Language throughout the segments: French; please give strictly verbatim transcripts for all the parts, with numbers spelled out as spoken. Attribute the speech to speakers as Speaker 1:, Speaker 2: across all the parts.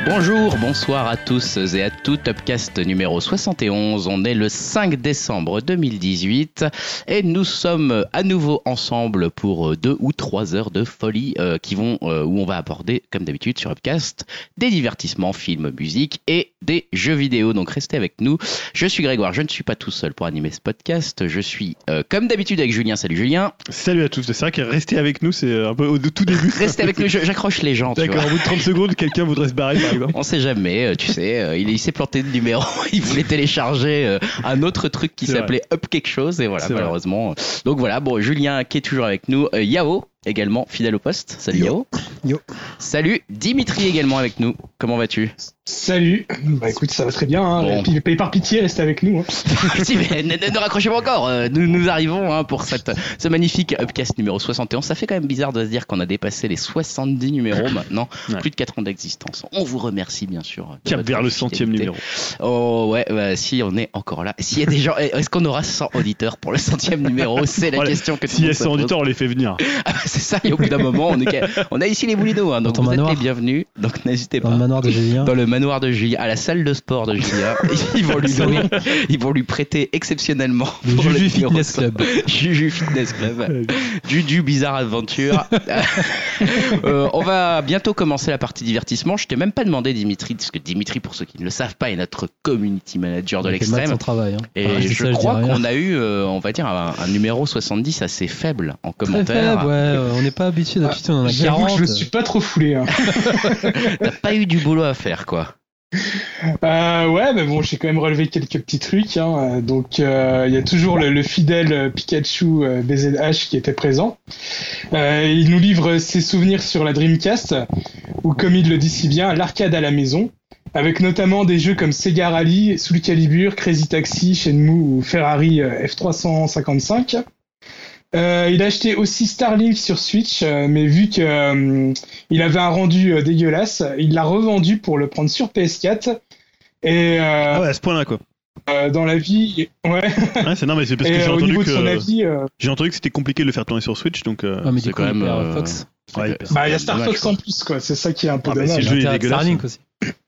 Speaker 1: Bonjour, bonsoir à tous et à toutes, Upcast numéro soixante et onze, on est le cinq décembre deux mille dix-huit et nous sommes à nouveau ensemble pour deux ou trois heures de folie euh, qui vont, euh, où on va aborder, comme d'habitude sur Upcast, des divertissements, films, musique et des jeux vidéo, donc restez avec nous. Je suis Grégoire, je ne suis pas tout seul pour animer ce podcast, je suis euh, comme d'habitude avec Julien. Salut Julien.
Speaker 2: Salut à tous, c'est vrai que rester avec nous c'est un peu au tout début.
Speaker 1: Restez avec nous, j'accroche les gens.
Speaker 2: D'accord, au bout de trente secondes, quelqu'un voudrait se barrer par exemple.
Speaker 1: On sait jamais, tu sais, il, il s'est planté de numéro, il voulait télécharger un autre truc qui c'est s'appelait vrai. Up quelque chose et voilà, c'est malheureusement. Vrai. Donc voilà, bon, Julien qui est toujours avec nous, euh, Yao également fidèle au poste. Salut Yao.
Speaker 3: Yo.
Speaker 1: Salut Dimitri également avec nous. Comment vas-tu?
Speaker 3: Salut. Bah écoute, ça va très bien. Hein. Bon. Puis, par pitié, restez avec nous. Hein.
Speaker 1: si, mais ne, ne raccrochez pas encore. Nous, nous arrivons hein, pour cette, ce magnifique Upcast numéro soixante et onze. Ça fait quand même bizarre de se dire qu'on a dépassé les soixante-dix numéros maintenant. Ouais. Plus de quatre ans d'existence. On vous remercie bien sûr.
Speaker 2: Cap vers le centième numéro.
Speaker 1: Oh ouais, bah, si on est encore là. S'il y a des gens, est-ce qu'on aura cent auditeurs pour le centième numéro? C'est la voilà. question que tout
Speaker 2: S'il y a cent auditeurs, on les fait venir.
Speaker 1: Ah, bah, c'est ça. Et au bout d'un moment, on, est, on a ici les Moulineaux. Hein, donc vous manoir. êtes les bienvenus. Donc n'hésitez pas.
Speaker 3: Dans le manoir de Julien.
Speaker 1: Dans le manoir de Julien, à la salle de sport de Julien. ils, vont lui donner, ils vont lui prêter exceptionnellement
Speaker 3: le
Speaker 1: pour
Speaker 3: Juju
Speaker 1: le
Speaker 3: Fitness Club.
Speaker 1: Juju Fitness Club. Juju Bizarre Adventure. euh, on va bientôt commencer la partie divertissement. Je t'ai même pas demandé Dimitri, parce que Dimitri, pour ceux qui ne le savent pas, est notre community manager de l'extrême.
Speaker 3: Travail, hein.
Speaker 1: Et
Speaker 3: ah,
Speaker 1: je,
Speaker 3: ça,
Speaker 1: crois
Speaker 3: je
Speaker 1: qu'on a eu, euh, on va dire, un, un numéro soixante-dix assez faible en commentaire.
Speaker 3: Très faible, ouais. Euh, on n'est pas habitué d'habitude, on en a quarante.
Speaker 4: J'avoue que je me suis pas trop foulé. Hein.
Speaker 1: T'as pas eu du boulot à faire, quoi.
Speaker 4: Euh, ouais, mais bon, j'ai quand même relevé quelques petits trucs. Hein. Donc, il euh, y a toujours le, le fidèle Pikachu euh, B Z H qui était présent. Euh, il nous livre ses souvenirs sur la Dreamcast, ou comme il le dit si bien, l'arcade à la maison, avec notamment des jeux comme Sega Rally, Soul Calibur, Crazy Taxi, Shenmue ou Ferrari euh, F trois cent cinquante-cinq. Euh, il a acheté aussi Starlink sur Switch, euh, mais vu que euh, il avait un rendu euh, dégueulasse, il l'a revendu pour le prendre sur P S quatre. Et euh,
Speaker 2: ah ouais, à ce point-là quoi.
Speaker 4: Euh, dans la vie, ouais.
Speaker 2: ouais c'est non mais c'est parce
Speaker 4: et
Speaker 2: que j'ai
Speaker 4: euh,
Speaker 2: entendu
Speaker 4: au niveau
Speaker 2: que
Speaker 4: de son avis, euh...
Speaker 2: j'ai entendu que c'était compliqué de le faire tourner sur Switch, donc. Euh,
Speaker 3: ah mais
Speaker 1: c'est
Speaker 3: du coup,
Speaker 1: quand même
Speaker 3: euh,
Speaker 1: euh...
Speaker 3: Fox.
Speaker 4: Ouais, bah il y a Star Fox en plus quoi, c'est ça qui est un peu
Speaker 2: ah,
Speaker 4: dommage.
Speaker 2: Bah, si le jeu est dégueulasse.
Speaker 3: Starlink aussi.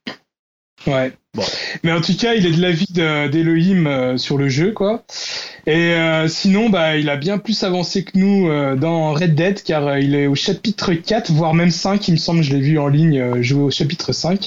Speaker 4: Ouais.
Speaker 2: Bon.
Speaker 4: Mais en tout cas, il est de l'avis de, d'Elohim euh, sur le jeu, quoi. Et euh, sinon, bah, il a bien plus avancé que nous euh, dans Red Dead, car euh, il est au chapitre quatre, voire même cinq, il me semble, je l'ai vu en ligne euh, jouer au chapitre cinq.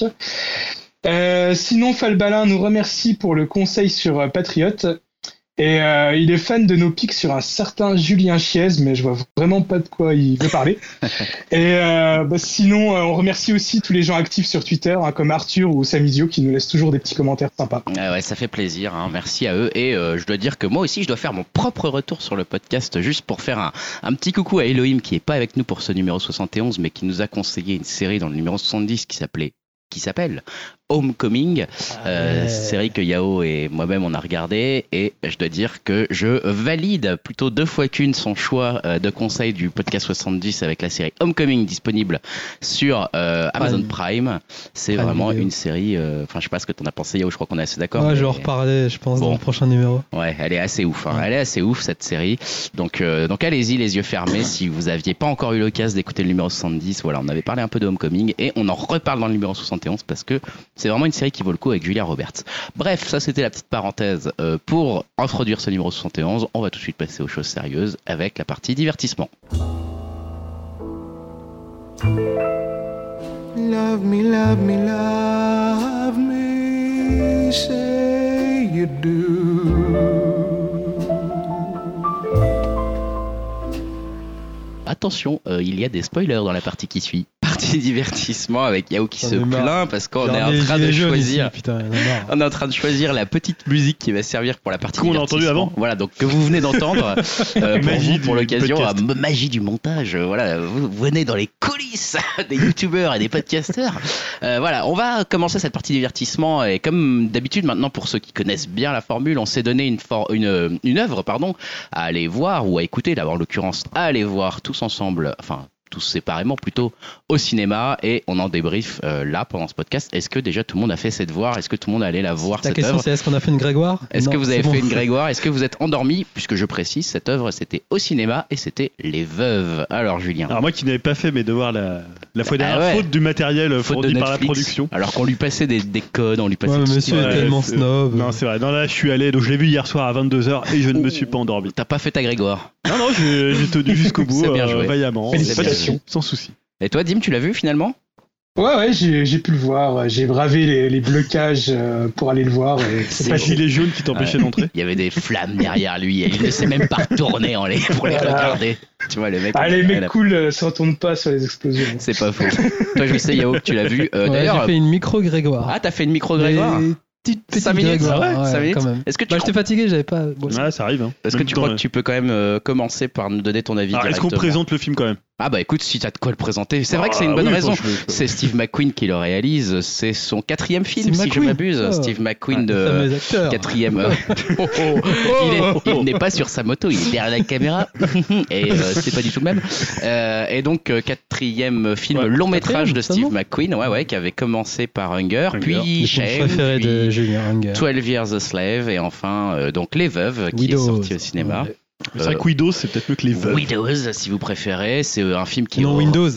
Speaker 4: Euh, sinon, Falbalin nous remercie pour le conseil sur euh, Patriot. Et euh, il est fan de nos pics sur un certain Julien Chiez, mais je vois vraiment pas de quoi il veut parler. Et euh, bah, sinon, euh, on remercie aussi tous les gens actifs sur Twitter, hein, comme Arthur ou Samizio, qui nous laissent toujours des petits commentaires sympas.
Speaker 1: Ah ouais, ça fait plaisir, hein. Merci à eux. Et euh, je dois dire que moi aussi, je dois faire mon propre retour sur le podcast, juste pour faire un, un petit coucou à Elohim, qui est pas avec nous pour ce numéro soixante et onze, mais qui nous a conseillé une série dans le numéro soixante-dix qui s'appelait, qui s'appelle Homecoming, ah euh, ouais. série que Yao et moi-même on a regardé, et je dois dire que je valide plutôt deux fois qu'une son choix euh, de conseil du podcast soixante-dix avec la série Homecoming disponible sur euh, Amazon Prime. Prime. C'est Prime vraiment vidéo. Une série, enfin euh, je sais pas ce que t'en as pensé Yao, je crois qu'on est assez d'accord.
Speaker 3: Ouais,
Speaker 1: mais...
Speaker 3: je vais en reparler je pense bon. Dans le prochain numéro.
Speaker 1: Ouais, elle est assez ouf, hein. ouais. Elle est assez ouf cette série, donc, euh, donc allez-y les yeux fermés si vous aviez pas encore eu l'occasion d'écouter le numéro soixante-dix. Voilà, on avait parlé un peu de Homecoming et on en reparle dans le numéro soixante et onze parce que c'est vraiment une série qui vaut le coup avec Julia Roberts. Bref, ça c'était la petite parenthèse euh, pour introduire ce numéro soixante et onze. On va tout de suite passer aux choses sérieuses avec la partie divertissement.
Speaker 5: Love me, love me, love me, say you do.
Speaker 1: Attention, euh, il y a des spoilers dans la partie qui suit. Partie divertissement avec Yao qui se plaint parce qu'on est en train de choisir. Ici, putain, on est en train de choisir la petite musique qui va servir pour la partie
Speaker 2: qu'on
Speaker 1: divertissement.
Speaker 2: a entendu avant.
Speaker 1: Voilà, donc que vous venez d'entendre euh, pour,
Speaker 2: magie
Speaker 1: vous, pour l'occasion,
Speaker 2: à
Speaker 1: magie du montage. Voilà, vous venez dans les coulisses des youtubeurs et des podcasters. Euh, voilà, on va commencer cette partie divertissement et comme d'habitude maintenant pour ceux qui connaissent bien la formule, on s'est donné une for- une une œuvre pardon à aller voir ou à écouter. D'abord en l'occurrence à aller voir tous ensemble, enfin. tous séparément, plutôt au cinéma, et on en débrief euh, là pendant ce podcast. Est-ce que déjà tout le monde a fait cette voir? Est-ce que tout le monde est allé la voir,
Speaker 6: Ta
Speaker 1: cette
Speaker 6: question
Speaker 1: œuvre?
Speaker 6: c'est est-ce qu'on a fait une Grégoire?
Speaker 1: Est-ce
Speaker 6: Non,
Speaker 1: que vous avez
Speaker 6: c'est
Speaker 1: fait
Speaker 6: bon.
Speaker 1: une Grégoire? Est-ce que vous êtes endormi? Puisque je précise, cette œuvre c'était au cinéma et c'était Les Veuves. Alors Julien.
Speaker 2: Alors moi qui n'avais pas fait mes devoirs la, la fois dernière,
Speaker 1: Ah ouais.
Speaker 2: faute du matériel
Speaker 1: Faute
Speaker 2: fourni
Speaker 1: de
Speaker 2: par la
Speaker 1: Netflix,
Speaker 2: production.
Speaker 1: alors qu'on lui passait des, des codes, on lui passait
Speaker 6: Ouais, mais
Speaker 1: tout ce
Speaker 6: monsieur
Speaker 1: qu'il
Speaker 6: est
Speaker 1: fallait.
Speaker 6: tellement
Speaker 2: c'est-
Speaker 6: snob.
Speaker 2: Non, c'est vrai. Non, là, je suis allé, donc je l'ai vu hier soir à vingt-deux heures et je ne me suis pas endormi.
Speaker 1: T'as pas fait ta Grégoire.
Speaker 2: Non, non, j'ai j'ai tenu jusqu'au bout,
Speaker 1: C'est bien
Speaker 2: euh,
Speaker 1: joué.
Speaker 2: vaillamment,
Speaker 4: Félicitations.
Speaker 2: sans souci.
Speaker 1: Et toi, Dim, tu l'as vu finalement?
Speaker 4: Ouais, ouais, j'ai, j'ai pu le voir. J'ai bravé les, les blocages euh, pour aller le voir. Et
Speaker 2: C'est
Speaker 4: c'est
Speaker 2: pas
Speaker 4: pas
Speaker 2: le gilet jaune qui t'empêchait
Speaker 1: Ouais.
Speaker 2: d'entrer.
Speaker 1: Il y avait des flammes derrière lui et il ne s'est même pas retourné en les, pour les
Speaker 4: Voilà.
Speaker 1: regarder. Tu vois, le mec.
Speaker 4: Ah, les
Speaker 1: il a-
Speaker 4: mecs cool euh, se retournent pas sur les explosions.
Speaker 1: C'est pas faux. Toi, je sais, Yao, que tu l'as vu. Euh,
Speaker 6: Ouais,
Speaker 1: D'ailleurs,
Speaker 6: j'ai fait une micro Grégoire.
Speaker 1: ah, t'as fait une micro Grégoire.
Speaker 6: Mais Petite, petite
Speaker 1: Cinq minutes,
Speaker 6: Grégoire,
Speaker 1: c'est vrai
Speaker 6: ouais,
Speaker 1: Cinq minutes
Speaker 6: quand même.
Speaker 1: Est-ce que tu
Speaker 6: Bah,
Speaker 1: crois-
Speaker 6: j'étais fatigué, j'avais pas. bon,
Speaker 2: Ouais, ça arrive. Hein.
Speaker 1: Est-ce que
Speaker 2: Même
Speaker 1: tu
Speaker 2: temps,
Speaker 1: crois
Speaker 2: euh,
Speaker 1: que tu peux quand même euh, commencer par nous donner ton avis
Speaker 2: Alors, est-ce qu'on
Speaker 1: directement
Speaker 2: présente le film quand même?
Speaker 1: Ah bah écoute, si t'as de quoi le présenter, c'est vrai que c'est une
Speaker 2: Ah,
Speaker 1: bonne
Speaker 2: oui,
Speaker 1: raison.
Speaker 2: faut- faut- faut-
Speaker 1: C'est Steve McQueen qui le réalise, c'est son quatrième film
Speaker 6: Steve
Speaker 1: si je
Speaker 6: McQueen.
Speaker 1: m'abuse.
Speaker 6: Oh.
Speaker 1: Steve McQueen
Speaker 6: Le
Speaker 1: de
Speaker 6: fameux acteur.
Speaker 1: quatrième. euh, oh, oh. Il est- il n'est pas sur sa moto, il est derrière la caméra et euh, c'est pas du tout le même. Euh, et donc euh, quatrième film
Speaker 2: Ouais,
Speaker 1: long métrage de
Speaker 6: quatrième,
Speaker 1: Steve McQueen, ouais ouais, qui avait commencé par Hunger,
Speaker 2: Hunger.
Speaker 1: puis
Speaker 6: Le film
Speaker 1: Shame,
Speaker 6: préféré
Speaker 1: puis
Speaker 6: de Julien Hunger.
Speaker 1: twelve Years a Slave et enfin euh, donc Les Veuves qui
Speaker 6: Widows.
Speaker 1: est sorti au cinéma.
Speaker 6: Ouais.
Speaker 2: C'est vrai que Widows, c'est peut-être mieux que les veuves.
Speaker 1: Widows si vous préférez, c'est euh, un film qui
Speaker 6: Non,
Speaker 1: est
Speaker 6: Windows.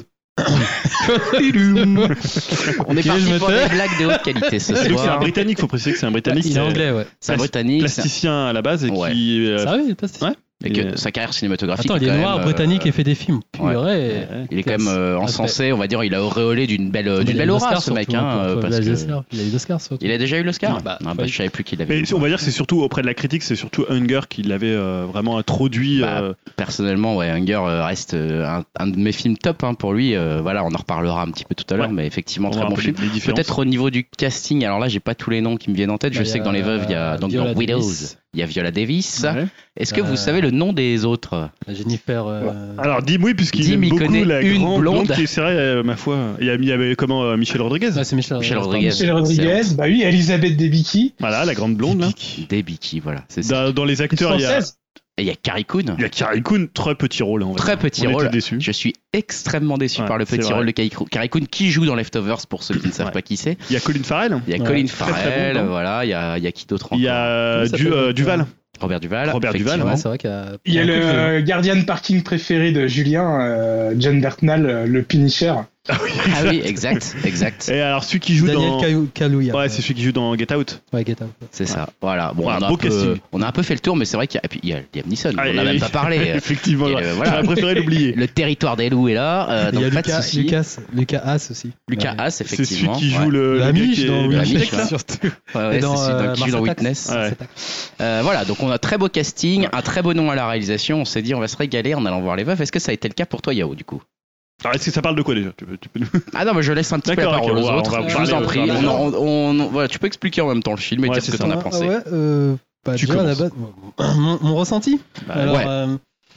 Speaker 1: On est
Speaker 6: Ok,
Speaker 1: parti
Speaker 6: je me
Speaker 1: pour
Speaker 6: tais.
Speaker 1: des blagues de haute qualité ce
Speaker 2: Donc c'est un
Speaker 1: soir.
Speaker 2: Britannique, faut préciser que c'est un Britannique.
Speaker 6: Il est anglais, ouais.
Speaker 1: C'est un
Speaker 2: Plas-
Speaker 1: Britannique, c'est un-
Speaker 2: Plasticien à la base et
Speaker 1: Ouais.
Speaker 2: qui. euh,
Speaker 6: Sérieux, il est plasticien.
Speaker 2: Ouais.
Speaker 1: et que
Speaker 2: Et, euh,
Speaker 1: sa carrière cinématographique
Speaker 6: Attends,
Speaker 1: est
Speaker 6: il est
Speaker 1: quand
Speaker 6: noir,
Speaker 1: même,
Speaker 6: britannique
Speaker 1: euh,
Speaker 6: et fait des films.
Speaker 1: ouais.
Speaker 6: Purée.
Speaker 2: ouais.
Speaker 1: Il est quand même euh, encensé, on va dire, il a auréolé d'une belle,
Speaker 6: Il
Speaker 1: d'une
Speaker 6: a
Speaker 1: belle
Speaker 6: eu
Speaker 1: aura
Speaker 6: l'Oscar
Speaker 1: ce mec,
Speaker 6: surtout,
Speaker 1: hein,
Speaker 6: pour-
Speaker 1: euh,
Speaker 6: pour
Speaker 1: parce
Speaker 6: les
Speaker 1: que
Speaker 6: Oscars. Il a eu l'Oscar surtout.
Speaker 1: il a déjà eu l'Oscar.
Speaker 6: Ah, bah,
Speaker 1: Ah, bah, je savais plus qu'il avait.
Speaker 2: Mais
Speaker 1: eu.
Speaker 2: on va dire que c'est surtout auprès de la critique, c'est surtout Hunger qui l'avait euh, vraiment introduit.
Speaker 1: Bah,
Speaker 2: euh,
Speaker 1: Personnellement, ouais, Hunger euh, reste euh, un, un de mes films top hein, pour lui. Euh, voilà, on en reparlera un petit peu tout à l'heure,
Speaker 2: Ouais.
Speaker 1: mais effectivement
Speaker 2: on
Speaker 1: très
Speaker 2: voit un
Speaker 1: bon
Speaker 2: peu
Speaker 1: film.
Speaker 2: les- les différences.
Speaker 1: Peut-être au niveau du casting. Alors là, j'ai pas tous les noms qui me viennent en tête. Je
Speaker 6: Bah,
Speaker 1: sais
Speaker 6: il y
Speaker 1: que dans les Veuves, il y a donc
Speaker 6: Viola
Speaker 1: dans Widows,
Speaker 6: Davis.
Speaker 1: il y a Viola Davis.
Speaker 2: Ouais.
Speaker 1: Est-ce que
Speaker 6: Euh,
Speaker 1: vous savez le nom des autres?
Speaker 6: Jennifer. euh,
Speaker 2: Alors dis oui, puisqu'il
Speaker 1: Dim,
Speaker 2: aime
Speaker 1: il
Speaker 2: beaucoup
Speaker 1: connaît
Speaker 2: la
Speaker 1: une
Speaker 2: grande
Speaker 1: blonde.
Speaker 2: blonde qui est, c'est vrai, euh, ma foi. Il y a, il y avait comment euh, Michel Rodriguez.
Speaker 6: Ah, c'est Michel,
Speaker 1: Michel
Speaker 6: euh,
Speaker 1: Rodriguez.
Speaker 4: Michel Rodriguez, bah oui, Elisabeth Debicki.
Speaker 2: Voilà, la grande blonde là.
Speaker 1: Debicki, voilà. C'est ça.
Speaker 2: Dans, dans les acteurs, il y a,
Speaker 4: Française.
Speaker 1: Et il y a Carrie Coon.
Speaker 2: il y a Carrie Coon, très petit rôle. On va
Speaker 1: Très
Speaker 2: dire.
Speaker 1: petit
Speaker 2: on
Speaker 1: rôle.
Speaker 2: était déçus.
Speaker 1: Je suis extrêmement déçu
Speaker 2: Ouais,
Speaker 1: par le
Speaker 2: c'est
Speaker 1: petit
Speaker 2: vrai.
Speaker 1: rôle de Carrie Coon. Carrie Coon qui joue dans Leftovers pour ceux qui ne savent
Speaker 2: Ouais.
Speaker 1: pas qui c'est.
Speaker 2: Il y a Colin Farrell.
Speaker 1: Il y a
Speaker 6: Ouais,
Speaker 1: Colin
Speaker 2: très, très
Speaker 1: Farrell,
Speaker 2: bon, hein.
Speaker 1: voilà. Il y a, il y a qui d'autre
Speaker 2: Il y
Speaker 1: encore
Speaker 2: a euh,
Speaker 6: Comment ça
Speaker 2: du,
Speaker 6: s'appelle,
Speaker 2: euh, Duval.
Speaker 1: Robert Duval.
Speaker 2: Robert Duval,
Speaker 1: effectivement.
Speaker 6: Ouais, c'est vrai qu'il y a.
Speaker 4: Il y a
Speaker 6: un coup de feu.
Speaker 4: le gardien de parking préféré de Julien, euh, John Bertnall, euh, le Punisher.
Speaker 1: Ah oui, exact, exact.
Speaker 2: Et alors celui qui joue
Speaker 6: Daniel
Speaker 2: dans.
Speaker 6: Kalou- Kalouya.
Speaker 2: Ouais, c'est celui qui joue dans Get Out.
Speaker 6: Ouais, Get Out.
Speaker 1: C'est ça. Voilà. Bon,
Speaker 2: Voilà,
Speaker 1: on, a
Speaker 2: beau
Speaker 1: un peu,
Speaker 2: casting.
Speaker 1: on a un peu fait le tour, mais c'est vrai qu'il y a, et puis, il y a Liam Neeson.
Speaker 2: Ah,
Speaker 1: on n'a
Speaker 2: et-
Speaker 1: même pas parlé.
Speaker 2: Effectivement,
Speaker 1: Et,
Speaker 2: ouais.
Speaker 1: euh, voilà.
Speaker 2: J'aurais préféré l'oublier.
Speaker 1: Le territoire des loups est là. Euh,
Speaker 6: Il y
Speaker 1: donc
Speaker 6: a
Speaker 1: pas de
Speaker 6: Lucas,
Speaker 1: souci.
Speaker 6: Lucas, Lucas Haas aussi.
Speaker 1: Lucas
Speaker 6: Ouais.
Speaker 1: Haas,
Speaker 2: C'est celui
Speaker 1: effectivement.
Speaker 2: qui joue
Speaker 1: ouais.
Speaker 2: le. le
Speaker 6: La
Speaker 2: gars
Speaker 6: Miche
Speaker 2: qui est-
Speaker 6: dans
Speaker 2: le
Speaker 1: La
Speaker 6: Witness,
Speaker 1: Miche, là.
Speaker 6: surtout.
Speaker 1: Ouais, ouais,
Speaker 6: Et dans
Speaker 1: c'est celui
Speaker 6: euh,
Speaker 1: qui joue dans
Speaker 6: Mars Attacks.
Speaker 1: Witness.
Speaker 2: Ouais.
Speaker 6: Mars Attacks.
Speaker 1: Euh, voilà, donc on a très beau casting, un très beau nom à la réalisation. On s'est dit, on va se régaler en allant voir les Veuves. Est-ce que ça a été le cas pour toi, Yao, du coup?
Speaker 2: Alors est-ce que ça parle de quoi déjà tu peux, tu peux...
Speaker 1: Ah non, mais je laisse un petit peu la
Speaker 2: D'accord,
Speaker 1: parole
Speaker 2: ok,
Speaker 1: aux
Speaker 2: on va-
Speaker 1: autres.
Speaker 2: on va
Speaker 1: Je
Speaker 2: parler,
Speaker 1: vous en
Speaker 2: on va
Speaker 1: prie.
Speaker 2: parler.
Speaker 1: On, on- on- voilà, tu peux expliquer en même temps le film et
Speaker 2: Ouais,
Speaker 1: dire ce
Speaker 2: c'est
Speaker 1: que t'en
Speaker 2: ça.
Speaker 1: as pensé.
Speaker 6: Ah ouais, euh, bah,
Speaker 2: Tu
Speaker 6: déjà, à la
Speaker 2: commences.
Speaker 6: base, mon, mon ressenti.
Speaker 2: Bah,
Speaker 6: Alors,
Speaker 1: ouais.
Speaker 6: euh,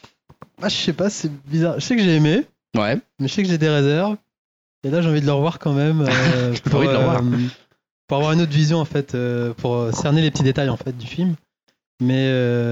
Speaker 6: ah, je sais pas, c'est bizarre. Je sais que j'ai aimé,
Speaker 1: Ouais.
Speaker 6: mais je sais que j'ai des réserves. Et là, j'ai envie de le revoir quand même. euh,
Speaker 1: T'as envie de le revoir.
Speaker 6: pour avoir une autre vision, en fait, euh, pour cerner les petits détails en fait, du film. Mais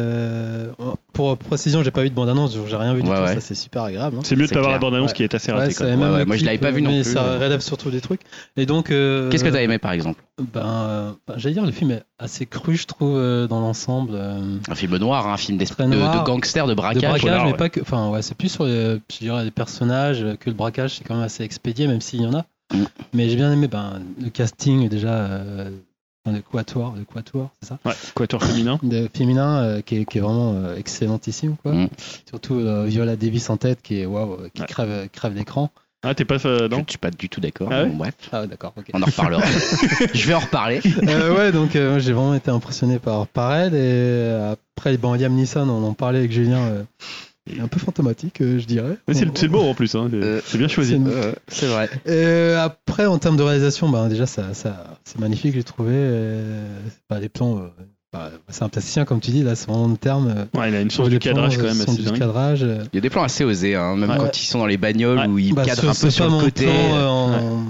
Speaker 6: euh, pour précision, j'ai pas vu de bande-annonce, donc j'ai rien vu du
Speaker 1: Ouais,
Speaker 6: tout.
Speaker 1: ouais.
Speaker 6: Ça, c'est super agréable. hein.
Speaker 2: C'est mieux de
Speaker 1: C'est
Speaker 2: pas voir la
Speaker 1: clair.
Speaker 2: bande-annonce
Speaker 6: Ouais.
Speaker 2: qui est assez
Speaker 6: Ouais,
Speaker 2: ratée.
Speaker 6: ça
Speaker 2: quoi.
Speaker 6: a même
Speaker 1: Ouais, ouais,
Speaker 6: le
Speaker 1: moi, je l'avais
Speaker 6: clip,
Speaker 1: pas vu non
Speaker 6: mais
Speaker 1: plus,
Speaker 6: ça
Speaker 1: euh.
Speaker 6: relève surtout des trucs. Et donc, euh,
Speaker 1: Qu'est-ce que t'as aimé par exemple?
Speaker 6: Ben, euh, ben, j'allais dire, le film est assez cru, je trouve, euh, dans l'ensemble. euh,
Speaker 1: Un film noir, un film d'esprit
Speaker 6: Très
Speaker 1: de,
Speaker 6: noir.
Speaker 1: de gangster, de
Speaker 6: de
Speaker 1: braquage.
Speaker 6: braquage,
Speaker 2: polar,
Speaker 6: mais
Speaker 2: ouais.
Speaker 6: pas que. Enfin, ouais, c'est plus sur les, je dirais, les personnages que le braquage, c'est quand même assez expédié, même s'il y en a.
Speaker 1: Mm.
Speaker 6: Mais j'ai bien aimé ben, le casting déjà. Euh, dans le quatuor, le quatuor, c'est ça,
Speaker 2: Ouais, quatuor féminin.
Speaker 6: de féminin euh, qui, est, qui est vraiment euh, excellentissime quoi.
Speaker 1: Mm.
Speaker 6: Surtout euh, Viola Davis en tête qui est waouh, euh, qui
Speaker 2: Ouais.
Speaker 6: crève, crève l'écran.
Speaker 2: Ah, t'es pas. euh,
Speaker 1: Je
Speaker 2: non
Speaker 1: ne suis pas du tout d'accord.
Speaker 2: Ah ouais
Speaker 1: Bon, bref,
Speaker 6: Ah ouais, d'accord, ok.
Speaker 1: on en reparlera. Je vais en reparler.
Speaker 6: Euh, ouais, donc euh, moi, j'ai vraiment été impressionné par, par elle. Et euh, après, bon, Liam Neeson, on en parlait avec Julien, euh, il est un peu fantomatique, euh, je dirais.
Speaker 2: Mais c'est le- c'est le mot en plus. Hein. C'est
Speaker 1: Euh,
Speaker 2: c'est bien choisi.
Speaker 6: c'est une-
Speaker 1: Euh, c'est vrai.
Speaker 6: Euh, après, en termes de réalisation, ben, déjà, ça, ça, c'est magnifique, j'ai trouvé. Euh, bah, les plans, euh, bah, c'est un plasticien, comme tu dis, là, c'est vraiment le terme. euh,
Speaker 2: Ouais, il a une
Speaker 6: sur
Speaker 2: source
Speaker 6: les
Speaker 2: du cadrage
Speaker 6: plans,
Speaker 2: quand
Speaker 6: euh,
Speaker 2: même
Speaker 6: sont
Speaker 2: assez
Speaker 6: du
Speaker 2: dingue.
Speaker 6: cadrage. euh,
Speaker 1: Il y a des plans assez osés, hein, même
Speaker 6: Ouais.
Speaker 1: quand ils sont dans les bagnoles
Speaker 2: Ouais.
Speaker 1: où ils
Speaker 6: bah,
Speaker 1: cadrent
Speaker 6: ce-
Speaker 1: un
Speaker 6: ce
Speaker 1: peu sur le
Speaker 6: fameux
Speaker 1: côté.
Speaker 6: plan, euh, en,
Speaker 2: Ouais.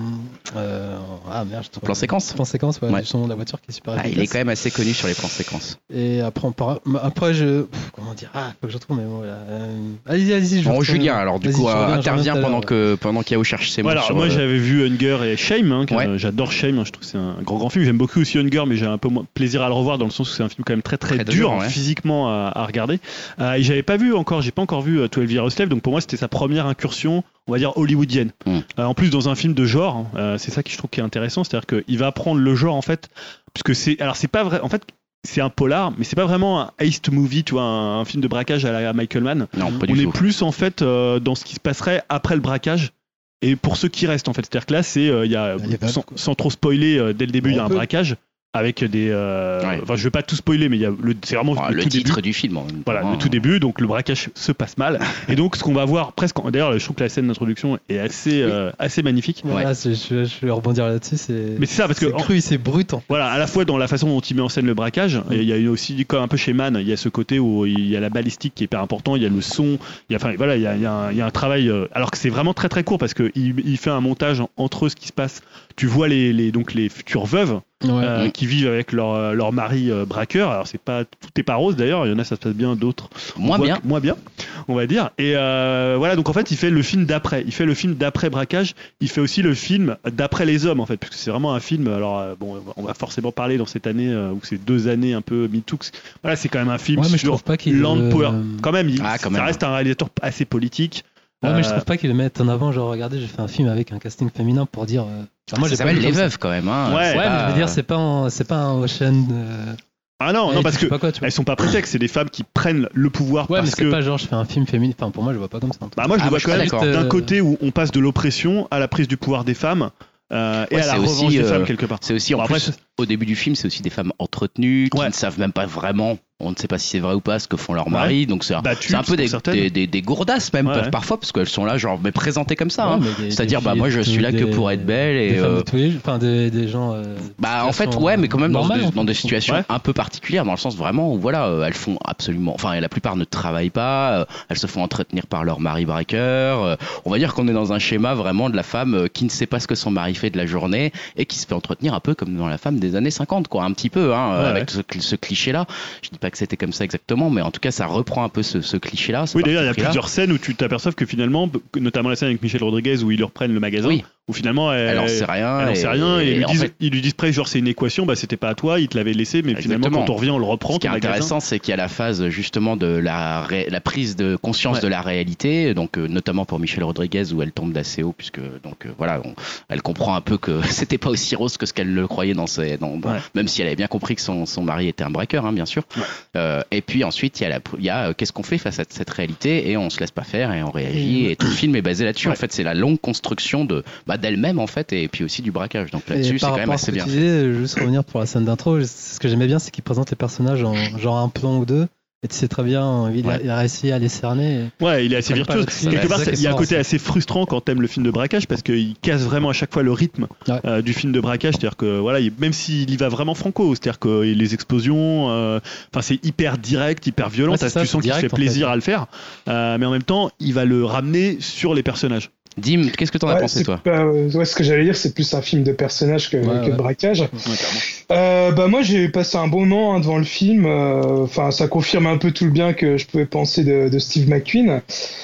Speaker 6: Euh, ah merde, je trouve.
Speaker 1: Plan séquence.
Speaker 6: Plan séquence, ouais,
Speaker 1: Ouais.
Speaker 6: du son de la voiture qui est super
Speaker 1: Ah,
Speaker 6: efficace.
Speaker 1: il est quand même assez connu sur les plans séquences.
Speaker 6: Et après, on part... après je. Pff, comment dire Ah, faut que je retrouve, mais bon, voilà. Euh... Allez-y, allez-y. je
Speaker 1: Bon,
Speaker 6: retrouve.
Speaker 1: Julien, alors du
Speaker 6: Vas-y,
Speaker 1: coup,
Speaker 6: je reviens, je
Speaker 1: intervient
Speaker 6: reviens tout à
Speaker 1: pendant
Speaker 6: l'heure.
Speaker 1: que pendant qu'Yao cherche ses mots.
Speaker 2: Voilà,
Speaker 1: sur,
Speaker 2: moi
Speaker 1: euh,
Speaker 2: j'avais vu Hunger et Shame, hein, que,
Speaker 1: Ouais.
Speaker 2: euh, j'adore Shame, hein, je trouve que c'est un grand grand film. J'aime beaucoup aussi Hunger, mais j'ai un peu moins plaisir à le revoir dans le sens où c'est un film quand même très très,
Speaker 1: Très
Speaker 2: dur,
Speaker 1: dur, ouais.
Speaker 2: physiquement à, à regarder. Euh, et j'avais pas vu encore, j'ai pas encore vu euh, douze Years a Slave, donc pour moi c'était sa première incursion, on va dire hollywoodienne.
Speaker 1: Mm.
Speaker 2: Euh, en plus dans un film de genre, euh, c'est ça qui je trouve qui est intéressant, c'est-à-dire qu'il va prendre le genre en fait, parce que c'est, alors c'est pas vrai, en fait. C'est un polar, mais c'est pas vraiment un heist movie, tu vois, un, un film de braquage à la Michael Mann.
Speaker 1: Non, pas
Speaker 2: On
Speaker 1: du
Speaker 2: est
Speaker 1: tout.
Speaker 2: plus en fait euh, dans ce qui se passerait après le braquage. Et pour ceux qui restent en fait, c'est-à-dire que là, c'est euh, il y a
Speaker 6: Il y a pas
Speaker 2: sans,
Speaker 6: de-
Speaker 2: sans trop spoiler euh, dès le début, il y a
Speaker 6: On
Speaker 2: un
Speaker 6: peut.
Speaker 2: braquage avec des. euh,
Speaker 1: Ouais.
Speaker 2: Enfin, je vais pas tout spoiler, mais il y a le, c'est vraiment
Speaker 1: Ah,
Speaker 2: le,
Speaker 1: le
Speaker 2: tout
Speaker 1: titre
Speaker 2: début.
Speaker 1: du film. en même
Speaker 2: Voilà,
Speaker 1: temps,
Speaker 2: le
Speaker 1: hein.
Speaker 2: tout début, donc le braquage se passe mal. Et donc, ce qu'on va voir presque. en- D'ailleurs, je trouve que la scène d'introduction est assez, euh, assez magnifique.
Speaker 6: Voilà, c'est- je, je vais rebondir là-dessus. C'est...
Speaker 2: Mais c'est ça, parce que
Speaker 6: c'est
Speaker 2: en-
Speaker 6: cru, c'est brut. En...
Speaker 2: Voilà, à la fois dans la façon dont il met en scène le braquage, et il y a aussi, comme un peu chez Mann, il y a ce côté où il y a la balistique qui est hyper important, il y a le son, il y a, enfin, voilà, il y a, il y a un, il y a un travail, euh, alors que c'est vraiment très très court parce qu'il il fait un montage en- entre ce qui se passe. Tu vois les, les, donc les futures veuves
Speaker 6: Ouais.
Speaker 2: euh,
Speaker 1: Mm.
Speaker 2: qui vivent avec leur, euh, leur mari euh, braqueur. Alors, c'est pas, tout est pas rose d'ailleurs, il y en a ça se passe bien, d'autres
Speaker 1: Moins
Speaker 2: voit
Speaker 1: bien.
Speaker 2: que- moins bien, on va dire. Et euh, voilà, donc en fait, il fait le film d'après. Il fait le film d'après braquage. Il fait aussi le film d'après les hommes, en fait, puisque c'est vraiment un film. Alors, euh, bon, on va forcément parler dans cette année, euh, ou ces deux années un peu MeToo. Voilà, c'est quand même un film
Speaker 6: Ouais, mais je
Speaker 2: sur
Speaker 6: trouve pas qu'il
Speaker 2: Land
Speaker 6: euh,
Speaker 2: Power. Quand même, il,
Speaker 1: Ah, quand
Speaker 2: ça
Speaker 1: même.
Speaker 2: reste un réalisateur assez politique.
Speaker 6: Ouais, mais je
Speaker 2: Euh,
Speaker 6: trouve pas qu'ils le mettent en avant. Genre, regardez, j'ai fait un film avec un casting féminin pour dire. euh, enfin, moi,
Speaker 1: Ça
Speaker 6: j'ai pas
Speaker 1: s'appelle
Speaker 6: vu
Speaker 1: Les
Speaker 6: comme ça.
Speaker 1: Veuves quand même. Hein.
Speaker 2: Ouais,
Speaker 1: C'est
Speaker 6: Ouais,
Speaker 1: pas-
Speaker 6: mais je veux dire, c'est pas, en- c'est pas un Ocean. Euh...
Speaker 2: Ah non, non,
Speaker 6: Elite,
Speaker 2: parce
Speaker 6: je sais
Speaker 2: que
Speaker 6: pas quoi, tu vois.
Speaker 2: elles sont pas prétextes, c'est des femmes qui prennent le pouvoir
Speaker 6: Ouais, mais
Speaker 2: parce
Speaker 6: c'est
Speaker 2: que.
Speaker 6: pas genre, je fais un film féminin. Enfin, pour moi, je vois pas comme ça.
Speaker 2: Bah moi, je
Speaker 1: Ah,
Speaker 2: le vois
Speaker 1: moi, je
Speaker 2: quand
Speaker 1: suis
Speaker 2: même
Speaker 1: d'accord.
Speaker 2: d'un
Speaker 6: Euh,
Speaker 2: côté où on passe de l'oppression à la prise du pouvoir des femmes. Euh, et
Speaker 1: Ouais,
Speaker 2: à la
Speaker 1: c'est
Speaker 2: revanche
Speaker 1: aussi,
Speaker 2: des
Speaker 1: euh,
Speaker 2: femmes quelque part.
Speaker 1: C'est aussi en
Speaker 2: Bon, après,
Speaker 1: plus
Speaker 2: c'est-
Speaker 1: au début du film, c'est aussi des femmes entretenues qui
Speaker 2: Ouais.
Speaker 1: ne savent même pas vraiment. On ne sait pas si c'est vrai ou pas ce que font leurs maris. Donc c'est un,
Speaker 2: Battues,
Speaker 1: c'est un peu des,
Speaker 2: pour certaines.
Speaker 1: des, des, des gourdasses même
Speaker 2: Ouais, ouais.
Speaker 1: parfois parce qu'elles sont là genre mais présentées comme ça.
Speaker 6: Ouais,
Speaker 1: hein.
Speaker 6: mais des-
Speaker 1: C'est-à-dire
Speaker 6: des
Speaker 1: bah
Speaker 6: filles
Speaker 1: moi
Speaker 6: et
Speaker 1: je
Speaker 6: tout,
Speaker 1: suis là que
Speaker 6: des-
Speaker 1: pour être belle et
Speaker 6: Des femmes
Speaker 1: euh,
Speaker 6: de tous les jours, enfin des, des gens. euh,
Speaker 1: bah en fait
Speaker 6: situations
Speaker 1: ouais mais quand même dans,
Speaker 6: normales,
Speaker 1: des-
Speaker 6: en fait.
Speaker 1: dans des situations
Speaker 2: Ouais.
Speaker 1: un peu particulières dans le sens vraiment où voilà euh, elles font absolument enfin la plupart ne travaillent pas euh, elles se font entretenir par leur mari braqueur euh, on va dire qu'on est dans un schéma vraiment de la femme euh, qui ne sait pas ce que son mari fait de la journée et qui se fait entretenir un peu comme dans la femme des années cinquante quoi un petit peu hein, euh,
Speaker 2: Ouais,
Speaker 1: avec ce, ce cliché là je dis pas que c'était comme ça exactement mais en tout cas ça reprend un peu ce, ce cliché là
Speaker 2: Oui, d'ailleurs, il y a plusieurs scènes où tu t'aperçois que finalement, notamment la scène avec Michel Rodriguez où ils lui reprennent le magasin,
Speaker 1: Oui.
Speaker 2: où finalement elle,
Speaker 1: elle en sait rien
Speaker 2: elle en sait rien et, ils, lui
Speaker 1: en
Speaker 2: disent,
Speaker 1: fait,
Speaker 2: ils lui disent presque genre c'est une équation, bah c'était pas à toi, ils te l'avaient laissé, mais finalement
Speaker 1: Exactement.
Speaker 2: quand on revient, on le reprend.
Speaker 1: ce qui est
Speaker 2: ton magasin.
Speaker 1: intéressant, c'est qu'il y a la phase justement de la, ré- la prise de conscience
Speaker 2: Ouais.
Speaker 1: de la réalité, donc euh, notamment pour Michelle Rodriguez où elle tombe d'assez haut, puisque donc euh, voilà, on- elle comprend un peu que c'était pas aussi rose que ce qu'elle le croyait dans ses, dans, dans-
Speaker 2: Ouais.
Speaker 1: même si elle avait bien compris que son, son mari était un braqueur, hein, bien sûr.
Speaker 2: Ouais.
Speaker 1: Euh, et puis ensuite, il y a, la, il y a euh, qu'est-ce qu'on fait face à cette réalité et on se laisse pas faire et on réagit et tout le film est basé là-dessus.
Speaker 2: Ouais.
Speaker 1: En fait, c'est la longue construction de bah, d'elle-même en fait et puis aussi du braquage. Donc
Speaker 6: Et
Speaker 1: là-dessus, c'est
Speaker 6: par
Speaker 1: quand même
Speaker 6: rapport à
Speaker 1: assez
Speaker 6: ce que
Speaker 1: bien.
Speaker 6: tu disais, juste revenir pour la scène d'intro, ce que j'aimais bien, c'est qu'il présente les personnages en genre un plan ou deux. Et tu sais très bien, il a,
Speaker 1: Ouais.
Speaker 6: il a réussi à les cerner.
Speaker 2: Ouais, il est assez
Speaker 6: Prennent pas
Speaker 2: virtuose.
Speaker 6: là-dessus.
Speaker 2: Quelque
Speaker 6: Ouais,
Speaker 2: part,
Speaker 6: c'est ça
Speaker 2: il y a un
Speaker 6: qui est
Speaker 2: côté
Speaker 6: fort,
Speaker 2: assez frustrant quand t'aimes le film de braquage parce qu'il casse vraiment à chaque fois le rythme
Speaker 6: Ouais.
Speaker 2: euh, du film de braquage. C'est-à-dire que voilà, il- même s'il y va vraiment franco, c'est-à-dire que les explosions, euh, enfin c'est hyper direct, hyper violent.
Speaker 6: Ouais,
Speaker 2: t'as-
Speaker 6: c'est ça,
Speaker 2: tu sens
Speaker 6: c'est
Speaker 2: qu'il se
Speaker 6: direct,
Speaker 2: fait
Speaker 6: en
Speaker 2: plaisir
Speaker 6: fait.
Speaker 2: à le faire, Euh, mais en même temps, il va le ramener sur les personnages.
Speaker 1: Dim, qu'est-ce que t'en as
Speaker 4: Ouais,
Speaker 1: pensé
Speaker 4: c'est
Speaker 1: toi
Speaker 4: pas- euh, ouais, ce que j'allais dire, c'est plus un film de personnage que,
Speaker 6: Ouais,
Speaker 4: que
Speaker 6: ouais.
Speaker 4: de braquage.
Speaker 2: Ouais, clairement.
Speaker 4: Euh, bah moi j'ai passé un bon moment hein, devant le film. euh, Enfin, ça confirme un peu tout le bien que je pouvais penser de, de Steve McQueen.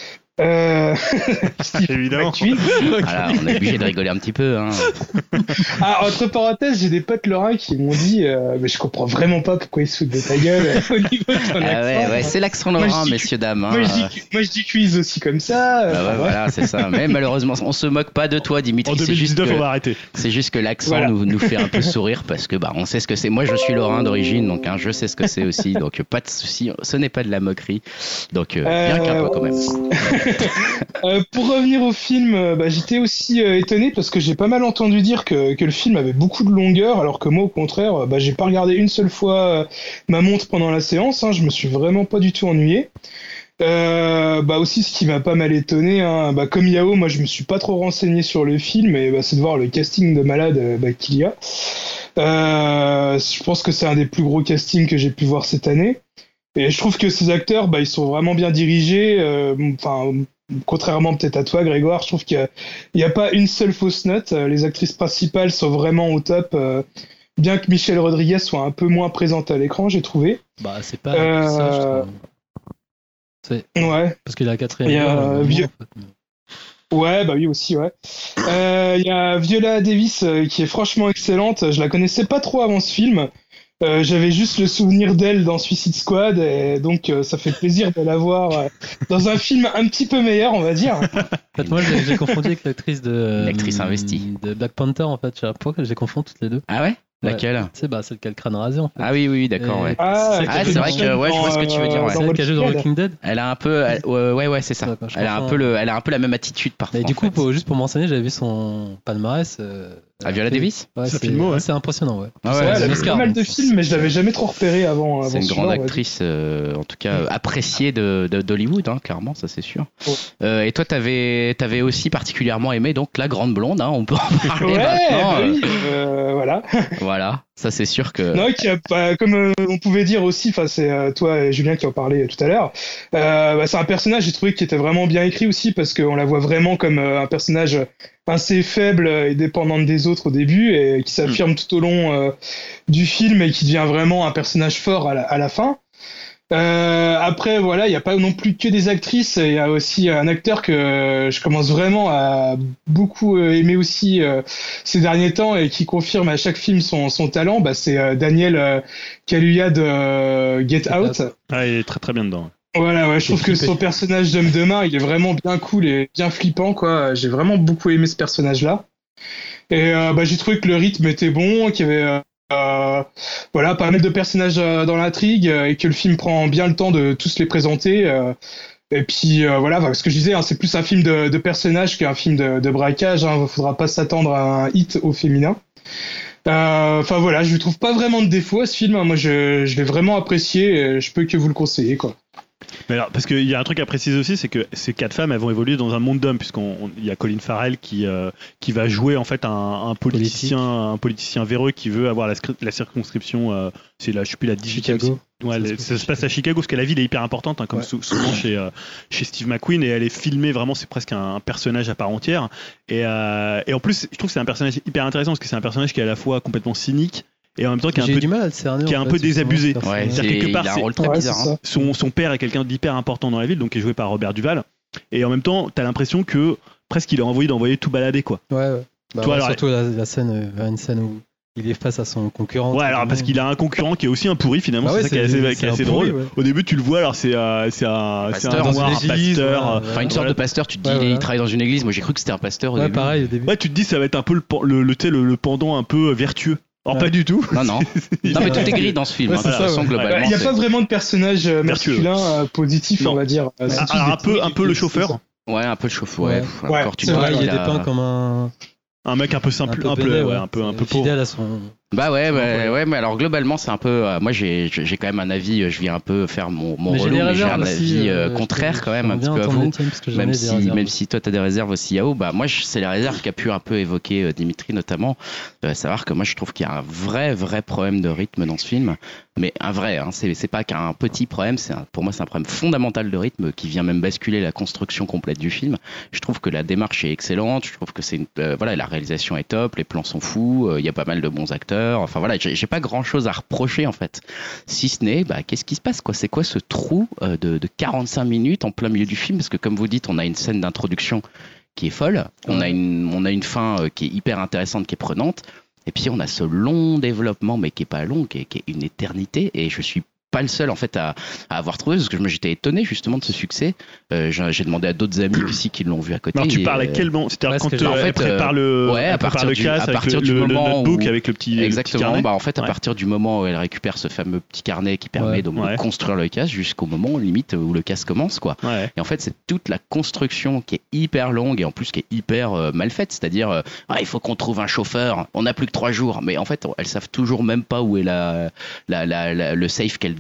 Speaker 4: Euh... Steve
Speaker 2: Évidemment.
Speaker 4: McQueen.
Speaker 1: Voilà, on est obligé de rigoler un petit peu. Hein.
Speaker 4: Ah, entre parenthèses, j'ai des potes lorrains qui m'ont dit, euh, mais je comprends vraiment pas pourquoi ils se foutent de ta gueule euh, au niveau de ton
Speaker 1: Ah ouais,
Speaker 4: accent.
Speaker 1: ouais, c'est l'accent
Speaker 4: Moi, je
Speaker 1: lorrain,
Speaker 4: dis-
Speaker 1: messieurs, dames. Hein.
Speaker 4: Moi je, dis, moi je dis quiz aussi comme ça. euh,
Speaker 1: Bah ouais,
Speaker 4: enfin,
Speaker 1: voilà, c'est ça. Mais malheureusement, on se moque pas de toi, Dimitri.
Speaker 2: En
Speaker 1: C'est juste,
Speaker 2: deux mille dix-neuf,
Speaker 1: que,
Speaker 2: on va arrêter.
Speaker 1: c'est juste que l'accent
Speaker 4: Voilà.
Speaker 1: nous, nous fait un peu sourire parce que bah on sait ce que c'est. Moi, je suis lorrain d'origine, donc hein, je sais ce que c'est aussi. Donc pas de souci. Ce n'est pas de la moquerie. Donc euh, bien qu'un peu quand même.
Speaker 4: Euh, pour revenir au film, euh, bah, j'étais aussi euh, étonné parce que j'ai pas mal entendu dire que, que le film avait beaucoup de longueur, alors que moi, au contraire, euh, bah, j'ai pas regardé une seule fois euh, ma montre pendant la séance. Hein, je me suis vraiment pas du tout ennuyé. Euh, bah aussi, ce qui m'a pas mal étonné, hein, bah, comme Yao, moi, je me suis pas trop renseigné sur le film, et bah, c'est de voir le casting de malade euh, bah, qu'il y a. Euh, je pense que c'est un des plus gros castings que j'ai pu voir cette année. Et je trouve que ces acteurs, bah, ils sont vraiment bien dirigés. euh, Enfin, contrairement peut-être à toi, Grégoire, je trouve qu'il n'y a, a pas une seule fausse note. Les actrices principales sont vraiment au top. Euh, bien que Michelle Rodriguez soit un peu moins présente à l'écran, j'ai trouvé.
Speaker 6: Bah, c'est pas
Speaker 4: Euh,
Speaker 6: ça, je trouve. C'est...
Speaker 4: Ouais.
Speaker 6: Parce qu'il a la quatrième.
Speaker 4: Il y a,
Speaker 6: voix,
Speaker 4: euh,
Speaker 6: vraiment,
Speaker 4: vieux-
Speaker 6: en fait.
Speaker 4: Ouais, bah oui aussi, ouais. Euh, Il y a Viola Davis euh, qui est franchement excellente. Je la connaissais pas trop avant ce film. Euh, j'avais juste le souvenir d'elle dans Suicide Squad et donc euh, ça fait plaisir de la voir euh, dans un film un petit peu meilleur, on va dire.
Speaker 6: En fait, moi, j'ai, j'ai confondu avec l'actrice de.
Speaker 1: L'actrice
Speaker 6: euh,
Speaker 1: investie.
Speaker 6: De Black Panther, en fait. Je sais pas pourquoi j'ai confondu toutes les deux.
Speaker 1: Ah ouais?
Speaker 6: Ouais.
Speaker 1: Laquelle?
Speaker 6: Tu sais, bah, celle qui a le crâne rasé, en fait.
Speaker 1: Ah oui, oui, oui, d'accord,
Speaker 6: Et-
Speaker 1: ouais.
Speaker 4: Ah,
Speaker 6: c'est
Speaker 1: Ah,
Speaker 6: qui
Speaker 1: c'est
Speaker 6: a
Speaker 1: vrai
Speaker 6: joué
Speaker 1: que, ouais, je vois ce que tu veux dire, ouais.
Speaker 6: C'est elle qui a joué dans
Speaker 4: Walking
Speaker 6: Walking Dead.
Speaker 1: Elle a un peu, elle- ouais, ouais, ouais, c'est ça.
Speaker 6: D'accord, je
Speaker 1: Elle a un
Speaker 6: confonds.
Speaker 1: peu le, elle a un peu la même attitude parfois.
Speaker 6: Et du
Speaker 1: en
Speaker 6: coup,
Speaker 1: fait.
Speaker 6: pour- juste pour m'enseigner, j'avais vu son palmarès. Euh,
Speaker 1: Ah, Viola
Speaker 6: fait-
Speaker 1: Davis?
Speaker 6: Ouais,
Speaker 2: Sa
Speaker 6: c'est,
Speaker 2: filmo, ouais.
Speaker 6: c'est impressionnant, ouais.
Speaker 1: Ah ouais,
Speaker 4: Ouais, elle
Speaker 1: c'est
Speaker 4: a
Speaker 1: un
Speaker 4: fait
Speaker 6: Oscar,
Speaker 4: pas mal
Speaker 6: donc.
Speaker 4: de films, mais je l'avais jamais trop repéré avant.
Speaker 1: C'est
Speaker 4: avant
Speaker 1: une
Speaker 4: celui-là,
Speaker 1: grande
Speaker 4: on va dire.
Speaker 1: actrice, euh, en tout cas euh, appréciée de, de- d'Hollywood, hein, clairement, ça c'est sûr.
Speaker 4: Ouais.
Speaker 1: Euh, et toi, t'avais, t'avais aussi particulièrement aimé donc la grande blonde, hein, on peut en parler
Speaker 4: Ouais,
Speaker 1: maintenant.
Speaker 4: bah
Speaker 1: euh,
Speaker 4: oui, euh, voilà.
Speaker 1: Voilà, ça c'est sûr que.
Speaker 4: Non, qui a pas, comme euh, on pouvait dire aussi, enfin c'est euh, toi et Julien qui en parlait tout à l'heure. Euh, bah, c'est un personnage, j'ai trouvé qui était vraiment bien écrit aussi parce qu'on la voit vraiment comme euh, un personnage assez faible et dépendante des autres au début et qui s'affirme tout au long euh, du film et qui devient vraiment un personnage fort à la, à la fin. Euh, après voilà, il n'y a pas non plus que des actrices, il y a aussi un acteur que euh, je commence vraiment à beaucoup euh, aimer aussi euh, ces derniers temps et qui confirme à chaque film son, son talent, bah, c'est euh, Daniel euh, Kaluuya de euh, Get Out.
Speaker 2: Ah, il est très très bien dedans.
Speaker 4: Voilà, ouais, je trouve que
Speaker 6: flippé.
Speaker 4: son personnage d'homme de main, il est vraiment bien cool et bien flippant, quoi. J'ai vraiment beaucoup aimé ce personnage-là. Et euh, bah, j'ai trouvé que le rythme était bon, qu'il y avait euh, euh, voilà, pas mal de personnages euh, dans l'intrigue euh, et que le film prend bien le temps de tous les présenter. euh. Et puis euh, voilà, enfin, ce que je disais, hein, c'est plus un film de, de personnages qu'un film de, de braquage. Il ne faudra pas s'attendre à un hit au féminin. Euh, Enfin voilà, je ne trouve pas vraiment de défaut à ce film. Moi, je, je l'ai vraiment apprécié. Et je peux que vous le conseiller, quoi.
Speaker 2: Mais alors, parce qu'il y a un truc à préciser aussi, c'est que ces quatre femmes, elles vont évoluer dans un monde d'hommes, puisqu'il y a Colin Farrell qui, euh, qui va jouer en fait un, un politicien, un politicien véreux qui veut avoir la, scri- la circonscription. Euh, c'est la, je sais plus la dix-huitième.
Speaker 6: Chicago.
Speaker 2: Ouais,
Speaker 6: Ça
Speaker 2: ça,
Speaker 6: se passe
Speaker 2: se passe à Chicago, parce que la ville est hyper importante, hein, comme
Speaker 6: Ouais.
Speaker 2: sou- souvent chez, euh, chez Steve McQueen, et elle est filmée vraiment, c'est presque un, un personnage à part entière. Et, euh, et en plus, je trouve que c'est un personnage hyper intéressant, parce que c'est un personnage qui est à la fois complètement cynique et en même temps qui est un
Speaker 6: J'ai eu
Speaker 2: peu
Speaker 6: du mal à le cerner.
Speaker 2: qui est
Speaker 6: en
Speaker 2: un
Speaker 6: fait,
Speaker 2: peu
Speaker 6: justement,
Speaker 2: désabusé.
Speaker 6: ce
Speaker 1: Ouais,
Speaker 6: personnage.
Speaker 1: c'est,
Speaker 2: quelque part,
Speaker 1: il a un
Speaker 2: c'est-
Speaker 1: rôle très
Speaker 4: Ouais,
Speaker 1: bizarre.
Speaker 4: c'est ça.
Speaker 1: hein.
Speaker 2: son, son père est quelqu'un d'hyper important dans la ville, donc qui est joué par Robert Duval. Et en même temps, t'as l'impression que presque il a envoyé d'envoyer tout balader, quoi.
Speaker 6: Ouais, ouais. Bah,
Speaker 2: Toi,
Speaker 6: ouais,
Speaker 2: alors-
Speaker 6: surtout la, la scène, euh, une scène où il est face à son concurrent.
Speaker 2: Ouais, alors parce qu'il a un concurrent qui est aussi un pourri finalement,
Speaker 6: Bah ouais,
Speaker 2: c'est ça qui est
Speaker 6: c'est-
Speaker 2: assez,
Speaker 6: c'est
Speaker 2: qui est
Speaker 6: un
Speaker 2: assez
Speaker 6: pourri,
Speaker 2: drôle.
Speaker 6: ouais.
Speaker 2: Au début, tu le vois, alors c'est euh, c'est un, c'est un
Speaker 1: Pasteur.
Speaker 2: noir,
Speaker 6: Dans
Speaker 2: un
Speaker 6: une église,
Speaker 2: pasteur.
Speaker 6: ouais,
Speaker 2: euh,
Speaker 6: ouais.
Speaker 1: Enfin, une sorte
Speaker 2: voilà.
Speaker 1: de pasteur, tu te dis,
Speaker 6: Ouais,
Speaker 1: il
Speaker 6: voilà.
Speaker 1: travaille dans une église. Moi, j'ai cru que c'était un pasteur au
Speaker 6: Ouais,
Speaker 1: début.
Speaker 6: pareil au début.
Speaker 2: Ouais, tu te dis ça va être un peu le, pan- le, le, tu sais, le, le pendant un peu vertueux. Or
Speaker 6: Ouais.
Speaker 2: pas du tout.
Speaker 1: Non, non. Non, mais tout est gris dans ce film.
Speaker 6: Ouais,
Speaker 1: hein,
Speaker 6: c'est
Speaker 1: de toute
Speaker 6: ça,
Speaker 1: façon,
Speaker 6: ouais.
Speaker 1: globalement.
Speaker 4: Il n'y a
Speaker 1: c'est-
Speaker 4: pas vraiment de personnage euh,
Speaker 2: Vertueux.
Speaker 4: masculin euh, positif,
Speaker 2: Non.
Speaker 4: on va dire. Euh, c'est
Speaker 2: Ah,
Speaker 4: tous
Speaker 2: alors
Speaker 4: des
Speaker 2: un peu,
Speaker 4: trucs
Speaker 2: un peu le
Speaker 4: qui-
Speaker 2: chauffeur,
Speaker 1: Ouais, un peu le chauffeur.
Speaker 6: Ouais.
Speaker 1: Ouais, pff,
Speaker 4: Ouais,
Speaker 1: encore, tu
Speaker 4: c'est
Speaker 1: vois
Speaker 6: Ouais, il
Speaker 1: qu'il
Speaker 6: est
Speaker 1: a-
Speaker 6: dépeint comme un,
Speaker 2: un mec un peu simple, un peu,
Speaker 6: pédé,
Speaker 2: ouais, un peu, un peu pauvre.
Speaker 6: fidèle à son.
Speaker 1: Bah ouais, ouais,
Speaker 6: Ouais.
Speaker 1: ouais, mais alors globalement, c'est un peu. euh, moi, j'ai, j'ai quand même un avis. euh, Je viens un peu faire mon, mon
Speaker 6: Mais j'ai
Speaker 1: relou,
Speaker 6: des
Speaker 1: mais j'ai
Speaker 6: réserves
Speaker 1: un
Speaker 6: aussi,
Speaker 1: avis euh,
Speaker 6: euh,
Speaker 1: contraire
Speaker 6: je-
Speaker 1: quand même un
Speaker 6: j'aimerais
Speaker 1: petit peu
Speaker 6: bien
Speaker 1: à
Speaker 6: entendre
Speaker 1: vous.
Speaker 6: les tiennes, parce que j'en ai
Speaker 1: Même
Speaker 6: des
Speaker 1: si,
Speaker 6: réserves.
Speaker 1: même si toi t'as des réserves aussi, Yao, bah moi je- c'est les réserves qu'a pu un peu évoquer euh, Dimitri notamment, euh, savoir que moi je trouve qu'il y a un vrai vrai problème de rythme dans ce film, mais un vrai, hein, c'est c'est pas qu'un petit problème, c'est un- pour moi c'est un problème fondamental de rythme qui vient même basculer la construction complète du film. Je trouve que la démarche est excellente, je trouve que c'est une, euh, voilà, la réalisation est top, les plans sont fous, euh, il y a pas mal de bons acteurs, enfin voilà, j'ai j'ai pas grand chose à reprocher en fait, si ce n'est bah qu'est-ce qui se passe quoi, c'est quoi ce trou euh, de, de quarante-cinq minutes en plein milieu du film, parce que comme vous dites on a une scène d'introduction qui est folle, on a une on a une fin euh, qui est hyper intéressante, qui est prenante, et puis on a ce long développement mais qui est pas long, qui est, qui est une éternité, et je suis pas le seul en fait à, à avoir trouvé, parce que moi j'étais étonné justement de ce succès. Euh, j'ai, j'ai demandé à d'autres amis aussi qui l'ont vu à côté.
Speaker 2: Alors tu
Speaker 1: et,
Speaker 2: parles à
Speaker 1: euh,
Speaker 2: quel moment? C'est-à-dire
Speaker 6: ouais,
Speaker 2: quand
Speaker 6: ce que
Speaker 2: euh,
Speaker 6: j'ai-
Speaker 1: en
Speaker 2: elle
Speaker 1: fait,
Speaker 2: prépare
Speaker 1: euh,
Speaker 2: le,
Speaker 1: ouais,
Speaker 2: elle
Speaker 1: à
Speaker 2: prépare
Speaker 1: partir
Speaker 2: le
Speaker 1: du-
Speaker 2: casse
Speaker 1: à
Speaker 2: avec
Speaker 1: partir
Speaker 2: le,
Speaker 1: du
Speaker 2: le- le
Speaker 1: moment
Speaker 2: notebook
Speaker 1: où-
Speaker 2: avec le petit, le petit
Speaker 1: Exactement,
Speaker 2: carnet.
Speaker 1: bah en fait à
Speaker 2: Ouais.
Speaker 1: partir du moment où elle récupère ce fameux petit carnet qui permet
Speaker 6: Ouais.
Speaker 1: de
Speaker 2: Ouais.
Speaker 1: construire le casse jusqu'au moment limite où le casse commence quoi.
Speaker 2: Ouais.
Speaker 1: Et en fait, c'est toute la construction qui est hyper longue et en plus qui est hyper euh, mal faite. C'est-à-dire, euh, ah, il faut qu'on trouve un chauffeur, on n'a plus que trois jours. Mais en fait, elles savent toujours même pas où est la, la, la, la- le safe qu'elles doivent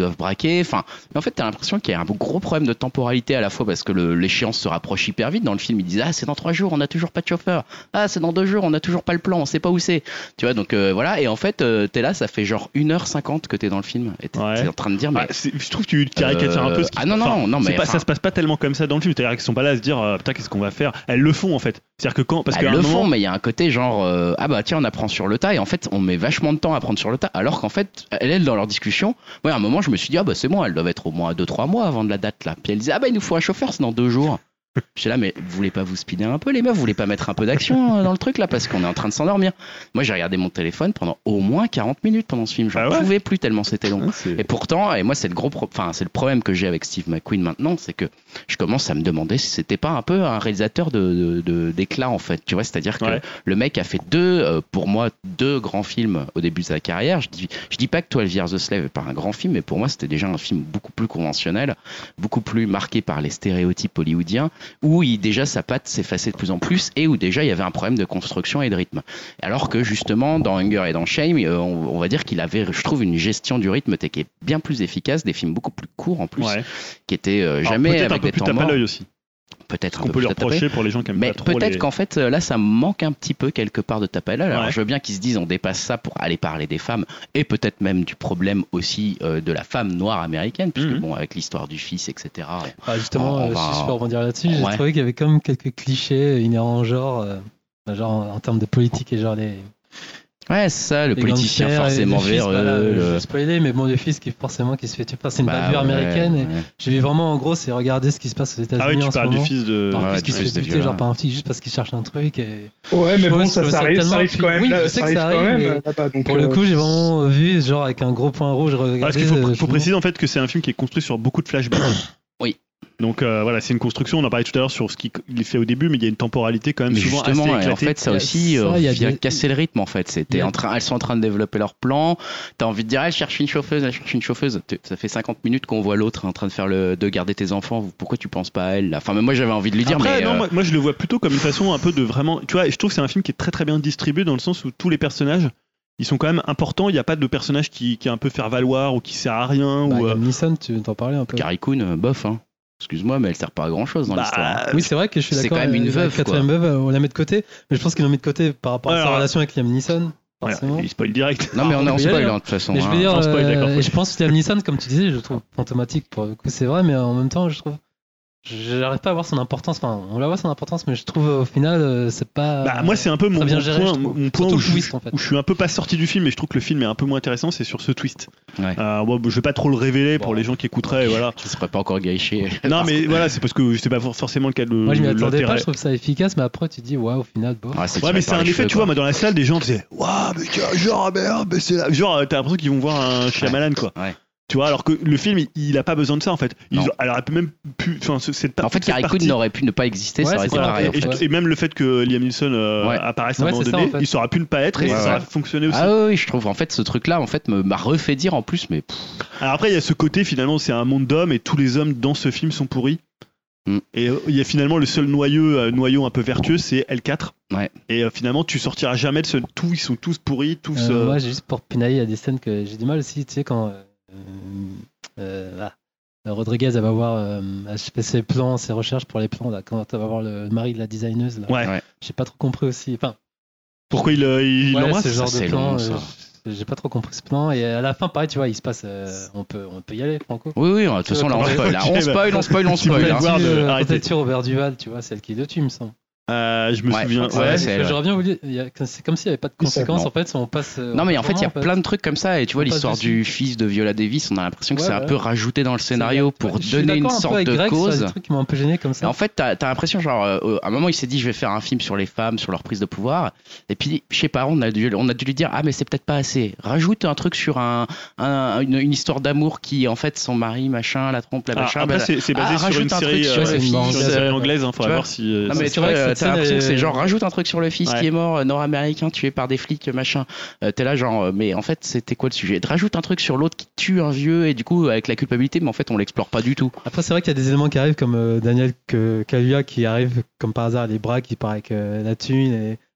Speaker 1: doivent braquer. Enfin, mais en fait, t'as l'impression qu'il y a un gros problème de temporalité à la fois parce que le, l'échéance se rapproche hyper vite. Dans le film, ils disent ah c'est dans trois jours, on n'a toujours pas de chauffeur. Ah c'est dans deux jours, on n'a toujours pas le plan, on sait pas où c'est. Tu vois donc euh, voilà. Et en fait, euh, t'es là, ça fait genre une heure cinquante que t'es dans le film et t'es,
Speaker 2: Ouais.
Speaker 1: t'es en train de dire mais
Speaker 2: Ah, c'est- je trouve que tu caricatures
Speaker 1: Euh,
Speaker 2: un peu ce qui
Speaker 1: ah non, non,
Speaker 2: enfin,
Speaker 1: non,
Speaker 2: c'est
Speaker 1: mais
Speaker 2: pas,
Speaker 1: enfin-
Speaker 2: ça se passe pas tellement comme ça dans le film. C'est-à-dire qu'ils sont pas là à se dire euh, putain qu'est-ce qu'on va faire. Elles le font en fait. C'est-à-dire que quand parce
Speaker 1: Bah,
Speaker 2: qu'à
Speaker 1: elles
Speaker 2: un
Speaker 1: le
Speaker 2: moment,
Speaker 1: font, mais il y a un côté genre euh, ah bah tiens on apprend sur le tas et en fait on met vachement de temps à apprendre sur le tas alors qu'en fait elles, elles dans leur discussion, ouais à un moment je me suis dit ah bah c'est bon elles doivent être au moins deux trois mois avant de la date là. Puis elles disaient ah bah il nous faut un chauffeur c'est dans deux jours. J'étais là mais vous voulez pas vous speeder un peu les meufs, vous voulez pas mettre un peu d'action euh, dans le truc là parce qu'on est en train de s'endormir. Moi j'ai regardé mon téléphone pendant au moins quarante minutes pendant ce film, j'en
Speaker 2: Ah ouais
Speaker 1: pouvais plus tellement c'était long.
Speaker 2: Hein, c'est-
Speaker 1: Et pourtant, et moi c'est le gros, pro- enfin c'est le problème que j'ai avec Steve McQueen maintenant, c'est que je commence à me demander si c'était pas un peu un réalisateur de, de, de- d'éclat en fait, tu vois, c'est-à-dire que
Speaker 2: Ouais.
Speaker 1: le mec a fait deux, euh, pour moi, deux grands films au début de sa carrière. Je dis, je dis pas que twelve Years a Slave est pas un grand film, mais pour moi c'était déjà un film beaucoup plus conventionnel, beaucoup plus marqué par les stéréotypes hollywoodiens, où il déjà sa patte s'effaçait de plus en plus et où déjà il y avait un problème de construction et de rythme. Alors que justement dans Hunger et dans Shame, euh, on, on va dire qu'il avait, je trouve, une gestion du rythme qui est bien plus efficace, des films beaucoup plus courts en plus,
Speaker 2: Ouais.
Speaker 1: qui étaient euh,
Speaker 2: Alors,
Speaker 1: jamais
Speaker 2: peut-être
Speaker 1: avec
Speaker 2: un peu
Speaker 1: des
Speaker 2: plus
Speaker 1: temps
Speaker 2: tape à
Speaker 1: morts.
Speaker 2: l'œil aussi.
Speaker 1: Peut-être un
Speaker 2: Qu'on
Speaker 1: peu
Speaker 2: peut lui
Speaker 1: plus tapé.
Speaker 2: reprocher pour les gens qui aiment
Speaker 1: Mais
Speaker 2: pas trop
Speaker 1: peut-être
Speaker 2: les...
Speaker 1: qu'en fait euh, là ça manque un petit peu quelque part de tape à l'œil. Alors
Speaker 2: Ouais.
Speaker 1: je veux bien qu'ils se disent on dépasse ça pour aller parler des femmes et peut-être même du problème aussi euh, de la femme noire américaine puisque
Speaker 2: Mhm.
Speaker 1: bon avec l'histoire du fils et cetera.
Speaker 6: Ah, justement,
Speaker 1: On- on
Speaker 6: euh,
Speaker 1: va-
Speaker 6: si je peux rebondir là-dessus, j'ai
Speaker 1: Ouais.
Speaker 6: trouvé qu'il y avait quand même quelques clichés inhérents au genre, euh, genre en, en termes de politique et genre les,
Speaker 1: Ouais c'est ça, le
Speaker 6: les
Speaker 1: politicien
Speaker 6: gangsters et
Speaker 1: forcément
Speaker 6: le fils,
Speaker 1: véreux.
Speaker 6: voilà,
Speaker 1: le-
Speaker 6: Je vais spoiler, mais bon, le fils qui forcément qui se fait tuer. Enfin, c'est une
Speaker 1: Bah,
Speaker 6: bavure
Speaker 1: ouais,
Speaker 6: américaine. Et
Speaker 1: ouais.
Speaker 6: j'ai vu vraiment en gros, c'est regarder ce qui se passe aux États-Unis
Speaker 2: Ah oui, tu
Speaker 6: en ce
Speaker 2: parles du
Speaker 6: moment.
Speaker 2: fils de.
Speaker 6: Par un
Speaker 1: Ouais,
Speaker 6: fils qui
Speaker 1: du
Speaker 6: se
Speaker 1: fils
Speaker 6: fait
Speaker 1: de
Speaker 6: buter genre
Speaker 1: violeur.
Speaker 6: par un flic juste parce qu'il cherche un truc. Et...
Speaker 4: Ouais, mais
Speaker 6: Je
Speaker 4: bon,
Speaker 6: trouve
Speaker 4: ça,
Speaker 6: que
Speaker 4: ça
Speaker 6: c'est
Speaker 4: arrive,
Speaker 6: tellement
Speaker 4: ça arrive quand même.
Speaker 6: oui,
Speaker 4: là,
Speaker 6: je sais que
Speaker 4: arrive
Speaker 6: ça
Speaker 4: quand
Speaker 6: arrive,
Speaker 4: même
Speaker 6: mais
Speaker 4: euh, là-bas, donc,
Speaker 6: Pour le
Speaker 4: euh,
Speaker 6: coup, j'ai vraiment vu genre avec un gros point rouge.
Speaker 2: Ah,
Speaker 6: Regardé,
Speaker 2: parce qu'il faut,
Speaker 6: euh,
Speaker 2: faut
Speaker 6: je-
Speaker 2: préciser en fait que c'est un film qui est construit sur beaucoup de flashbacks.
Speaker 1: Oui.
Speaker 2: Donc euh, voilà, c'est une construction. On en parlait tout à l'heure sur ce qu'il il fait au début, mais il y a une temporalité quand même
Speaker 1: Mais
Speaker 2: souvent
Speaker 1: justement,
Speaker 2: assez
Speaker 1: et en
Speaker 2: éclatée.
Speaker 1: fait, ça
Speaker 6: Il y a
Speaker 1: aussi
Speaker 6: ça,
Speaker 1: euh,
Speaker 6: il y a
Speaker 1: vient
Speaker 6: des-
Speaker 1: casser le rythme. En fait, c'était
Speaker 6: Il y a-
Speaker 1: en train, elles sont en train de développer leur plan. T'as envie de dire, elle cherche une chauffeuse, elle cherche une chauffeuse. Tu- Ça fait cinquante minutes qu'on voit l'autre en train de faire le, de garder tes enfants. Pourquoi tu penses pas à elle là Enfin, mais moi, j'avais envie de lui dire,
Speaker 2: Après,
Speaker 1: mais
Speaker 2: non,
Speaker 1: euh,
Speaker 2: moi, moi, je le vois plutôt comme une façon un peu de vraiment. Tu vois, je trouve que c'est un film qui est très très bien distribué dans le sens où tous les personnages, ils sont quand même importants. Il n'y a pas de personnage qui, qui est un peu faire valoir ou qui sert à rien.
Speaker 6: Bah,
Speaker 2: ou, euh,
Speaker 6: Liam Neeson, tu t'en parlais un peu.
Speaker 1: Carrie Coon, euh, bof. Hein. Excuse-moi, mais elle sert pas à grand chose dans
Speaker 2: bah,
Speaker 1: l'histoire.
Speaker 6: Oui, c'est vrai que je suis
Speaker 1: C'est
Speaker 6: d'accord.
Speaker 1: quand même une
Speaker 6: euh, la
Speaker 1: veuve,
Speaker 6: quatrième veuve, euh, on la met de côté, mais je pense qu'ils l'ont mis de côté par rapport à
Speaker 2: Ouais,
Speaker 6: sa
Speaker 2: alors-
Speaker 6: relation avec Liam Neeson.
Speaker 2: ouais,
Speaker 6: Forcément.
Speaker 2: il spoil direct.
Speaker 1: Non, mais on est en
Speaker 6: on peut y
Speaker 1: spoil
Speaker 6: aller,
Speaker 1: hein,
Speaker 6: hein.
Speaker 1: de toute façon.
Speaker 6: Mais je veux
Speaker 1: hein.
Speaker 6: dire,
Speaker 2: sans spoil,
Speaker 6: euh,
Speaker 2: d'accord.
Speaker 6: et je pense que Liam Neeson, comme tu disais, je le trouve fantomatique. Pour le coup, c'est vrai, mais en même temps, je trouve. J'arrive pas à voir son importance. Enfin, on la voit son importance, mais je trouve au final, euh, c'est pas.
Speaker 2: Bah, moi, c'est un peu mon,
Speaker 6: très bien
Speaker 2: mon
Speaker 6: géré,
Speaker 2: point,
Speaker 6: je trouve.
Speaker 2: mon point
Speaker 6: Surtout
Speaker 2: où,
Speaker 6: le
Speaker 2: je,
Speaker 6: twist, en fait.
Speaker 2: où je suis un peu pas sorti du film, et je trouve que le film est un peu moins intéressant, c'est sur ce twist.
Speaker 1: Ouais.
Speaker 2: Euh, bon, je vais pas trop le révéler pour
Speaker 1: Bon.
Speaker 2: les gens qui écouteraient, et voilà.
Speaker 1: Je serais pas encore gâché.
Speaker 2: Non, mais voilà, c'est parce que c'est pas for- forcément le cas de
Speaker 6: Moi, je m'y attendais
Speaker 2: l'intérêt.
Speaker 6: pas. Je trouve ça efficace, mais après, tu te dis, ouais, au final, bon.
Speaker 1: Ouais, c'est
Speaker 2: Ouais,
Speaker 1: tiré
Speaker 2: mais c'est
Speaker 1: par
Speaker 2: un
Speaker 1: les
Speaker 2: effet,
Speaker 1: cheveux,
Speaker 2: tu vois,
Speaker 1: quoi.
Speaker 2: moi dans la salle, des gens disaient waouh, mais tiens, genre, merde, mais c'est là. Genre, t'as l'impression qu'ils vont voir un Shyamalan, quoi.
Speaker 1: Ouais.
Speaker 2: Tu vois, alors que le film, il, il a pas besoin de ça, en fait. Ils
Speaker 1: Non.
Speaker 2: ont- alors, elle peut même pu. Enfin, ce- cette
Speaker 1: En fait,
Speaker 2: cette
Speaker 1: Carrie Coon
Speaker 2: partie-
Speaker 1: n'aurait pu ne pas exister,
Speaker 6: Ouais,
Speaker 1: ça aurait
Speaker 6: c'est
Speaker 1: été
Speaker 6: ça,
Speaker 1: pareil.
Speaker 6: en
Speaker 1: en
Speaker 6: fait.
Speaker 1: fait.
Speaker 2: Et, et même le fait que Liam Neeson euh,
Speaker 1: Ouais.
Speaker 2: apparaisse à un
Speaker 6: Ouais,
Speaker 2: moment
Speaker 6: c'est ça,
Speaker 2: donné,
Speaker 6: en fait.
Speaker 2: il aurait pu ne pas être et
Speaker 1: Ouais,
Speaker 2: ça
Speaker 1: ouais.
Speaker 2: a fonctionné aussi.
Speaker 1: Ah oui, oui, je trouve. En fait, ce truc-là, en fait, me- m'a refait dire en plus, mais pff,
Speaker 2: Alors après, il y a ce côté, finalement, c'est un monde d'hommes et tous les hommes dans ce film sont pourris.
Speaker 1: Mm.
Speaker 2: Et euh, il y a finalement le seul noyau, euh, noyau un peu vertueux, c'est L quatre.
Speaker 1: Ouais.
Speaker 2: Et euh, finalement, tu sortiras jamais de ce tout, ils sont tous pourris, tous.
Speaker 6: Euh,
Speaker 2: euh,
Speaker 6: Moi, j'ai juste pour pinailler, il y a des scènes que j'ai du mal aussi, tu sais, quand euh, euh, ah, euh, Rodriguez, elle va voir, euh, elle fait ses plans, ses recherches pour les plans, là, quand elle va voir le mari de la designeuse, là.
Speaker 2: Ouais.
Speaker 1: Ouais.
Speaker 6: J'ai pas trop compris aussi. Enfin,
Speaker 2: Pourquoi il euh, il
Speaker 6: ouais,
Speaker 2: l'embrasse
Speaker 6: ce genre
Speaker 1: ça,
Speaker 6: de
Speaker 1: c'est
Speaker 6: plan,
Speaker 1: long,
Speaker 6: euh,
Speaker 1: ça.
Speaker 6: j'ai j'ai pas trop compris ce plan. Et à la fin, pareil, tu vois, il se passe, euh, on peut, on peut y aller, Franco.
Speaker 1: oui, oui, de toute façon, là, on
Speaker 6: Ouais,
Speaker 1: spoil. là.
Speaker 2: ok,
Speaker 1: On
Speaker 2: bah,
Speaker 1: spoil, on spoil, on
Speaker 2: si vous
Speaker 1: spoil.
Speaker 2: voulez
Speaker 1: hein.
Speaker 2: voir, de-
Speaker 6: Euh,
Speaker 2: arrêtez.
Speaker 6: quand elle tue Robert Duval, tu vois, c'est elle qui le tue, il me semble.
Speaker 2: Euh, je me
Speaker 1: Ouais,
Speaker 2: souviens.
Speaker 1: ouais,
Speaker 2: Ouais,
Speaker 1: c'est elle, ouais.
Speaker 6: J'aurais bien voulu. il y a- C'est comme s'il n'y avait pas de
Speaker 4: Oui, ça,
Speaker 6: conséquences
Speaker 1: non.
Speaker 6: en fait. On passe. euh,
Speaker 1: Non mais en fait il y a
Speaker 6: vraiment,
Speaker 1: plein de trucs comme ça et tu vois
Speaker 6: On passe
Speaker 1: l'histoire
Speaker 6: dessus.
Speaker 1: du fils de Viola Davis on a l'impression que
Speaker 6: Ouais,
Speaker 1: c'est un
Speaker 6: ouais.
Speaker 1: peu rajouté dans le scénario
Speaker 6: C'est-
Speaker 1: pour
Speaker 6: je suis
Speaker 1: donner une
Speaker 6: d'accord un peu
Speaker 1: sorte
Speaker 6: avec
Speaker 1: de
Speaker 6: Greg sur
Speaker 1: cause.
Speaker 6: des trucs qui m'ont un peu gêné comme
Speaker 1: Et
Speaker 6: ça.
Speaker 1: en fait t'as t'as l'impression genre euh, à un moment il s'est dit je vais faire un film sur les femmes sur leur prise de pouvoir et puis je sais pas on a dû on a dû lui dire ah mais c'est peut-être pas assez, rajoute un truc sur un, un- une, une histoire d'amour qui en fait son mari machin la trompe la
Speaker 2: Ah,
Speaker 1: machin
Speaker 2: après,
Speaker 1: bah,
Speaker 2: c'est c'est basé
Speaker 1: ah,
Speaker 2: sur
Speaker 1: rajoute
Speaker 2: une
Speaker 1: un truc
Speaker 2: série,
Speaker 1: sur
Speaker 2: euh,
Speaker 1: le
Speaker 2: sur
Speaker 1: fils,
Speaker 2: une
Speaker 6: euh,
Speaker 2: série anglaise. Hein,
Speaker 1: tu
Speaker 2: faudra
Speaker 1: vois.
Speaker 2: voir si. euh,
Speaker 1: non
Speaker 2: si-
Speaker 1: mais
Speaker 6: c'est
Speaker 1: tu
Speaker 6: vrai
Speaker 1: vois,
Speaker 6: que
Speaker 1: t'as
Speaker 6: cette
Speaker 1: l'impression
Speaker 6: scène
Speaker 1: que c'est
Speaker 6: est-
Speaker 1: genre rajoute un truc sur le fils
Speaker 2: Ouais.
Speaker 1: qui est mort euh, nord-américain tué par des flics machin. Euh, t'es là genre euh, mais en fait c'était quoi le sujet, rajoute un truc sur l'autre qui tue un vieux et du coup avec la culpabilité mais en fait on l'explore pas du tout.
Speaker 6: Après, c'est vrai qu'il y a des éléments qui arrivent comme euh, Daniel que- Kaluuya qui arrive comme par hasard les bras qui part avec euh, la thune et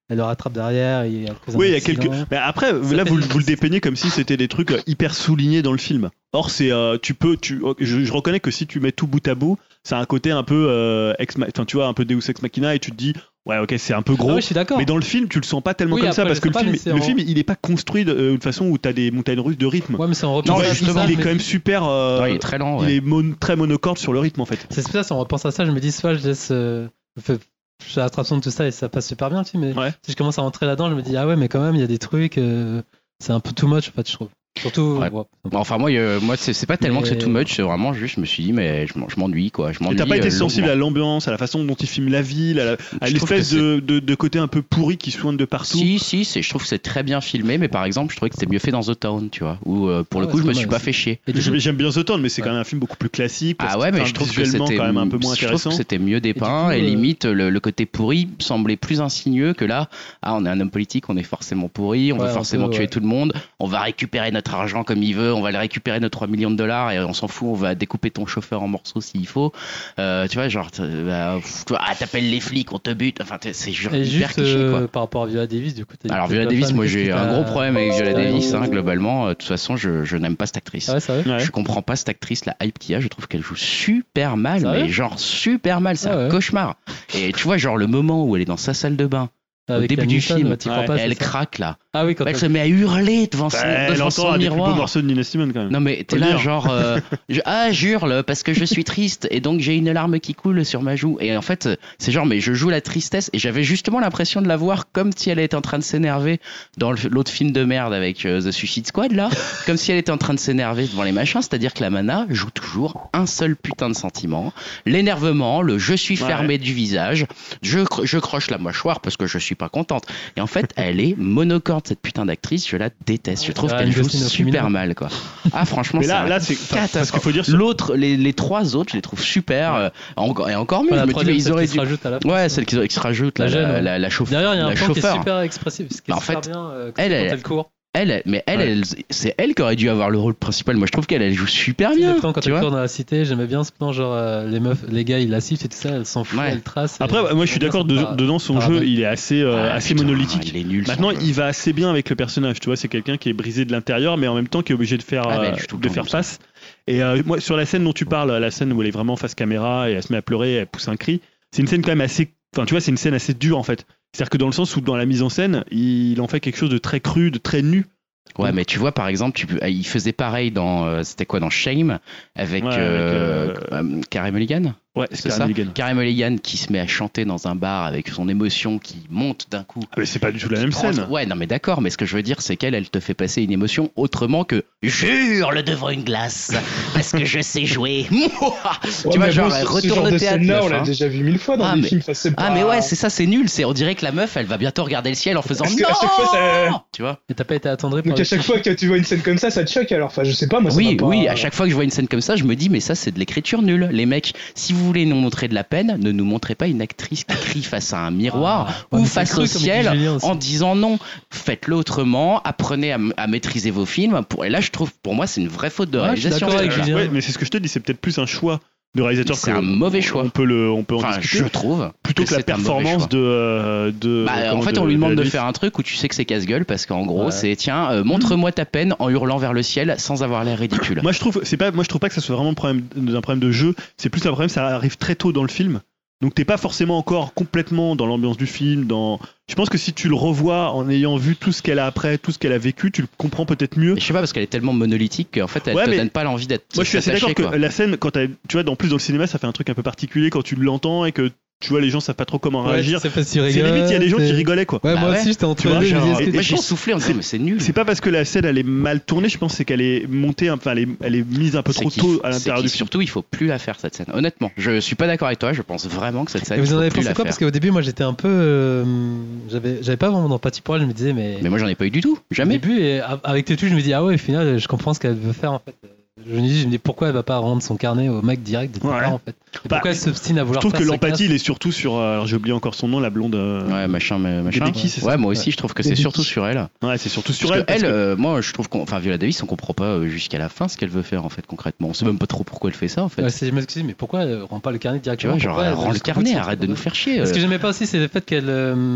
Speaker 6: elle le rattrape derrière. Et
Speaker 2: oui, il y a quelques. Mais après,
Speaker 6: ça
Speaker 2: là, vous,
Speaker 6: fait...
Speaker 2: vous le dépeignez comme si c'était des trucs hyper soulignés dans le film. Or, c'est, euh, tu peux, tu, je, je reconnais que si tu mets tout bout à bout, ça a un côté un peu, euh, ex, enfin, tu vois, un peu Deus Ex Machina, et tu te dis, ouais, ok, c'est un peu gros.
Speaker 6: Ah oui, je suis d'accord.
Speaker 2: Mais dans le film, tu le sens pas tellement
Speaker 6: oui,
Speaker 2: comme
Speaker 6: après,
Speaker 2: ça, parce que le
Speaker 6: pas,
Speaker 2: film, le
Speaker 6: en...
Speaker 2: film, il est pas construit de, euh, de façon où t'as des montagnes russes de rythme.
Speaker 6: Ouais, mais c'est en repensant.
Speaker 2: Non,
Speaker 6: à
Speaker 2: justement,
Speaker 6: ça,
Speaker 2: il est
Speaker 6: mais...
Speaker 2: quand même super. Euh,
Speaker 1: non, il est très lent.
Speaker 2: Il
Speaker 1: ouais.
Speaker 2: est mon, très monocorde sur le rythme, en fait.
Speaker 6: C'est ça, si on repense à ça, je me dis, soit je laisse. Euh, je fais l'attraction de tout ça et ça passe super bien, tu sais, mais
Speaker 2: ouais.
Speaker 6: si je commence à rentrer là-dedans, je me dis, ah ouais, mais quand même, il y a des trucs. Euh, c'est un peu too much, en fait, je trouve. Surtout.
Speaker 1: Ouais.
Speaker 6: Ouais.
Speaker 1: Enfin, moi, euh, moi c'est, c'est pas tellement
Speaker 6: mais...
Speaker 1: que c'est too much, c'est vraiment juste, je me suis dit, mais je, je m'ennuie, quoi. Je m'ennuie.
Speaker 2: Et t'as pas été
Speaker 1: euh,
Speaker 2: sensible
Speaker 1: longuement.
Speaker 2: à l'ambiance, à la façon dont il filme la ville, à, la, à l'espèce de, de, de côté un peu pourri qui soigne de partout.
Speaker 1: Si, si, c'est, je trouve que c'est très bien filmé, mais par exemple, je trouvais que c'était mieux fait dans The Town, tu vois, où euh, pour le
Speaker 6: ouais,
Speaker 1: coup, je me suis
Speaker 6: mal,
Speaker 1: pas
Speaker 6: c'est...
Speaker 1: fait chier.
Speaker 2: J'aime, j'aime bien The Town, mais c'est
Speaker 6: ouais.
Speaker 2: quand même un film beaucoup plus classique.
Speaker 1: Ah ouais, mais je trouve que c'était
Speaker 2: quand même un peu moins
Speaker 1: je
Speaker 2: intéressant.
Speaker 1: trouve que c'était mieux dépeint et,
Speaker 6: et,
Speaker 1: et
Speaker 6: coup,
Speaker 1: limite le, le côté pourri semblait plus insinueux que là. Ah, on est un homme politique, on est forcément pourri, on
Speaker 6: ouais,
Speaker 1: veut forcément
Speaker 6: peu,
Speaker 1: tuer
Speaker 6: ouais.
Speaker 1: tout le monde, on va récupérer notre argent comme il veut, on va le récupérer nos trois millions de dollars et on s'en fout, on va découper ton chauffeur en morceaux s'il faut. Euh, tu vois, genre, bah, pff, ah, t'appelles les flics, on te bute. Enfin, c'est genre
Speaker 6: et
Speaker 1: hyper
Speaker 6: juste,
Speaker 1: cliché, quoi.
Speaker 6: Euh, par rapport à Viola Davis, du coup. T'as
Speaker 1: Alors Viola Davis, moi j'ai un gros problème avec Viola
Speaker 6: ouais,
Speaker 1: Davis,
Speaker 6: ouais,
Speaker 1: hein,
Speaker 6: ouais.
Speaker 1: globalement. De toute façon, je, je n'aime pas cette actrice.
Speaker 6: Ah ouais, ça va.
Speaker 2: Ouais.
Speaker 1: Je comprends pas cette actrice, la hype qu'il y a. Je trouve qu'elle joue super mal,
Speaker 6: Ça
Speaker 1: mais
Speaker 6: va
Speaker 1: genre super mal. C'est
Speaker 6: ah
Speaker 1: un
Speaker 6: ouais.
Speaker 1: cauchemar. Et tu vois, genre le moment où elle est dans sa salle de bain,
Speaker 6: Avec
Speaker 1: au début
Speaker 6: la
Speaker 1: du
Speaker 6: Newton,
Speaker 1: film,
Speaker 6: ouais, t'y crois
Speaker 2: ouais.
Speaker 6: pas,
Speaker 1: elle
Speaker 6: c'est ça.
Speaker 1: craque là.
Speaker 6: Ah oui, quand
Speaker 1: Elle
Speaker 6: elle
Speaker 1: se met à hurler devant son,
Speaker 2: Ouais, elle
Speaker 1: devant
Speaker 2: entend
Speaker 1: son
Speaker 2: un des plus beaux
Speaker 1: miroir.
Speaker 2: morceaux de Nina Simone quand même.
Speaker 1: Non mais t'es
Speaker 2: Faut
Speaker 1: là
Speaker 2: le dire.
Speaker 1: genre euh, je, ah j'hurle parce que je suis triste et donc j'ai une larme qui coule sur ma joue et en fait c'est genre mais je joue la tristesse et j'avais justement l'impression de la voir comme si elle était en train de s'énerver dans le, l'autre film de merde avec euh, The Suicide Squad là, comme si elle était en train de s'énerver devant les machins, c'est-à-dire que la mana joue toujours un seul putain de sentiment, l'énervement, le je suis fermé
Speaker 2: ouais.
Speaker 1: du visage, je, je croche la mâchoire parce que je suis pas contente et en fait elle est monocorde cette putain d'actrice, je la déteste, je trouve
Speaker 6: Ah,
Speaker 1: qu'elle joue
Speaker 6: Gosling au
Speaker 1: super
Speaker 6: féminin.
Speaker 1: mal quoi. Ah franchement
Speaker 2: Mais là,
Speaker 1: c'est
Speaker 2: là c'est
Speaker 1: catastrophe.
Speaker 2: parce qu'il faut dire. Sur...
Speaker 1: L'autre, les, les trois autres, je les trouve super. Euh, encore, et encore mieux,
Speaker 6: Enfin,
Speaker 1: je
Speaker 6: la
Speaker 1: me dis,
Speaker 6: troisième,
Speaker 1: mais ils
Speaker 6: celle
Speaker 1: auraient
Speaker 6: qui
Speaker 1: dû.
Speaker 6: se rajoute à la fin.
Speaker 1: Ouais, celle qui, qui se rajoute,
Speaker 6: La
Speaker 1: la,
Speaker 6: jeune,
Speaker 1: la,
Speaker 6: ouais.
Speaker 1: la, la chauffeur.
Speaker 6: D'ailleurs, il y a un
Speaker 1: la
Speaker 6: plan qui est
Speaker 1: chauffeur.
Speaker 6: super expressif, ce qui est
Speaker 1: Bah, en
Speaker 6: super
Speaker 1: fait,
Speaker 6: bien euh, quand
Speaker 1: elle,
Speaker 6: elle,
Speaker 1: elle-
Speaker 6: elle court.
Speaker 1: Elle, mais elle,
Speaker 2: Ouais.
Speaker 1: elle, c'est elle qui aurait dû avoir le rôle principal. Moi, je trouve qu'elle, elle joue super
Speaker 6: Le
Speaker 1: bien.
Speaker 6: plan quand
Speaker 1: tu
Speaker 6: elle
Speaker 1: vois
Speaker 6: court dans la cité, j'aimais bien ce plan, genre euh, les meufs, les gars, ils la sifflent et tout ça, elles s'en foutent,
Speaker 1: Ouais.
Speaker 6: elles tracent.
Speaker 2: Après,
Speaker 6: et-
Speaker 2: moi je suis d'accord, de-
Speaker 6: Par-
Speaker 2: dedans son
Speaker 6: par
Speaker 2: jeu
Speaker 6: rapport-
Speaker 2: il est assez, euh,
Speaker 1: Ah,
Speaker 2: assez
Speaker 1: putain,
Speaker 2: monolithique.
Speaker 1: il est nul, son
Speaker 2: Maintenant,
Speaker 1: jeu.
Speaker 2: il va assez bien avec le personnage, tu vois, c'est quelqu'un qui est brisé de l'intérieur, mais en même temps qui est obligé de faire,
Speaker 1: Ah, mais
Speaker 2: euh,
Speaker 1: elle joue tout le
Speaker 2: de
Speaker 1: temps
Speaker 2: faire
Speaker 1: comme ça.
Speaker 2: face. Et euh, moi, sur la scène dont tu parles, la scène où elle est vraiment face caméra et elle se met à pleurer, elle pousse un cri, c'est une scène quand même assez, enfin, tu vois, c'est une scène assez dure en fait. C'est-à-dire que dans le sens où dans la mise en scène, il en fait quelque chose de très cru, de très nu.
Speaker 1: Ouais, mais tu vois, par exemple, tu peux, il faisait pareil dans, euh, c'était quoi, dans Shame, avec,
Speaker 2: Ouais,
Speaker 1: euh,
Speaker 2: avec,
Speaker 1: euh, Carey Mulligan.
Speaker 2: Ouais,
Speaker 1: C'est
Speaker 2: Carey
Speaker 1: ça.
Speaker 2: Mulligan.
Speaker 1: Carey Mulligan qui se met à chanter dans un bar avec son émotion qui monte d'un coup.
Speaker 2: Ah, mais c'est pas du tout la
Speaker 1: Qui
Speaker 2: même
Speaker 1: prend-
Speaker 2: scène.
Speaker 1: Ouais, non, mais d'accord, mais ce que je veux dire, c'est qu'elle, elle te fait passer une émotion autrement que jure devant une glace parce que je sais jouer. tu
Speaker 4: Ouais,
Speaker 1: vois,
Speaker 4: mais
Speaker 1: genre,
Speaker 4: bon,
Speaker 1: elle
Speaker 4: ce- ce
Speaker 1: retourne
Speaker 4: genre
Speaker 1: le
Speaker 4: de
Speaker 1: théâtre.
Speaker 4: scène-là,
Speaker 1: meuf,
Speaker 4: on l'a
Speaker 1: hein.
Speaker 4: déjà vu mille fois dans
Speaker 1: Ah,
Speaker 4: des
Speaker 1: mais-
Speaker 4: films. Ça, c'est
Speaker 1: Ah,
Speaker 4: pas-
Speaker 1: mais ouais, c'est ça, c'est nul. C'est, on dirait que la meuf, elle va bientôt regarder le ciel en faisant
Speaker 4: Parce que
Speaker 1: non.
Speaker 4: à chaque fois, ça-
Speaker 1: Tu vois.
Speaker 6: Et t'as pas été attendri par
Speaker 4: Donc
Speaker 6: le
Speaker 4: à chaque
Speaker 6: cliché.
Speaker 4: fois que tu vois une scène comme ça, ça te choque alors. Enfin, je sais pas, moi ça
Speaker 1: Oui,
Speaker 4: m'a pas-
Speaker 1: oui, à chaque fois que je vois une scène comme ça, je me dis, mais ça, c'est de l'écriture nulle. Les mecs, si vous voulez nous montrer de la peine, ne nous montrez pas une actrice qui crie face à un miroir
Speaker 6: Ah, ouais,
Speaker 1: ou
Speaker 6: mais c'est
Speaker 1: face
Speaker 6: cru,
Speaker 1: au
Speaker 6: comme
Speaker 1: ciel
Speaker 6: dit Julien aussi.
Speaker 1: en disant non. Faites-le autrement, apprenez à, m- à maîtriser vos films. Pour... Et là, je trouve, pour moi, c'est une vraie faute de
Speaker 6: Ouais, je suis
Speaker 1: réalisation.
Speaker 6: d'accord avec
Speaker 1: Voilà.
Speaker 6: Julien.
Speaker 2: Ouais, mais c'est ce que je te dis, c'est peut-être plus un choix de réalisateur
Speaker 1: C'est
Speaker 2: que
Speaker 1: un mauvais choix.
Speaker 2: On peut le, on peut en
Speaker 1: Enfin,
Speaker 2: discuter.
Speaker 1: je trouve.
Speaker 2: Plutôt que la
Speaker 1: c'est un mauvais
Speaker 2: performance
Speaker 1: choix.
Speaker 2: de, euh, de.
Speaker 1: Bah, en
Speaker 2: comment,
Speaker 1: fait, on lui demande de
Speaker 2: Davis.
Speaker 1: faire un truc où tu sais que c'est casse-gueule parce qu'en gros,
Speaker 6: Ouais.
Speaker 1: c'est tiens, euh, montre-moi ta peine en hurlant vers le ciel sans avoir l'air ridicule.
Speaker 2: Moi je trouve, c'est pas, moi je trouve pas que ça soit vraiment un problème, un problème de jeu. C'est plus un problème, ça arrive très tôt dans le film. Donc t'es pas forcément encore complètement dans l'ambiance du film. Dans, je pense que si tu le revois en ayant vu tout ce qu'elle a après, tout ce qu'elle a vécu, tu le comprends peut-être mieux.
Speaker 1: Mais je sais pas parce qu'elle est tellement monolithique qu'en fait, elle
Speaker 2: Ouais,
Speaker 1: te
Speaker 2: mais
Speaker 1: donne pas l'envie d'être.
Speaker 2: Moi je suis assez
Speaker 1: s'attacher,
Speaker 2: d'accord que
Speaker 1: quoi.
Speaker 2: la scène, quand elle- tu vois, en plus dans le cinéma, ça fait un truc un peu particulier quand tu l'entends et que tu vois les gens savent pas trop comment
Speaker 6: Ouais,
Speaker 2: réagir.
Speaker 6: tu sais pas si tu
Speaker 2: C'est
Speaker 6: rigoles,
Speaker 2: limite, il y a des gens qui
Speaker 6: c'est-
Speaker 2: rigolaient quoi.
Speaker 6: Ouais,
Speaker 1: Bah
Speaker 6: moi
Speaker 1: ouais.
Speaker 6: aussi, j'étais entre
Speaker 2: Tu
Speaker 6: les
Speaker 2: vois,
Speaker 6: deux. je me
Speaker 2: genre,
Speaker 6: disais,
Speaker 2: et-
Speaker 6: est-ce que
Speaker 1: Moi,
Speaker 2: je
Speaker 1: j'ai
Speaker 2: pense-
Speaker 1: soufflé en disant, mais c'est nul.
Speaker 2: C'est pas parce que la scène elle est mal tournée, je pense c'est qu'elle est montée, enfin elle est, elle est mise un peu
Speaker 1: C'est
Speaker 2: trop
Speaker 1: qu'il-
Speaker 2: tôt à
Speaker 1: c'est
Speaker 2: l'intérieur
Speaker 1: qu'il-
Speaker 2: du film.
Speaker 1: Surtout, il faut plus la faire cette scène. Honnêtement, je suis pas d'accord avec toi. Je pense vraiment que cette scène.
Speaker 6: Et
Speaker 1: il
Speaker 6: vous en
Speaker 1: faut
Speaker 6: avez
Speaker 1: plus
Speaker 6: pensé
Speaker 1: la
Speaker 6: quoi?
Speaker 1: faire.
Speaker 6: Parce qu'au début, moi, j'étais un peu. euh, j'avais, j'avais pas vraiment d'empathie pour elle. Je me disais, mais.
Speaker 1: Mais moi, j'en ai pas eu du tout.
Speaker 6: Au
Speaker 1: Jamais.
Speaker 6: début, et a- avec Tétu, je me dis, ah ouais, au final, je comprends ce qu'elle veut faire en fait. Je me dis, je me dis pourquoi elle va pas rendre son carnet au mec direct dès le
Speaker 2: Ouais.
Speaker 6: départ, en fait. Et
Speaker 2: Bah,
Speaker 6: pourquoi elle s'obstine à
Speaker 2: Je
Speaker 6: vouloir
Speaker 2: trouve
Speaker 6: faire
Speaker 2: que
Speaker 6: sa
Speaker 2: l'empathie, il
Speaker 6: casse.
Speaker 2: est surtout sur. euh, Alors j'ai oublié encore son nom, la blonde. euh,
Speaker 1: Ouais, machin, mais- machin.
Speaker 2: Gadecki, c'est ça
Speaker 1: Ouais, moi aussi, je trouve que c'est
Speaker 4: Gadecki.
Speaker 1: surtout sur elle.
Speaker 2: Ouais, c'est surtout sur
Speaker 1: Parce
Speaker 2: elle.
Speaker 1: que elle,
Speaker 2: parce que-
Speaker 1: euh, moi, je trouve qu'on, enfin, Viola Davis, on comprend pas euh, jusqu'à la fin ce qu'elle veut faire en fait concrètement. On sait même pas trop pourquoi elle fait ça en fait.
Speaker 6: Ouais, c'est- je me suis dit, mais pourquoi elle rend pas le carnet
Speaker 1: Tu
Speaker 6: directement?
Speaker 1: vois, genre,
Speaker 6: Pourquoi elle
Speaker 1: rends
Speaker 6: va
Speaker 1: le
Speaker 6: jusqu'au bout
Speaker 1: carnet,
Speaker 6: de son
Speaker 1: arrête de
Speaker 6: truc?
Speaker 1: nous faire chier.
Speaker 6: Ce
Speaker 1: euh.
Speaker 6: que j'aimais pas aussi, c'est le fait qu'elle. euh,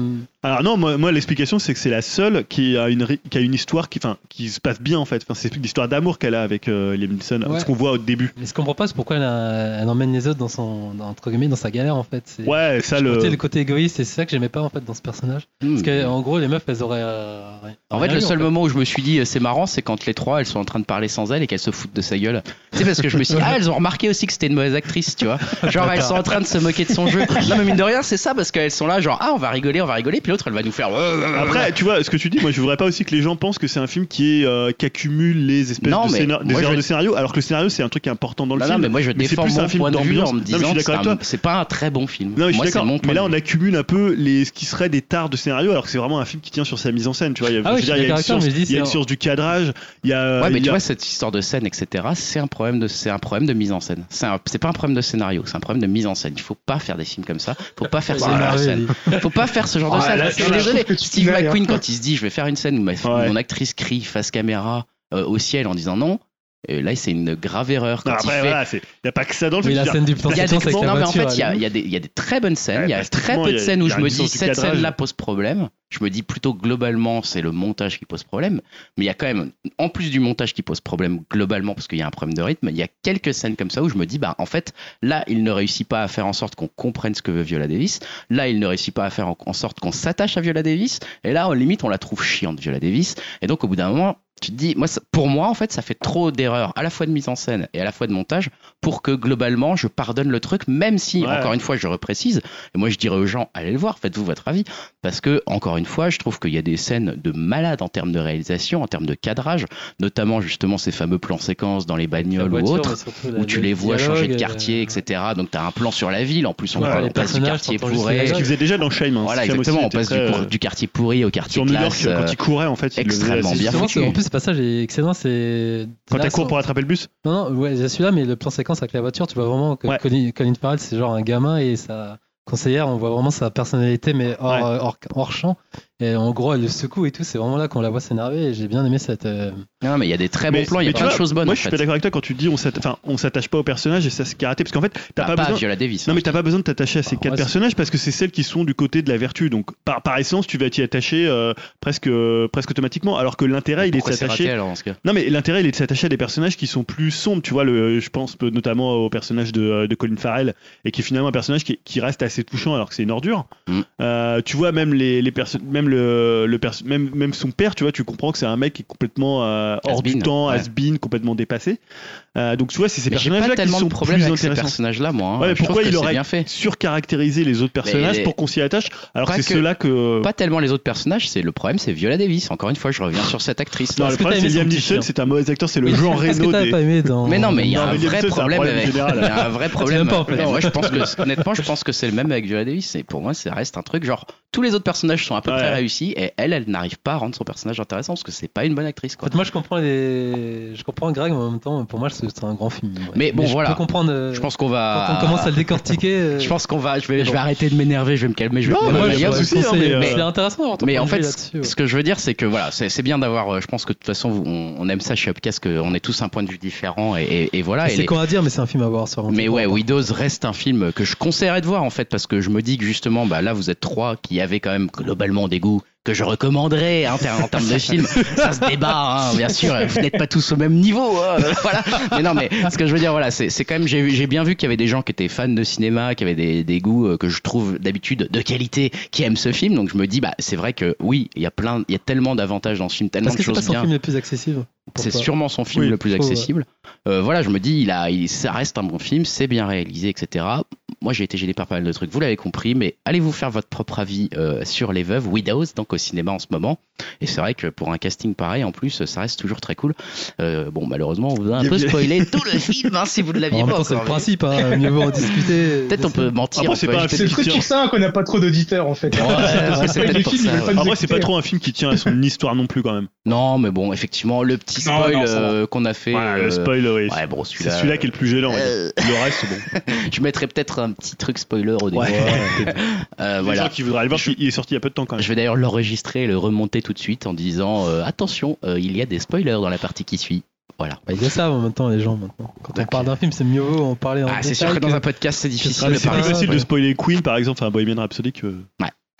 Speaker 2: Alors non, moi, moi l'explication c'est que c'est la seule qui a une qui a une histoire qui, enfin, qui se passe bien en fait. Enfin, c'est l'histoire d'amour qu'elle a avec euh, Liam Neeson,
Speaker 6: Ouais.
Speaker 2: ce qu'on voit au début.
Speaker 6: Mais ce qu'on comprend pas, c'est pourquoi elle, a- elle emmène les autres dans son, dans, entre guillemets, dans sa galère en fait. C'est,
Speaker 2: Ouais, ça
Speaker 6: je
Speaker 2: le.
Speaker 6: portais le côté égoïste et c'est ça que j'aimais pas en fait dans ce personnage.
Speaker 1: Hmm.
Speaker 6: Parce qu'en gros, les meufs, elles auraient. euh, rien-
Speaker 1: En fait,
Speaker 6: rien
Speaker 1: le
Speaker 6: eu,
Speaker 1: seul
Speaker 6: en fait.
Speaker 1: moment où je me suis dit euh, c'est marrant, c'est quand les trois elles sont en train de parler sans elle et qu'elles se foutent de sa gueule. Tu sais, parce que je me suis dit, ah, elles ont remarqué aussi que c'était une mauvaise actrice, tu vois. Genre, elles sont en train de se moquer de son jeu. Non, mais mine de rien, c'est ça, parce qu'elles sont là, genre, ah, on va rigoler, on va rigoler, puis l'autre elle va nous faire.
Speaker 2: Après, tu vois, ce que tu dis, moi je voudrais pas aussi que les gens pensent que c'est un film qui est euh, qui accumule les espèces
Speaker 1: Non,
Speaker 2: de
Speaker 1: mais
Speaker 2: scénar- des
Speaker 1: moi,
Speaker 2: erreurs
Speaker 1: je-
Speaker 2: de scénario, alors que le scénario c'est un truc qui est important dans le
Speaker 1: Non,
Speaker 2: film.
Speaker 1: non, mais moi je
Speaker 2: Mais c'est
Speaker 1: défends
Speaker 2: plus un
Speaker 1: mon
Speaker 2: film
Speaker 1: point de vue
Speaker 2: d'ambiance.
Speaker 1: en me
Speaker 2: Non, mais je
Speaker 1: disant
Speaker 2: suis
Speaker 1: que c'est
Speaker 2: d'accord avec
Speaker 1: un-
Speaker 2: toi.
Speaker 1: c'est pas un très bon film.
Speaker 2: Non, mais je
Speaker 1: moi,
Speaker 2: suis
Speaker 1: c'est
Speaker 2: d'accord.
Speaker 1: mon point
Speaker 2: Mais là,
Speaker 1: de
Speaker 2: on
Speaker 1: vue.
Speaker 2: accumule un peu les ce qui serait des tares de scénario, alors que c'est vraiment un film qui tient sur sa mise en scène. Tu vois, il y a,
Speaker 6: Ah oui,
Speaker 2: je veux
Speaker 6: je
Speaker 2: dire,
Speaker 6: suis
Speaker 2: il y a une
Speaker 6: d'accord avec toi,
Speaker 2: science,
Speaker 6: mais je dis,
Speaker 2: il y a une
Speaker 6: c'est-
Speaker 2: science du cadrage. Il y a.
Speaker 1: Ouais, mais
Speaker 2: il
Speaker 1: tu
Speaker 2: y a-
Speaker 1: vois, cette histoire de scène, et cetera, c'est un problème de, c'est un problème de mise en scène. C'est, un- c'est pas un problème de scénario, c'est un problème de mise en scène. Il faut pas faire des films comme ça. Faut pas faire ce
Speaker 6: Il est
Speaker 1: genre de
Speaker 6: énervé,
Speaker 1: scène.
Speaker 6: lui.
Speaker 1: Faut pas faire ce genre de
Speaker 4: Ah,
Speaker 1: scène.
Speaker 4: là,
Speaker 1: Je suis
Speaker 4: là, je
Speaker 1: désolé.
Speaker 4: trouve que tu
Speaker 1: Steve
Speaker 4: t'énerves,
Speaker 1: McQueen,
Speaker 4: hein.
Speaker 1: quand il se dit, je vais faire une scène où ma,
Speaker 2: Ouais.
Speaker 1: mon actrice crie face caméra euh, au ciel en disant non. Et là, c'est une grave erreur quand
Speaker 2: Non,
Speaker 1: il
Speaker 2: après,
Speaker 1: fait.
Speaker 2: voilà, c'est- il n'y a pas que ça dans le
Speaker 6: Oui,
Speaker 2: film.
Speaker 6: la
Speaker 2: je veux
Speaker 6: scène
Speaker 2: dire.
Speaker 6: du plan
Speaker 1: Il y a des,
Speaker 6: séquence avec la
Speaker 1: non, mais en
Speaker 6: voiture.
Speaker 1: fait, il y, a,
Speaker 6: elle-
Speaker 1: il y a des, il y a des très bonnes scènes.
Speaker 2: Ouais,
Speaker 1: il y a
Speaker 2: parce que
Speaker 1: très
Speaker 2: souvent,
Speaker 1: peu
Speaker 2: il
Speaker 1: de
Speaker 2: y a-
Speaker 1: scènes où
Speaker 2: il y a
Speaker 1: je me
Speaker 2: une
Speaker 1: dis
Speaker 2: sorte de
Speaker 1: cette
Speaker 2: cadrage.
Speaker 1: scène-là pose problème. Je me dis plutôt globalement c'est le montage qui pose problème. Mais il y a quand même, en plus du montage qui pose problème globalement parce qu'il y a un problème de rythme, il y a quelques scènes comme ça où je me dis bah en fait là il ne réussit pas à faire en sorte qu'on comprenne ce que veut Viola Davis. Là il ne réussit pas à faire en, en sorte qu'on s'attache à Viola Davis. Et là en limite on la trouve chiante Viola Davis. Et donc au bout d'un moment tu te dis, moi, ça- pour moi, en fait, ça fait trop d'erreurs, à la fois de mise en scène et à la fois de montage, pour que globalement, je pardonne le truc, même si,
Speaker 2: Ouais.
Speaker 1: encore une fois, je reprécise, et moi, je dirais aux gens, allez le voir, faites-vous votre avis, parce que, encore une fois, je trouve qu'il y a des scènes de malades en termes de réalisation, en termes de cadrage, notamment, justement, ces fameux plans séquences dans les
Speaker 6: la
Speaker 1: bagnoles
Speaker 6: voiture,
Speaker 1: ou
Speaker 6: mais
Speaker 1: autres,
Speaker 6: surtout la-
Speaker 1: où tu
Speaker 6: le
Speaker 1: les vois
Speaker 6: dialogue,
Speaker 1: changer de
Speaker 6: euh,
Speaker 1: quartier, et cetera. Donc, tu as un plan sur la ville, en plus, on
Speaker 2: Ouais,
Speaker 1: parle
Speaker 6: les
Speaker 1: on passe du
Speaker 6: personnages,
Speaker 1: quartier
Speaker 6: t'entends juste
Speaker 1: pourri.
Speaker 6: les
Speaker 2: Ce qu'il faisait déjà dans Shame. Hein.
Speaker 1: Voilà,
Speaker 2: Shame aussi,
Speaker 1: exactement,
Speaker 2: il
Speaker 1: on
Speaker 2: était
Speaker 1: passe du,
Speaker 2: très,
Speaker 1: pour-
Speaker 2: euh,
Speaker 1: du quartier pourri au quartier
Speaker 2: sur New York,
Speaker 1: classe.
Speaker 2: quand il courait, en fait, il le faisait
Speaker 1: extrêmement
Speaker 2: assez-
Speaker 1: bien
Speaker 6: Justement,
Speaker 1: foutu.
Speaker 6: c'est- en plus, ce passage est excellent. C'est
Speaker 2: Quand
Speaker 6: là,
Speaker 2: t'as cours
Speaker 6: c'est-
Speaker 2: pour attraper le bus.
Speaker 6: Non, non, ouais, il y a celui-là, mais le plan séquence avec la voiture, tu vois vraiment que
Speaker 2: Ouais.
Speaker 6: Colin, Colin Farrell, c'est genre un gamin et sa conseillère, on voit vraiment sa personnalité, mais hors,
Speaker 2: Ouais.
Speaker 6: euh, hors, hors champ. Et en gros, elle le secoue et tout. C'est vraiment là qu'on la voit s'énerver. Et j'ai bien aimé cette. euh,
Speaker 1: Non, mais il y a des très bons
Speaker 2: Mais-
Speaker 1: plans, il y a
Speaker 2: mais tu
Speaker 1: plein de
Speaker 2: vois,
Speaker 1: choses bonnes.
Speaker 2: Moi,
Speaker 1: en
Speaker 2: je suis
Speaker 1: fait.
Speaker 2: pas d'accord avec toi quand tu dis on s'atta- enfin, on s'attache pas au personnage et ça c'est karaté parce qu'en fait, t'as
Speaker 1: Bah,
Speaker 2: pas,
Speaker 1: pas
Speaker 2: besoin.
Speaker 1: Viola Davis.
Speaker 2: Non mais t'as pas besoin de t'attacher à ces
Speaker 6: Bah,
Speaker 2: quatre
Speaker 6: ouais, c'est-
Speaker 2: personnages parce que c'est celles qui sont du côté de la vertu donc par, par essence tu vas t'y attacher euh, presque euh, presque automatiquement alors que l'intérêt il est de
Speaker 1: Pourquoi c'est raté
Speaker 2: s'attacher
Speaker 1: alors dans ce cas?
Speaker 2: non mais l'intérêt il est de s'attacher à des personnages qui sont plus sombres tu vois le je pense notamment au personnage de, de Colin Farrell et qui est finalement un personnage qui, qui reste assez touchant alors que c'est une ordure
Speaker 1: Mm.
Speaker 2: euh, tu vois même les, les personnes même le, le perso- même même son père tu vois tu comprends que c'est un mec qui est complètement euh, hors
Speaker 1: Has-been,
Speaker 2: du temps
Speaker 1: ouais.
Speaker 2: has-been complètement dépassé euh, donc tu vois c'est ces
Speaker 1: Mais j'ai
Speaker 2: personnages
Speaker 1: pas
Speaker 2: là qui
Speaker 1: tellement
Speaker 2: sont
Speaker 1: de problème
Speaker 2: plus
Speaker 1: avec ces
Speaker 2: intéressants
Speaker 1: personnages-là, moi. hein.
Speaker 2: Ouais, mais
Speaker 1: Je trouve
Speaker 2: pourquoi
Speaker 1: que
Speaker 2: il
Speaker 1: c'est
Speaker 2: aurait
Speaker 1: bien fait.
Speaker 2: surcaractériser les autres personnages
Speaker 1: Mais-
Speaker 2: pour qu'on s'y attache alors
Speaker 1: Pas
Speaker 2: que c'est
Speaker 1: que-
Speaker 2: ceux-là que
Speaker 1: Pas tellement les autres personnages, c'est le problème, c'est Viola Davis. Encore une fois, je reviens sur cette actrice.
Speaker 2: non,
Speaker 6: Est-ce
Speaker 2: le
Speaker 6: que
Speaker 2: problème
Speaker 6: t'as
Speaker 2: c'est
Speaker 6: aimé
Speaker 2: Liam
Speaker 6: son petit
Speaker 2: Neeson
Speaker 6: chien
Speaker 2: c'est un mauvais acteur c'est le
Speaker 6: Mais
Speaker 2: Jean
Speaker 6: qu'est-ce que
Speaker 2: Reno
Speaker 6: t'as
Speaker 2: des
Speaker 6: pas aimé dans.
Speaker 1: Mais non, mais il y a
Speaker 2: Non,
Speaker 1: un
Speaker 2: mais Liam
Speaker 1: vrai
Speaker 2: Neeson, c'est un
Speaker 1: problème
Speaker 2: problème
Speaker 1: avec.
Speaker 2: général.
Speaker 1: Il y a un vrai problème.
Speaker 6: l'aimes pas, en fait.
Speaker 1: Mais moi, je pense que honnêtement, je pense que c'est le même avec Viola Davis. Et pour moi, ça reste un truc genre tous les autres personnages sont à peu
Speaker 2: Ouais.
Speaker 1: près réussis et elle, elle n'arrive pas à rendre son personnage intéressant parce que c'est pas une bonne actrice.
Speaker 6: En
Speaker 1: Quoi.
Speaker 6: fait, moi, je comprends les. Je comprends Greg, mais en même temps, pour moi, c'est c'est un grand film. ouais.
Speaker 1: Mais bon,
Speaker 6: je
Speaker 1: voilà.
Speaker 6: peux comprendre. euh,
Speaker 1: Je pense qu'on
Speaker 6: Quand
Speaker 1: va.
Speaker 6: on commence à le décortiquer. euh,
Speaker 1: Je pense qu'on va. Je vais,
Speaker 6: Mais
Speaker 1: je
Speaker 6: bon.
Speaker 1: vais arrêter de m'énerver. Je vais me calmer. Je vais
Speaker 2: Non,
Speaker 1: me
Speaker 2: mais
Speaker 1: calmer.
Speaker 2: moi,
Speaker 1: Il y a
Speaker 2: je
Speaker 1: pas de
Speaker 2: souci, hein,
Speaker 6: conseiller,
Speaker 2: mais,
Speaker 6: c'est
Speaker 2: euh,
Speaker 6: intéressant d'avoir ton
Speaker 1: Mais
Speaker 6: point
Speaker 1: en
Speaker 6: de vue
Speaker 1: fait,
Speaker 6: là-dessus, ouais.
Speaker 1: ce que je veux dire, c'est que voilà, c'est c'est bien d'avoir. euh, Je pense que de toute façon, on, on aime ça chez Upcast, qu'on ait tous un point de vue différent et, et, et voilà. et
Speaker 6: C'est
Speaker 1: les-
Speaker 6: con à dire, mais c'est un film à voir sur
Speaker 1: Mais ouais, Widows reste un film que je conseillerais de voir en fait parce que je me dis que justement, bah là, vous êtes trois qui avaient quand même globalement des goûts que je recommanderais hein, en termes de film. Ça se débat, hein, bien sûr. Vous n'êtes pas tous au même niveau, hein, voilà. Mais non, mais ce que je veux dire, voilà, c'est c'est quand même. J'ai vu- j'ai bien vu qu'il y avait des gens qui étaient fans de cinéma, qui avaient des, des goûts euh, que je trouve d'habitude de qualité, qui aiment ce film. Donc je me dis, bah c'est vrai que oui, il y a plein, il y a tellement d'avantages dans ce film, tellement
Speaker 6: Parce
Speaker 1: de
Speaker 6: que c'est pas
Speaker 1: choses
Speaker 6: son
Speaker 1: bien.
Speaker 6: film le plus accessible.
Speaker 1: C'est
Speaker 6: Pourquoi
Speaker 1: sûrement son film
Speaker 2: Oui,
Speaker 1: le plus
Speaker 6: je trouve,
Speaker 1: accessible. Euh, voilà, je me dis, il a, il, ça reste un bon film, c'est bien réalisé, et cetera. Moi, j'ai été gêné par pas mal de trucs, vous l'avez compris, mais allez vous faire votre propre avis euh, sur Les Veuves, Widows, donc au cinéma en ce moment. Et c'est vrai que pour un casting pareil, en plus, ça reste toujours très cool. Euh, bon, malheureusement, on vous a un
Speaker 2: Il y a
Speaker 1: peu
Speaker 2: bien-
Speaker 1: spoilé tout le film, hein, si vous ne
Speaker 6: En
Speaker 1: l'aviez
Speaker 6: même
Speaker 1: pas
Speaker 6: temps, c'est le
Speaker 1: encore vu.
Speaker 6: principe, hein, mieux vaut en discuter.
Speaker 1: Peut-être on peut mentir.
Speaker 2: Après,
Speaker 1: on
Speaker 2: c'est
Speaker 1: peut
Speaker 2: pas un
Speaker 1: ajouter
Speaker 4: C'est
Speaker 1: des
Speaker 4: le truc
Speaker 1: questions.
Speaker 4: pour ça qu'on n'a pas trop d'auditeurs en fait.
Speaker 1: Ouais,
Speaker 4: Parce
Speaker 1: ouais,
Speaker 4: que
Speaker 1: c'est
Speaker 4: les
Speaker 1: peut-être pour
Speaker 4: films, ils
Speaker 1: ça,
Speaker 4: veulent pas
Speaker 1: ouais.
Speaker 4: nous
Speaker 2: en vrai c'est pas
Speaker 4: écouter.
Speaker 2: trop un film qui tient à son histoire non plus quand même
Speaker 1: Non, mais bon, effectivement, le petit
Speaker 4: Non,
Speaker 1: spoil
Speaker 4: non, ça va.
Speaker 1: euh, qu'on a fait.
Speaker 2: ouais, le
Speaker 1: euh,
Speaker 2: spoil oui.
Speaker 1: Ouais, bon,
Speaker 2: c'est
Speaker 1: celui-là.
Speaker 2: celui-là qui est le plus gênant on va dire.
Speaker 1: euh,
Speaker 2: le reste c'est bon
Speaker 1: Je mettrais peut-être un petit truc spoiler au début.
Speaker 2: ouais.
Speaker 1: Euh,
Speaker 2: les
Speaker 1: voilà.
Speaker 2: gens qui voudraient aller voir il est sorti il y a peu de temps quand même
Speaker 1: Je vais d'ailleurs l'enregistrer et le remonter tout de suite en disant euh, attention, euh, il y a des spoilers dans la partie qui suit. Voilà.
Speaker 6: Bah, ils le savent en même temps, les gens maintenant. Quand on
Speaker 1: Ok.
Speaker 6: parle d'un film, c'est mieux vaut en parler en
Speaker 1: Ah, c'est
Speaker 6: détail
Speaker 1: sûr que dans
Speaker 6: que-
Speaker 1: un podcast c'est difficile
Speaker 6: sera
Speaker 2: Ah, mais
Speaker 1: de
Speaker 2: c'est plus
Speaker 1: parler.
Speaker 6: pas-
Speaker 2: facile
Speaker 6: ouais.
Speaker 2: de spoiler Queen par exemple enfin Bohemian Rhapsody que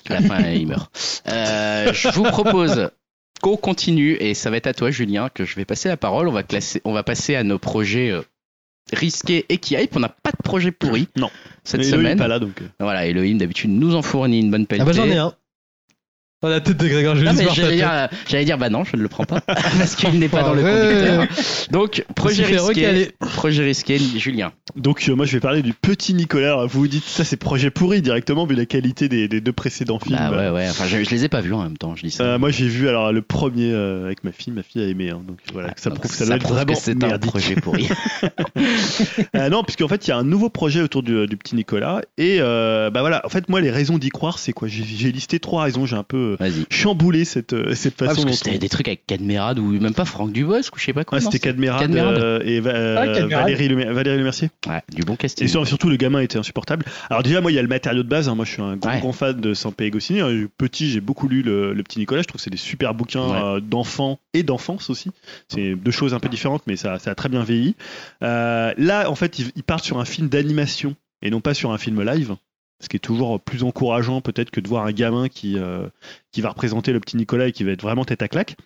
Speaker 1: À la fin, il meurt. Euh, je vous propose qu'on continue et ça va être à toi, Julien, que je vais passer la parole. On va classer, on va passer à nos projets euh, risqués et qui hype. On n'a pas de projet pourri.
Speaker 2: Non.
Speaker 1: Cette
Speaker 2: Mais
Speaker 1: semaine.
Speaker 2: Elohim pas là donc.
Speaker 1: Voilà, Elohim d'habitude nous en fournit une bonne pelletée.
Speaker 6: Ah bah j'en ai un. Oh, la tête de Grégoire, je vais
Speaker 1: Non,
Speaker 6: juste
Speaker 1: mais
Speaker 6: voir ta
Speaker 1: j'allais
Speaker 6: tête.
Speaker 1: dire, euh, j'allais dire, bah non, je ne le prends pas parce qu'il n'est pas
Speaker 6: Ah
Speaker 1: dans le
Speaker 6: ouais.
Speaker 1: conducteur. Donc, projet
Speaker 6: s'est fait
Speaker 1: risqué,
Speaker 6: recaler.
Speaker 1: projet risqué, Julien.
Speaker 2: Donc euh, moi je vais parler du petit Nicolas. Alors, vous vous dites ça c'est projet pourri directement vu la qualité des, des deux précédents films.
Speaker 1: Bah ouais, ouais. Enfin, je, je les ai pas vus en même temps. Je dis ça.
Speaker 2: Euh, moi j'ai vu alors le premier euh, avec ma fille, ma fille a aimé, hein, donc voilà, ça
Speaker 1: Donc,
Speaker 2: prouve que ça doit être
Speaker 1: prouve que
Speaker 2: vraiment
Speaker 1: c'est un
Speaker 2: merdique.
Speaker 1: projet pourri.
Speaker 2: Euh, non, puisqu'en fait il y a un nouveau projet autour du, du petit Nicolas et euh, bah voilà, en fait moi les raisons d'y croire c'est quoi, j'ai, j'ai listé trois raisons, j'ai un peu euh,
Speaker 1: Vas-y.
Speaker 2: chamboulé cette euh, cette
Speaker 1: Ah,
Speaker 2: façon
Speaker 1: parce que
Speaker 2: dont
Speaker 1: c'était
Speaker 2: on-
Speaker 1: des trucs avec Cadmerade ou même pas Franck Dubosc ou je sais pas quoi.
Speaker 2: Ouais,
Speaker 1: non,
Speaker 2: c'était
Speaker 1: c'est-
Speaker 2: Cadmerade
Speaker 1: Cadmerade.
Speaker 2: euh, et Va- euh,
Speaker 4: Ah, Cadmerade.
Speaker 2: Valérie, Lemer- Valérie Lemercier.
Speaker 1: Ouais, du bon casting.
Speaker 2: Et sur- surtout, le gamin était insupportable. Alors déjà, moi, il y a le matériau de base. hein. Moi, je suis un grand,
Speaker 1: Ouais.
Speaker 2: grand fan de Sampé et Goscinny. hein. Petit, j'ai beaucoup lu le, le Petit Nicolas. Je trouve que c'est des super bouquins
Speaker 1: Ouais.
Speaker 2: euh, d'enfants et d'enfance aussi. C'est deux choses un peu différentes, mais ça, ça a très bien vieilli. Euh, là, en fait, ils, ils partent sur un film d'animation et non pas sur un film live. Ce qui est toujours plus encourageant peut-être que de voir un gamin qui, euh, qui va représenter le Petit Nicolas et qui va être vraiment tête à claque.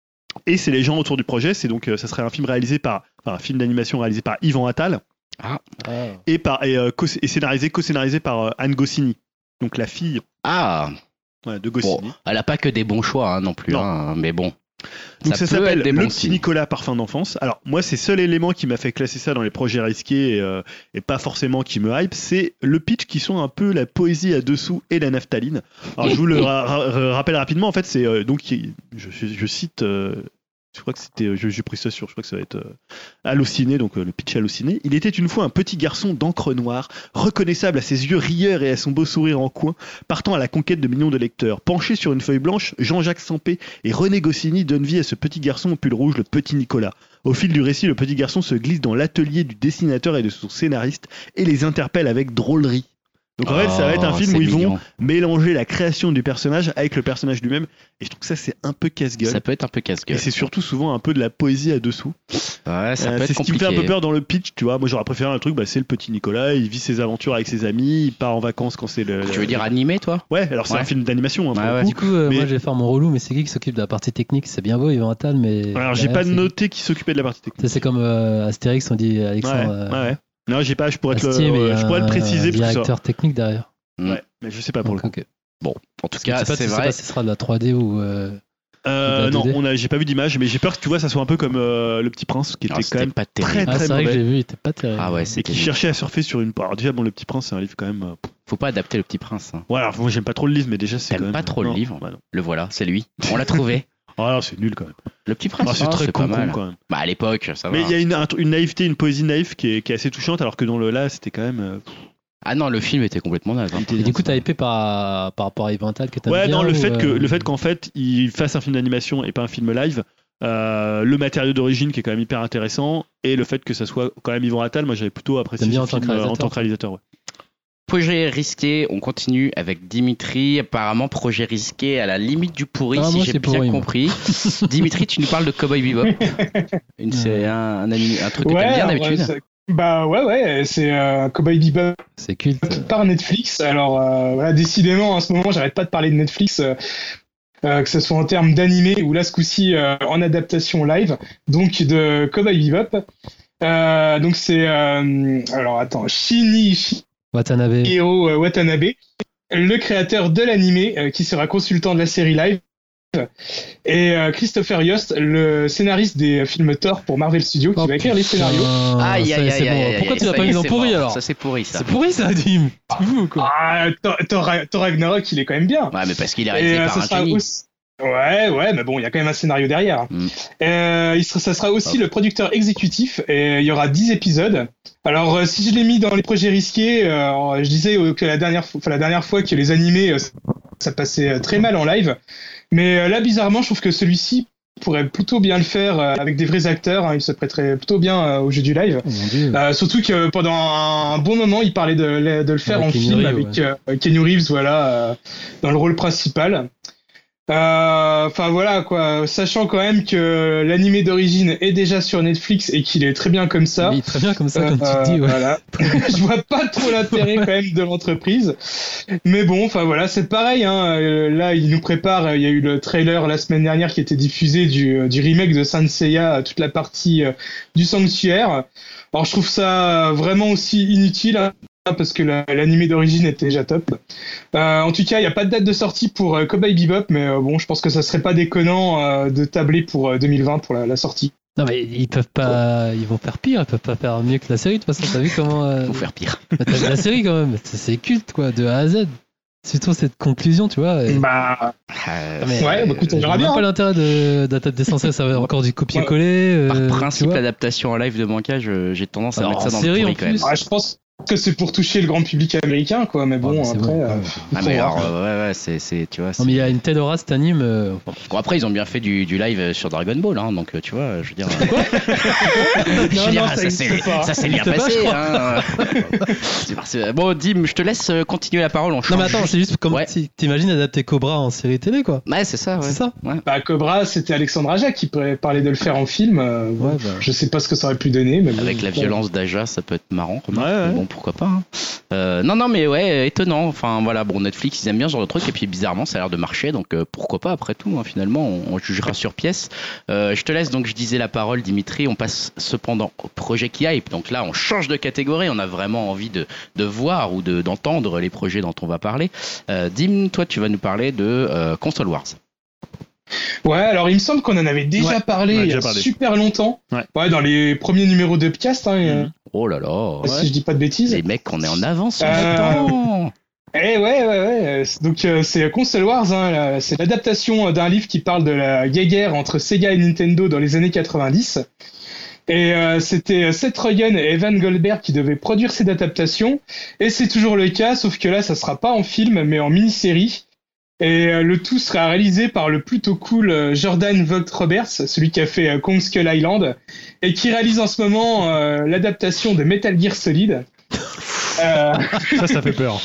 Speaker 2: Et c'est les gens autour du projet. C'est donc, euh, ça serait un film réalisé par, enfin, un film d'animation réalisé par Yvan Attal.
Speaker 1: Ah.
Speaker 2: Et, par, et, euh, co- et scénarisé, co-scénarisé par euh, Anne Goscinny, donc la fille
Speaker 1: Ah.
Speaker 2: ouais, de
Speaker 1: Bon,
Speaker 2: Goscinny.
Speaker 1: elle a pas que des bons choix hein, non plus.
Speaker 2: Non.
Speaker 1: Hein, mais bon.
Speaker 2: Donc ça,
Speaker 1: peut
Speaker 2: s'appelle
Speaker 1: être des
Speaker 2: Le
Speaker 1: bons
Speaker 2: Petit
Speaker 1: signes.
Speaker 2: Nicolas Parfum d'enfance. Alors moi, c'est le seul élément qui m'a fait classer ça dans les projets risqués et, euh, et pas forcément qui me hype, c'est le pitch qui sont un peu la poésie à dessous et la naphtaline. Alors je vous le ra- ra- rappelle rapidement. En fait, c'est euh, donc je, je, je cite. euh, Je crois que c'était, euh, je- j'ai pris ça sur, je crois que ça va être euh, Allociné, donc euh, le pitch Allociné. Il était une fois un petit garçon d'encre noire, reconnaissable à ses yeux rieurs et à son beau sourire en coin, partant à la conquête de millions de lecteurs. Penché sur une feuille blanche, Jean-Jacques Sampé et René Goscinny donnent vie à ce petit garçon au pull rouge, le petit Nicolas. Au fil du récit, le petit garçon se glisse dans l'atelier du dessinateur et de son scénariste et les interpelle avec drôlerie. Donc en fait, ça va être un
Speaker 1: Oh,
Speaker 2: film
Speaker 1: c'est
Speaker 2: où ils vont
Speaker 1: mignon.
Speaker 2: mélanger la création du personnage avec le personnage lui-même, et je trouve que ça c'est un peu casse-gueule.
Speaker 1: Ça peut être un peu
Speaker 2: Et
Speaker 1: casse-gueule.
Speaker 2: c'est surtout souvent un peu de la poésie à dessous.
Speaker 1: Ouais, ça
Speaker 2: Euh,
Speaker 1: peut
Speaker 2: c'est
Speaker 1: être
Speaker 2: ce qui me fait
Speaker 1: compliqué.
Speaker 2: un peu peur dans le pitch, tu vois. Moi j'aurais préféré un truc, bah, c'est le petit Nicolas, il vit ses aventures avec ses amis, il part en vacances quand c'est le.
Speaker 1: Tu veux dire animé, toi?
Speaker 2: Ouais, alors c'est
Speaker 1: Ouais.
Speaker 2: un film d'animation. Hein, pour
Speaker 1: Ouais,
Speaker 2: le
Speaker 1: ouais.
Speaker 2: coup.
Speaker 6: Du coup, euh,
Speaker 2: Mais-
Speaker 6: moi je vais faire mon relou, mais c'est qui qui s'occupe de la partie technique? C'est bien beau, Yvan Attal, mais.
Speaker 2: Alors j'ai
Speaker 6: derrière,
Speaker 2: pas
Speaker 6: c'est-
Speaker 2: noté qui s'occupait de la partie
Speaker 6: Tu sais,
Speaker 2: technique.
Speaker 6: c'est comme euh, Astérix, on dit
Speaker 2: Ouais,
Speaker 6: Alexandre. euh,
Speaker 2: ouais, ouais. Non, j'ai pas, je pourrais, te le-
Speaker 6: Astier, mais il y a
Speaker 2: je pourrais le
Speaker 6: un
Speaker 2: préciser parce que ça.
Speaker 6: directeur technique derrière.
Speaker 2: Ouais, mais je sais pas pour le coup.
Speaker 6: Donc, ok.
Speaker 1: Bon, en tout
Speaker 6: Parce que
Speaker 1: cas,
Speaker 6: je sais pas
Speaker 1: c'est
Speaker 6: si
Speaker 1: vrai.
Speaker 6: pas si ce sera de la trois D ou. euh,
Speaker 2: Euh,
Speaker 6: de la
Speaker 2: non,
Speaker 6: deux D.
Speaker 2: on a, j'ai pas vu d'image, mais j'ai peur que tu vois, ça soit un peu comme euh, le Petit Prince, qui
Speaker 1: Alors,
Speaker 2: était quand
Speaker 1: c'était
Speaker 2: même
Speaker 1: pas
Speaker 2: très
Speaker 1: terrible.
Speaker 6: Ah,
Speaker 2: très
Speaker 6: c'est vrai que je
Speaker 2: mauvais,
Speaker 6: l'ai vu, il était pas terrible.
Speaker 1: Ah ouais,
Speaker 2: et
Speaker 1: c'était.
Speaker 2: qui cherchait à surfer sur une. Alors déjà, bon, le Petit Prince, c'est un livre quand même. euh,
Speaker 1: Faut pas adapter le Petit Prince. hein.
Speaker 2: Ouais, alors moi j'aime pas trop le livre, mais déjà c'est
Speaker 1: T'aimes
Speaker 2: quand même.
Speaker 1: pas trop le
Speaker 2: non,
Speaker 1: livre
Speaker 2: bah non.
Speaker 1: Le voilà, c'est lui. On l'a trouvé.
Speaker 2: Ah non, c'est nul quand même.
Speaker 1: Le Petit Prince,
Speaker 2: Ah, c'est
Speaker 1: ah,
Speaker 2: très
Speaker 1: c'est
Speaker 2: con,
Speaker 1: pas mal.
Speaker 2: quand même.
Speaker 1: Bah à l'époque, ça va.
Speaker 2: Mais il y a une, un- une naïveté, une poésie naïve qui est, qui est assez touchante, alors que dans le là, c'était quand même. euh,
Speaker 1: Ah non, le film était complètement naze. hein.
Speaker 6: Et du coup, t'as hypé par, par rapport à Yvan Attal que t'aimes
Speaker 2: Ouais,
Speaker 6: bien
Speaker 2: non, le
Speaker 6: ou,
Speaker 2: fait que
Speaker 6: euh,
Speaker 2: le fait qu'en fait il fasse un film d'animation et pas un film live, euh, le matériau d'origine qui est quand même hyper intéressant, et le fait que ça soit quand même Yvan Attal, moi j'avais plutôt apprécié
Speaker 6: T'aimes bien
Speaker 2: ce
Speaker 6: en tant
Speaker 2: film,
Speaker 6: que
Speaker 2: euh, en
Speaker 6: réalisateur,
Speaker 2: tant que réalisateur. Ouais.
Speaker 1: Projet risqué, on continue avec Dimitri. Apparemment, projet risqué à la limite du pourri,
Speaker 6: Ah,
Speaker 1: si
Speaker 6: moi,
Speaker 1: j'ai
Speaker 6: c'est
Speaker 1: bien
Speaker 6: pourri, moi.
Speaker 1: compris. Dimitri, tu nous parles de Cowboy Bebop. Une, c'est un, un, anime- un truc que
Speaker 4: Ouais,
Speaker 1: t'aimes bien
Speaker 4: alors,
Speaker 1: d'habitude.
Speaker 4: c'est- bah ouais, ouais, c'est euh, Cowboy Bebop
Speaker 6: C'est culte.
Speaker 4: par Netflix. Alors euh, voilà, décidément, en ce moment, j'arrête pas de parler de Netflix, euh, euh, que ce soit en termes d'animé ou là, ce coup-ci, euh, en adaptation live, donc de Cowboy Bebop. Euh, donc c'est, euh, alors attends, Shinichi
Speaker 6: Watanabe.
Speaker 4: Hiro euh, Watanabe, le créateur de l'animé, euh, qui sera consultant de la série live, et euh, Christopher Yost, le scénariste des films Thor pour Marvel Studios, qui
Speaker 6: Oh,
Speaker 4: va écrire les
Speaker 6: putain,
Speaker 4: scénarios.
Speaker 1: Aïe,
Speaker 6: ça,
Speaker 1: aïe,
Speaker 6: c'est
Speaker 1: aïe,
Speaker 6: bon.
Speaker 1: aïe, aïe,
Speaker 6: Pourquoi
Speaker 1: aïe,
Speaker 6: tu l'as
Speaker 1: ça
Speaker 6: pas
Speaker 1: y
Speaker 6: mis
Speaker 1: est,
Speaker 6: dans
Speaker 1: c'est
Speaker 6: pourri
Speaker 1: mort.
Speaker 6: alors?
Speaker 1: Ça, c'est pourri, ça.
Speaker 6: C'est pourri ça, Dim. C'est fou quoi.
Speaker 4: Ah, Thor, Thor, Thor Ragnarok, il est quand même bien.
Speaker 1: Ouais, mais parce qu'il est
Speaker 4: Et
Speaker 1: réalisé
Speaker 4: euh,
Speaker 1: par
Speaker 4: ça
Speaker 1: un
Speaker 4: sera
Speaker 1: génie.
Speaker 4: aussi... Ouais, ouais, mais bon, il y a quand même un scénario derrière.
Speaker 1: Mm.
Speaker 4: Euh, il sera, ça sera aussi
Speaker 1: Oh.
Speaker 4: le producteur exécutif, et il y aura dix épisodes. Alors, euh, si je l'ai mis dans les projets risqués, euh, je disais euh, que la dernière, fois, enfin, la dernière fois que les animés, euh, ça passait euh, très mal en live. Mais euh, là, bizarrement, je trouve que celui-ci pourrait plutôt bien le faire euh, avec des vrais acteurs. Hein, il se prêterait plutôt bien euh, au jeu du live.
Speaker 6: Oh mon dieu.
Speaker 4: Euh, surtout que pendant un bon moment, il parlait de, le- de le faire
Speaker 6: Avec
Speaker 4: en
Speaker 6: Keanu
Speaker 4: film
Speaker 6: Reeves,
Speaker 4: avec euh, Keanu Reeves, voilà, euh, dans le rôle principal. Enfin euh, voilà quoi, sachant quand même que l'animé d'origine est déjà sur Netflix et qu'il est très bien comme ça.
Speaker 6: Oui, très bien comme ça, comme
Speaker 4: euh,
Speaker 6: tu dis. Ouais.
Speaker 4: Voilà. Je vois pas trop l'intérêt quand même de l'entreprise, mais bon, enfin voilà, c'est pareil. Hein. Là, il nous prépare. Il y a eu le trailer la semaine dernière qui était diffusé du, du remake de Saint Seiya, toute la partie euh, du sanctuaire. Alors je trouve ça vraiment aussi inutile. Hein. Parce que la, l'animé d'origine était déjà top. Euh, en tout cas, il n'y a pas de date de sortie pour euh, Cowboy Bebop, mais euh, bon, je pense que ça serait pas déconnant euh, de tabler pour euh, deux mille vingt pour la, la sortie.
Speaker 6: Non mais ils peuvent pas, ils vont faire pire, ils peuvent pas faire mieux que la série de toute façon. T'as vu comment euh...
Speaker 1: Ils vont faire pire.
Speaker 6: Bah, t'as vu la série quand même, c'est, c'est culte quoi, de A à Z. Surtout cette conclusion, tu vois. Et...
Speaker 4: Bah,
Speaker 1: euh,
Speaker 4: mais, ouais, bah, écoute, on verra bien.
Speaker 6: Pas l'intérêt de d'adapter sans cesse, ça va encore du copier-coller.
Speaker 1: Par
Speaker 6: euh,
Speaker 1: principe, l'adaptation en live de manga, je, j'ai tendance à
Speaker 6: alors,
Speaker 1: mettre ça dans
Speaker 6: série,
Speaker 1: le pourri quand même.
Speaker 4: Ouais, je pense que c'est pour toucher le grand public américain, quoi. Mais bon,
Speaker 6: ouais, mais
Speaker 4: après.
Speaker 6: bon.
Speaker 4: Euh,
Speaker 1: ah mais alors, euh, ouais, ouais, c'est, c'est, tu vois. C'est...
Speaker 6: Non mais il y a une telle aura cet anime. Euh...
Speaker 1: Bon, après, ils ont bien fait du, du live sur Dragon Ball, hein, donc tu vois, je veux dire.
Speaker 4: Quoi
Speaker 1: je
Speaker 4: non,
Speaker 1: veux dire,
Speaker 4: non,
Speaker 1: ça,
Speaker 4: ça,
Speaker 1: c'est,
Speaker 4: pas.
Speaker 1: ça s'est bien
Speaker 6: pas,
Speaker 1: passé. Hein. c'est c'est... Bon, Dim, je te laisse continuer la parole. On change.
Speaker 6: Non mais attends, c'est juste comme
Speaker 1: ouais.
Speaker 6: si t'imagines adapter Cobra en série télé quoi.
Speaker 1: Ouais, c'est ça. Ouais.
Speaker 6: C'est ça.
Speaker 1: Ouais.
Speaker 4: Bah Cobra, c'était Alexandre Aja qui parlait de le faire en film. Euh,
Speaker 6: ouais,
Speaker 4: bon,
Speaker 6: bah.
Speaker 4: Je sais pas ce que ça aurait pu donner, mais
Speaker 1: avec
Speaker 4: bon,
Speaker 1: la
Speaker 4: bon.
Speaker 1: violence d'Aja, ça peut être marrant.
Speaker 2: Ouais, ouais.
Speaker 1: Bon, pourquoi pas. Hein. Euh, non, non, mais ouais, étonnant. Enfin, voilà, bon, Netflix, ils aiment bien ce genre de truc, et puis bizarrement, ça a l'air de marcher, donc euh, pourquoi pas, après tout, hein, finalement, on, on jugera sur pièce. Euh, je te laisse, donc, je disais la parole, Dimitri, on passe cependant au projet qui hype. Donc là, on change de catégorie, on a vraiment envie de, de voir ou de, d'entendre les projets dont on va parler. Euh, Dim, toi, tu vas nous parler de euh, Console Wars.
Speaker 4: Ouais, alors il me semble qu'on en avait déjà
Speaker 2: ouais,
Speaker 4: parlé il y a
Speaker 2: parlé.
Speaker 4: super longtemps.
Speaker 2: Ouais.
Speaker 4: ouais, dans les premiers numéros de Upcast, hein,
Speaker 1: Mmh. Oh là là.
Speaker 4: si
Speaker 1: Ouais.
Speaker 4: je dis pas de bêtises.
Speaker 1: Les mecs, on est en avance sur
Speaker 4: Euh,
Speaker 1: le temps.
Speaker 4: Eh ouais, ouais, ouais. Donc euh, c'est Console Wars, hein, là, c'est l'adaptation d'un livre qui parle de la guerre entre Sega et Nintendo dans les années quatre-vingt-dix. Et euh, c'était Seth Rogen et Evan Goldberg qui devaient produire cette adaptation. Et c'est toujours le cas, sauf que là, ça sera pas en film, mais en mini-série. Et euh, le tout sera réalisé par le plutôt cool euh, Jordan Vogt-Roberts, celui qui a fait euh, Kong Skull Island, et qui réalise en ce moment euh, l'adaptation de Metal Gear Solid. Euh,
Speaker 2: Ça, ça fait peur.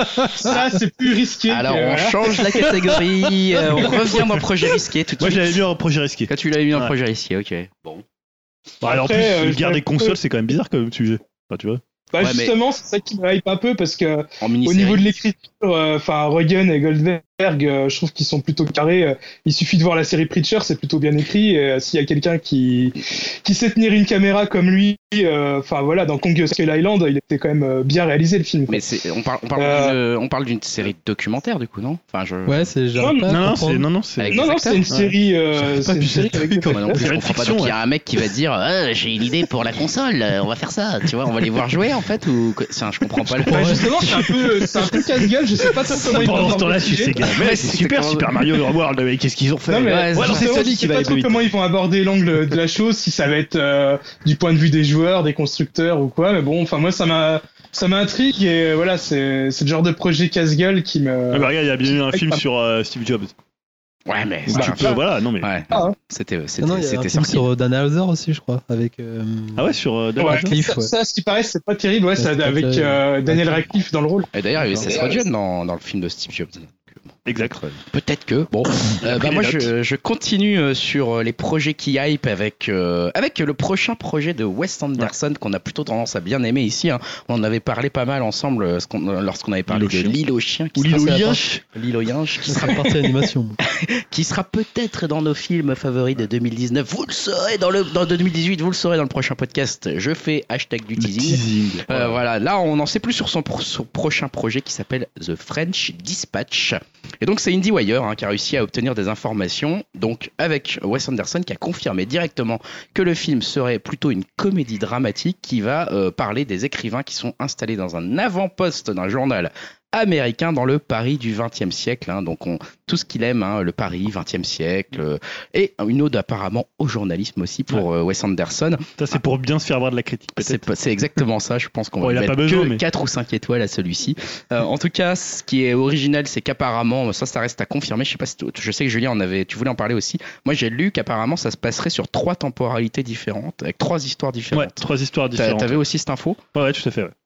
Speaker 4: ça, c'est plus risqué.
Speaker 1: Alors,
Speaker 4: que,
Speaker 1: on
Speaker 4: voilà.
Speaker 1: change la catégorie, euh, on revient dans le projet risqué tout de
Speaker 2: Moi, je
Speaker 1: suite.
Speaker 2: l'avais mis en projet risqué.
Speaker 1: Quand tu l'avais mis dans le
Speaker 2: Ouais.
Speaker 1: projet risqué, ok. Bon.
Speaker 2: Bon, alors, en plus,
Speaker 4: Après, euh,
Speaker 2: le
Speaker 4: je
Speaker 2: garde des
Speaker 4: dirais-
Speaker 2: consoles, c'est quand même bizarre comme sujet. Enfin, tu vois.
Speaker 4: Bah,
Speaker 1: Ouais, mais-
Speaker 4: justement, c'est ça qui me hype un peu parce que
Speaker 1: En
Speaker 4: au
Speaker 1: mini-série.
Speaker 4: niveau de l'écriture, enfin euh, Rogen et Goldberg, euh, je trouve qu'ils sont plutôt carrés. Euh, il suffit de voir la série Preacher, c'est plutôt bien écrit. Et, euh, s'il y a quelqu'un qui qui sait tenir une caméra comme lui, enfin euh, voilà, dans Kong Skull Island, il était quand même euh, bien réalisé le film. quoi.
Speaker 1: Mais c'est, on parle, on parle,
Speaker 4: Euh,
Speaker 1: d'une, on parle d'une série documentaire du coup, non? Enfin, je.
Speaker 6: Ouais, c'est genre.
Speaker 4: Non,
Speaker 6: pas
Speaker 2: Non, non,
Speaker 6: comprendre.
Speaker 2: c'est, non, non, c'est.
Speaker 1: Avec
Speaker 4: non,
Speaker 1: des
Speaker 4: non, c'est une
Speaker 1: acteurs,
Speaker 4: série. Euh,
Speaker 6: pas
Speaker 4: c'est une
Speaker 6: pigé
Speaker 4: série
Speaker 6: le
Speaker 4: avec
Speaker 6: truc,
Speaker 4: des
Speaker 1: Moi non plus, je
Speaker 2: C'est une
Speaker 1: comprends pas.
Speaker 2: fiction,
Speaker 1: Donc il y
Speaker 2: ouais.
Speaker 1: a un mec qui va dire, ah, j'ai une idée pour la console, euh, on va faire ça. Tu vois, on va les voir jouer en fait ou que- c'est un- je comprends pas le.
Speaker 4: Bah, justement, c'est un peu, c'est un peu casse-gueule. Je sais pas trop comment ils vont
Speaker 2: Pendant ce temps-là,
Speaker 4: aborder
Speaker 2: tu
Speaker 4: le
Speaker 2: sais,
Speaker 4: sujet.
Speaker 2: gars, mais c'est super, Super Mario World, mais qu'est-ce qu'ils ont fait?
Speaker 4: Non, mais
Speaker 1: Ouais,
Speaker 2: Ouais, non, c'est
Speaker 4: justement,
Speaker 2: Sony
Speaker 4: je
Speaker 2: qui
Speaker 4: sais
Speaker 2: va
Speaker 4: pas
Speaker 2: aller
Speaker 4: trop
Speaker 2: plus vite.
Speaker 4: comment ils vont aborder l'angle de la chose, si ça va être euh, du point de vue des joueurs, des constructeurs ou quoi. Mais bon, enfin moi ça m'a, ça m'intrigue et euh, voilà, c'est, c'est le genre de projet casse-gueule qui me.
Speaker 2: Ah bah regarde, il y a bien eu un film sur euh, Steve Jobs.
Speaker 1: Ouais, mais
Speaker 2: Où
Speaker 1: c'est
Speaker 2: tu
Speaker 1: un-
Speaker 2: peux, voilà, non mais.
Speaker 1: Ouais,
Speaker 4: Ah,
Speaker 1: c'était, c'était,
Speaker 6: Non, non, il y a un
Speaker 1: c'était
Speaker 6: film
Speaker 1: sorti.
Speaker 6: sur Dan Hauser aussi, je crois, avec. euh,
Speaker 2: Ah ouais, sur euh,
Speaker 4: Ouais,
Speaker 2: David
Speaker 6: Radcliffe,
Speaker 4: ça,
Speaker 6: ouais.
Speaker 4: ça, ce qui paraît, c'est pas terrible, ouais,
Speaker 6: Ouais,
Speaker 4: ça,
Speaker 6: c'est pas
Speaker 4: avec
Speaker 6: terrible.
Speaker 4: euh, Daniel Radcliffe dans le rôle.
Speaker 1: Et d'ailleurs, il y avait
Speaker 6: D'accord.
Speaker 1: Seth Rogen dans, dans le film de Steve Jobs.
Speaker 2: Exact.
Speaker 1: Peut-être que. Bon, euh,
Speaker 2: pris
Speaker 1: bah
Speaker 2: les
Speaker 1: moi
Speaker 2: notes.
Speaker 1: je, je continue euh, sur euh, les projets qui hype avec euh, avec le prochain projet de Wes Anderson qu'on a plutôt tendance à bien aimer ici. Hein. On en avait parlé pas mal ensemble euh, ce qu'on- euh, lorsqu'on avait parlé
Speaker 2: L'île aux
Speaker 1: de
Speaker 2: chiens.
Speaker 1: L'île aux chiens, qui
Speaker 2: Ou Lilo
Speaker 1: sera-
Speaker 2: Yinch.
Speaker 1: L'île aux Yinch, qui
Speaker 6: Ça
Speaker 1: sera
Speaker 6: sera partie animation.
Speaker 1: qui sera peut-être dans nos films favoris de deux mille dix-neuf. Vous le saurez dans le dans deux mille dix-huit, vous le saurez dans le prochain podcast. Je fais hashtag du
Speaker 2: Le
Speaker 1: teasing.
Speaker 2: teasing.
Speaker 1: Euh, voilà, là on n'en sait plus sur son, pro- son prochain projet qui s'appelle The French Dispatch. Et donc c'est IndieWire hein, qui a réussi à obtenir des informations, donc avec Wes Anderson qui a confirmé directement que le film serait plutôt une comédie dramatique qui va euh, parler des écrivains qui sont installés dans un avant-poste d'un journal américain dans le Paris du vingtième siècle. Hein, donc on, tout ce qu'il aime, hein, le Paris vingtième siècle, euh, et une ode apparemment au journalisme aussi pour euh, Wes Anderson.
Speaker 2: Ça, c'est pour bien se faire voir de la critique,
Speaker 1: C'est,
Speaker 2: peut-être.
Speaker 1: pas- c'est exactement ça, je pense qu'on
Speaker 2: Bon,
Speaker 1: va
Speaker 2: il
Speaker 1: lui
Speaker 2: a
Speaker 1: mettre
Speaker 2: pas besoin,
Speaker 1: que
Speaker 2: mais-
Speaker 1: quatre ou cinq étoiles à celui-ci. Euh, en tout cas, ce qui est original, c'est qu'apparemment, ça, ça reste à confirmer. Je sais pas si tu- je sais que Julien en avait, tu voulais en parler aussi. Moi, j'ai lu qu'apparemment, ça se passerait sur trois temporalités différentes, avec trois histoires différentes.
Speaker 2: Ouais, trois histoires
Speaker 1: T'a-
Speaker 2: différentes.
Speaker 1: T'avais aussi cette info?
Speaker 2: Ouais, ouais, tout à fait. Ouais.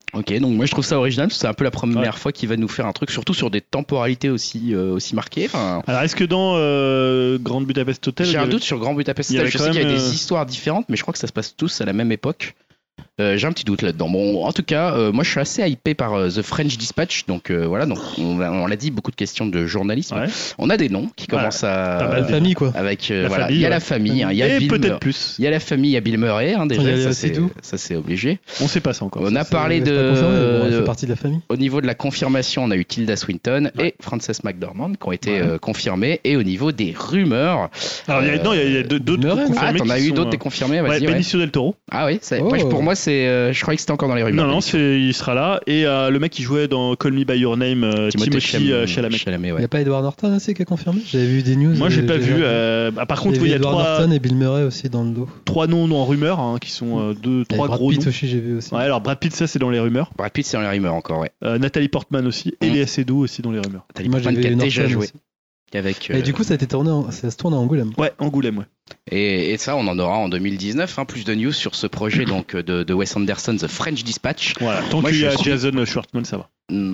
Speaker 1: Ok, donc moi je trouve ça original, parce que c'est un peu la première ouais. fois qu'il va nous faire un truc, surtout sur des temporalités aussi, euh, aussi marquées. Enfin,
Speaker 2: alors est-ce que dans euh, Grand Budapest Hotel...
Speaker 1: J'ai un
Speaker 2: avait...
Speaker 1: doute sur Grand Budapest Hotel, je sais qu'il y a euh... des histoires différentes, mais je crois que ça se passe tous à la même époque. Euh, j'ai un petit doute là-dedans. Bon, en tout cas, euh, moi je suis assez hypé par euh, The French Dispatch. Donc euh, voilà, donc on, on l'a dit, beaucoup de questions de journalisme. Ouais. On a des noms qui commencent ouais. à.
Speaker 6: La famille quoi.
Speaker 1: Avec euh, voilà, il y a la famille, il y a
Speaker 2: et
Speaker 1: Bill
Speaker 2: peut-être
Speaker 1: Murray.
Speaker 2: plus.
Speaker 1: Il y a la famille, il y a Bill Murray. Hein, déjà,
Speaker 6: ça,
Speaker 1: c'est, ça c'est obligé.
Speaker 2: On sait pas ça encore.
Speaker 1: On
Speaker 2: ça,
Speaker 1: a parlé de.
Speaker 6: Bon, elle fait partie de la famille.
Speaker 1: Au niveau de la confirmation, on a eu Tilda Swinton ouais. et Frances McDormand qui ont été ouais. euh, confirmés. Et au niveau des rumeurs.
Speaker 2: Alors euh, non, il y a d'autres confirmés.
Speaker 1: Ah, t'en as eu d'autres confirmés. Vas-y.
Speaker 2: Benicio del Toro.
Speaker 1: Ah oui. Pour moi, c'est. Je croyais que c'était encore dans les rumeurs.
Speaker 2: Non, non, c'est, il sera là. Et euh, le mec qui jouait dans Call Me By Your Name, euh, Timothée Chalamet. Chalamet.
Speaker 1: Chalamet ouais.
Speaker 6: Il n'y a pas Edward Norton aussi qui est confirmé? J'avais vu des news.
Speaker 2: Moi, j'ai pas vu. Euh, ah, par contre, il y a
Speaker 6: Edward
Speaker 2: trois.
Speaker 6: Norton et Bill Murray aussi dans le dos.
Speaker 2: Trois noms en rumeur, hein, qui sont euh, deux, trois
Speaker 6: Brad
Speaker 2: gros
Speaker 6: Pitt
Speaker 2: noms.
Speaker 6: aussi, j'ai vu aussi.
Speaker 2: Ouais, alors Brad Pitt, ça, c'est dans les rumeurs.
Speaker 1: Brad Pitt, c'est dans les rumeurs encore, ouais.
Speaker 2: Euh, Nathalie Portman aussi. Et Léa Seydoux aussi dans les rumeurs.
Speaker 1: Nathalie Portman qui a déjà joué. Avec,
Speaker 6: euh... Et du coup, ça a été tourné, en... ça se tourne à Angoulême.
Speaker 2: Ouais, Angoulême, ouais.
Speaker 1: Et, et ça, on en aura en deux mille dix-neuf. Hein, plus de news sur ce projet donc de, de Wes Anderson, The French Dispatch.
Speaker 2: Voilà. Tant qu'il y a suis... Jason Schwartzman, ça va.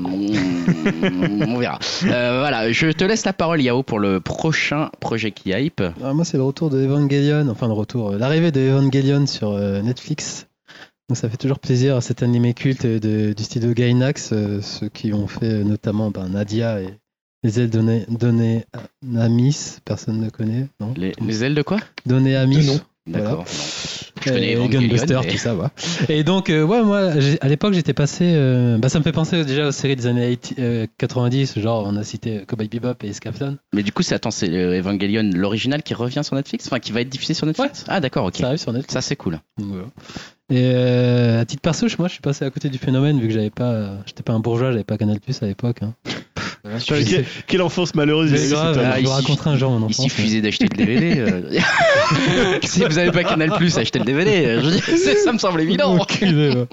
Speaker 1: On verra. Euh, voilà, je te laisse la parole, Yao, pour le prochain projet qui hype.
Speaker 6: Ah, moi, c'est le retour de Evangelion, enfin le retour, l'arrivée de Evangelion sur euh, Netflix. Donc ça fait toujours plaisir à cet animé culte de, du studio Gainax, euh, ceux qui ont fait notamment ben, Nadia et les ailes données, données à Namis, personne ne connaît, non
Speaker 1: les, les ailes de quoi?
Speaker 6: Données à Namis. Non.
Speaker 1: D'accord.
Speaker 6: Voilà. Et Gunbuster, mais... tout ça, ouais. Et donc, euh, ouais, moi, à l'époque, j'étais passé. Euh, bah, ça me fait penser déjà aux séries des années quatre-vingt-dix, genre, on a cité Cowboy Bebop et Scaflon.
Speaker 1: Mais du coup, c'est, attends, c'est Evangelion, l'original qui revient sur Netflix, enfin, qui va être diffusé sur Netflix. Ouais. Ah, d'accord, ok.
Speaker 6: Ça arrive sur Netflix.
Speaker 1: Ça, c'est cool.
Speaker 6: Donc, voilà. Et euh, à titre perso, moi, je suis passé à côté du phénomène, vu que j'avais pas, j'étais pas un bourgeois, j'avais pas Canal Plus à l'époque. Hein.
Speaker 2: Voilà, quelle, quelle enfance malheureuse.
Speaker 6: C'est grave, ah, je vous raconterai un jour mon enfance.
Speaker 1: Il suffisait d'acheter le D V D. Euh... si vous n'avez pas Canal Plus, achetez le D V D. Je dis, ça me semble évident.
Speaker 6: Enculé, ouais.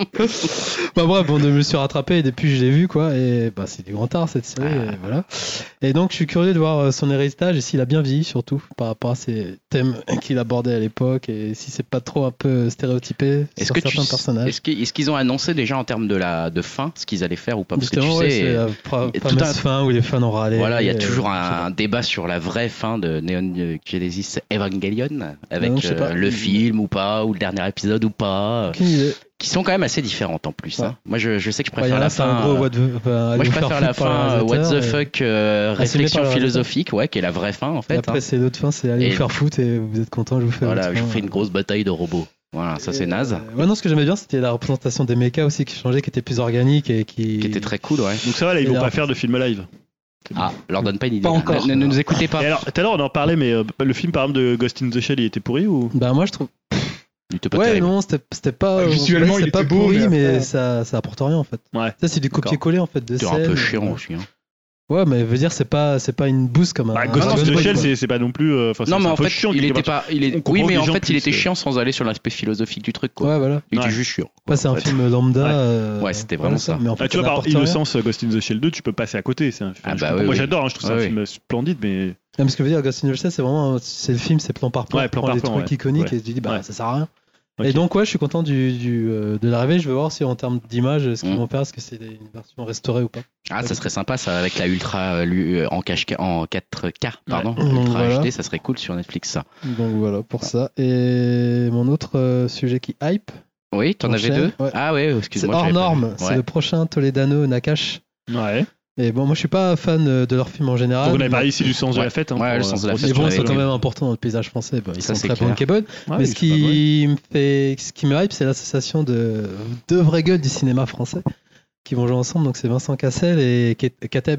Speaker 6: Bah bref, bon, je me suis rattrapé et depuis je l'ai vu quoi. Et bah c'est du grand art cette série. Ah. Et voilà. Et donc je suis curieux de voir son héritage et s'il a bien vieilli surtout par rapport à ces thèmes qu'il abordait à l'époque et si c'est pas trop un peu stéréotypé
Speaker 1: est-ce
Speaker 6: sur
Speaker 1: que
Speaker 6: certains
Speaker 1: tu,
Speaker 6: personnages.
Speaker 1: Est-ce qu'ils, est-ce qu'ils ont annoncé déjà en termes de la de fin ce qu'ils allaient faire ou pas? Parce
Speaker 6: Justement,
Speaker 1: que tu
Speaker 6: ouais,
Speaker 1: sais,
Speaker 6: c'est la fameuse fin où les fans ont râlé.
Speaker 1: Voilà, il y a toujours un, un débat sur la vraie fin de Neon Genesis Evangelion avec non, euh, le film ou pas ou le dernier épisode ou pas. Qui sont quand même assez différentes en plus. Ouais. Hein. Moi, je, je sais que je préfère ouais, la fin.
Speaker 6: Gros, what the, enfin,
Speaker 1: moi, je préfère la fin What the fuck euh,
Speaker 6: ah,
Speaker 1: réflexion philosophique, ouais, qui est la vraie fin en fait.
Speaker 6: Et après, hein. c'est l'autre fin, c'est aller et vous faire foutre et vous êtes content, je vous fais.
Speaker 1: Voilà, je vous
Speaker 6: fin,
Speaker 1: fais une grosse bataille de robots. Voilà, ça et c'est naze.
Speaker 6: Euh, ouais, non, ce que j'aimais bien, c'était la représentation des mechas aussi qui changeait, qui était plus organique et qui.
Speaker 1: Qui était très cool, ouais.
Speaker 2: Donc ça va, là, ils vont pas faire de film live.
Speaker 1: Ah, leur donne pas une idée.
Speaker 4: Pas encore.
Speaker 1: Ne, ne nous écoutez pas.
Speaker 2: Et alors, tout à l'heure, on en parlait, mais euh, le film, par exemple, de Ghost in the Shell, il était pourri ou?
Speaker 6: Bah, moi, je trouve.
Speaker 1: Il était pas
Speaker 6: ouais,
Speaker 1: terrible.
Speaker 6: non, c'était, c'était pas.
Speaker 4: Ah, visuellement,
Speaker 6: ouais,
Speaker 4: il était
Speaker 6: pas
Speaker 4: beau,
Speaker 6: pourri,
Speaker 4: mais,
Speaker 6: mais
Speaker 4: après...
Speaker 6: ça, ça apporte rien en fait.
Speaker 2: Ouais.
Speaker 6: Ça, c'est du copier-coller en fait de
Speaker 1: scène. C'est un peu chiant aussi. Hein.
Speaker 6: Ouais, mais veut dire c'est pas c'est pas une boost comme un.
Speaker 2: Bah, Ghost in the Shell, c'est, c'est pas non plus. Euh,
Speaker 1: non, mais en fait,
Speaker 2: chiant,
Speaker 1: il était pas. Il est... Oui, mais en fait,
Speaker 2: plus,
Speaker 1: il était
Speaker 2: que...
Speaker 1: chiant sans aller sur l'aspect philosophique du truc. Quoi.
Speaker 6: Ouais, voilà.
Speaker 1: Il
Speaker 2: ouais.
Speaker 1: était juste chiant.
Speaker 6: Ouais, c'est un film lambda.
Speaker 1: Ouais,
Speaker 6: euh...
Speaker 1: ouais c'était vraiment ça.
Speaker 6: Mais en fait,
Speaker 2: ah, tu vois, par Innocence, Ghost in the Shell deux, tu peux passer à côté. C'est un film.
Speaker 1: Ah, bah, oui,
Speaker 2: moi,
Speaker 1: oui.
Speaker 2: j'adore. Je trouve ça un film splendide, mais.
Speaker 6: Non, ce que veut dire Ghost in the Shell, c'est vraiment c'est le film, c'est plan par plan.
Speaker 2: Ouais, plan par
Speaker 6: des
Speaker 2: plan.
Speaker 6: trucs iconiques et tu dis bah ça sert à rien. Okay. Et donc ouais, je suis content du, du euh, de l'arrivée. Je veux voir si en termes d'image, ce qu'ils mmh. vont faire, est-ce que c'est une version restaurée ou pas.
Speaker 1: Ah, ça serait sympa, ça avec la ultra euh, en, en quatre K, pardon,
Speaker 6: ouais.
Speaker 1: ultra
Speaker 6: voilà.
Speaker 1: H D, ça serait cool sur Netflix, ça.
Speaker 6: Donc voilà pour ouais. ça. Et mon autre euh, sujet qui hype.
Speaker 1: Oui, t'en avais deux.
Speaker 6: Ouais.
Speaker 1: Ah ouais, excuse-moi.
Speaker 6: C'est hors norme.
Speaker 1: Ouais.
Speaker 6: C'est le prochain Toledano Nakash.
Speaker 2: Ouais.
Speaker 6: Et bon, moi je suis pas fan de leurs films en général.
Speaker 2: Donc on avait parlé ici du sens
Speaker 1: ouais.
Speaker 2: de la fête. Hein,
Speaker 1: ouais, le sens de la fête.
Speaker 6: Mais bon, ils sont quand même importants dans le paysage français. Bon, ils
Speaker 1: ça,
Speaker 6: sont
Speaker 1: c'est
Speaker 6: très bankable.
Speaker 2: Ouais,
Speaker 6: mais ce qui me fait, ce qui me hype, c'est l'association de deux vraies gueules du cinéma français qui vont jouer ensemble. Donc c'est Vincent Cassel et Kateb.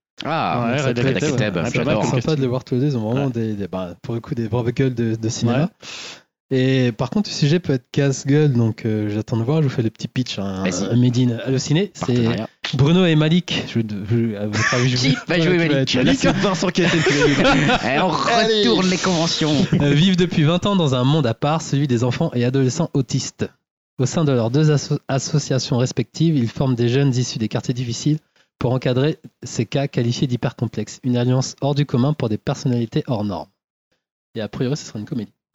Speaker 1: Ah,
Speaker 2: ouais,
Speaker 1: Red Red Kateb.
Speaker 6: C'est sympa de les voir tous les deux. Ils ont vraiment ouais. des, des bah, pour le coup, des vraies gueules de, de cinéma. Ouais. Et par contre, le sujet peut être casse-gueule, donc euh, j'attends de voir. Je vous fais le petit pitch. Hein, un Médine halluciné. C'est Bruno et Malik. Je, je, à votre avis, je
Speaker 1: Qui va jouer Malik?
Speaker 6: Malik Vincent Cassel.
Speaker 1: On retourne les conventions.
Speaker 6: Euh, vivent depuis vingt ans dans un monde à part, celui des enfants et adolescents autistes. Au sein de leurs deux asso- associations respectives, ils forment des jeunes issus des quartiers difficiles pour encadrer ces cas qualifiés d'hyper complexes. Une alliance hors du commun pour des personnalités hors normes. Et a priori, ce sera une comédie.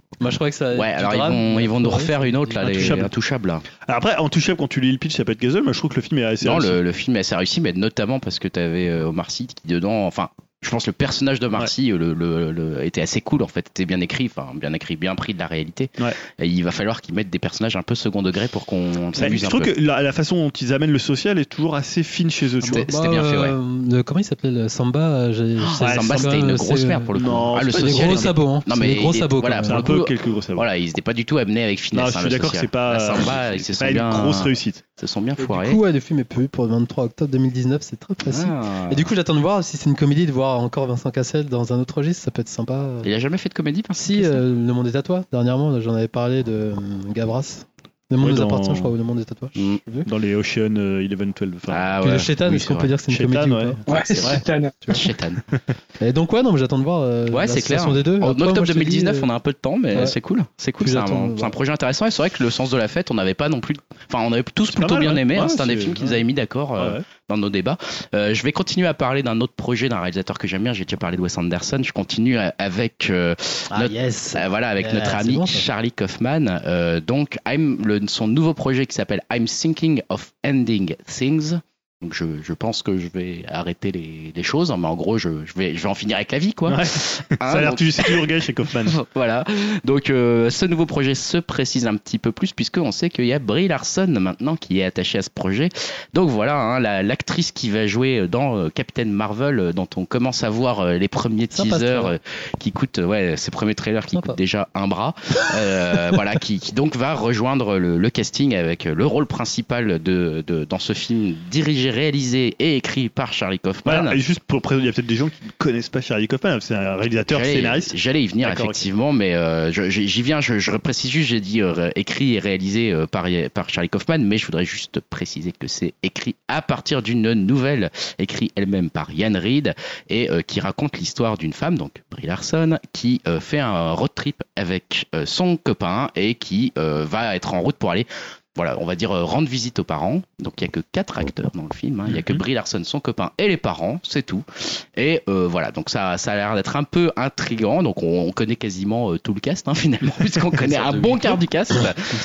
Speaker 6: Moi, je crois que ça.
Speaker 1: Ouais, alors ils vont, ils vont nous refaire une autre, là, les
Speaker 2: Intouchable.
Speaker 1: Intouchables. Là.
Speaker 2: Alors après, Intouchable, quand tu lis le pitch, ça peut être gazelle, mais je trouve que le film est assez
Speaker 1: Non,
Speaker 2: réussi.
Speaker 1: le, le film est assez réussi, mais notamment parce que t'avais euh, Omar Sy qui dedans, enfin. Je pense que le personnage de Marcy ouais. le, le, le, était assez cool en fait, était bien écrit, enfin bien écrit, bien pris de la réalité.
Speaker 2: Ouais.
Speaker 1: Et il va falloir qu'ils mettent des personnages un peu second degré pour qu'on s'amuse
Speaker 2: ouais,
Speaker 1: un
Speaker 2: peu. Je trouve
Speaker 1: peu.
Speaker 2: que la, la façon dont ils amènent le social est toujours assez fine chez eux. Tu
Speaker 1: c'était,
Speaker 2: vois.
Speaker 1: C'était bien fait, ouais.
Speaker 6: Euh, comment il s'appelait le Samba j'ai,
Speaker 1: oh, ouais, Samba, c'était une grosse merde pour le coup.
Speaker 2: Non,
Speaker 1: ah, le
Speaker 6: social, des gros sabots. Hein.
Speaker 1: Non mais
Speaker 6: des gros sabots.
Speaker 1: Voilà,
Speaker 2: c'est un peu quelques gros sabots.
Speaker 1: Voilà, ils n'étaient pas du tout amenés avec finesse.
Speaker 2: Non, je suis
Speaker 1: hein,
Speaker 2: d'accord que c'est pas.
Speaker 1: La Samba, ils se sont bien.
Speaker 2: Une grosse réussite.
Speaker 1: Se sont bien foirés.
Speaker 6: Du coup, ouais, le film est prévu pour le vingt-trois octobre deux mille dix-neuf, c'est très facile. Et du coup, j'attends de voir si c'est une comédie, de voir encore Vincent Cassel dans un autre registre, ça peut être sympa.
Speaker 1: Il a jamais fait de comédie,
Speaker 6: Si, euh, Le Monde est à toi. Dernièrement, j'en avais parlé de euh, Gavras. Le Monde
Speaker 2: ouais,
Speaker 6: nous
Speaker 2: dans...
Speaker 6: appartient, je crois, ou Le Monde est à toi.
Speaker 2: Mmh. Dans les Ocean euh, eleven, twelve. Enfin...
Speaker 1: Ah,
Speaker 6: Puis
Speaker 1: ouais.
Speaker 6: le Chétan,
Speaker 1: oui,
Speaker 6: est-ce qu'on
Speaker 1: vrai.
Speaker 6: peut dire que c'est une
Speaker 2: Chétan,
Speaker 6: comédie
Speaker 2: ouais.
Speaker 6: ou pas
Speaker 4: Ouais,
Speaker 1: c'est vrai.
Speaker 4: Chétan.
Speaker 1: Chétan.
Speaker 6: Et donc, ouais, non, mais j'attends de voir. Euh,
Speaker 1: ouais,
Speaker 6: la
Speaker 1: c'est clair.
Speaker 6: des deux.
Speaker 1: En
Speaker 6: Après,
Speaker 1: octobre
Speaker 6: moi,
Speaker 1: deux mille dix-neuf,
Speaker 6: dis,
Speaker 1: on a un peu de temps, mais
Speaker 6: ouais.
Speaker 1: c'est cool. C'est cool. C'est un, c'est un projet intéressant. Et c'est vrai que le sens de la fête, on n'avait pas non plus. Enfin, on avait tous
Speaker 2: c'est
Speaker 1: plutôt
Speaker 2: mal,
Speaker 1: bien
Speaker 2: ouais.
Speaker 1: aimé.
Speaker 2: Ouais,
Speaker 1: hein, c'est un des
Speaker 2: c'est...
Speaker 1: films qui nous
Speaker 2: ouais.
Speaker 1: avait mis d'accord euh,
Speaker 2: ouais.
Speaker 1: dans nos débats. Euh, je vais continuer à parler d'un autre projet d'un réalisateur que j'aime bien. J'ai déjà parlé de Wes Anderson. Je continue avec euh,
Speaker 6: ah,
Speaker 1: notre,
Speaker 6: yes.
Speaker 1: euh, voilà, avec
Speaker 6: yeah,
Speaker 1: notre ami
Speaker 6: bon,
Speaker 1: Charlie Kaufman. Euh, donc, I'm, le, son nouveau projet qui s'appelle I'm Thinking of Ending Things. Donc je, je pense que je vais arrêter les, les choses, mais en gros je, je, vais, je vais en finir avec la vie quoi.
Speaker 2: Ouais.
Speaker 1: Hein,
Speaker 2: ça a l'air
Speaker 1: donc...
Speaker 2: toujours gay chez Kaufman.
Speaker 1: Voilà, donc euh, ce nouveau projet se précise un petit peu plus puisqu'on sait qu'il y a Brie Larson maintenant qui est attachée à ce projet. Donc voilà, hein, la, l'actrice qui va jouer dans euh, Captain Marvel euh, dont on commence à voir euh, les premiers
Speaker 6: Sympa,
Speaker 1: teasers euh, qui coûtent, ouais, ces premiers trailers qui
Speaker 6: Sympa.
Speaker 1: coûtent déjà un bras, euh, voilà, qui, qui donc va rejoindre le, le casting avec le rôle principal de, de, dans ce film dirigé, réalisé et écrit par Charlie Kaufman.
Speaker 2: Voilà, et juste pour présenter, il y a peut-être des gens qui ne connaissent pas Charlie Kaufman, c'est un réalisateur
Speaker 1: j'allais,
Speaker 2: scénariste.
Speaker 1: J'allais y venir,
Speaker 2: D'accord,
Speaker 1: effectivement, okay. mais euh, je, j'y viens, je, je précise juste, j'ai dit euh, écrit et réalisé euh, par, par Charlie Kaufman, mais je voudrais juste préciser que c'est écrit à partir d'une nouvelle, écrite elle-même par Ian Reid, et euh, qui raconte l'histoire d'une femme, donc Brie Larson, qui euh, fait un road trip avec euh, son copain et qui euh, va être en route pour aller... Voilà, on va dire euh, rendre visite aux parents. Donc il y a que quatre acteurs dans le film. Hein. Il y a que Brie Larson, son copain et les parents, c'est tout. Et euh, voilà, donc ça, ça a l'air d'être un peu intriguant. Donc on, on connaît quasiment euh, tout le cast hein, finalement, puisqu'on connaît un bon quart du cast.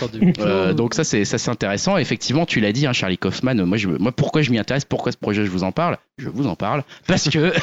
Speaker 1: euh, donc ça c'est ça c'est intéressant. Effectivement, tu l'as dit, hein, Charlie Kaufman. Moi, je, moi, pourquoi je m'y intéresse, pourquoi ce projet je vous en parle, je vous en parle parce que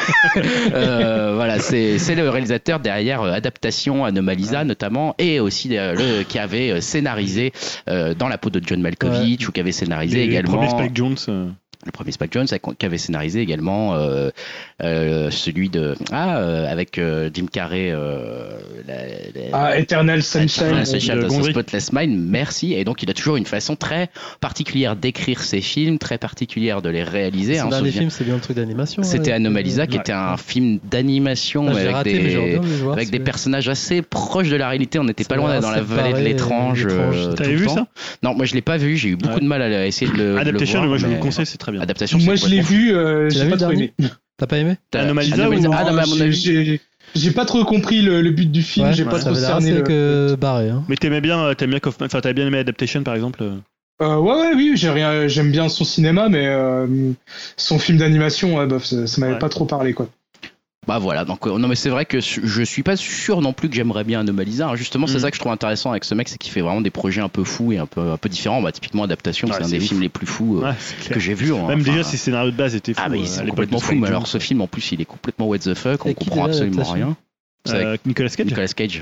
Speaker 1: euh, voilà, c'est c'est le réalisateur derrière euh, Adaptation, Anomalisa notamment, et aussi euh, le qui avait scénarisé euh, Dans la peau de John Malkovich, ouais. ou qui avait scénarisé
Speaker 2: les,
Speaker 1: également
Speaker 2: les premiers Spike Jones euh...
Speaker 1: le premier Spike Jones qui avait scénarisé également euh, euh, celui de ah euh, avec euh, Jim Carrey euh,
Speaker 4: la, la, ah Eternal Sunshine,
Speaker 1: Eternal Sunshine of the Spotless Mind, merci. Et donc il a toujours une façon très particulière d'écrire ses films, très particulière de les réaliser.
Speaker 6: Son
Speaker 1: hein,
Speaker 6: dernier film, c'est bien un truc d'animation.
Speaker 1: C'était
Speaker 6: ouais,
Speaker 1: Anomalisa, qui ouais. était un film d'animation
Speaker 6: ah,
Speaker 1: avec
Speaker 6: raté,
Speaker 1: des
Speaker 6: voir,
Speaker 1: avec des personnages assez proches de la réalité. On n'était pas loin dans la vallée de l'étrange.
Speaker 2: Euh, T'avais vu ça?
Speaker 1: Non, moi je l'ai pas vu. J'ai eu beaucoup ouais. de mal à essayer de le.
Speaker 2: Adaptation,
Speaker 1: de le voir,
Speaker 2: moi je
Speaker 1: mais...
Speaker 2: vous le conseille, c'est très bien.
Speaker 1: Adaptation,
Speaker 4: moi je l'ai vu, euh, j'ai pas trop aimé.
Speaker 6: T'as pas aimé?
Speaker 2: Anomalisa ou
Speaker 1: ah, non,
Speaker 4: j'ai, j'ai, j'ai pas trop compris le, le but du film,
Speaker 6: ouais,
Speaker 4: j'ai
Speaker 6: ouais,
Speaker 4: pas trop cerné le...
Speaker 6: que barré. Hein.
Speaker 2: Mais t'aimais bien, t'aimes bien Kaufman, enfin t'avais bien aimé Adaptation par exemple.
Speaker 4: Euh, ouais, ouais, oui, j'ai rien, j'aime bien son cinéma, mais euh, son film d'animation, ouais, bah, ça, ça m'avait ouais. pas trop parlé, quoi.
Speaker 1: Bah voilà, donc euh, non mais c'est vrai que je suis pas sûr non plus que j'aimerais bien Anomalisa. Hein. Justement, c'est mmh. ça que je trouve intéressant avec ce mec, c'est qu'il fait vraiment des projets un peu fous et un peu un peu différents. Bah typiquement Adaptation, ouais, c'est un des ouf. films les plus fous euh, ouais, que j'ai vu.
Speaker 2: Même
Speaker 1: enfin,
Speaker 2: déjà ses scénarios de base étaient fous.
Speaker 1: Ah mais c'est complètement fou. Mais alors ce film en plus, il est complètement what the fuck, on comprend absolument rien.
Speaker 2: C'est euh, avec Nicolas Cage.
Speaker 1: Nicolas Cage.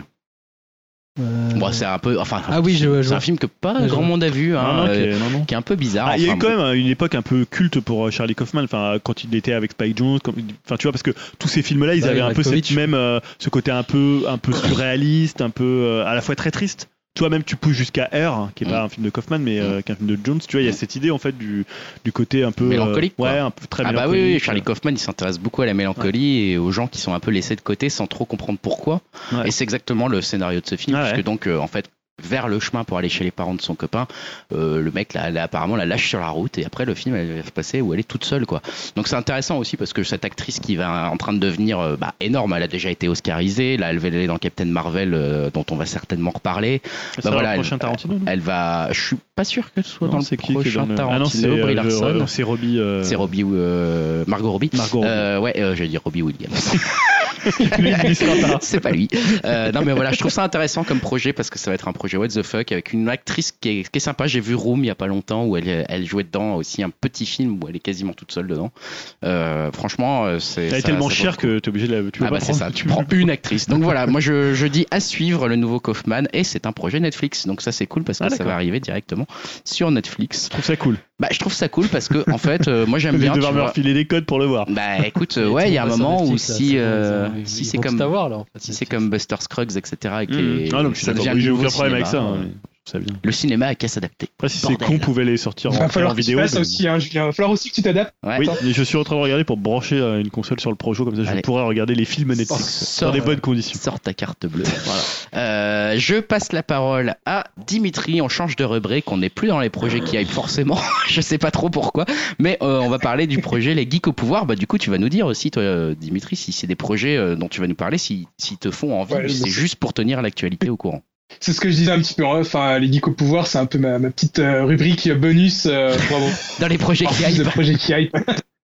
Speaker 6: Euh...
Speaker 1: Bon, c'est un peu, enfin,
Speaker 6: ah oui, je vois, je
Speaker 1: c'est
Speaker 6: vois.
Speaker 1: un film que pas ouais, grand monde a vu, hein,
Speaker 2: non, non,
Speaker 1: euh,
Speaker 2: okay, non, non.
Speaker 1: qui est un peu bizarre.
Speaker 2: Ah, il y a
Speaker 1: enfin,
Speaker 2: eu quand même une époque un peu culte pour Charlie Kaufman, enfin, quand il était avec Spike Jonze, enfin, tu vois, parce que tous ces films-là, ils bah, avaient un peu cette même, euh, ce côté un peu, un peu surréaliste, un peu, euh, à la fois très triste. Tu vois, même tu pousses jusqu'à Air, qui est mmh. pas un film de Kaufman, mais euh, qui est un film de Jones. Tu vois, il y a cette idée en fait du, du côté un peu
Speaker 1: mélancolique.
Speaker 2: Euh, ouais, un peu très
Speaker 1: ah
Speaker 2: mélancolique.
Speaker 1: Bah oui, oui, Charlie Kaufman, il s'intéresse beaucoup à la mélancolie ouais. et aux gens qui sont un peu laissés de côté sans trop comprendre pourquoi. Ouais. Et c'est exactement le scénario de ce film, ah puisque ouais. donc euh, en fait. vers le chemin pour aller chez les parents de son copain, euh, le mec là, là, apparemment la lâche sur la route et après le film elle va se passer où elle est toute seule quoi. Donc c'est intéressant aussi parce que cette actrice qui va en train de devenir euh, bah, énorme, elle a déjà été oscarisée, là elle va aller dans Captain Marvel euh, dont on va certainement reparler. Bah, voilà, le prochain Tarantino. Elle, elle va, je suis pas sûr qu'elle soit non, dans le prochain Tarantino. Ah non, c'est Brie Larson.
Speaker 2: Euh, c'est Robbie. Euh...
Speaker 1: C'est Robbie, euh, Margot Robbie.
Speaker 2: Margot Robbie.
Speaker 1: Euh, ouais, euh, j'allais dire Robbie Williams.
Speaker 2: Lui, il sera pas.
Speaker 1: C'est pas lui. Euh, non mais voilà, je trouve ça intéressant comme projet parce que ça va être un projet what the fuck avec une actrice qui est, qui est sympa. J'ai vu Room il y a pas longtemps où elle, elle jouait dedans, aussi un petit film où elle est quasiment toute seule dedans. Euh, franchement, c'est.
Speaker 2: Elle est tellement chère que t'es obligé de la. Tu
Speaker 1: ah bah c'est ça, tu prends une actrice. Donc voilà, moi je, je dis à suivre le nouveau Kaufman et c'est un projet Netflix. Donc ça c'est cool parce que ah, ça va arriver directement sur Netflix.
Speaker 2: Je trouve ça cool.
Speaker 1: Bah je trouve ça cool parce que en fait, euh, moi j'aime bien.
Speaker 2: Tu vas me refiler des codes pour le voir.
Speaker 1: Bah écoute, euh, ouais, il y a un moment où si euh, si c'est comme
Speaker 6: avoir, là, en fait,
Speaker 1: si c'est comme Buster Scruggs, et cetera. Et que les,
Speaker 2: ah non, ça devient j'ai aucun problème avec ça. Hein. Ça vient.
Speaker 1: Le cinéma a qu'à s'adapter.
Speaker 2: Après, si c'est con, pouvait les sortir
Speaker 4: en,
Speaker 2: en, en vidéo.
Speaker 4: Il va aussi, hein, Julien. Il va falloir aussi que tu t'adaptes.
Speaker 1: Ouais.
Speaker 2: Oui, mais je suis en train de regarder pour brancher une console sur le Projo, comme ça Allez. je pourrais regarder les films Netflix
Speaker 1: sors,
Speaker 2: dans des bonnes conditions.
Speaker 1: Sors ta carte bleue. Voilà. Euh, je passe la parole à Dimitri. On change de rubrique. On n'est plus dans les projets qui hype forcément. Je sais pas trop pourquoi, mais euh, on va parler du projet Les Geeks au pouvoir. Bah du coup, tu vas nous dire aussi, toi, euh, Dimitri, si c'est des projets euh, dont tu vas nous parler, si, si te font envie, ouais, c'est juste pour tenir l'actualité au courant.
Speaker 4: C'est ce que je disais un petit peu en off, hein, les geeks au pouvoir, c'est un peu ma, ma petite euh, rubrique bonus euh, bravo.
Speaker 1: Dans les projets qui hype.
Speaker 4: De projets qui hype.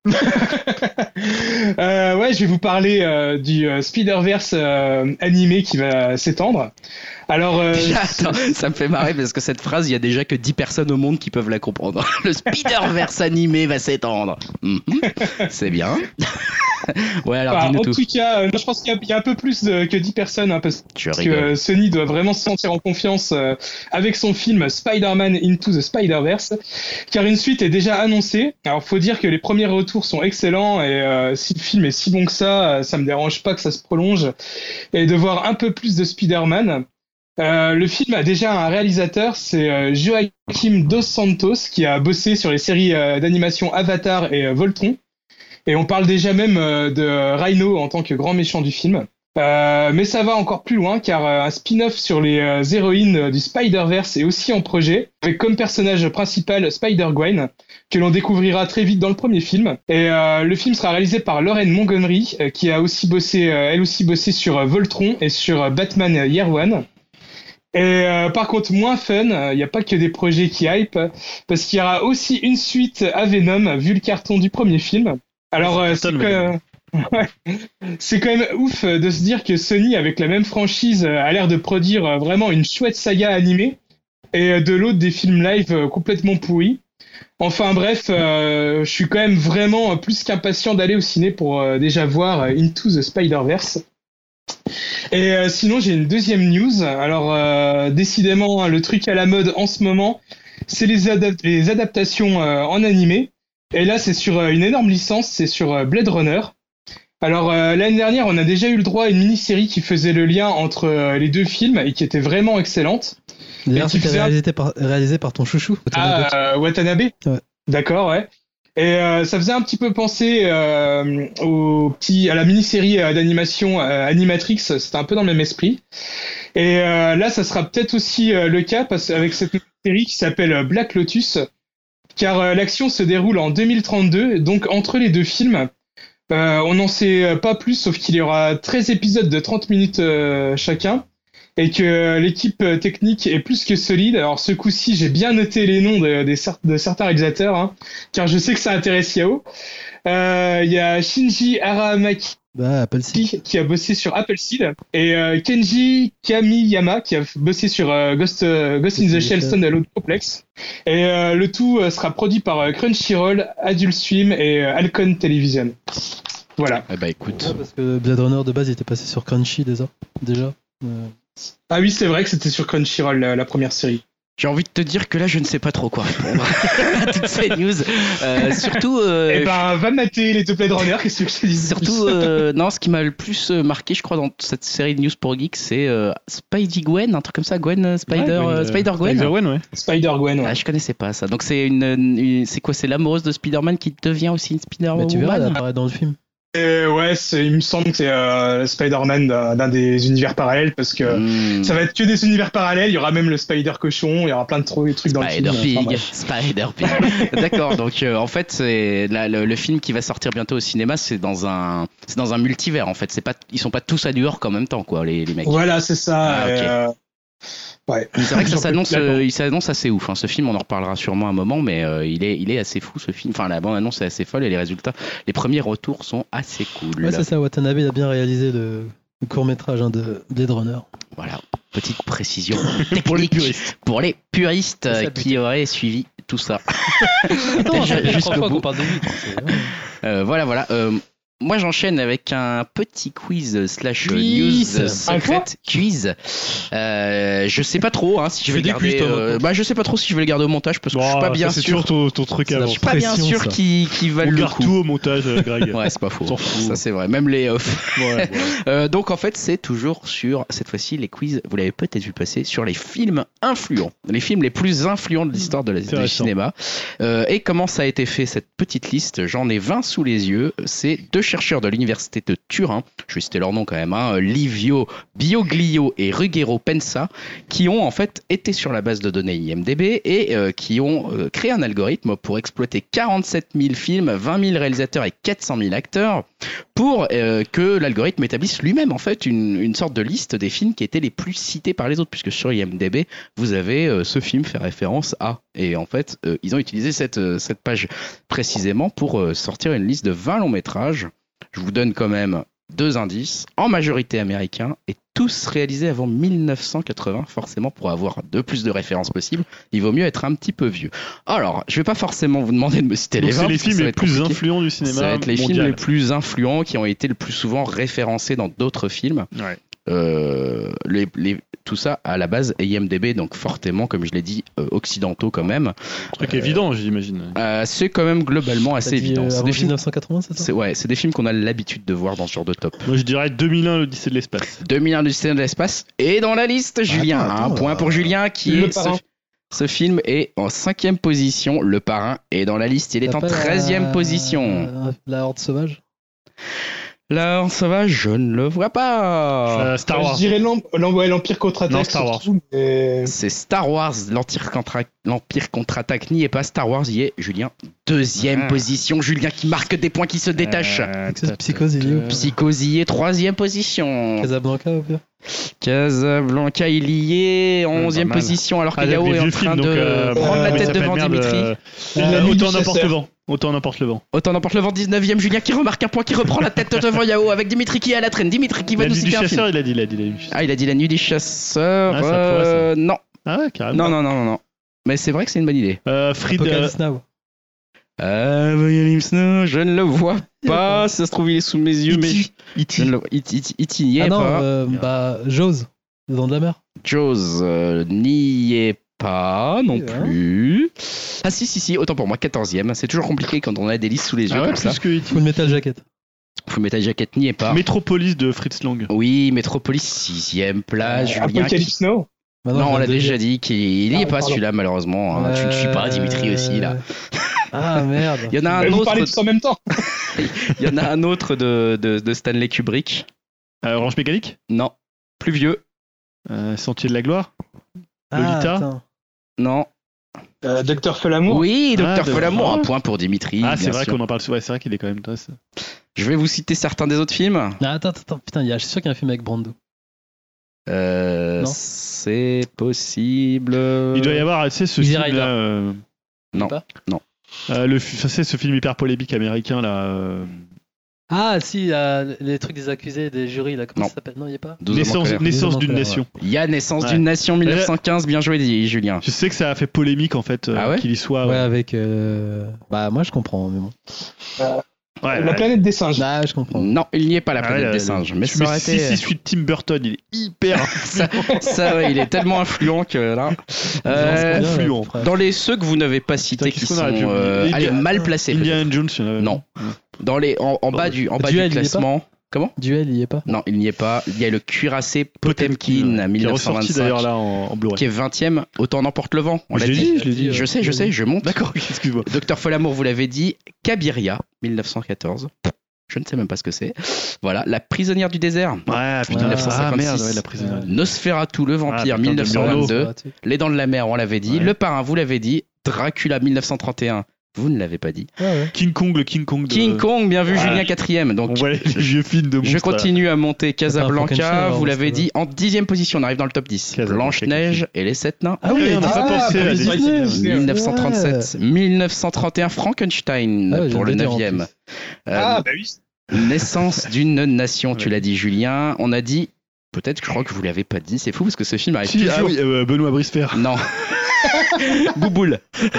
Speaker 4: euh, ouais, je vais vous parler euh, du euh, Spider-Verse euh, animé qui va s'étendre. Alors, euh,
Speaker 1: déjà, attends, ça me fait marrer parce que cette phrase, il y a déjà que dix personnes au monde qui peuvent la comprendre. Le Spider-Verse animé va s'étendre. Mm-hmm. C'est bien. Ouais, alors
Speaker 4: enfin,
Speaker 1: dis-nous
Speaker 4: en
Speaker 1: tout.
Speaker 4: tout cas, euh, je pense qu'il y a, il y a un peu plus de, que dix personnes, hein, parce
Speaker 1: je
Speaker 4: que euh, Sony doit vraiment se sentir en confiance euh, avec son film Spider-Man Into the Spider-Verse, car une suite est déjà annoncée. Alors, faut dire que les premiers retours sont excellents, et euh, si le film est si bon que ça, euh, ça me dérange pas que ça se prolonge, et de voir un peu plus de Spider-Man. Euh, le film a déjà un réalisateur, c'est euh, Joaquim Dos Santos, qui a bossé sur les séries euh, d'animation Avatar et euh, Voltron. Et on parle déjà même euh, de Rhino en tant que grand méchant du film. Euh, mais ça va encore plus loin, car euh, un spin-off sur les euh, héroïnes euh, du Spider-Verse est aussi en projet, avec comme personnage principal Spider-Gwen, que l'on découvrira très vite dans le premier film. Et euh, le film sera réalisé par Lauren Montgomery, euh, qui a aussi bossé, euh, elle aussi bossé sur euh, Voltron et sur euh, Batman Year One. Et euh, par contre, moins fun, il euh, n'y a pas que des projets qui hype, parce qu'il y aura aussi une suite à Venom, vu le carton du premier film. Alors, euh, c'est, que... ouais. c'est quand même ouf de se dire que Sony, avec la même franchise, a l'air de produire vraiment une chouette saga animée, et de l'autre, des films live complètement pourris. Enfin bref, euh, je suis quand même vraiment plus qu'impatient d'aller au ciné pour euh, déjà voir Into the Spider-Verse. Et euh, sinon, j'ai une deuxième news. Alors, euh, décidément, le truc à la mode en ce moment, c'est les, adap- les adaptations euh, en animé. Et là, c'est sur euh, une énorme licence, c'est sur euh, Blade Runner. Alors, euh, l'année dernière, on a déjà eu le droit à une mini-série qui faisait le lien entre euh, les deux films et qui était vraiment excellente.
Speaker 6: D'ailleurs, c'était faisait... réalisé, par, réalisé par ton chouchou,
Speaker 4: Watanabe. Ah, euh, Watanabe
Speaker 6: ouais.
Speaker 4: D'accord, ouais. Et euh, ça faisait un petit peu penser euh, au petit, à la mini-série euh, d'animation euh, Animatrix, c'était un peu dans le même esprit. Et euh, là, ça sera peut-être aussi euh, le cas parce, avec cette série qui s'appelle Black Lotus, car euh, l'action se déroule en deux mille trente-deux, donc entre les deux films. Euh, on n'en sait pas plus, sauf qu'il y aura treize épisodes de trente minutes euh, chacun, et que l'équipe technique est plus que solide. Alors ce coup-ci, j'ai bien noté les noms de, de, de certains réalisateurs, hein, car je sais que ça intéresse Yao. Il euh, y a Shinji Aramaki,
Speaker 6: bah, Appleseed,
Speaker 4: qui a bossé sur Appleseed, et euh, Kenji Kamiyama, qui a bossé sur euh, Ghost, euh, Ghost in the Shell Standalone Complex. Et euh, le tout euh, sera produit par euh, Crunchyroll, Adult Swim et euh, Alcon Television. Voilà.
Speaker 1: Eh bah écoute.
Speaker 6: Ouais, parce que Blade Runner de base il était passé sur Crunchy déjà. déjà. Euh...
Speaker 4: Ah oui, c'est vrai que c'était sur Crunchyroll la, la première série.
Speaker 1: J'ai envie de te dire que là, je ne sais pas trop quoi répondre à toutes ces news. Euh, surtout. Euh,
Speaker 4: eh ben, va mater les deux Blade Runner, qu'est-ce que je te dis?
Speaker 1: Surtout, euh, non, ce qui m'a le plus marqué, je crois, dans cette série de news pour geeks, c'est euh, Spidey Gwen, un truc comme ça, Gwen Spider, ouais, Gwen, euh, Spider Gwen.
Speaker 2: Spider Gwen, ouais.
Speaker 4: Spider Gwen, ouais.
Speaker 1: Ah, je connaissais pas ça. Donc c'est une, une c'est quoi, c'est l'amoureuse de Spider-Man qui devient aussi une Spider-Man.
Speaker 6: Mais tu verras, elle apparaît dans le film.
Speaker 4: Et ouais, c'est, il me semble que c'est euh, Spider-Man d'un, d'un des univers parallèles, parce que mmh. ça va être que des univers parallèles. Il y aura même le Spider-Cochon, il y aura plein de trucs Spider dans le film.
Speaker 1: Spider-Pig, enfin, Spider-Pig. D'accord, donc euh, en fait, c'est la, le, le film qui va sortir bientôt au cinéma, c'est dans un, c'est dans un multivers en fait. C'est pas, ils sont pas tous à New York en même temps, quoi, les, les mecs.
Speaker 4: Voilà, c'est ça.
Speaker 1: Ah, okay.
Speaker 4: euh, Ouais.
Speaker 1: C'est vrai que ça
Speaker 4: J'en peux
Speaker 1: s'annonce,
Speaker 4: plus
Speaker 1: euh,
Speaker 4: attendre.
Speaker 1: il s'annonce assez ouf. Hein. Ce film, on en reparlera sûrement un moment, mais euh, il est, il est assez fou ce film. Enfin, la bande annonce est assez folle et les résultats, les premiers retours sont assez cool.
Speaker 6: Ouais, c'est ça. Watanabe il a bien réalisé le, le court métrage hein, de Blade Runner.
Speaker 1: Voilà, petite précision
Speaker 2: Pour les
Speaker 1: technique
Speaker 2: puristes.
Speaker 1: pour les puristes
Speaker 6: C'est ça,
Speaker 1: euh,
Speaker 6: le
Speaker 1: qui auraient suivi tout ça.
Speaker 6: Non,
Speaker 1: Ju-
Speaker 6: je
Speaker 1: jusqu'au
Speaker 6: crois pas
Speaker 1: bout.
Speaker 6: qu'on parle de lui. c'est- ouais.
Speaker 1: Euh, voilà, voilà. Euh, moi, j'enchaîne avec un petit quiz slash
Speaker 6: Quiz.
Speaker 1: news
Speaker 4: Un quoi
Speaker 1: secrète quiz. Euh, je sais pas trop hein, si je
Speaker 6: Tu
Speaker 1: vais
Speaker 6: fais des
Speaker 1: garder.
Speaker 6: quiz, toi,
Speaker 1: euh,
Speaker 6: maintenant.
Speaker 1: bah, je sais pas trop si je vais le garder au montage parce que je suis pas
Speaker 2: Oh,
Speaker 1: bien
Speaker 2: ça, c'est
Speaker 1: sûr.
Speaker 2: toujours ton, ton truc
Speaker 6: C'est la
Speaker 2: avant.
Speaker 1: Je suis pas bien
Speaker 6: pression,
Speaker 1: sûr
Speaker 6: ça.
Speaker 1: qu'ils qu'ils valent
Speaker 2: On
Speaker 1: le
Speaker 2: garde
Speaker 1: coup.
Speaker 2: tout au montage, euh, Greg.
Speaker 1: Ouais, c'est pas faux.
Speaker 2: On s'en fout.
Speaker 1: Ça c'est vrai. Même les off.
Speaker 2: Ouais, ouais.
Speaker 1: Euh, donc en fait, c'est toujours sur cette fois-ci les quiz. Vous l'avez peut-être vu passer sur les films influents, les films les plus influents de l'histoire de la, du
Speaker 2: Intéressant.
Speaker 1: cinéma. Euh, et comment ça a été fait cette petite liste? J'en ai vingt sous les yeux. C'est deux chercheurs de l'université de Turin. Je vais citer leur nom quand même. Hein, Livio Bioglio et Ruggero Pensa, qui ont en fait été sur la base de données I M D B et euh, qui ont euh, créé un algorithme pour exploiter quarante-sept mille films, vingt mille réalisateurs et quatre cent mille acteurs pour euh, que l'algorithme établisse lui-même en fait une, une sorte de liste des films qui étaient les plus cités par les autres, puisque sur I M D B vous avez euh, ce film fait référence à, et en fait euh, ils ont utilisé cette, euh, cette page précisément pour euh, sortir une liste de vingt longs métrages. Je vous donne quand même deux indices, en majorité américains et tous réalisés avant mille neuf cent quatre-vingts, forcément pour avoir de plus de références possibles, il vaut mieux être un petit peu vieux. Alors, je vais pas forcément vous demander de me citer
Speaker 2: Donc
Speaker 1: les vingt,
Speaker 2: c'est les
Speaker 1: parce que
Speaker 2: films
Speaker 1: ça va
Speaker 2: les
Speaker 1: être
Speaker 2: plus
Speaker 1: compliqué.
Speaker 2: influents du cinéma
Speaker 1: Ça va être les films
Speaker 2: mondial.
Speaker 1: les plus influents qui ont été le plus souvent référencés dans d'autres films.
Speaker 2: Ouais.
Speaker 1: Euh, les, les, tout ça à la base I M D B, donc fortement, comme je l'ai dit, euh, occidentaux quand même.
Speaker 2: Truc
Speaker 1: Euh,
Speaker 2: évident, j'imagine.
Speaker 1: Euh, c'est quand même globalement
Speaker 6: T'as
Speaker 1: assez
Speaker 6: dit,
Speaker 1: évident.
Speaker 6: euh,
Speaker 1: C'est
Speaker 6: avant
Speaker 1: des films.
Speaker 6: mille neuf cent quatre-vingts, c'est ça
Speaker 1: C'est ouais, c'est des films qu'on a l'habitude de voir dans ce genre de top.
Speaker 2: Moi, je dirais deux mille un, l'Odyssée de l'espace.
Speaker 1: deux mille un L'Odyssée de l'espace et dans la liste, Julien.
Speaker 6: attends,
Speaker 1: un point
Speaker 6: euh,
Speaker 1: pour Julien qui
Speaker 4: Le
Speaker 1: est ce,
Speaker 4: Parrain.
Speaker 1: ce film est en cinquième position. Le Parrain est dans la liste. Il est
Speaker 6: T'as
Speaker 1: en
Speaker 6: pas la-
Speaker 1: treizième position.
Speaker 6: La Horde Sauvage.
Speaker 1: La Horde Sauvage, je ne le vois pas.
Speaker 2: Euh, Star Wars.
Speaker 4: Je dirais l'em- l'em- ouais, l'Empire contre-attaque.
Speaker 2: Non, Star Wars.
Speaker 4: surtout, mais-
Speaker 1: C'est Star Wars, l'Empire contre- l'Empire contre-attaque n'y est pas. Star Wars y est, Julien. Deuxième
Speaker 2: Ah.
Speaker 1: position, Julien qui marque des points qui se détachent.
Speaker 2: Euh,
Speaker 6: C'est Psychose, il est où
Speaker 1: Psychose y est, troisième position.
Speaker 6: Casablanca au pire.
Speaker 1: Casablanca, il y est, en
Speaker 2: Ouais,
Speaker 1: onzième
Speaker 2: pas mal.
Speaker 1: position, alors
Speaker 2: Ah,
Speaker 1: que Yao
Speaker 2: les
Speaker 1: est en
Speaker 2: vieux
Speaker 1: train
Speaker 2: films,
Speaker 1: de
Speaker 2: donc, euh,
Speaker 1: prendre
Speaker 4: euh,
Speaker 1: la
Speaker 2: comment il
Speaker 1: tête
Speaker 2: s'appelle,
Speaker 1: devant
Speaker 2: merde,
Speaker 1: Dimitri.
Speaker 2: euh,
Speaker 4: La
Speaker 2: euh,
Speaker 4: nuit
Speaker 2: Autant
Speaker 4: du
Speaker 2: n'importe
Speaker 4: chasseur.
Speaker 2: le vent. Autant n'importe le vent.
Speaker 1: Autant n'emporte le vent, dix-neuvième, Julien qui remarque un point, qui reprend la tête devant Yao, avec Dimitri qui est à la traîne. Dimitri qui va
Speaker 2: La
Speaker 1: nous
Speaker 2: nuit du
Speaker 1: citer un film.
Speaker 2: chasseur, il a dit, il a dit la nuit du chasseur.
Speaker 1: Ah, il a dit la nuit des chasseurs.
Speaker 2: Ah, ça pourrait,
Speaker 1: euh, non,
Speaker 2: Ah ouais, carrément.
Speaker 1: non, non, non, non, non. Mais c'est vrai que c'est une bonne idée.
Speaker 2: Euh, Fried, euh,
Speaker 6: Apocalypse Now.
Speaker 1: Apocalypse Now, je ne le vois pas. Si ça se trouve, il est sous mes yeux, mais
Speaker 2: E T.
Speaker 1: je ne le vois. E T E n'y est
Speaker 6: Ah non,
Speaker 1: pas.
Speaker 6: euh, bah, Jaws. Les Dents de la Mer.
Speaker 1: Jaws euh, n'y est pas non
Speaker 6: Oui, hein.
Speaker 1: plus. Ah si, si, si, autant pour moi, quatorzième. C'est toujours compliqué quand on a des listes sous les yeux
Speaker 2: Ah ouais,
Speaker 1: comme ça.
Speaker 2: plus que E T.
Speaker 6: Full Metal Jacket.
Speaker 1: Full Metal Jacket n'y est pas.
Speaker 2: Métropolis de Fritz Lang.
Speaker 1: Oui, Metropolis, sixième place. Julien qui-
Speaker 4: Apocalypse Now.
Speaker 6: Bah
Speaker 1: Non, on l'a
Speaker 6: je viens de
Speaker 1: déjà
Speaker 6: le dire.
Speaker 1: dit qu'il n'y
Speaker 4: Ah,
Speaker 1: est pas
Speaker 4: pardon.
Speaker 1: celui-là, malheureusement. hein. Tu ne suis pas,
Speaker 6: Euh,
Speaker 1: Dimitri aussi, là.
Speaker 6: Ah merde.
Speaker 1: Il y en a
Speaker 4: Mais
Speaker 1: un
Speaker 4: vous
Speaker 1: autre,
Speaker 4: parlez tous en même temps.
Speaker 1: il y en a un autre de, de, de Stanley Kubrick.
Speaker 2: Euh, Orange Mécanique.
Speaker 1: Non. Plus vieux.
Speaker 2: Euh, Sentier de la gloire.
Speaker 6: Ah,
Speaker 2: Lolita.
Speaker 6: attends.
Speaker 1: Non.
Speaker 4: Euh, Docteur Folamour.
Speaker 1: Oui, Docteur
Speaker 2: Ah,
Speaker 1: Folamour,
Speaker 2: de-
Speaker 1: un point pour Dimitri.
Speaker 2: Ah, c'est
Speaker 1: bien
Speaker 2: vrai
Speaker 1: sûr.
Speaker 2: qu'on en parle souvent. Ouais, c'est vrai qu'il est quand même très.
Speaker 1: Je vais vous citer certains des autres films.
Speaker 6: Ah, attends, attends, putain, il y a- je suis sûr qu'il y a un film avec Brando.
Speaker 1: Euh,
Speaker 6: Non.
Speaker 1: c'est possible.
Speaker 2: Il doit y avoir, tu sais, ce
Speaker 6: Easy
Speaker 2: film
Speaker 6: Rider.
Speaker 2: là. euh,
Speaker 1: Non.
Speaker 6: Pas
Speaker 2: euh, le, fi- c'est ce film hyper polémique américain là. euh,
Speaker 6: Ah, si, euh, les trucs des accusés, des jurys, là, comment
Speaker 1: Non.
Speaker 6: ça s'appelle? Non, il n'y a pas.
Speaker 1: douze hommes en
Speaker 2: Naissance,
Speaker 1: colère.
Speaker 2: naissance
Speaker 6: Douze hommes en
Speaker 2: d'une
Speaker 6: colère,
Speaker 2: nation.
Speaker 1: Il y a Naissance
Speaker 2: Ouais.
Speaker 1: d'une nation mille neuf cent quinze, bien joué dit Julien.
Speaker 2: Je sais que ça a fait polémique en fait, euh,
Speaker 1: Ah ouais
Speaker 2: qu'il y soit.
Speaker 6: Ouais,
Speaker 2: Ouais,
Speaker 6: avec. euh, Bah, moi, je comprends, mais bon.
Speaker 2: ouais,
Speaker 4: La
Speaker 2: ouais.
Speaker 4: planète des singes.
Speaker 6: Bah, je comprends.
Speaker 1: Non, il n'y est pas la
Speaker 2: Ah
Speaker 1: planète
Speaker 2: ouais,
Speaker 1: des
Speaker 2: le-
Speaker 1: singes. Mais
Speaker 2: tu
Speaker 1: ça
Speaker 2: mets
Speaker 1: aurait
Speaker 2: si,
Speaker 1: été.
Speaker 2: si, celui de Tim Burton, il est hyper.
Speaker 1: ça, ça, ouais, il est tellement influent que là. Euh,
Speaker 6: Bien,
Speaker 2: influent.
Speaker 6: là, frère.
Speaker 1: dans les ceux que vous n'avez pas cités
Speaker 2: Putain,
Speaker 1: qui
Speaker 2: qu'est-ce
Speaker 1: sont
Speaker 2: qu'on aurait pu
Speaker 1: euh,
Speaker 2: oublier
Speaker 1: allez,
Speaker 2: Indiana-
Speaker 1: mal placés. peut-être.
Speaker 2: Indiana Jones, il y en avait
Speaker 1: Non. Dans les en, en bas du en bas
Speaker 6: Duel,
Speaker 1: du
Speaker 6: il y est
Speaker 1: classement. Comment
Speaker 6: Duel, il y est pas.
Speaker 1: Non, il n'y est pas. Il y a le cuirassé Potemkin
Speaker 2: Qui est
Speaker 1: mille neuf cent
Speaker 2: ressorti d'ailleurs
Speaker 1: vingt-cinq
Speaker 2: là en, en Blu-ray.
Speaker 1: qui est vingtième. Autant n'emporte le vent. On
Speaker 2: Je
Speaker 1: l'a
Speaker 2: l'ai
Speaker 1: dit.
Speaker 2: dit, je l'ai dit.
Speaker 1: Je sais, je sais, je monte.
Speaker 2: D'accord, excuse-moi.
Speaker 1: Docteur Folamour, vous l'avez dit. Cabiria, mille neuf cent quatorze. Je ne sais même pas ce que c'est. Voilà, La prisonnière du désert.
Speaker 2: Ouais, putain,
Speaker 6: Ouais.
Speaker 2: ah merde, ouais, la
Speaker 6: Ouais.
Speaker 2: prisonnière.
Speaker 1: Nosferatu, le vampire,
Speaker 2: Ah, putain,
Speaker 1: mille neuf cent vingt-deux.
Speaker 6: Ouais, tu-
Speaker 1: Les Dents de la Mer, on l'avait dit.
Speaker 2: Ouais.
Speaker 1: Le Parrain, vous l'avez dit. Dracula, mille neuf cent trente et un. Vous ne l'avez pas dit.
Speaker 6: Ah ouais.
Speaker 2: King Kong, le King Kong. De...
Speaker 1: King Kong, bien vu,
Speaker 2: Ah.
Speaker 1: Julien, quatrième. Donc,
Speaker 2: On voit les vieux films de monstres.
Speaker 1: je continue à monter
Speaker 6: Frankenstein,
Speaker 1: Casablanca,
Speaker 6: alors,
Speaker 1: vous l'avez
Speaker 6: ça
Speaker 1: dit, en dixième position, on arrive dans le top dix.
Speaker 2: Casablanca,
Speaker 1: Blanche-Neige et les sept nains.
Speaker 2: Ah oui, on n'a
Speaker 4: Ah,
Speaker 2: pas pensé à
Speaker 4: pour les
Speaker 2: Disney.
Speaker 4: Disney. Disney.
Speaker 1: mille neuf cent trente-sept, mille neuf cent trente et un, Frankenstein
Speaker 6: Ah ouais,
Speaker 1: pour
Speaker 6: je
Speaker 1: le
Speaker 6: viens de dire en
Speaker 1: neuvième.
Speaker 6: plus.
Speaker 1: Euh,
Speaker 4: Ah, bah oui.
Speaker 1: Naissance d'une nation, tu
Speaker 2: Ouais.
Speaker 1: l'as dit Julien. On a dit, peut-être que je crois que vous l'avez pas dit, c'est fou parce que ce film arrive
Speaker 2: Si,
Speaker 1: toujours.
Speaker 2: ah oui, euh, Benoît Bricefer.
Speaker 1: Non. Bouboule.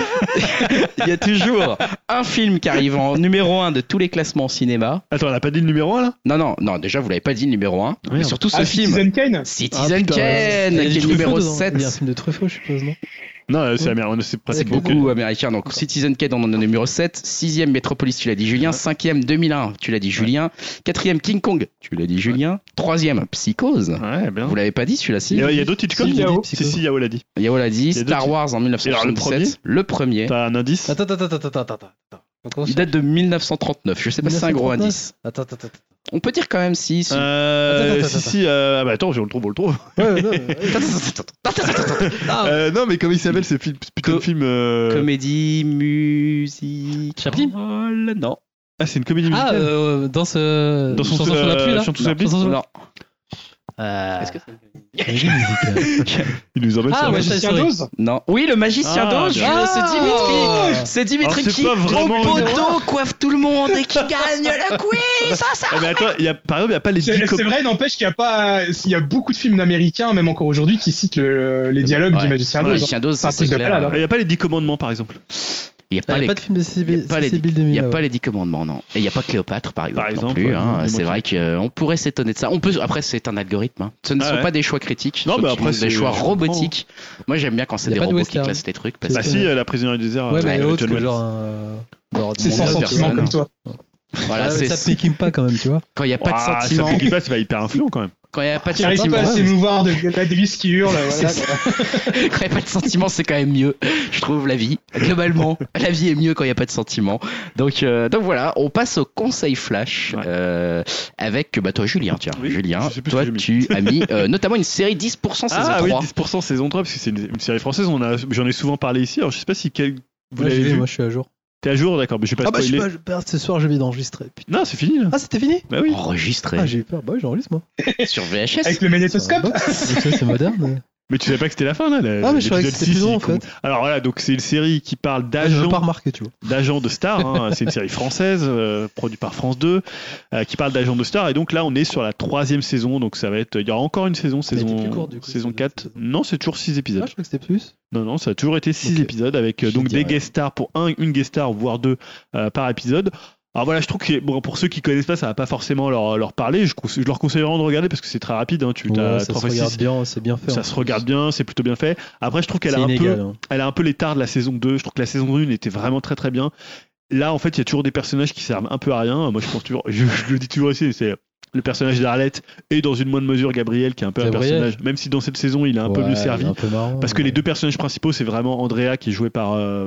Speaker 1: Il y a toujours un film qui arrive en numéro un de tous les classements au cinéma.
Speaker 2: Attends, on a pas dit le numéro un là?
Speaker 1: Non, non, non, déjà vous l'avez pas dit le numéro un. Mais
Speaker 2: Merde.
Speaker 1: surtout ce
Speaker 4: Ah,
Speaker 1: film.
Speaker 4: Citizen Kane.
Speaker 1: Citizen
Speaker 2: Ah, putain,
Speaker 1: Kane,
Speaker 6: Il y a
Speaker 1: qui
Speaker 6: du
Speaker 1: est
Speaker 6: Truffaut
Speaker 1: numéro
Speaker 6: dedans.
Speaker 1: sept.
Speaker 6: Il y a un film de Truffaut, je suppose, non?
Speaker 2: Non, c'est américain, c'est
Speaker 1: C'est
Speaker 2: pratique.
Speaker 1: beaucoup américain. Donc Citizen Kane, on en est numéro sept. Sixième Metropolis, tu l'as dit Julien. Cinquième deux mille un, tu l'as dit Julien. Quatrième King Kong, tu l'as dit Julien. Troisième Psychose.
Speaker 2: Ouais, bien.
Speaker 1: Vous l'avez pas dit celui-là, si?
Speaker 2: Il y a, il y a d'autres Hitchcock?
Speaker 4: Si, Yao.
Speaker 2: Si, si, Yao l'a dit.
Speaker 1: Yao l'a dit.
Speaker 2: Il y a
Speaker 1: Star
Speaker 2: d'autres-
Speaker 1: Wars en mille neuf cent
Speaker 2: Et alors, le
Speaker 1: soixante-dix-sept. Le premier.
Speaker 2: T'as un indice?
Speaker 6: Attends, attends, attends, attends, attends, attends.
Speaker 1: Il date de mille neuf cent trente-neuf. Je sais pas si c'est un gros indice.
Speaker 6: Attends, attends, attends.
Speaker 1: On peut dire quand même si. si.
Speaker 2: Euh,
Speaker 6: Attends, attends,
Speaker 2: si,
Speaker 6: attends.
Speaker 2: si, euh, ah bah attends, on le trouve, on le trouve.
Speaker 6: Ouais, non, mais- Ah,
Speaker 2: Euh, non, mais comment il s'appelle ce film, ce putain de
Speaker 1: Co-
Speaker 2: film euh,
Speaker 1: Comédie, musique.
Speaker 6: Chaplin
Speaker 1: parole, non.
Speaker 2: Ah, c'est une comédie
Speaker 6: Ah,
Speaker 2: musicale.
Speaker 6: euh, dans ce.
Speaker 2: Dans son
Speaker 6: chanson sur la pluie, là.
Speaker 2: Chante sous la pluie.
Speaker 6: Chanson sur la-
Speaker 1: Non.
Speaker 6: Euh,
Speaker 1: Est-ce que c'est
Speaker 6: comédie musicale.
Speaker 2: Il nous emmène
Speaker 6: Ah,
Speaker 2: sur la
Speaker 6: ouais,
Speaker 2: musique.
Speaker 6: je sais.
Speaker 4: Magicien d'Oz.
Speaker 1: Non. Oui, le magicien
Speaker 2: Ah,
Speaker 1: d'Oz,
Speaker 2: bien.
Speaker 1: c'est Dimitri. C'est Dimitri
Speaker 2: Alors, c'est
Speaker 1: qui,
Speaker 2: pas vraiment
Speaker 1: au
Speaker 2: une-
Speaker 1: poteau, coiffe tout le monde et qui gagne la quiz. Ça, ça.
Speaker 2: Ah, mais attends, il y a, par exemple, il n'y a pas les
Speaker 4: C'est
Speaker 2: dix
Speaker 4: c'est
Speaker 2: com-
Speaker 4: vrai, n'empêche qu'il y a pas, il y a beaucoup de films américains, même encore aujourd'hui, qui citent le- les dialogues
Speaker 1: Ouais.
Speaker 4: du Magicien
Speaker 1: Le
Speaker 4: d'Oz.
Speaker 1: magicien d'Oz,
Speaker 4: C'est un
Speaker 1: ça c'est
Speaker 4: truc de
Speaker 1: clair.
Speaker 4: malade, hein.
Speaker 2: Il n'y a pas les dix commandements, par exemple.
Speaker 1: Il n'y a
Speaker 6: Il
Speaker 1: pas
Speaker 6: n'y
Speaker 1: les.
Speaker 6: a pas de film de
Speaker 1: Il n'y
Speaker 6: Cécile
Speaker 1: a pas les,
Speaker 6: Cécile
Speaker 1: il y
Speaker 6: deux mille.
Speaker 1: a
Speaker 6: ouais.
Speaker 1: pas les dix commandements, non. Et il n'y a pas Cléopâtre, par exemple,
Speaker 2: exemple,
Speaker 1: non plus.
Speaker 2: ouais,
Speaker 1: hein.
Speaker 2: dis-moi
Speaker 1: C'est
Speaker 2: qui.
Speaker 1: vrai qu'on pourrait s'étonner de ça. On peut, après, c'est un algorithme. hein. Ce ne
Speaker 2: Ah
Speaker 1: sont
Speaker 2: ouais.
Speaker 1: pas des choix critiques.
Speaker 2: Non,
Speaker 1: ce
Speaker 2: mais
Speaker 1: sont
Speaker 2: après,
Speaker 1: des
Speaker 2: c'est-
Speaker 1: choix
Speaker 2: je comprends.
Speaker 1: robotiques. Moi, j'aime bien quand c'est
Speaker 6: Il y
Speaker 1: des
Speaker 6: a pas de
Speaker 1: robots qui
Speaker 6: western.
Speaker 1: classent les trucs. Parce
Speaker 6: C'est
Speaker 2: Bah
Speaker 1: que,
Speaker 6: que-
Speaker 2: si, euh, la prisonnière du désert.
Speaker 6: Ouais,
Speaker 2: euh,
Speaker 6: mais
Speaker 2: de
Speaker 6: autre
Speaker 2: John
Speaker 6: que
Speaker 2: Wells.
Speaker 6: genre un. genre
Speaker 4: C'est
Speaker 6: mon
Speaker 4: sans
Speaker 6: gars,
Speaker 4: sentiment
Speaker 6: personne.
Speaker 4: comme toi.
Speaker 1: voilà,
Speaker 6: Ouais,
Speaker 1: c'est
Speaker 6: ça pique pas quand même, tu vois.
Speaker 1: quand il n'y a pas
Speaker 2: Ouah,
Speaker 1: de sentiment.
Speaker 2: Ça pique pas, c'est pas hyper influent quand même.
Speaker 1: Quand il n'y a pas de
Speaker 4: Qui arrive
Speaker 1: sentiment.
Speaker 4: pas à s'émouvoir de Gladys qui hurle, voilà.
Speaker 1: Quand il n'y a pas de sentiment, c'est quand même mieux. Je trouve la vie. Globalement, la vie est mieux quand il n'y a pas de sentiment. Donc, euh, donc voilà, on passe au conseil flash
Speaker 2: Ouais.
Speaker 1: euh, avec bah, toi, Julien. Tiens,
Speaker 2: Oui,
Speaker 1: Julien,
Speaker 2: je sais plus
Speaker 1: toi,
Speaker 2: ce que j'ai
Speaker 1: tu as mis euh, notamment une série dix pour cent saison
Speaker 2: Ah oui,
Speaker 1: trois.
Speaker 2: dix pour cent saison trois, parce que c'est une, une série française. On a, j'en ai souvent parlé ici. Alors je sais pas si quel, vous
Speaker 6: Moi,
Speaker 2: l'avez
Speaker 6: j'y vais,
Speaker 2: vu.
Speaker 6: moi, je suis à jour.
Speaker 2: T'es à jour, d'accord, mais je vais pas
Speaker 6: Ah bah, je suis
Speaker 2: spoiler.
Speaker 6: pas. je- merde, Ce soir, je vais d'enregistrer. Putain.
Speaker 2: Non, c'est fini là.
Speaker 6: Ah, c'était fini?
Speaker 2: Bah oui.
Speaker 1: Enregistré
Speaker 6: Ah, j'ai eu peur. Bah oui, j'enregistre, moi.
Speaker 1: sur V H S.
Speaker 4: Avec le magnétoscope.
Speaker 6: Donc, ça, c'est moderne.
Speaker 2: Mais tu savais pas que c'était la fin là. la-
Speaker 6: Ah, mais je croyais que
Speaker 2: l'épisode
Speaker 6: c'était plus
Speaker 2: six,
Speaker 6: long, en
Speaker 2: il com-
Speaker 6: fait.
Speaker 2: Alors voilà, donc c'est une série qui parle
Speaker 6: Ah, J'avais
Speaker 2: d'agents.
Speaker 6: pas remarqué, tu vois.
Speaker 2: d'agents de stars. Hein. C'est une série française euh, produite par France deux euh, qui parle d'agents de stars. Et donc là, on est sur la troisième saison. Donc ça va être. Il y aura encore une saison,
Speaker 6: Elle était
Speaker 2: saison,
Speaker 6: plus courte, du coup,
Speaker 2: saison
Speaker 6: cette
Speaker 2: quatre.
Speaker 6: saison.
Speaker 2: Non, c'est toujours six
Speaker 6: Ah,
Speaker 2: épisodes.
Speaker 6: je crois que c'était plus.
Speaker 2: Non, non, ça a toujours été six
Speaker 6: Ok.
Speaker 2: épisodes avec euh,
Speaker 6: Je
Speaker 2: donc des
Speaker 6: dirais.
Speaker 2: guest stars pour un, une guest star, voire deux euh, par épisode. Alors voilà, je trouve que bon, pour ceux qui connaissent pas, ça va pas forcément leur, leur parler. Je, je leur conseille vraiment de regarder parce que c'est très rapide. Hein. Tu
Speaker 6: Ouais,
Speaker 2: as
Speaker 6: ça
Speaker 2: trois
Speaker 6: se
Speaker 2: fois
Speaker 6: regarde
Speaker 2: six.
Speaker 6: bien, c'est bien fait.
Speaker 2: Ça
Speaker 6: en
Speaker 2: se
Speaker 6: plus.
Speaker 2: regarde bien, c'est plutôt bien fait. Après, je trouve qu'elle a
Speaker 6: C'est
Speaker 2: un peu,
Speaker 6: inégal. hein.
Speaker 2: elle a un peu l'état de la saison deux. Je trouve que la saison un était vraiment très très bien. Là, en fait, il y a toujours des personnages qui servent un peu à rien. Moi, je pense toujours, je, je le dis toujours ici, c'est le personnage d'Arlette et dans une moindre mesure Gabriel, qui est un peu un
Speaker 6: Gabriel.
Speaker 2: personnage, même si dans cette saison il est un peu
Speaker 6: Ouais,
Speaker 2: mieux servi.
Speaker 6: il est un peu marrant,
Speaker 2: Parce que
Speaker 6: ouais.
Speaker 2: les deux personnages principaux, c'est vraiment Andrea qui est joué par euh,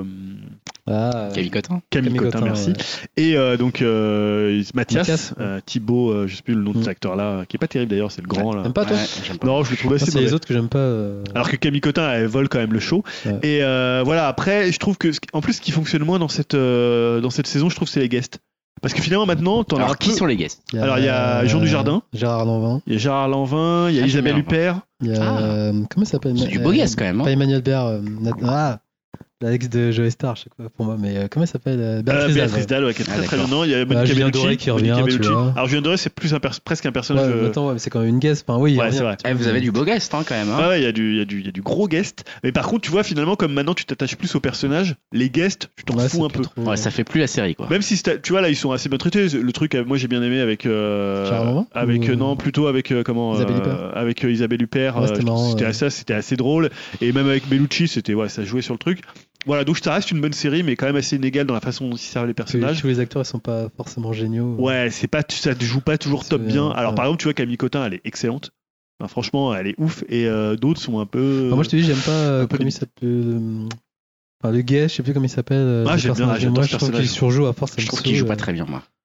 Speaker 6: Ah,
Speaker 1: Camille Cotin.
Speaker 2: Camille,
Speaker 6: Camille
Speaker 2: Cotin,
Speaker 6: Cotin,
Speaker 2: merci.
Speaker 6: ouais.
Speaker 2: Et euh, donc euh, Mathias,
Speaker 6: Mathias, ouais.
Speaker 2: euh, Thibaut, euh, je sais plus le nom de
Speaker 6: Mm.
Speaker 2: cet acteur-là, qui est pas terrible d'ailleurs, c'est le grand là.
Speaker 6: T'aimes pas, toi?
Speaker 1: Ouais, j'aime pas.
Speaker 2: Non, je le trouve
Speaker 6: Ah,
Speaker 2: assez
Speaker 6: c'est
Speaker 2: mauvais.
Speaker 6: les autres que j'aime pas. euh.
Speaker 2: Alors que Camille Cotin, elle vole quand même le show.
Speaker 6: Ouais.
Speaker 2: Et euh, voilà, après, je trouve que, ce qui- en plus, ce qui fonctionne moins dans cette, euh, dans cette saison, je trouve, c'est les guests. Parce que finalement, maintenant, t'en as un
Speaker 1: Alors, qui
Speaker 2: peu-
Speaker 1: sont les guests?
Speaker 6: Il y a,
Speaker 2: Alors, il y a
Speaker 6: euh,
Speaker 2: Jean Dujardin.
Speaker 6: Gérard Lanvin.
Speaker 2: Il y a Gérard Lanvin, il y a
Speaker 1: Ah,
Speaker 2: Isabelle
Speaker 1: j'aime bien.
Speaker 2: Huppert.
Speaker 6: Il y a.
Speaker 1: Ah.
Speaker 6: euh, Comment il s'appelle?
Speaker 1: C'est du
Speaker 6: Euh,
Speaker 1: beau guest quand même.
Speaker 6: Pas
Speaker 1: Hein.
Speaker 6: Emmanuel Baird. euh, Nat- Ah, l'ex de Joey Star, je sais quoi pour moi. Mais euh, comment il s'appelle? euh,
Speaker 2: Euh,
Speaker 6: Béatrice Dalle,
Speaker 2: Béatrice
Speaker 6: ouais.
Speaker 2: Dalle, ouais, qui est très
Speaker 1: Ah,
Speaker 2: très bien.
Speaker 1: d'accord.
Speaker 2: Non, il y a
Speaker 6: Bah,
Speaker 2: Monica
Speaker 6: Julien
Speaker 2: Bellucci.
Speaker 6: Doré qui
Speaker 2: Monica
Speaker 6: revient, tu
Speaker 2: Bellucci.
Speaker 6: vois.
Speaker 2: Alors Julien Doré, c'est plus un pers- presque un personnage.
Speaker 6: Ouais,
Speaker 2: euh,
Speaker 6: mais attends, ouais, mais c'est quand même une guest. Enfin, oui, il
Speaker 2: Ouais,
Speaker 6: revient,
Speaker 2: c'est vrai.
Speaker 6: tu
Speaker 1: Eh,
Speaker 6: vois,
Speaker 1: vous avez
Speaker 6: mais-
Speaker 1: du beau guest hein, quand même. Hein.
Speaker 2: Ah ouais, il y, a du- il y, a du- il y a du gros guest. Mais par contre, tu vois, finalement, comme maintenant tu t'attaches plus aux personnages, les guests, tu t'en
Speaker 6: Ouais,
Speaker 2: fous
Speaker 6: c'est
Speaker 2: un
Speaker 6: plus
Speaker 2: peu.
Speaker 6: trop-
Speaker 1: Ouais, ça fait plus la série quoi.
Speaker 2: Même si, c'est- tu vois, là, ils sont assez bien traités. Le truc, euh, moi, j'ai bien aimé avec. euh,
Speaker 6: Gérard Lanvin
Speaker 2: avec
Speaker 6: Ou,
Speaker 2: euh,
Speaker 6: euh,
Speaker 2: non, plutôt avec. euh, comment
Speaker 6: Isabelle
Speaker 2: euh,
Speaker 6: Huppert
Speaker 2: Avec euh, Isabelle Huppert.
Speaker 6: Ouais,
Speaker 2: euh,
Speaker 6: c'était
Speaker 2: je trouve
Speaker 6: marrant,
Speaker 2: que C'était
Speaker 6: ouais.
Speaker 2: assez, c'était assez drôle. Et même avec Bellucci, c'était. Ouais, ça jouait sur le truc. Voilà, donc ça reste une bonne série, mais quand même assez inégale dans la façon dont ils servent les
Speaker 6: Parce que
Speaker 2: personnages.
Speaker 6: tous les acteurs ils sont pas forcément géniaux.
Speaker 2: Ouais, c'est pas, ça ne joue pas toujours
Speaker 6: C'est
Speaker 2: top bien.
Speaker 6: bien,
Speaker 2: Alors,
Speaker 6: ouais.
Speaker 2: par exemple, tu vois, Camille Cotin, elle est excellente. Enfin, franchement, elle est ouf. Et euh, d'autres sont un peu.
Speaker 6: Enfin, moi je te dis, j'aime pas euh,
Speaker 2: un peu
Speaker 6: comment il s'appelle. euh, Enfin, le gay, je sais plus comment il s'appelle. euh,
Speaker 2: Ah,
Speaker 6: le
Speaker 2: j'aime bien,
Speaker 6: personnage.
Speaker 2: j'adore
Speaker 6: Moi
Speaker 2: ce
Speaker 6: je trouve qu'il
Speaker 2: personnage.
Speaker 6: surjoue à force. ça
Speaker 1: Je
Speaker 6: me
Speaker 1: trouve qu'il joue
Speaker 6: saoule,
Speaker 1: pas
Speaker 6: euh.
Speaker 1: très bien moi.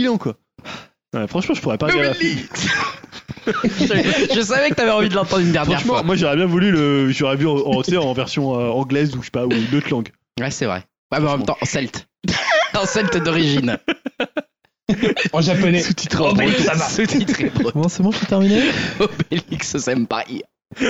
Speaker 2: débilant quoi. Ouais, franchement, je pourrais pas regarder la film.
Speaker 1: je, je savais que t'avais envie de l'entendre une dernière
Speaker 2: Franchement,
Speaker 1: fois.
Speaker 2: moi j'aurais bien voulu le, j'aurais vu en, en, tu sais, en version euh, anglaise ou je sais pas, ou une autre langue.
Speaker 1: Ouais, c'est vrai. Ouais, mais en même temps, en celte. En celte d'origine.
Speaker 4: En japonais.
Speaker 2: Sous-titré
Speaker 4: Oh,
Speaker 2: en
Speaker 4: mais
Speaker 2: breton.
Speaker 4: ça va.
Speaker 1: Sous-titré.
Speaker 6: Bon, c'est bon, je peux terminer
Speaker 1: Obélix Senpai.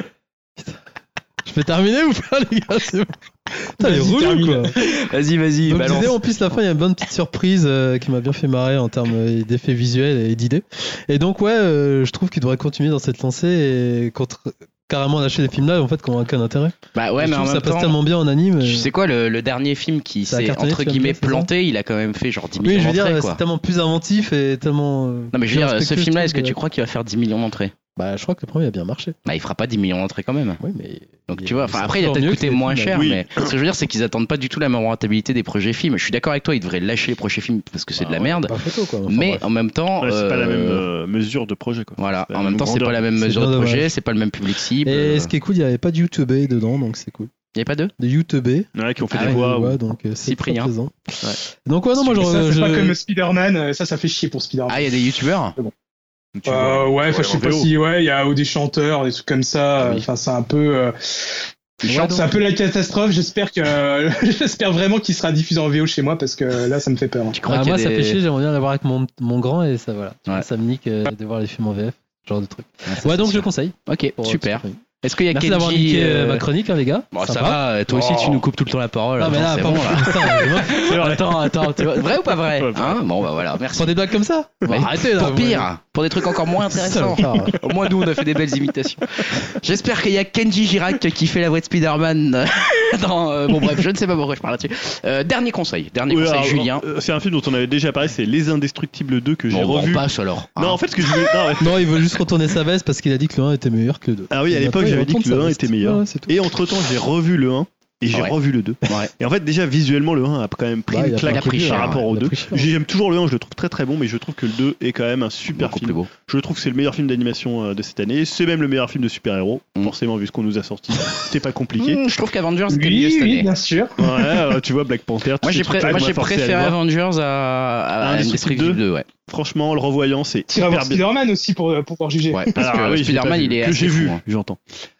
Speaker 6: Je peux terminer ou pas, les gars? C'est bon. Putain, il est
Speaker 4: Vas-y,
Speaker 6: relou,
Speaker 4: termine.
Speaker 6: quoi.
Speaker 1: Vas-y, vas-y,
Speaker 6: Donc, je
Speaker 1: balance.
Speaker 6: disais, en plus, la fin, il y a une bonne petite surprise euh, qui m'a bien fait marrer en termes euh, d'effets visuels et d'idées. Et donc, ouais, euh, je trouve qu'il devrait continuer dans cette lancée et contre... carrément lâcher les films là, en fait, qui n'ont aucun intérêt.
Speaker 1: Bah ouais,
Speaker 6: Je
Speaker 1: mais en
Speaker 6: trouve que
Speaker 1: même
Speaker 6: ça passe
Speaker 1: temps,
Speaker 6: tellement bien en anime.
Speaker 1: tu
Speaker 6: euh,
Speaker 1: sais quoi, le, le dernier film qui
Speaker 6: Ça a
Speaker 1: s'est
Speaker 6: cartonné,
Speaker 1: entre
Speaker 6: tu viens de
Speaker 1: guillemets
Speaker 6: dire, c'est ça
Speaker 1: planté, il a quand même fait genre dix
Speaker 6: Oui,
Speaker 1: millions
Speaker 6: je veux dire,
Speaker 1: d'entrées,
Speaker 6: c'est
Speaker 1: quoi.
Speaker 6: tellement plus inventif et tellement. euh,
Speaker 1: Non mais je veux
Speaker 6: plus
Speaker 1: dire, ce
Speaker 6: respectueux,
Speaker 1: film-là,
Speaker 6: je
Speaker 1: est-ce que
Speaker 6: trouve,
Speaker 1: tu
Speaker 6: de-
Speaker 1: crois qu'il va faire dix millions d'entrées?
Speaker 6: Bah, je crois que le premier a bien marché.
Speaker 1: Bah il fera pas dix millions d'entrées quand même.
Speaker 6: Oui, mais.
Speaker 1: Donc
Speaker 6: il-
Speaker 1: tu vois,
Speaker 6: il
Speaker 1: enfin
Speaker 6: sort
Speaker 1: après il a
Speaker 6: encore
Speaker 1: peut-être
Speaker 6: mieux
Speaker 1: coûté
Speaker 6: que les
Speaker 1: moins
Speaker 6: films,
Speaker 1: cher,
Speaker 2: oui.
Speaker 1: mais ce que je veux dire c'est qu'ils attendent pas du tout la même rentabilité des projets films. Je suis d'accord avec toi, ils devraient lâcher les prochains films parce que c'est de la
Speaker 6: Ah,
Speaker 1: merde,
Speaker 6: Pas photo, quoi. Enfin,
Speaker 1: mais
Speaker 6: bref.
Speaker 1: en même temps,
Speaker 2: Ouais, c'est pas la même
Speaker 1: euh,
Speaker 2: euh, mesure de projet quoi.
Speaker 1: voilà,
Speaker 2: c'est la
Speaker 1: en même
Speaker 2: même
Speaker 1: temps c'est
Speaker 2: grandeur.
Speaker 1: pas la même
Speaker 6: C'est
Speaker 1: mesure de
Speaker 6: bien
Speaker 1: projet,
Speaker 6: dommage.
Speaker 1: c'est pas le même public cible.
Speaker 6: Et
Speaker 1: euh,
Speaker 6: ce qui est cool, il n'y avait pas de YouTube dedans, donc c'est cool.
Speaker 1: Il y a pas deux?
Speaker 6: De YouTube.
Speaker 2: Ouais, qui ont fait
Speaker 1: Ah
Speaker 2: des
Speaker 1: ouais,
Speaker 2: voix. ou-
Speaker 6: donc euh, c'est très
Speaker 1: Cyprien.
Speaker 6: plaisant. Donc, ouais, non, moi,
Speaker 4: Et
Speaker 6: genre,
Speaker 4: ça, c'est
Speaker 6: je-
Speaker 4: pas comme Spider-Man, euh, ça, ça fait chier pour Spider-Man.
Speaker 1: Ah, il y a des youtubeurs?
Speaker 2: Tu
Speaker 4: Euh,
Speaker 2: vois,
Speaker 4: ouais, enfin, je sais
Speaker 2: en
Speaker 4: pas
Speaker 2: V O.
Speaker 4: si, ouais, il y a ou des chanteurs, des trucs comme ça.
Speaker 1: Ah oui.
Speaker 4: Enfin, c'est un peu, euh,
Speaker 1: Ils
Speaker 6: Ouais,
Speaker 1: chantent.
Speaker 6: donc-
Speaker 4: c'est un peu la catastrophe. J'espère que, j'espère vraiment qu'il sera diffusé en V O chez moi parce que là, ça me fait peur.
Speaker 1: Tu crois
Speaker 6: Ah,
Speaker 1: qu'il y a
Speaker 6: moi, ça
Speaker 1: des-
Speaker 6: fait chier, j'aimerais bien l'avoir avec mon, mon grand et ça, voilà.
Speaker 1: Ouais.
Speaker 6: Ça me nique euh, de voir les films en V F, ce genre de truc.
Speaker 1: Ah, ça,
Speaker 6: Ouais,
Speaker 1: c'est
Speaker 6: donc je
Speaker 1: sûr.
Speaker 6: conseille.
Speaker 1: Ok,
Speaker 6: pour-
Speaker 1: super.
Speaker 6: pour-
Speaker 1: Est-ce qu'il y a
Speaker 6: Merci d'avoir
Speaker 1: Kenji
Speaker 6: niqué
Speaker 1: euh,
Speaker 6: euh, ma chronique, hein, les gars.
Speaker 1: Bon, ça
Speaker 6: Sympa.
Speaker 1: va, toi aussi
Speaker 4: Oh.
Speaker 1: tu nous coupes tout le temps la parole.
Speaker 6: Non, mais
Speaker 1: Attends,
Speaker 6: là,
Speaker 1: c'est
Speaker 6: pas
Speaker 1: bon,
Speaker 6: bon,
Speaker 1: là.
Speaker 6: putain, attends, attends, tu vois.
Speaker 1: Vrai ou pas vrai
Speaker 2: Ouais,
Speaker 1: hein Bon bah voilà, merci.
Speaker 6: Pour des blagues comme ça
Speaker 1: Ouais.
Speaker 6: Bah, arrêtez là.
Speaker 1: Pour
Speaker 6: vous-
Speaker 1: pire, pour des trucs encore moins intéressants.
Speaker 6: Salopard.
Speaker 1: Au moins nous on a fait des belles imitations. J'espère qu'il y a Kenji Girac qui fait la voix de Spider-Man dans... euh, bon bref, je ne sais pas pourquoi je parle là-dessus. Euh, dernier conseil, dernier
Speaker 2: Oui,
Speaker 1: conseil
Speaker 2: alors,
Speaker 1: Julien.
Speaker 2: euh, c'est un film dont on avait déjà parlé, c'est Les Indestructibles deux que j'ai
Speaker 1: Bon,
Speaker 2: revu.
Speaker 1: on passe alors.
Speaker 2: Non, en fait, ce que je voulais. Non, ouais.
Speaker 6: Non, il veut juste retourner sa veste parce qu'il a dit que le un était meilleur que le deux.
Speaker 2: Ah oui, à
Speaker 6: Et
Speaker 2: l'époque,
Speaker 6: maintenant, il
Speaker 2: j'avais dit
Speaker 6: retourne
Speaker 2: que le
Speaker 6: sa
Speaker 2: un
Speaker 6: veste.
Speaker 2: était meilleur.
Speaker 6: Ouais, c'est tout.
Speaker 2: Et entre temps, j'ai revu le un et j'ai
Speaker 1: Ouais.
Speaker 2: revu le deux.
Speaker 1: Ouais.
Speaker 2: Et en fait, déjà visuellement, le un a quand même pris
Speaker 6: Bah, il
Speaker 2: une
Speaker 6: a
Speaker 2: claque
Speaker 6: pas pris
Speaker 2: par
Speaker 1: cher,
Speaker 2: rapport
Speaker 6: ouais,
Speaker 2: au
Speaker 6: il a
Speaker 2: deux.
Speaker 6: pris cher.
Speaker 2: J'aime toujours le un, je le trouve très très bon, mais je trouve que le deux est quand même un super
Speaker 1: Beaucoup
Speaker 2: film.
Speaker 1: plus beau.
Speaker 2: Je trouve que c'est le meilleur film d'animation euh, de cette année. C'est même le meilleur film de super-héros.
Speaker 1: Mm.
Speaker 2: Forcément, vu ce qu'on nous a sorti, c'était pas compliqué.
Speaker 1: Mmh, je trouve qu'Avengers c'était mieux
Speaker 4: Oui,
Speaker 1: cette
Speaker 4: oui,
Speaker 1: année.
Speaker 4: bien sûr.
Speaker 2: Ouais, euh, tu vois, Black Panther. tous
Speaker 1: Moi
Speaker 2: ces
Speaker 1: j'ai, pré-
Speaker 2: trucs-là
Speaker 1: moi,
Speaker 2: qu'on
Speaker 1: j'ai
Speaker 2: m'a forcé à aller
Speaker 1: préféré
Speaker 2: voir.
Speaker 1: Avengers à, à, à
Speaker 2: Indestructible
Speaker 1: Indestructible deux, ouais.
Speaker 2: Franchement, le revoyant, c'est
Speaker 4: Tu iras
Speaker 2: hyper
Speaker 4: voir
Speaker 2: bien.
Speaker 4: Spider-Man aussi pour, pour pouvoir juger.
Speaker 1: Ouais, parce
Speaker 2: Alors,
Speaker 1: que
Speaker 2: oui, j'ai
Speaker 1: Spider-Man
Speaker 2: pas vu.
Speaker 1: il est
Speaker 2: que
Speaker 1: assez
Speaker 2: j'ai vu,
Speaker 1: fou, hein.
Speaker 2: j'entends.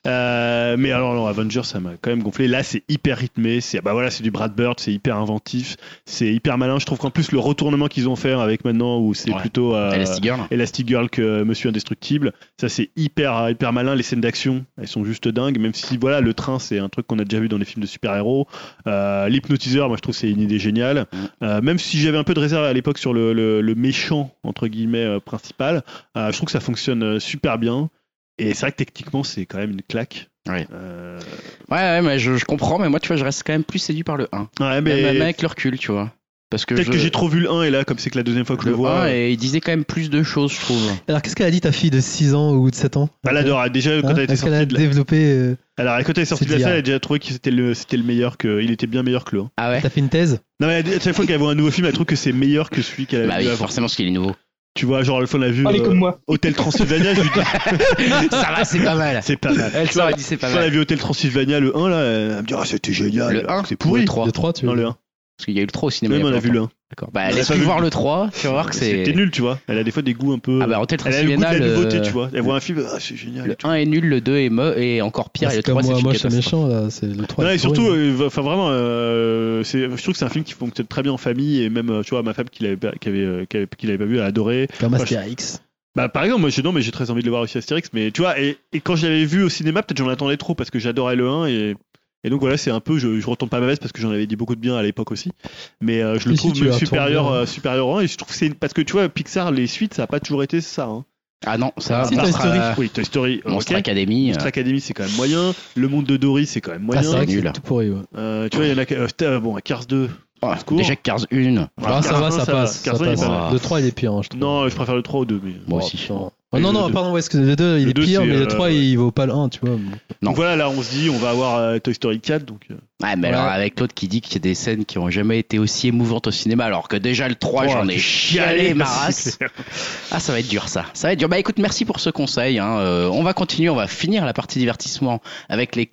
Speaker 2: Euh, mais alors, non, Avengers, ça m'a quand même gonflé. Là, c'est hyper rythmé. C'est bah voilà, c'est du Brad Bird, c'est hyper inventif, c'est hyper malin. Je trouve qu'en plus le retournement qu'ils ont fait avec maintenant, où c'est
Speaker 1: Ouais.
Speaker 2: plutôt euh,
Speaker 1: Elastigirl.
Speaker 2: Elastigirl que Monsieur Indestructible, ça c'est hyper hyper malin. Les scènes d'action, elles sont juste dingues. Même si voilà, le train, c'est un truc qu'on a déjà vu dans les films de super-héros. Euh, L'hypnotiseur, moi je trouve que c'est une idée géniale.
Speaker 1: Mm.
Speaker 2: Euh, même si j'avais un peu de réserve à l'époque sur le, le, le méchant entre guillemets euh, principal, euh, je trouve que ça fonctionne euh, super bien. Et c'est vrai que techniquement, c'est quand même une claque.
Speaker 1: Ouais.
Speaker 2: Euh,
Speaker 1: Ouais, ouais, mais je, je comprends, mais moi tu vois, je reste quand même plus séduit par le un.
Speaker 2: Ouais,
Speaker 1: Même,
Speaker 2: mais
Speaker 1: même avec le recul, tu vois. Parce que
Speaker 2: peut-être
Speaker 1: je-
Speaker 2: que j'ai trop vu le un et là, comme c'est que la deuxième fois que je
Speaker 1: le
Speaker 2: le vois.
Speaker 1: un,
Speaker 2: euh,
Speaker 1: et il disait quand même plus de choses, je trouve.
Speaker 6: Alors, qu'est-ce qu'elle a dit, ta fille de six ans ou de sept ans
Speaker 2: Elle adore. Déjà, quand
Speaker 6: Hein
Speaker 2: elle était
Speaker 6: Est-ce qu'elle a
Speaker 2: sortie de la...
Speaker 6: développé. euh,
Speaker 2: Alors, quand elle est sortie
Speaker 6: C'est
Speaker 2: de la
Speaker 6: d'hier.
Speaker 2: salle, elle a déjà trouvé que c'était le, c'était le meilleur, que... il était bien meilleur que le un.
Speaker 1: Ah ouais.
Speaker 6: T'as fait une thèse
Speaker 2: Non, mais à chaque fois qu'elle voit un nouveau film, elle trouve que c'est meilleur que celui qu'elle a
Speaker 1: Bah
Speaker 2: vu
Speaker 1: oui,
Speaker 2: avant.
Speaker 1: forcément, parce qu'il est nouveau.
Speaker 2: Tu vois, genre, la fois, on a vu
Speaker 4: Parlez
Speaker 2: euh,
Speaker 4: comme moi.
Speaker 2: Hôtel Transylvania, je lui dis,
Speaker 1: Ça va, c'est pas mal.
Speaker 2: c'est pas mal.
Speaker 1: Elle
Speaker 2: Tu vois,
Speaker 1: sort et dit c'est pas
Speaker 2: Quand elle a
Speaker 1: mal.
Speaker 2: vu Hôtel Transylvania, le un, là, elle me dit, ah, c'était génial.
Speaker 1: Le un
Speaker 2: c'est
Speaker 1: ou
Speaker 2: pourri.
Speaker 1: le trois.
Speaker 6: Le trois, tu
Speaker 2: Non,
Speaker 6: veux
Speaker 2: le
Speaker 6: dire.
Speaker 2: un.
Speaker 1: Parce qu'il y a eu le trois au cinéma.
Speaker 2: Même
Speaker 1: il y
Speaker 2: on
Speaker 1: pas
Speaker 2: a vu le
Speaker 1: longtemps.
Speaker 2: un.
Speaker 1: D'accord. Bah,
Speaker 2: On a
Speaker 1: laisse
Speaker 2: pas
Speaker 1: lui
Speaker 2: vu
Speaker 1: voir
Speaker 2: le-
Speaker 1: le trois, tu vas voir que c'est.
Speaker 2: C'était nul, tu vois. Elle a des fois des goûts un peu.
Speaker 1: Ah bah, Hôtel
Speaker 2: Elle a le goût de
Speaker 1: Transylvania,
Speaker 2: la
Speaker 1: le-
Speaker 2: nouveauté, tu vois. Elle voit un film, ah, c'est génial.
Speaker 1: Le
Speaker 2: et tout.
Speaker 1: un est nul, le deux est mo- et encore pire,
Speaker 6: Ah,
Speaker 1: et le
Speaker 6: c'est comme
Speaker 1: trois c'est
Speaker 6: moi,
Speaker 1: une
Speaker 6: moche et
Speaker 1: catastrophe.
Speaker 6: méchant, là. C'est le trois.
Speaker 2: Non,
Speaker 6: il
Speaker 2: et
Speaker 6: est
Speaker 2: surtout,
Speaker 6: pourri.
Speaker 2: euh, enfin vraiment, euh, c'est- je trouve que c'est un film qui fonctionne très bien en famille et même, euh, tu vois, ma femme qui l'avait, pas- qui avait, euh, qui avait, qui l'avait pas vu, elle a adoré.
Speaker 6: Comme
Speaker 2: Enfin,
Speaker 6: Astérix.
Speaker 2: Bah, par exemple, moi, j'ai, non, mais j'ai très envie de le voir aussi Astérix, mais tu vois, et, et quand je l'avais vu au cinéma, peut-être j'en attendais trop parce que j'adorais le un et, et donc voilà, c'est un peu, je, je retombe pas ma veste parce que j'en avais dit beaucoup de bien à l'époque aussi, mais euh, je le
Speaker 6: Ici,
Speaker 2: trouve
Speaker 6: tu
Speaker 2: même
Speaker 6: la
Speaker 2: supérieur,
Speaker 6: retournes bien.
Speaker 2: euh, supérieur au un et je trouve que c'est parce que tu vois, Pixar, les suites, ça a pas toujours été ça. Hein.
Speaker 1: Ah non, ça
Speaker 6: Si,
Speaker 1: va.
Speaker 6: Toy
Speaker 1: par-
Speaker 6: Story.
Speaker 1: euh,
Speaker 2: Oui, Toy Story,
Speaker 1: Monstre
Speaker 2: ok.
Speaker 1: Academy.
Speaker 2: Monster
Speaker 1: euh,
Speaker 2: Academy, c'est quand même moyen. Le monde de Dory, c'est quand même moyen.
Speaker 6: Ah, c'est vrai que
Speaker 1: nul.
Speaker 6: c'est tout pourri, ouais.
Speaker 2: Euh, tu vois, il y en a. que- euh, euh, bon, Cars deux.
Speaker 1: oh,
Speaker 2: secours.
Speaker 1: déjà que Cars un.
Speaker 6: Ah, ça
Speaker 2: Cars
Speaker 6: va,
Speaker 2: un,
Speaker 6: ça
Speaker 2: ça va.
Speaker 6: passe.
Speaker 2: Cars
Speaker 6: ça
Speaker 2: un, il est
Speaker 6: passe.
Speaker 2: pas
Speaker 1: mal.
Speaker 6: Le trois, il est pire, hein, je trouve.
Speaker 2: Non, je préfère le trois au deux. Mais...
Speaker 1: Moi
Speaker 6: Oh,
Speaker 1: aussi.
Speaker 6: putain.
Speaker 2: Et
Speaker 6: Oh, non,
Speaker 2: le
Speaker 6: non,
Speaker 2: deux.
Speaker 6: pardon, ouais, excusez, le deux, il
Speaker 2: Le
Speaker 6: est
Speaker 2: deux,
Speaker 6: pire,
Speaker 2: c'est,
Speaker 6: mais
Speaker 2: euh,
Speaker 6: le trois,
Speaker 2: ouais.
Speaker 6: il vaut pas le un, tu vois.
Speaker 1: Non.
Speaker 2: Donc voilà, là, on se dit, on va avoir euh, Toy Story quatre. Donc, euh,
Speaker 1: Ouais, mais
Speaker 6: Ouais.
Speaker 1: alors avec l'autre qui dit qu'il y a des scènes qui ont jamais été aussi émouvantes au cinéma, alors que déjà le trois,
Speaker 2: oh,
Speaker 1: j'en ai
Speaker 2: c'est
Speaker 1: chialé ma
Speaker 2: c'est
Speaker 1: race.
Speaker 2: clair.
Speaker 1: Ah, ça va être dur ça. Ça va être dur. Bah écoute, merci pour ce conseil. Hein. Euh, on va continuer, on va finir la partie divertissement avec les quinze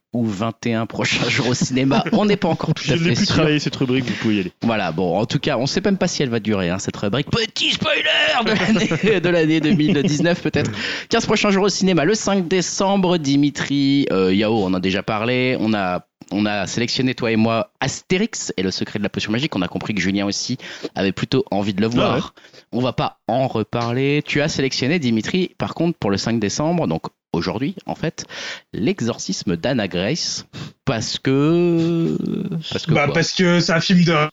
Speaker 1: ou vingt et un prochains jours au cinéma. On n'est pas encore tout
Speaker 2: Je
Speaker 1: à
Speaker 2: n'ai
Speaker 1: fait
Speaker 2: plus
Speaker 1: sûr.
Speaker 2: travaillé cette rubrique, vous pouvez y aller.
Speaker 1: Voilà, bon, en tout cas, on sait même pas si elle va durer, hein, cette rubrique. Petit spoiler de l'année, de l'année deux mille dix-neuf, peut-être. quinze prochains jours au cinéma, le cinq décembre, Dimitri, euh, Yao, on en a déjà parlé. On a, on a sélectionné, toi et moi, Astérix et le secret de la potion magique. On a compris que Julien aussi avait plutôt envie de le voir.
Speaker 2: Ah ouais.
Speaker 1: On va pas en reparler. Tu as sélectionné, Dimitri, par contre, pour le cinq décembre, donc aujourd'hui, en fait, l'exorcisme d'Anna Grace, parce que... Parce que
Speaker 4: Bah,
Speaker 1: quoi
Speaker 4: parce que c'est un film d'horreur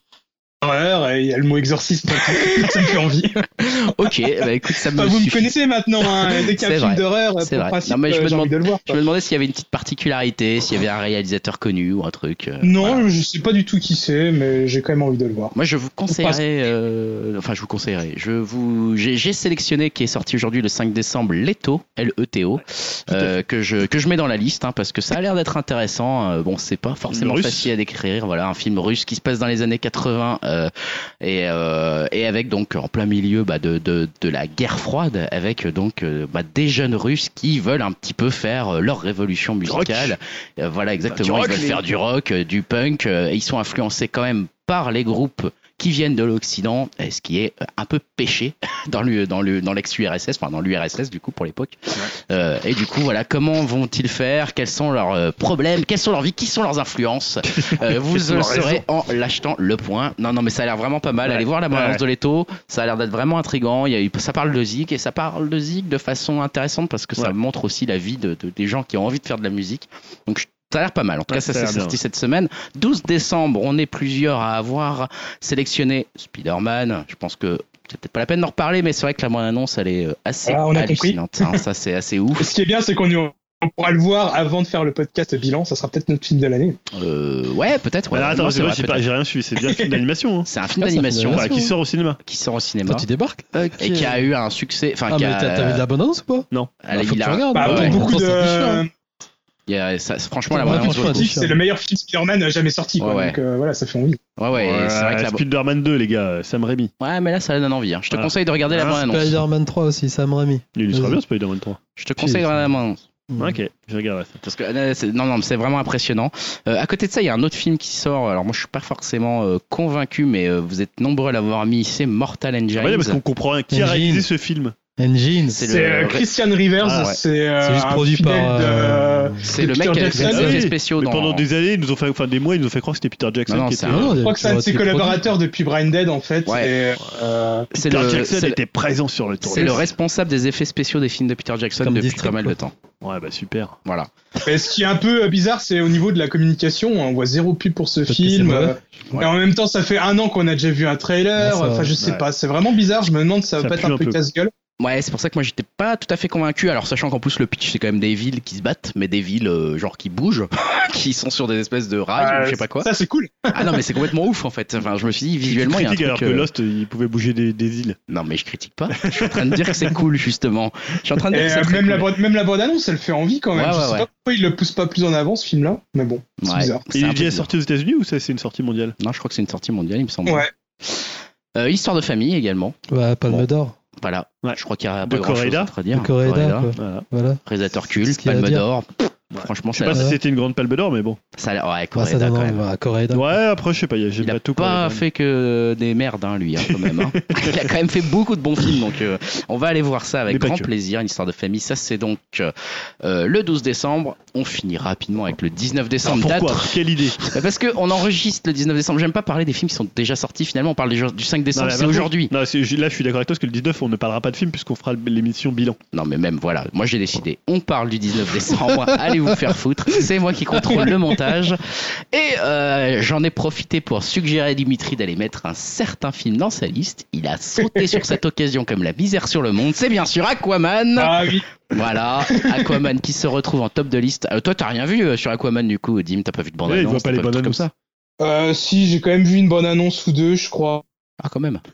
Speaker 4: et il y a le mot exorciste, ça me fait envie.
Speaker 1: Ok, bah écoute, ça me
Speaker 4: Enfin, vous me
Speaker 1: suffit.
Speaker 4: connaissez maintenant, hein, dès qu'il y a
Speaker 1: C'est
Speaker 4: un film
Speaker 1: vrai,
Speaker 4: d'horreur,
Speaker 1: c'est
Speaker 4: pour
Speaker 1: vrai.
Speaker 4: principe,
Speaker 1: Non, mais je me
Speaker 4: euh, j'ai envie
Speaker 1: demande-
Speaker 4: de le voir.
Speaker 1: Je me demandais s'il y avait une petite particularité, s'il y avait un réalisateur connu ou un truc. euh,
Speaker 4: Non,
Speaker 1: voilà.
Speaker 4: je sais pas du tout qui c'est, mais j'ai quand même envie de le voir.
Speaker 1: Moi, je vous conseillerais, euh, enfin, je vous conseillerais. Je vous, j'ai, j'ai sélectionné qui est sorti aujourd'hui le cinq décembre, Leto, L E T O, euh, que je que je mets dans la liste, hein, parce que ça a l'air d'être intéressant. Euh, bon, c'est pas forcément
Speaker 2: Russe.
Speaker 1: facile à décrire. Voilà, un film russe qui se passe dans les années quatre-vingts euh, et euh, et avec donc en plein milieu bah, de de de la guerre froide, avec donc euh, bah, des jeunes Russes qui veulent un petit peu faire euh, leur révolution musicale. Euh, voilà, exactement.
Speaker 2: rock,
Speaker 1: Ils veulent
Speaker 2: les-
Speaker 1: faire du rock, euh, du punk. euh, et ils sont influencés quand même par les groupes qui viennent de l'Occident, et ce qui est un peu péché dans le dans le dans l'ex-U R S S, enfin dans l'U R S S du coup pour l'époque. Euh, et du coup voilà, comment vont-ils faire? Quels sont leurs euh, problèmes? Quelles sont leurs vies? Qui sont leurs influences? Euh, vous
Speaker 2: sont
Speaker 1: le
Speaker 2: leurs
Speaker 1: saurez en l'achetant le point. Non non mais ça a l'air vraiment pas mal.
Speaker 2: Ouais.
Speaker 1: Allez voir la bande-annonce
Speaker 2: Ouais.
Speaker 1: de Leto. Ça a l'air d'être vraiment intriguant. Il y a eu, ça parle de Zig et ça parle de Zig de façon intéressante parce que ça
Speaker 2: Ouais.
Speaker 1: montre aussi la vie de, de- des gens qui ont envie de faire de la musique. Donc je- ça a l'air pas mal. En tout
Speaker 2: Ouais,
Speaker 1: cas, ça
Speaker 2: ça a
Speaker 1: s'est
Speaker 2: l'air
Speaker 1: sorti
Speaker 2: bien.
Speaker 1: cette semaine. douze décembre, on est plusieurs à avoir sélectionné Spider-Man. Je pense que c'est peut-être pas la peine d'en reparler, mais c'est vrai que la bande-annonce, elle est euh, assez
Speaker 4: Ah, on a
Speaker 1: hallucinante. hein. Ça, c'est assez ouf.
Speaker 4: Et ce qui est bien, c'est qu'on y- on pourra le voir avant de faire le podcast bilan. Ça sera peut-être notre film de l'année.
Speaker 1: Euh, ouais, peut-être. Ouais.
Speaker 2: Alors, attends,
Speaker 1: Non,
Speaker 2: c'est
Speaker 1: c'est
Speaker 2: vrai,
Speaker 1: vrai,
Speaker 2: j'ai pas-
Speaker 1: peut-être.
Speaker 2: j'ai rien suivi, c'est bien un film d'animation. Hein.
Speaker 1: C'est un film
Speaker 6: Ah, c'est un film
Speaker 1: d'animation
Speaker 2: Voilà,
Speaker 6: d'animation.
Speaker 2: qui sort au cinéma.
Speaker 1: qui sort au cinéma
Speaker 6: Toi, tu débarques
Speaker 1: et qui a eu un succès. Enfin,
Speaker 6: Ah,
Speaker 1: qui
Speaker 6: mais
Speaker 1: a,
Speaker 6: t'as t'as vu de la bande-annonce ou pas
Speaker 2: Non.
Speaker 1: elle-
Speaker 6: Bah, faut
Speaker 1: il
Speaker 6: que tu
Speaker 1: a-
Speaker 6: regardes.
Speaker 4: Bah,
Speaker 1: ouais,
Speaker 4: pour
Speaker 1: ouais.
Speaker 4: beaucoup
Speaker 6: Pourtant, c'est différent.
Speaker 4: de.
Speaker 1: il y a- ça- franchement, la
Speaker 6: Ouais,
Speaker 1: bande-annonce
Speaker 6: franchement,
Speaker 1: vaut le
Speaker 6: c'est
Speaker 1: coup.
Speaker 6: différent.
Speaker 4: C'est le meilleur film Spider-Man jamais sorti. Quoi.
Speaker 1: Ouais, ouais.
Speaker 4: Donc euh, voilà, ça fait envie.
Speaker 1: Ouais, ouais. et c'est vrai que la...
Speaker 2: Spider-Man deux, les gars, Sam Raimi.
Speaker 1: Ouais, mais là, ça donne envie. hein. Je te
Speaker 2: Voilà.
Speaker 1: conseille de regarder la
Speaker 2: Ah,
Speaker 1: bande-annonce.
Speaker 6: Spider-Man trois aussi, Sam Raimi.
Speaker 2: Il sera
Speaker 6: Vas-y.
Speaker 2: bien, Spider-Man trois.
Speaker 1: Je te conseille de regarder la bande-annonce.
Speaker 2: Ok, je regarderai ça.
Speaker 1: Parce que euh, c'est- non, non, mais c'est vraiment impressionnant. Euh, à côté de ça, il y a un autre film qui sort. Alors moi, je suis pas forcément euh, convaincu, mais euh, vous êtes nombreux à l'avoir mis. C'est Mortal Engines.
Speaker 2: Ah ouais, parce qu'on comprend rien. Qui a
Speaker 6: Engine.
Speaker 2: réalisé ce film?
Speaker 6: Engine.
Speaker 1: C'est
Speaker 4: C'est
Speaker 1: le-
Speaker 4: euh, Christian Rivers.
Speaker 1: Ah, ouais.
Speaker 4: C'est euh,
Speaker 6: C'est juste
Speaker 4: un
Speaker 6: produit
Speaker 4: fidèle
Speaker 6: par,
Speaker 4: de-
Speaker 6: euh,
Speaker 1: C'est
Speaker 4: de
Speaker 1: le mec
Speaker 4: Peter
Speaker 1: qui a fait
Speaker 4: Jackson.
Speaker 1: des effets
Speaker 2: oui.
Speaker 1: spéciaux
Speaker 2: Mais
Speaker 1: dans.
Speaker 2: pendant des années, ils nous ont fait, enfin des mois, ils nous ont fait croire que c'était Peter Jackson
Speaker 1: Non, non,
Speaker 2: qui
Speaker 1: c'est
Speaker 2: était.
Speaker 1: un-
Speaker 6: Non,
Speaker 4: Je crois que c'est un de ses
Speaker 6: tu vois,
Speaker 4: collaborateurs depuis Brain Dead en fait.
Speaker 1: Ouais.
Speaker 4: Et, euh,
Speaker 1: C'est
Speaker 2: Peter
Speaker 1: le,
Speaker 2: Jackson
Speaker 1: c'est le-
Speaker 2: était présent sur le tournage.
Speaker 1: c'est le responsable des effets spéciaux des films de Peter Jackson
Speaker 6: Comme
Speaker 1: depuis
Speaker 6: District,
Speaker 1: pas mal
Speaker 6: quoi.
Speaker 1: de temps.
Speaker 2: Ouais, bah super.
Speaker 1: Voilà.
Speaker 4: Et ce qui est un peu bizarre, c'est au niveau de la communication. On voit zéro pub pour ce
Speaker 6: Parce que
Speaker 4: film.
Speaker 6: c'est mauvais.
Speaker 4: euh,
Speaker 1: Ouais.
Speaker 4: Et en même temps, ça fait un an qu'on a déjà vu un trailer.
Speaker 6: Ouais, ça-
Speaker 4: Enfin, je sais
Speaker 2: ouais.
Speaker 4: pas. C'est vraiment bizarre. Je me demande si ça va
Speaker 2: Ça
Speaker 4: pas être
Speaker 2: pue
Speaker 4: un
Speaker 2: un
Speaker 4: peu
Speaker 2: peu.
Speaker 4: casse-gueule.
Speaker 1: Ouais, c'est pour ça que moi j'étais pas tout à fait convaincu. Alors sachant qu'en plus le pitch c'est quand même des villes qui se battent, mais des villes euh, genre qui bougent, qui sont sur des espèces de rails,
Speaker 4: Euh,
Speaker 1: ou je sais pas quoi.
Speaker 4: Ça, c'est cool.
Speaker 1: Ah non mais c'est complètement ouf en fait. Enfin je me suis dit visuellement il y a un
Speaker 2: critique
Speaker 1: truc.
Speaker 2: alors que
Speaker 1: euh,
Speaker 2: Lost, il pouvait bouger des, des îles.
Speaker 1: Non mais je critique pas. Je suis en train de dire que c'est cool justement. Je suis en train de dire
Speaker 4: Et
Speaker 1: que c'est
Speaker 4: euh,
Speaker 1: très
Speaker 4: même, la,
Speaker 1: cool.
Speaker 4: bande- même la bande-annonce, elle fait envie quand même.
Speaker 1: Ouais,
Speaker 4: je
Speaker 1: ouais,
Speaker 4: sais
Speaker 1: ouais.
Speaker 4: pas pourquoi il le pousse pas plus en avant ce film-là. Mais bon, c'est
Speaker 1: Ouais,
Speaker 4: bizarre.
Speaker 1: c'est
Speaker 2: Et il
Speaker 1: un
Speaker 2: est
Speaker 1: peu
Speaker 2: déjà
Speaker 1: bizarre.
Speaker 2: sorti aux États-Unis ou ça c'est une sortie mondiale?
Speaker 1: Non je crois que c'est une sortie mondiale il me semble.
Speaker 4: Ouais.
Speaker 1: Euh, Histoire de famille également.
Speaker 6: Ouais, Palme
Speaker 1: Bon.
Speaker 6: d'or.
Speaker 1: Voilà.
Speaker 2: Ouais.
Speaker 1: Je crois qu'il y a
Speaker 2: De
Speaker 1: pas grand chose
Speaker 2: Correida.
Speaker 1: à dire.
Speaker 6: De Correida,
Speaker 1: Correida.
Speaker 6: quoi.
Speaker 2: Voilà.
Speaker 6: Voilà.
Speaker 1: Réalisateur
Speaker 6: C'est
Speaker 1: culte,
Speaker 6: ce qu'il y a à
Speaker 1: Palme
Speaker 6: dire.
Speaker 1: d'or. Franchement
Speaker 2: Je sais
Speaker 1: ça
Speaker 2: pas
Speaker 1: a
Speaker 2: si
Speaker 1: l'air-
Speaker 2: c'était une grande palme d'or, mais bon.
Speaker 1: ça a l'air- ouais
Speaker 6: Ouais, ça
Speaker 1: Correida
Speaker 6: donne
Speaker 1: quand
Speaker 6: envie.
Speaker 1: même.
Speaker 6: Voilà, Correida.
Speaker 2: Ouais, après je sais pas, j'ai
Speaker 1: Il
Speaker 2: pas
Speaker 1: a
Speaker 2: tout
Speaker 1: pas
Speaker 2: Correida.
Speaker 1: fait que des merdes, hein, lui, hein, quand même. hein. Il a quand même fait beaucoup de bons films, donc euh, on va aller voir ça avec
Speaker 2: Mais pas
Speaker 1: grand
Speaker 2: que.
Speaker 1: plaisir. Une histoire de famille, ça c'est donc euh, le douze décembre. On finit rapidement avec le dix-neuf
Speaker 2: Alors,
Speaker 1: décembre.
Speaker 2: pourquoi?
Speaker 1: date-
Speaker 2: Quelle idée?
Speaker 1: Bah, parce que on enregistre le dix-neuf décembre. J'aime pas parler des films qui sont déjà sortis. Finalement, on parle des jours- du cinq décembre.
Speaker 2: Non, mais
Speaker 1: C'est
Speaker 2: par
Speaker 1: aujourd'hui.
Speaker 2: contre- Non, c'est- là je suis d'accord avec toi parce que le dix-neuf on ne parlera pas de film puisqu'on fera l'émission bilan.
Speaker 1: Non, mais même voilà. Moi, j'ai décidé. On parle du dix-neuf décembre. Allez vous faire foutre. C'est moi qui contrôle le montage. Et euh, j'en ai profité pour suggérer à Dimitri d'aller mettre un certain film dans sa liste. Il a sauté sur cette occasion comme la misère sur le monde. C'est bien sûr Aquaman.
Speaker 4: Ah oui.
Speaker 1: Voilà, Aquaman qui se retrouve en top de liste. Euh, toi, t'as rien vu euh, sur Aquaman du coup, Dim? T'as pas vu de bande
Speaker 2: Ouais, il
Speaker 1: annonce?
Speaker 2: voit pas les bandes
Speaker 1: comme
Speaker 2: annonces.
Speaker 1: ça.
Speaker 4: Euh, si, j'ai quand même vu une bonne annonce ou deux, je crois.
Speaker 1: Ah, quand même.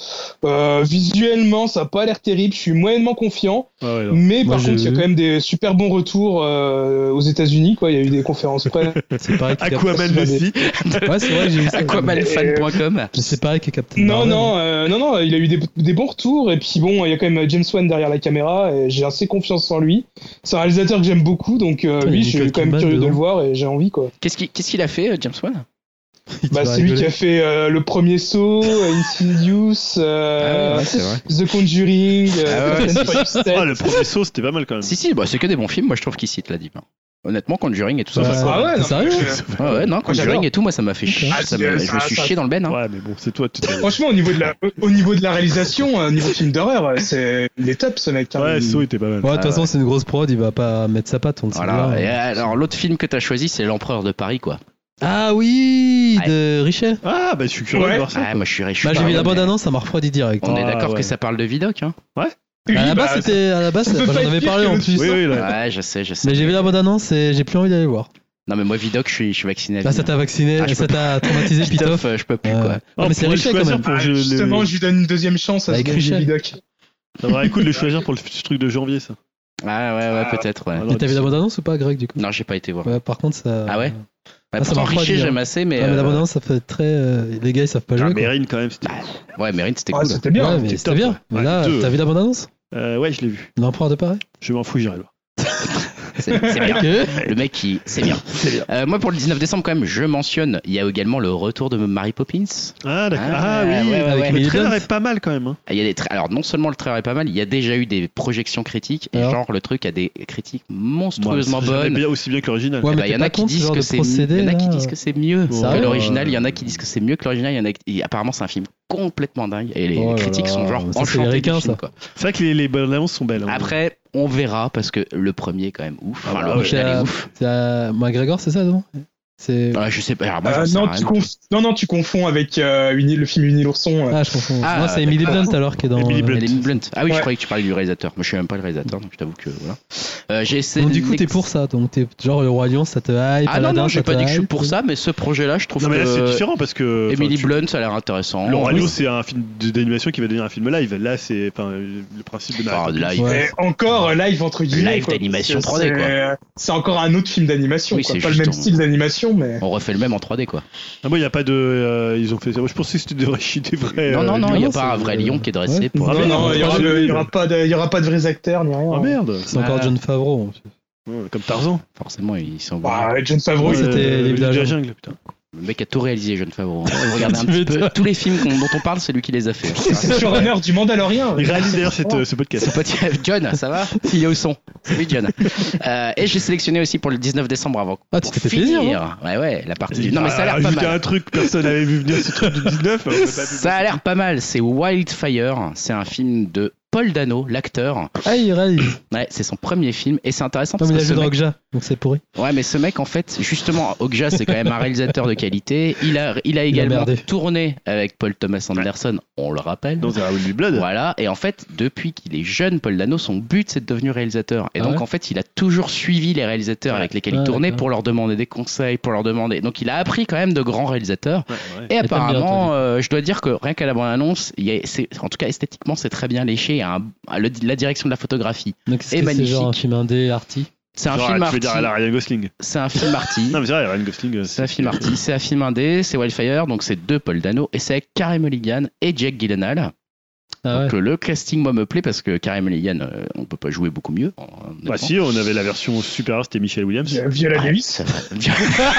Speaker 4: Euh, visuellement, ça n'a pas l'air terrible. Je suis moyennement confiant.
Speaker 2: Ah ouais, non.
Speaker 4: Mais
Speaker 6: Moi,
Speaker 4: par
Speaker 6: j'ai
Speaker 4: contre, il y a
Speaker 6: vu.
Speaker 4: quand même des super bons retours euh, aux États-Unis. Quoi. Il y a eu des conférences près.
Speaker 6: C'est pareil que
Speaker 2: Aquaman
Speaker 4: Captain-
Speaker 2: aussi.
Speaker 6: Ouais, c'est vrai, j'ai vu ça.
Speaker 1: Aquamanfan point com.
Speaker 6: C'est pareil que Captain
Speaker 4: Non,
Speaker 6: Marvel.
Speaker 4: non, euh, non, non, il a eu des, des bons retours. Et puis bon, il y a quand même James Wan derrière la caméra. Et j'ai assez confiance en lui. C'est un réalisateur que j'aime beaucoup. Donc euh,
Speaker 6: Ouais, il y a
Speaker 4: lui, je suis
Speaker 6: Nicole
Speaker 4: quand même
Speaker 6: Kidman
Speaker 4: curieux de
Speaker 6: dedans.
Speaker 4: le voir et j'ai envie. Quoi.
Speaker 1: Qu'est-ce qu'il qu'est-ce qu'il a fait, euh, James Wan?
Speaker 6: Il
Speaker 4: Bah,
Speaker 6: va
Speaker 4: c'est lui qui
Speaker 6: rigoler.
Speaker 4: a fait euh, le premier Saw, Insidious, euh,
Speaker 1: Ah ouais, c'est vrai.
Speaker 4: The Conjuring, euh,
Speaker 1: Ah ouais,
Speaker 4: Captain Foster.
Speaker 2: Ah, le premier saut, c'était pas mal quand même.
Speaker 1: Si, si, bah, c'est que des bons films. Moi, je trouve qu'il cite la Deep. Honnêtement, Conjuring et tout ça.
Speaker 6: Ouais.
Speaker 1: ça- ça-
Speaker 4: Ah ouais,
Speaker 6: T'es
Speaker 4: non,
Speaker 6: sérieux
Speaker 4: je-
Speaker 1: Ouais, ouais, non,
Speaker 4: Moi,
Speaker 1: Conjuring
Speaker 4: j'adore.
Speaker 1: et tout, moi, ça m'a fait chier.
Speaker 4: Ah,
Speaker 1: Ça
Speaker 4: c'est-
Speaker 1: me-
Speaker 4: ça-
Speaker 1: je me suis
Speaker 4: ça-
Speaker 1: chié dans le ben. Hein.
Speaker 2: Ouais, mais bon, c'est toi. Tu t'es-
Speaker 4: Franchement, au niveau de la, au niveau de la réalisation, euh, niveau film d'horreur, euh, c'est il est top ce mec. hein.
Speaker 2: Ouais,
Speaker 4: Il-
Speaker 2: saut était pas mal.
Speaker 6: Ouais, de toute
Speaker 1: Ah,
Speaker 6: façon, c'est une grosse prod, il va pas mettre sa patte, on le sait
Speaker 1: Voilà.
Speaker 6: bien.
Speaker 1: Et alors, l'autre film que t'as choisi, c'est L'Empereur de Paris, quoi.
Speaker 6: Ah oui, de Richet.
Speaker 2: Ah, bah je suis curieux
Speaker 4: Ouais.
Speaker 2: de voir ça.
Speaker 1: Ah, moi, je suis riche.
Speaker 6: Bah, j'ai vu la bande-annonce, ça m'a refroidi direct.
Speaker 1: On est
Speaker 2: Ah,
Speaker 1: d'accord
Speaker 2: ouais.
Speaker 1: que ça parle de Vidoc, hein.
Speaker 4: Oui,
Speaker 6: À la
Speaker 4: bah,
Speaker 6: base, c'était, à la base,
Speaker 4: ça peut
Speaker 6: bah,
Speaker 4: pas
Speaker 6: j'en
Speaker 4: être
Speaker 6: avais
Speaker 4: pire
Speaker 6: parlé
Speaker 4: que
Speaker 6: en
Speaker 4: le
Speaker 6: plus.
Speaker 2: Oui, oui, là.
Speaker 1: Ouais, je sais, je sais.
Speaker 6: Mais j'ai vu la bande-annonce et j'ai plus envie d'aller le voir.
Speaker 1: Non, mais moi, Vidoc, je suis, je suis vacciné. à
Speaker 6: Là,
Speaker 1: vie.
Speaker 6: ça t'a vacciné,
Speaker 1: Ah, je
Speaker 6: ça
Speaker 1: peux
Speaker 6: t'a traumatisé,
Speaker 1: Pitoff,
Speaker 6: Pitoff.
Speaker 1: euh, je peux plus,
Speaker 6: Ouais.
Speaker 1: quoi.
Speaker 6: Ouais,
Speaker 2: Oh,
Speaker 6: mais c'est
Speaker 2: pour le
Speaker 6: Richet quand
Speaker 2: choisir
Speaker 6: même.
Speaker 2: pour
Speaker 4: ah,
Speaker 2: je- le-
Speaker 4: justement, je lui donne une deuxième chance à
Speaker 6: Avec
Speaker 4: ce
Speaker 6: Richet.
Speaker 4: Vidoc.
Speaker 2: Ça m'aurait cool de le choisir pour le truc de janvier, ça.
Speaker 1: Ah, ouais, ouais, peut-être, ouais.
Speaker 2: Alors,
Speaker 6: Et t'as vu la bande-annonce ou pas, Greg, du coup?
Speaker 1: Non, j'ai pas été voir.
Speaker 6: Ouais, par contre, ça.
Speaker 1: Ah ouais Bah,
Speaker 6: Ah, ça
Speaker 1: pourtant,
Speaker 6: m'a refroidi,
Speaker 1: Richer,
Speaker 6: hein.
Speaker 1: j'aime assez, mais.
Speaker 6: Ouais, mais la
Speaker 1: euh,
Speaker 6: bande-annonce, ça fait très. euh, Les gars, ils savent pas
Speaker 2: Ah,
Speaker 6: jouer. quoi.
Speaker 2: Mérine quand même, c'était.
Speaker 1: Ouais, Mérine, c'était
Speaker 4: Ah,
Speaker 1: cool.
Speaker 4: c'était bien.
Speaker 6: Ouais,
Speaker 4: hein.
Speaker 6: mais
Speaker 2: c'est
Speaker 6: c'était
Speaker 2: top,
Speaker 6: bien.
Speaker 2: ouais.
Speaker 6: Mais
Speaker 2: Ouais,
Speaker 6: là,
Speaker 2: deux.
Speaker 6: t'as vu la bande-annonce?
Speaker 2: Euh, ouais, je l'ai vu.
Speaker 6: L'Empereur de Paris?
Speaker 2: Je m'en fous, j'irai le voir.
Speaker 1: C'est c'est bien.
Speaker 6: Ok.
Speaker 1: Le mec, il... c'est bien.
Speaker 2: C'est bien.
Speaker 1: Euh, moi, pour le dix-neuf décembre, quand même, je mentionne, il y a également le retour de Mary Poppins.
Speaker 2: Ah, d'accord.
Speaker 1: Ah,
Speaker 2: Ah, oui,
Speaker 1: ouais, ouais,
Speaker 2: avec
Speaker 1: ouais.
Speaker 2: le
Speaker 6: Emily
Speaker 2: trailer
Speaker 6: Blunt.
Speaker 2: est pas mal quand même. hein.
Speaker 1: Il y a des tra- Alors, non seulement le trailer est pas mal, il y a déjà eu des projections critiques, et
Speaker 6: Alors
Speaker 1: genre, le truc a des critiques
Speaker 2: Moi,
Speaker 1: monstrueusement
Speaker 2: c'est jamais
Speaker 1: bonnes.
Speaker 2: bien aussi bien que l'original.
Speaker 6: Ouais,
Speaker 1: Eh
Speaker 6: mais
Speaker 1: ben, il y
Speaker 6: t'es
Speaker 1: en a
Speaker 6: pas
Speaker 1: qui
Speaker 6: contre ce
Speaker 1: disent
Speaker 6: genre
Speaker 1: que
Speaker 6: de
Speaker 1: c'est
Speaker 6: procédé,
Speaker 1: il y en a qui
Speaker 6: là
Speaker 1: disent que c'est mieux que
Speaker 6: Sérieux
Speaker 1: l'original, il y en a qui disent que c'est mieux que l'original, il y en a qui- et apparemment c'est un film complètement dingue et les
Speaker 6: Oh là
Speaker 1: critiques
Speaker 6: là,
Speaker 1: sont genre
Speaker 6: ça, c'est
Speaker 1: enchantées du
Speaker 6: ricain,
Speaker 1: film,
Speaker 6: ça.
Speaker 1: quoi.
Speaker 2: C'est vrai que les, les bonnes annonces sont belles. hein.
Speaker 1: Après, on verra parce que le premier est quand même ouf. Enfin,
Speaker 2: Ah bah
Speaker 1: l'original
Speaker 6: ouais.
Speaker 1: est ouf.
Speaker 6: C'est à McGregor, c'est ça, non? C'est.
Speaker 1: Ah, je sais pas. Alors, moi, j'en
Speaker 4: Euh,
Speaker 1: sais
Speaker 4: non,
Speaker 1: rien
Speaker 4: tu
Speaker 1: du tout.
Speaker 4: conf- non, non, tu confonds avec euh, Uni- le film Uni l'ourson. euh.
Speaker 6: Ah, je confonds.
Speaker 1: Ah,
Speaker 6: non, c'est Emily
Speaker 1: d'accord.
Speaker 6: Blunt alors qui est dans.
Speaker 2: Emily
Speaker 6: euh,
Speaker 2: Blunt.
Speaker 1: Elle est Blunt. Ah oui, je
Speaker 4: Ouais.
Speaker 1: croyais que tu parlais du réalisateur. Moi, je suis même pas le réalisateur, donc je t'avoue que voilà. Euh, j'ai essayé.
Speaker 6: Donc, du coup, t'es pour ça. Donc, t'es genre le Roi Lion, ça te hype.
Speaker 1: Ah non,
Speaker 6: Paladin,
Speaker 1: non, j'ai
Speaker 6: ça
Speaker 1: pas
Speaker 6: te
Speaker 1: dit que je suis
Speaker 6: hype.
Speaker 1: pour ça, mais ce projet-là, je trouve
Speaker 2: Non, mais là, c'est
Speaker 1: que
Speaker 2: différent parce que. enfin,
Speaker 1: Emily
Speaker 2: tu-
Speaker 1: Blunt, ça a l'air intéressant.
Speaker 2: Le Roi
Speaker 1: Oui.
Speaker 2: Lion, c'est un film de- d'animation qui va devenir un film live. Là, c'est enfin, le principe de
Speaker 1: Enfin,
Speaker 2: Mary Poppins.
Speaker 1: live.
Speaker 6: Ouais.
Speaker 4: Et encore euh, live entre guillemets.
Speaker 1: Live
Speaker 4: quoi.
Speaker 1: d'animation
Speaker 4: C'est-
Speaker 1: trois D, quoi.
Speaker 4: c'est- C'est encore un autre film d'animation.
Speaker 1: Oui,
Speaker 4: quoi.
Speaker 1: c'est
Speaker 4: Pas le
Speaker 1: juste
Speaker 4: même
Speaker 1: en-
Speaker 4: style d'animation, mais.
Speaker 1: On refait le même en trois D, quoi.
Speaker 2: Ah, moi, il n'y a pas de. euh, ils ont fait ça. Je pensais que c'était des vrais chi- des vrais.
Speaker 1: Non, non,
Speaker 2: euh,
Speaker 1: non,
Speaker 2: lions.
Speaker 1: il n'y a
Speaker 6: non,
Speaker 1: pas un
Speaker 6: c'est-
Speaker 1: vrai lion qui est dressé
Speaker 6: Ouais.
Speaker 1: pour.
Speaker 2: Ah,
Speaker 4: non,
Speaker 2: merde,
Speaker 4: non, il y aura,
Speaker 2: j'ai
Speaker 4: le-
Speaker 2: vu.
Speaker 4: il y aura pas de, il y aura pas de vrais acteurs ni rien.
Speaker 2: Ah merde.
Speaker 6: C'est encore
Speaker 1: Ah.
Speaker 6: John Favreau.
Speaker 2: Ouais, comme Tarzan.
Speaker 1: Forcément, ils sont.
Speaker 4: Bah, John Favreau,
Speaker 6: Ouais,
Speaker 4: il-
Speaker 6: c'était
Speaker 2: Euh,
Speaker 6: les
Speaker 2: l'île de la
Speaker 6: villageois.
Speaker 2: jungle, putain.
Speaker 1: Le mec a tout réalisé, John Favreau. Regardez un
Speaker 6: Tu
Speaker 1: petit peu.
Speaker 6: m'étonnes.
Speaker 1: Tous les films qu'on- dont on parle, c'est lui qui les a fait.
Speaker 4: c'est le showrunner du Mandalorian.
Speaker 2: Il réalise d'ailleurs cette, euh, ce podcast.
Speaker 1: C'est pas John, ça va Il est au son. Salut John. Euh, et j'ai sélectionné aussi pour le dix-neuf décembre avant.
Speaker 6: Ah, tu
Speaker 1: pour
Speaker 6: t'es fait
Speaker 1: finir.
Speaker 6: plaisir,
Speaker 1: Ouais, ouais, la partie. Non, mais ça a l'air pas
Speaker 2: Ajouter
Speaker 1: mal.
Speaker 2: un truc, personne n'avait vu venir ce truc du dix-neuf. on peut pas
Speaker 1: Ça a l'air pas mal. C'est Wildfire. C'est un film de Paul Dano, l'acteur.
Speaker 6: Ah, il réalise.
Speaker 1: Ouais, c'est son premier film et c'est intéressant
Speaker 6: Non,
Speaker 1: parce
Speaker 6: mais il
Speaker 1: que
Speaker 6: a
Speaker 1: ce
Speaker 6: joué dans
Speaker 1: mec...
Speaker 6: Okja, donc c'est pourri.
Speaker 1: Ouais, mais ce mec en fait, justement, Okja, c'est quand même un réalisateur de qualité. Il a, il a également
Speaker 6: merdé.
Speaker 1: tourné avec Paul Thomas Anderson, on le rappelle.
Speaker 2: Dans un Will Blood.
Speaker 1: Voilà, et en fait, depuis qu'il est jeune, Paul Dano, son but c'est de devenir réalisateur. Et
Speaker 6: Ah
Speaker 1: donc
Speaker 6: ouais
Speaker 1: en fait, il a toujours suivi les réalisateurs
Speaker 2: Ouais.
Speaker 1: avec lesquels il
Speaker 6: Ah,
Speaker 1: tournait
Speaker 6: d'accord.
Speaker 1: pour leur demander des conseils, pour leur demander. Donc il a appris quand même de grands réalisateurs.
Speaker 2: Ouais, ouais.
Speaker 1: Et
Speaker 6: t'aimes bien,
Speaker 1: apparemment,
Speaker 6: toi,
Speaker 1: euh, je dois dire que rien qu'à la bande-annonce, il y a- c'est- en tout cas esthétiquement, c'est très bien léché. Il y a un- le- la direction de la photographie.
Speaker 6: Donc, est-ce
Speaker 1: Et
Speaker 6: que c'est genre un
Speaker 1: magnifique.
Speaker 6: film indé, arty?
Speaker 1: C'est un
Speaker 2: Genre,
Speaker 1: film
Speaker 2: tu veux
Speaker 1: arty.
Speaker 2: dire à la Ryan Gosling.
Speaker 1: C'est un film arty.
Speaker 2: Non, mais c'est vrai, Ryan Gosling. euh,
Speaker 1: C'est un film arty. C'est un film indé. C'est Wildfire. Donc c'est deux Paul Dano et c'est avec Carey Mulligan et Jake Gyllenhaal.
Speaker 6: Ah ouais.
Speaker 1: Donc le casting moi me plaît parce que Carey Mulligan, euh, on peut pas jouer beaucoup mieux. honnêtement.
Speaker 2: Bah si, on avait la version supérieure, c'était Michelle Williams.
Speaker 4: Viola
Speaker 1: Ouais,
Speaker 4: Davis.
Speaker 1: c'est vrai. Je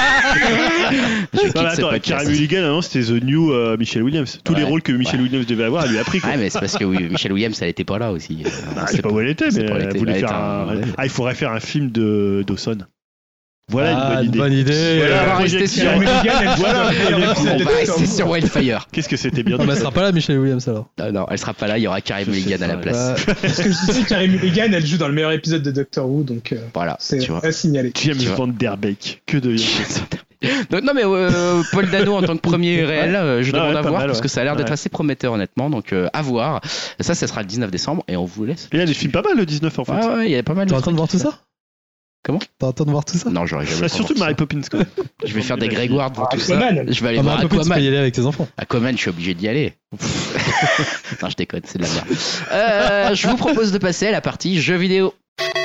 Speaker 2: Non,
Speaker 1: quitte
Speaker 2: mais
Speaker 1: ce
Speaker 2: attends,
Speaker 1: podcast.
Speaker 2: Carey Mulligan, avant, c'était The New euh, Michelle Williams. Tous les
Speaker 1: Ouais,
Speaker 2: rôles que Michelle
Speaker 1: ouais.
Speaker 2: Williams devait avoir, elle lui a pris. Quoi.
Speaker 1: Ouais, mais c'est parce que oui, Michelle Williams, elle était pas là aussi. Euh,
Speaker 2: Bah,
Speaker 1: on
Speaker 2: je
Speaker 1: sait
Speaker 2: sais pas où elle était,
Speaker 1: on sait
Speaker 2: mais
Speaker 1: pas où elle
Speaker 2: elle
Speaker 1: était.
Speaker 2: voulait
Speaker 1: Elle
Speaker 2: faire
Speaker 1: était
Speaker 2: un.
Speaker 1: un-
Speaker 2: Ah, il faudrait faire un film de Dawson. Voilà
Speaker 6: Ah,
Speaker 2: une bonne idée.
Speaker 6: bonne idée.
Speaker 2: Voilà,
Speaker 1: on va
Speaker 2: la
Speaker 1: rester
Speaker 2: projection.
Speaker 1: sur-
Speaker 4: Mulligan, elle joue
Speaker 2: Voilà,
Speaker 4: dans le meilleur
Speaker 2: on
Speaker 4: épisode
Speaker 1: On
Speaker 4: de
Speaker 1: va
Speaker 4: Doctor
Speaker 1: rester
Speaker 4: Who.
Speaker 1: sur Wildfire.
Speaker 2: Qu'est-ce que c'était bien.
Speaker 6: Non, mais elle sera pas là, Michelle Williams alors.
Speaker 1: Non, non, elle sera pas là. Il y aura Carey
Speaker 2: Je sais
Speaker 1: Mulligan à la
Speaker 2: pas.
Speaker 1: place.
Speaker 6: Euh,
Speaker 4: Parce que je sais que Carey Mulligan, elle joue dans le meilleur épisode de Doctor Who, donc euh,
Speaker 1: Voilà,
Speaker 4: c'est
Speaker 1: tu vois.
Speaker 4: à signaler.
Speaker 2: James
Speaker 1: Tu vois.
Speaker 2: Van Der Beek. Que devient-il
Speaker 1: Donc, non mais euh, Paul Dano en tant que premier réel, euh, je
Speaker 2: Ah ouais,
Speaker 1: demande à
Speaker 2: pas
Speaker 1: voir
Speaker 2: mal,
Speaker 1: parce
Speaker 2: ouais.
Speaker 1: que ça a l'air d'être
Speaker 2: Ouais.
Speaker 1: assez prometteur honnêtement, donc euh, à voir. Ça, ça sera le dix-neuf décembre et on vous laisse.
Speaker 2: Il y a des films pas mal le dix-neuf en fait.
Speaker 1: Ouais, ouais, il y a pas mal.
Speaker 6: T'es
Speaker 1: de
Speaker 6: en train de voir tout
Speaker 1: trucs.
Speaker 6: ça? T'as le temps de voir tout ça?
Speaker 1: Non, j'aurais jamais.
Speaker 2: Bah,
Speaker 1: le temps
Speaker 2: surtout
Speaker 1: de voir
Speaker 2: Mary Poppins, quoi.
Speaker 1: ça. Je vais faire des Grégoire devant tout ça.
Speaker 4: Aquaman.
Speaker 1: Je vais aller
Speaker 6: Ah, mais
Speaker 1: voir
Speaker 6: un peu plus, tu peux
Speaker 1: Aquaman.
Speaker 6: y aller avec tes enfants.
Speaker 1: Aquaman, je suis obligé d'y aller. Non, je déconne, c'est de la merde. Euh, je vous propose de passer à la partie jeux vidéo.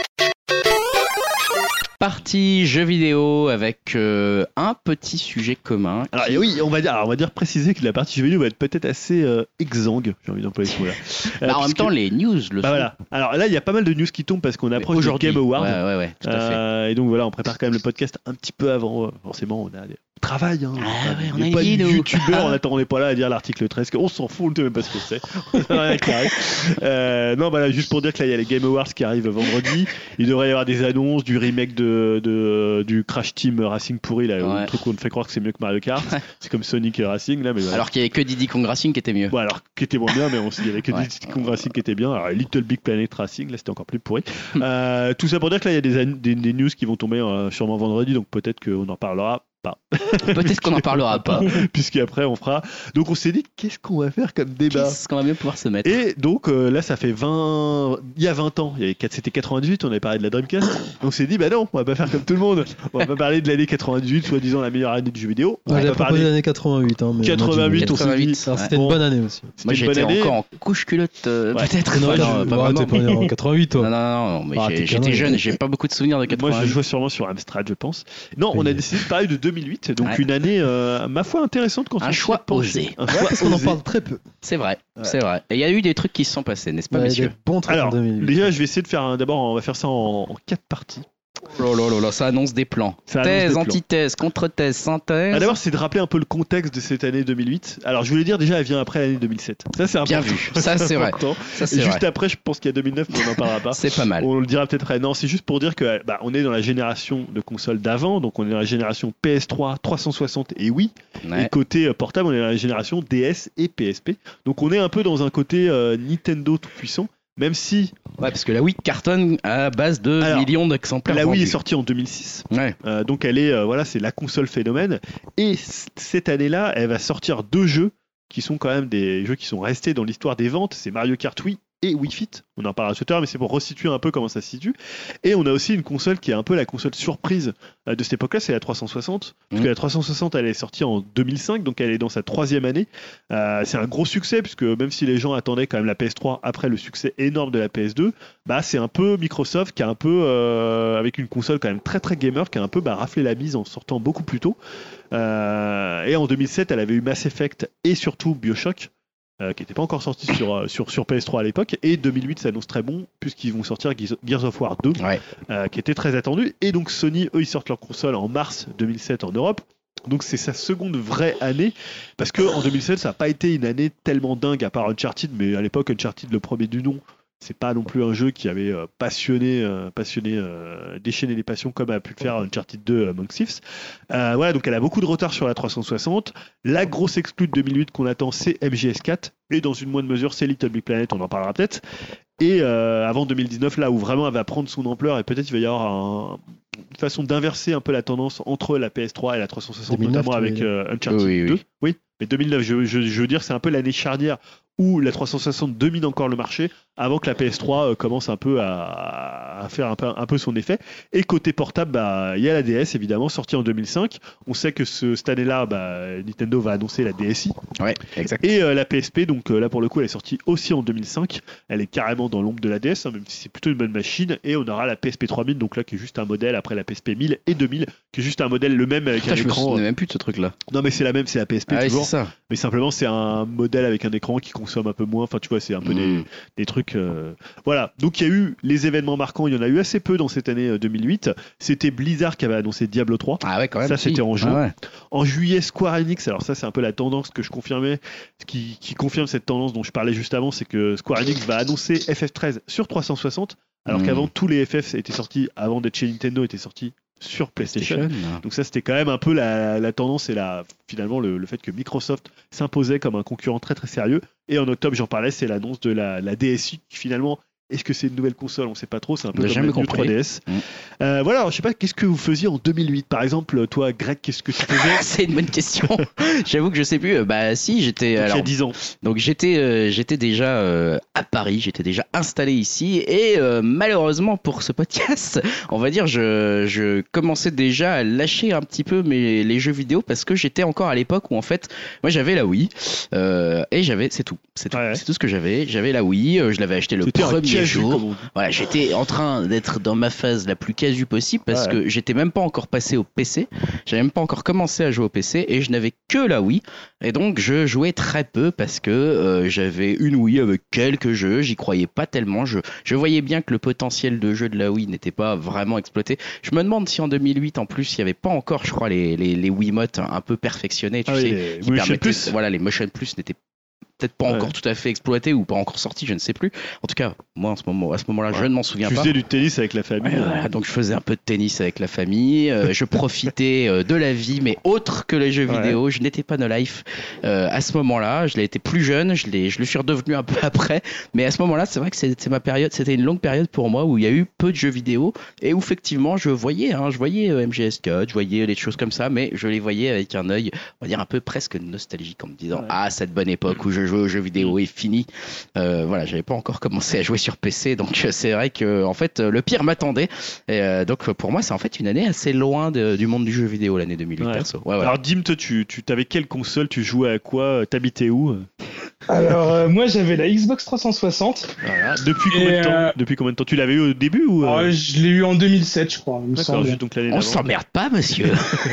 Speaker 1: Partie jeux vidéo avec euh, un petit sujet commun.
Speaker 2: Alors et oui, on va dire, alors, on va dire préciser que la partie jeux vidéo va être peut-être assez euh, exsangue, j'ai envie d'employer ce mot-là. Euh,
Speaker 1: Bah, en même
Speaker 2: puisque-
Speaker 1: temps, les news le
Speaker 2: bah
Speaker 1: sont.
Speaker 2: voilà. Alors là, il y a pas mal de news qui tombent parce qu'on approche du
Speaker 1: Aujourd'hui.
Speaker 2: Game Award.
Speaker 1: Ouais, ouais, ouais, tout à fait.
Speaker 2: Euh, et donc voilà, on prépare quand même le podcast un petit peu avant. euh, Forcément, on a des travail. Hein.
Speaker 1: Ah
Speaker 2: Enfin,
Speaker 1: ouais, on
Speaker 2: y
Speaker 1: a une
Speaker 2: pas
Speaker 1: vie,
Speaker 2: de
Speaker 1: nous.
Speaker 2: youtubeur, on attend, on n'est pas là à dire l'article treize, on s'en fout, on ne sait même pas ce que c'est. On a rien qui arrive. Euh, non, voilà, juste pour dire que là, il y a les Game Awards qui arrivent vendredi. Il devrait y avoir des annonces du remake de, de du Crash Team Racing pourri, là,
Speaker 1: Ouais.
Speaker 2: le truc où on te fait croire que c'est mieux que Mario Kart. C'est comme Sonic Racing, là, mais voilà.
Speaker 1: Alors qu'il y avait que Diddy Kong Racing qui était mieux.
Speaker 2: Bon, alors, qui était moins bien, mais on s'il y avait que
Speaker 1: Ouais.
Speaker 2: des Kong Racing qui étaient bien. Alors, Little Big Planet Racing, là, c'était encore plus pourri. Euh, tout ça pour dire que là, il y a des, an- des, des news qui vont tomber euh, sûrement vendredi, donc peut-être qu'on en parlera pas.
Speaker 1: Peut-être qu'on n'en parlera pas.
Speaker 2: Puisqu'après, on fera. Donc, on s'est dit, qu'est-ce qu'on va faire comme débat?
Speaker 1: Qu'est-ce qu'on va mieux pouvoir se mettre?
Speaker 2: Et donc euh, là, ça fait vingt. Il y a vingt ans, il y avait quatre- c'était quatre-vingt-dix-huit, on avait parlé de la Dreamcast. Donc on s'est dit, bah non, on va pas faire comme tout le monde. On va pas parler de l'année quatre-vingt-dix-huit, soi-disant la meilleure année du jeu vidéo. On
Speaker 6: Moi,
Speaker 2: va
Speaker 6: j'avais
Speaker 2: pas
Speaker 6: proposé
Speaker 2: parler.
Speaker 6: l'année quatre-vingt-huit. Hein, mais
Speaker 2: quatre-vingt-huit, on s'est dit.
Speaker 1: quatre-vingt-huit.
Speaker 6: Alors, c'était
Speaker 2: Bon.
Speaker 6: une bonne année aussi.
Speaker 1: Moi
Speaker 2: C'était une
Speaker 1: j'étais
Speaker 2: bonne année.
Speaker 1: encore en couche-culotte, euh,
Speaker 2: Ouais.
Speaker 1: peut-être.
Speaker 6: Non,
Speaker 1: Enfin,
Speaker 6: tu-
Speaker 1: non, pas
Speaker 6: ouais,
Speaker 1: vraiment.
Speaker 6: t'es pas né en quatre-vingt-huit, toi.
Speaker 1: Non, non, non, mais
Speaker 6: Ah,
Speaker 1: j'ai-
Speaker 6: t'es
Speaker 1: j'étais
Speaker 6: connerie.
Speaker 1: jeune, j'ai pas beaucoup de souvenirs de
Speaker 2: Moi, je
Speaker 1: quatre-vingt-huit.
Speaker 2: jouais sûrement sur Amstrad, je pense. Non, on a
Speaker 6: Oui.
Speaker 2: décidé de parler de deux mille huit, donc
Speaker 1: Ouais.
Speaker 2: une année, euh, ma foi, intéressante quand
Speaker 1: Un
Speaker 2: on
Speaker 1: choix
Speaker 2: s'y penche.
Speaker 1: osé.
Speaker 2: Un
Speaker 6: Ouais,
Speaker 2: choix
Speaker 6: parce qu'on en
Speaker 2: osé.
Speaker 6: parle très peu.
Speaker 1: C'est vrai,
Speaker 2: Ouais.
Speaker 1: c'est vrai. Et il y a eu des trucs qui se sont passés, n'est-ce pas,
Speaker 6: Il y a
Speaker 1: messieurs?
Speaker 6: des bons trucs
Speaker 2: Alors,
Speaker 6: en deux mille huit.
Speaker 2: déjà, je vais essayer de faire un. D'abord, on va faire ça en, en quatre parties.
Speaker 1: Oh là là là, ça annonce des plans.
Speaker 2: Ça annonce
Speaker 1: Thèse,
Speaker 2: des plans.
Speaker 1: antithèse, contre-thèse, synthèse.
Speaker 2: Ah, D'abord, c'est de rappeler un peu le contexte de cette année deux mille huit. Alors, je voulais dire, déjà, elle vient après l'année deux mille sept. Ça, c'est
Speaker 1: Bien
Speaker 2: important.
Speaker 1: vu, ça c'est vrai.
Speaker 2: important.
Speaker 1: Ça
Speaker 2: Et
Speaker 1: c'est
Speaker 2: juste
Speaker 1: vrai.
Speaker 2: après, je pense qu'il y a deux mille neuf, mais on n'en parlera pas.
Speaker 1: C'est pas mal.
Speaker 2: On le dira peut-être après. Non, c'est juste pour dire que bah, on est dans la génération de consoles d'avant, donc on est dans la génération P S trois, trois cent soixante et Wii. Et
Speaker 1: Ouais.
Speaker 2: côté euh, portable, on est dans la génération D S et P S P. Donc on est un peu dans un côté euh, Nintendo tout puissant, même si
Speaker 1: Ouais, parce que la Wii cartonne à base de
Speaker 2: Alors,
Speaker 1: millions d'exemplaires.
Speaker 2: la Wii
Speaker 1: vendus.
Speaker 2: est sortie en deux mille six.
Speaker 1: Ouais.
Speaker 2: Euh, donc elle est, euh, voilà, c'est la console phénomène. Et c- cette année-là, elle va sortir deux jeux qui sont quand même des jeux qui sont restés dans l'histoire des ventes. C'est Mario Kart Wii et Wii Fit. On en parlera tout à l'heure, mais c'est pour resituer un peu comment ça se situe. Et on a aussi une console qui est un peu la console surprise euh, de cette époque-là, c'est la trois cent soixante. Parce
Speaker 1: Mhm.
Speaker 2: que la trois cent soixante, elle est sortie en deux mille cinq, donc elle est dans sa troisième année. Euh, c'est un gros succès, puisque même si les gens attendaient quand même la P S trois après le succès énorme de la P S deux, bah, c'est un peu Microsoft qui a un peu, euh, avec une console quand même très très gamer, qui a un peu bah, raflé la mise en sortant beaucoup plus tôt. Euh, et en deux mille sept, elle avait eu Mass Effect et surtout Bioshock, euh, qui n'était pas encore sorti sur, euh, sur, sur P S trois à l'époque. Et deux mille huit s'annonce très bon, puisqu'ils vont sortir Gears Gears of War deux,
Speaker 1: Ouais.
Speaker 2: euh, qui était très attendu. Et donc Sony, eux, ils sortent leur console en mars deux mille sept en Europe. Donc c'est sa seconde vraie année, parce que en deux mille sept, ça n'a pas été une année tellement dingue, à part Uncharted, mais à l'époque, Uncharted, le premier du nom, c'est pas non plus un jeu qui avait euh, passionné, euh, passionné euh, déchaîné les passions comme a pu le faire Uncharted deux, euh, Among Thieves. Euh, voilà, donc elle a beaucoup de retard sur la trois cent soixante. La grosse exclue de deux mille huit qu'on attend, c'est M G S quatre, et dans une moindre mesure, c'est Little Big Planet, on en parlera peut-être. Et euh, avant deux mille dix-neuf, là où vraiment elle va prendre son ampleur, et peut-être il va y avoir un- une façon d'inverser un peu la tendance entre la P S trois et la trois cent soixante,
Speaker 6: deux mille neuf,
Speaker 2: notamment
Speaker 6: tu veux
Speaker 2: avec
Speaker 6: dire.
Speaker 2: euh, Uncharted
Speaker 1: Oui, oui,
Speaker 2: deux.
Speaker 1: oui.
Speaker 2: Oui, mais deux mille neuf, je, je- je veux dire, c'est un peu l'année charnière où la trois cent soixante domine encore le marché avant que la P S trois euh, commence un peu à, à faire un peu, un peu son effet. Et côté portable, bah, il y a la D S évidemment, sortie en deux mille cinq. On sait que ce, cette année-là, bah, Nintendo va annoncer la D S i.
Speaker 1: Ouais, exact.
Speaker 2: Et euh, la P S P, donc euh, là pour le coup, elle est sortie aussi en deux mille cinq. Elle est carrément dans l'ombre de la D S, hein, même si c'est plutôt une bonne machine. Et on aura la P S P trois mille, donc là qui est juste un modèle après la P S P mille et deux mille, qui est juste un modèle le même avec
Speaker 1: Putain,
Speaker 2: un
Speaker 1: je me
Speaker 2: écran.
Speaker 1: souvenais même plus de ce truc-là.
Speaker 2: Non mais c'est la même, c'est la P S P
Speaker 1: Ah oui,
Speaker 2: toujours.
Speaker 1: c'est ça.
Speaker 2: Mais simplement c'est un modèle avec un écran qui consomme un peu moins. Enfin tu vois, c'est un peu des,
Speaker 1: Mm.
Speaker 2: des trucs. euh, Voilà. Donc il y a eu les événements marquants. Il y en a eu assez peu dans cette année euh, deux mille huit. C'était Blizzard qui avait annoncé Diablo trois.
Speaker 1: Ah ouais, quand même.
Speaker 2: Ça,
Speaker 1: si.
Speaker 2: c'était en juin.
Speaker 1: Ah ouais.
Speaker 2: En juillet, Square Enix, alors ça c'est un peu la tendance que je confirmais, ce qui, qui confirme cette tendance dont je parlais juste avant, c'est que Square Enix va annoncer F F treize sur trois cent soixante, alors
Speaker 1: Mm.
Speaker 2: qu'avant tous les F F étaient sortis, avant d'être chez Nintendo, étaient sortis sur PlayStation.
Speaker 1: PlayStation.
Speaker 2: Donc ça c'était quand même un peu la, la tendance et la, finalement le, le fait que Microsoft s'imposait comme un concurrent très très sérieux. Et en octobre, j'en parlais, c'est l'annonce de la, la D S i qui finalement Est-ce que c'est une nouvelle console? On sait pas trop, c'est un peu
Speaker 1: On a
Speaker 2: comme
Speaker 1: jamais
Speaker 2: la New
Speaker 1: compris.
Speaker 2: trois D S.
Speaker 1: Mm.
Speaker 2: Euh, voilà, alors je sais pas, qu'est-ce que vous faisiez en deux mille huit par exemple? Toi, Greg, qu'est-ce que tu faisais?
Speaker 1: C'est une bonne question. J'avoue que je sais plus. Euh, Bah si, j'étais.
Speaker 2: Donc,
Speaker 1: alors,
Speaker 2: il y a dix ans.
Speaker 1: Donc j'étais euh, j'étais déjà euh, à Paris, j'étais déjà installé ici et euh, malheureusement pour ce podcast, on va dire je, je commençais déjà à lâcher un petit peu mes, les jeux vidéo parce que j'étais encore à l'époque où en fait moi j'avais la Wii euh, et j'avais c'est tout, c'est tout,
Speaker 2: Ouais.
Speaker 1: c'est tout ce que j'avais, j'avais la Wii, euh, je l'avais acheté le
Speaker 2: C'était un
Speaker 1: premier
Speaker 2: casu,
Speaker 1: jour.
Speaker 2: comme on dit.
Speaker 1: Voilà, j'étais en train d'être dans ma phase la plus casu possible parce
Speaker 2: Ouais.
Speaker 1: que j'étais même pas encore passé au P C, j'avais même pas encore commencé à jouer au P C et je n'avais que la Wii et donc je jouais très peu parce que euh, j'avais une Wii avec quelques jeux, j'y croyais pas tellement, je, je voyais bien que le potentiel de jeu de la Wii n'était pas vraiment exploité. Je me demande si en deux mille huit en plus il y avait pas encore, je crois, les, les, les Wiimotes un peu perfectionnés, tu
Speaker 2: Ah oui,
Speaker 1: sais,
Speaker 2: les
Speaker 1: qui
Speaker 2: Motion
Speaker 1: permettaient,
Speaker 2: Plus.
Speaker 1: voilà, les Motion Plus n'étaient peut-être pas
Speaker 2: Ouais.
Speaker 1: encore tout à fait exploités ou pas encore sortis, je ne sais plus. En tout cas, moi en ce moment, à ce moment-là, je
Speaker 2: Ouais.
Speaker 1: ne m'en souviens
Speaker 2: Tu
Speaker 1: pas.
Speaker 2: faisais du tennis avec la famille.
Speaker 1: Ouais,
Speaker 2: euh,
Speaker 1: voilà, donc je faisais un peu de tennis avec la famille, euh, je profitais euh, de la vie, mais autre que les jeux
Speaker 2: Ouais.
Speaker 1: vidéo. Je n'étais pas no life euh, à ce moment-là. Je l'ai été plus jeune, je, l'ai, je le suis redevenu un peu après, mais à ce moment-là, c'est vrai que c'était ma période, c'était une longue période pour moi où il y a eu peu de jeux vidéo et où effectivement je voyais, hein, je voyais euh, M G S quatre, je voyais les choses comme ça, mais je les voyais avec un œil, on va dire un peu presque nostalgique en me disant
Speaker 2: Ouais.
Speaker 1: ah cette bonne époque où je jouais aux jeux vidéo est finie. Euh, voilà, j'avais pas encore commencé à jouer sur P C, donc euh, c'est vrai que en fait euh, le pire m'attendait. Et euh, donc pour moi, c'est en fait une année assez loin de- du monde du jeu vidéo, l'année deux mille huit
Speaker 2: Ouais.
Speaker 1: perso. Ouais, ouais.
Speaker 2: Alors Dim, toi, tu, tu t'avais quelle console? Tu jouais à quoi? T'habitais où?
Speaker 4: Alors, euh, moi, j'avais la Xbox trois cent soixante.
Speaker 2: Voilà. Depuis
Speaker 4: Et,
Speaker 2: combien de temps?
Speaker 4: euh,
Speaker 2: Depuis combien de temps? Tu l'avais eu au début ou euh,
Speaker 4: Euh, je l'ai eu en deux mille sept, je crois, il me
Speaker 2: D'accord,
Speaker 4: semble.
Speaker 2: juste donc l'année
Speaker 1: On
Speaker 2: d'avant.
Speaker 1: s'emmerde pas, monsieur.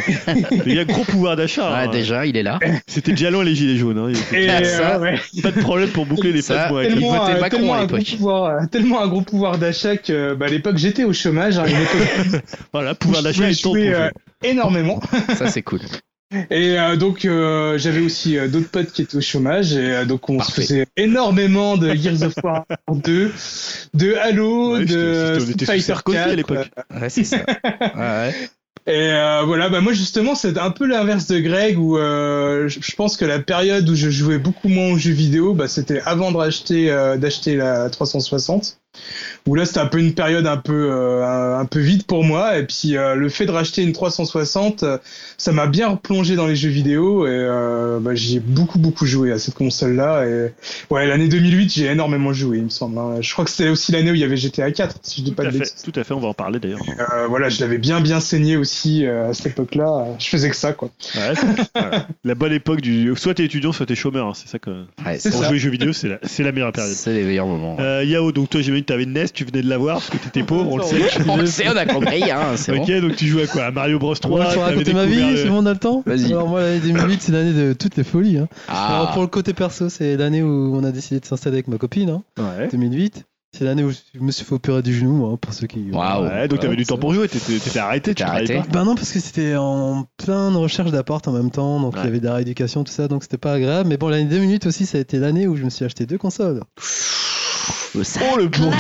Speaker 2: Il y a gros pouvoir d'achat.
Speaker 1: Ouais,
Speaker 2: hein.
Speaker 1: déjà, il est là.
Speaker 2: C'était déjà loin les gilets jaunes. Hein. Il était-
Speaker 4: Et,
Speaker 1: Ah,
Speaker 4: euh,
Speaker 1: ça.
Speaker 4: ouais.
Speaker 2: Pas de problème pour boucler les
Speaker 1: Ça,
Speaker 2: fins de mois.
Speaker 1: Il
Speaker 4: tellement,
Speaker 1: votait
Speaker 4: euh,
Speaker 1: Macron
Speaker 4: tellement
Speaker 1: à
Speaker 4: un gros
Speaker 1: l'époque.
Speaker 4: pouvoir, euh, tellement un gros pouvoir d'achat que bah, à l'époque j'étais au chômage, hein, une époque
Speaker 2: Voilà, pouvoir
Speaker 4: où je
Speaker 2: d'achat
Speaker 4: pouvais
Speaker 2: et temps pour
Speaker 4: jouer,
Speaker 2: jouer.
Speaker 4: euh, énormément.
Speaker 1: Ça, c'est cool.
Speaker 4: Et euh, donc euh, j'avais aussi euh, d'autres potes qui étaient au chômage et euh, donc on
Speaker 1: Parfait.
Speaker 4: se faisait énormément de Gears of War deux, de Halo,
Speaker 2: Ouais, c'était-
Speaker 4: de
Speaker 2: c'était- on
Speaker 4: Street
Speaker 2: était sous
Speaker 4: Fighter
Speaker 2: Sarkozy à
Speaker 4: quatre.
Speaker 2: l'époque.
Speaker 1: Ouais, c'est ça. Ouais, ouais.
Speaker 4: Et euh, voilà, bah moi justement c'est un peu l'inverse de Greg où euh, je je pense que la période où je jouais beaucoup moins aux jeux vidéo, bah c'était avant de racheter euh, d'acheter la trois cent soixante. Où là c'était un peu une période un peu euh, un, un peu vide pour moi et puis euh, le fait de racheter une trois cent soixante, euh, ça m'a bien replongé dans les jeux vidéo et euh, bah, j'y ai beaucoup beaucoup joué à cette console là et ouais l'année deux mille huit j'ai énormément joué il me semble. Hein. Je crois que c'était aussi l'année où il y avait G T A quatre si je dis
Speaker 2: Tout
Speaker 4: pas de
Speaker 2: à fait,
Speaker 4: bêtises.
Speaker 2: tout à fait, on va en parler d'ailleurs.
Speaker 4: Euh, voilà je l'avais bien bien saigné aussi euh, à cette époque là. Je faisais que ça quoi.
Speaker 2: Ouais, c'est- voilà. La bonne époque du. Soit t'es étudiant, soit t'es chômeur. Hein. C'est ça que.
Speaker 1: Ouais,
Speaker 4: C'est
Speaker 2: Pour
Speaker 4: ça.
Speaker 2: jouer aux jeux vidéo, c'est la, c'est la meilleure période.
Speaker 1: c'est les meilleurs moments.
Speaker 2: Euh, Yao, donc toi j'imagine que t'avais une N E S, tu venais de l'avoir parce que t'étais pauvre, on le sait.
Speaker 1: On le sait, on a compris, hein, c'est
Speaker 2: Ok,
Speaker 1: bon.
Speaker 2: donc tu jouais à quoi? À Mario Bros trois.
Speaker 6: Moi, je peux
Speaker 2: t'avais
Speaker 6: raconter ma
Speaker 2: découvert
Speaker 6: vie,
Speaker 2: le-
Speaker 6: c'est bon, on a le temps.
Speaker 1: Vas-y.
Speaker 6: Alors moi, l'année deux mille huit, c'est l'année de toutes les folies. Hein. Alors,
Speaker 1: Ah,
Speaker 6: pour le côté perso, c'est l'année où on a décidé de s'installer avec ma copine, hein,
Speaker 2: Ouais.
Speaker 6: deux mille huit. C'est l'année où je me suis fait opérer du genou, hein, pour ceux qui...
Speaker 1: Waouh.
Speaker 2: Ouais, donc t'avais
Speaker 6: Ouais,
Speaker 2: du temps
Speaker 6: c'est
Speaker 2: pour jouer, t'étais, t'étais arrêté, tu
Speaker 1: T'étais
Speaker 2: travaillais
Speaker 1: arrêté.
Speaker 2: pas.
Speaker 6: Bah non, parce que c'était en plein de recherche d'appart en même temps, donc
Speaker 2: Ouais.
Speaker 6: il y avait de la rééducation, tout ça, donc c'était pas agréable. Mais bon, l'année deux mille huit aussi, ça a été l'année où je me suis acheté deux consoles.
Speaker 1: ça
Speaker 2: Oh le bourgeois!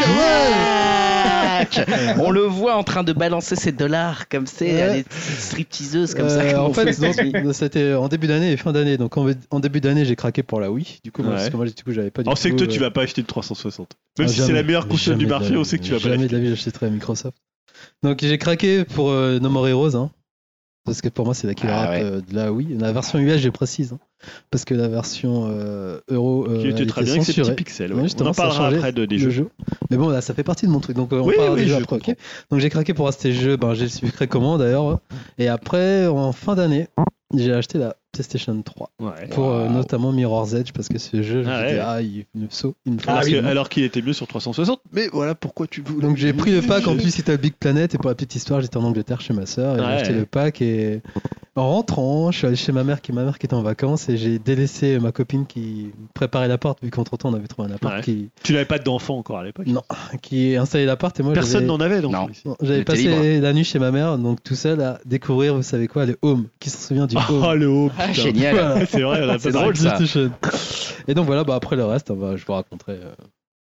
Speaker 1: claque. On le voit en train de balancer ses dollars comme c'est,
Speaker 6: Ouais.
Speaker 1: les petites stripteaseuses comme ça.
Speaker 6: Euh,
Speaker 1: comme
Speaker 6: en
Speaker 1: on
Speaker 6: fait,
Speaker 1: fait.
Speaker 6: donc, c'était en début d'année et fin d'année. Donc en, en début d'année, j'ai craqué pour la Wii. Du coup, moi,
Speaker 2: Ouais.
Speaker 6: parce que moi, du coup, j'avais pas du
Speaker 2: On sait que
Speaker 6: tout,
Speaker 2: toi
Speaker 6: euh,
Speaker 2: tu vas pas acheter de trois cent soixante. Même
Speaker 6: ah,
Speaker 2: si c'est
Speaker 6: jamais,
Speaker 2: la meilleure console du
Speaker 6: jamais de la
Speaker 2: marché,
Speaker 6: vie,
Speaker 2: on sait que tu vas pas
Speaker 6: Jamais
Speaker 2: l'acheter.
Speaker 6: de la vie, j'achèterai à Microsoft. Donc j'ai craqué pour euh, No More Heroes. Hein, parce que pour moi, c'est la killer
Speaker 1: Ah
Speaker 6: app
Speaker 1: ouais.
Speaker 6: euh, de la Wii. La version U S, je précise. Hein, parce que la version euh, Euro. Euh,
Speaker 2: Qui était
Speaker 6: elle
Speaker 2: très
Speaker 6: était
Speaker 2: bien avec ses petits
Speaker 6: censurée.
Speaker 2: pixels.
Speaker 6: Ouais,
Speaker 2: ouais. On
Speaker 6: justement,
Speaker 2: en
Speaker 6: ça a
Speaker 2: parlera
Speaker 6: changé
Speaker 2: après de, des
Speaker 6: le
Speaker 2: jeux.
Speaker 6: jeu. Mais bon, là, ça fait partie de mon truc. Donc euh, on
Speaker 2: Oui,
Speaker 6: parle
Speaker 2: oui,
Speaker 6: des jeux
Speaker 2: je
Speaker 6: après.
Speaker 2: comprends.
Speaker 6: ok. Donc j'ai craqué pour acheter le jeu. Ben, j'ai su très comment d'ailleurs. ouais. Et après, en fin d'année, j'ai acheté la PlayStation trois.
Speaker 2: Ouais.
Speaker 6: Pour euh,
Speaker 1: Wow.
Speaker 6: notamment Mirror's Edge, parce que ce jeu, je
Speaker 2: Ah
Speaker 6: me disais,
Speaker 2: ouais.
Speaker 6: ah, il me saute, il me faut.
Speaker 2: Alors,
Speaker 4: Ah
Speaker 2: que-
Speaker 4: oui.
Speaker 2: alors qu'il était mieux sur trois cent soixante, mais voilà pourquoi tu veux.
Speaker 6: Donc j'ai pris le pack, en plus c'était à Big Planet, et pour la petite histoire, j'étais en Angleterre chez ma soeur, et
Speaker 2: Ouais.
Speaker 6: j'ai acheté le pack, et en rentrant, je suis allé chez ma mère, qui, ma mère qui était en vacances, et j'ai délaissé ma copine qui préparait l'appart, vu qu'entre temps on avait trouvé un appart
Speaker 2: Ouais.
Speaker 6: qui,
Speaker 2: Tu n'avais pas d'enfant encore à l'époque.
Speaker 6: non, qui installait l'appart, et moi
Speaker 2: Personne
Speaker 6: j'avais-
Speaker 2: n'en avait donc.
Speaker 1: Non.
Speaker 6: non, j'avais
Speaker 1: T'étais
Speaker 6: passé
Speaker 1: libre.
Speaker 6: la nuit chez ma mère, donc tout seul à découvrir, vous savez quoi, le Home. Qui s'en souvient du Home?
Speaker 2: Oh le haut,
Speaker 1: Ah,
Speaker 2: putain.
Speaker 1: génial.
Speaker 6: Voilà.
Speaker 2: C'est vrai, on a
Speaker 1: C'est
Speaker 2: pas
Speaker 1: drôle, ça.
Speaker 6: PlayStation. Et donc voilà, bah après le reste, on va- je vous raconterai euh,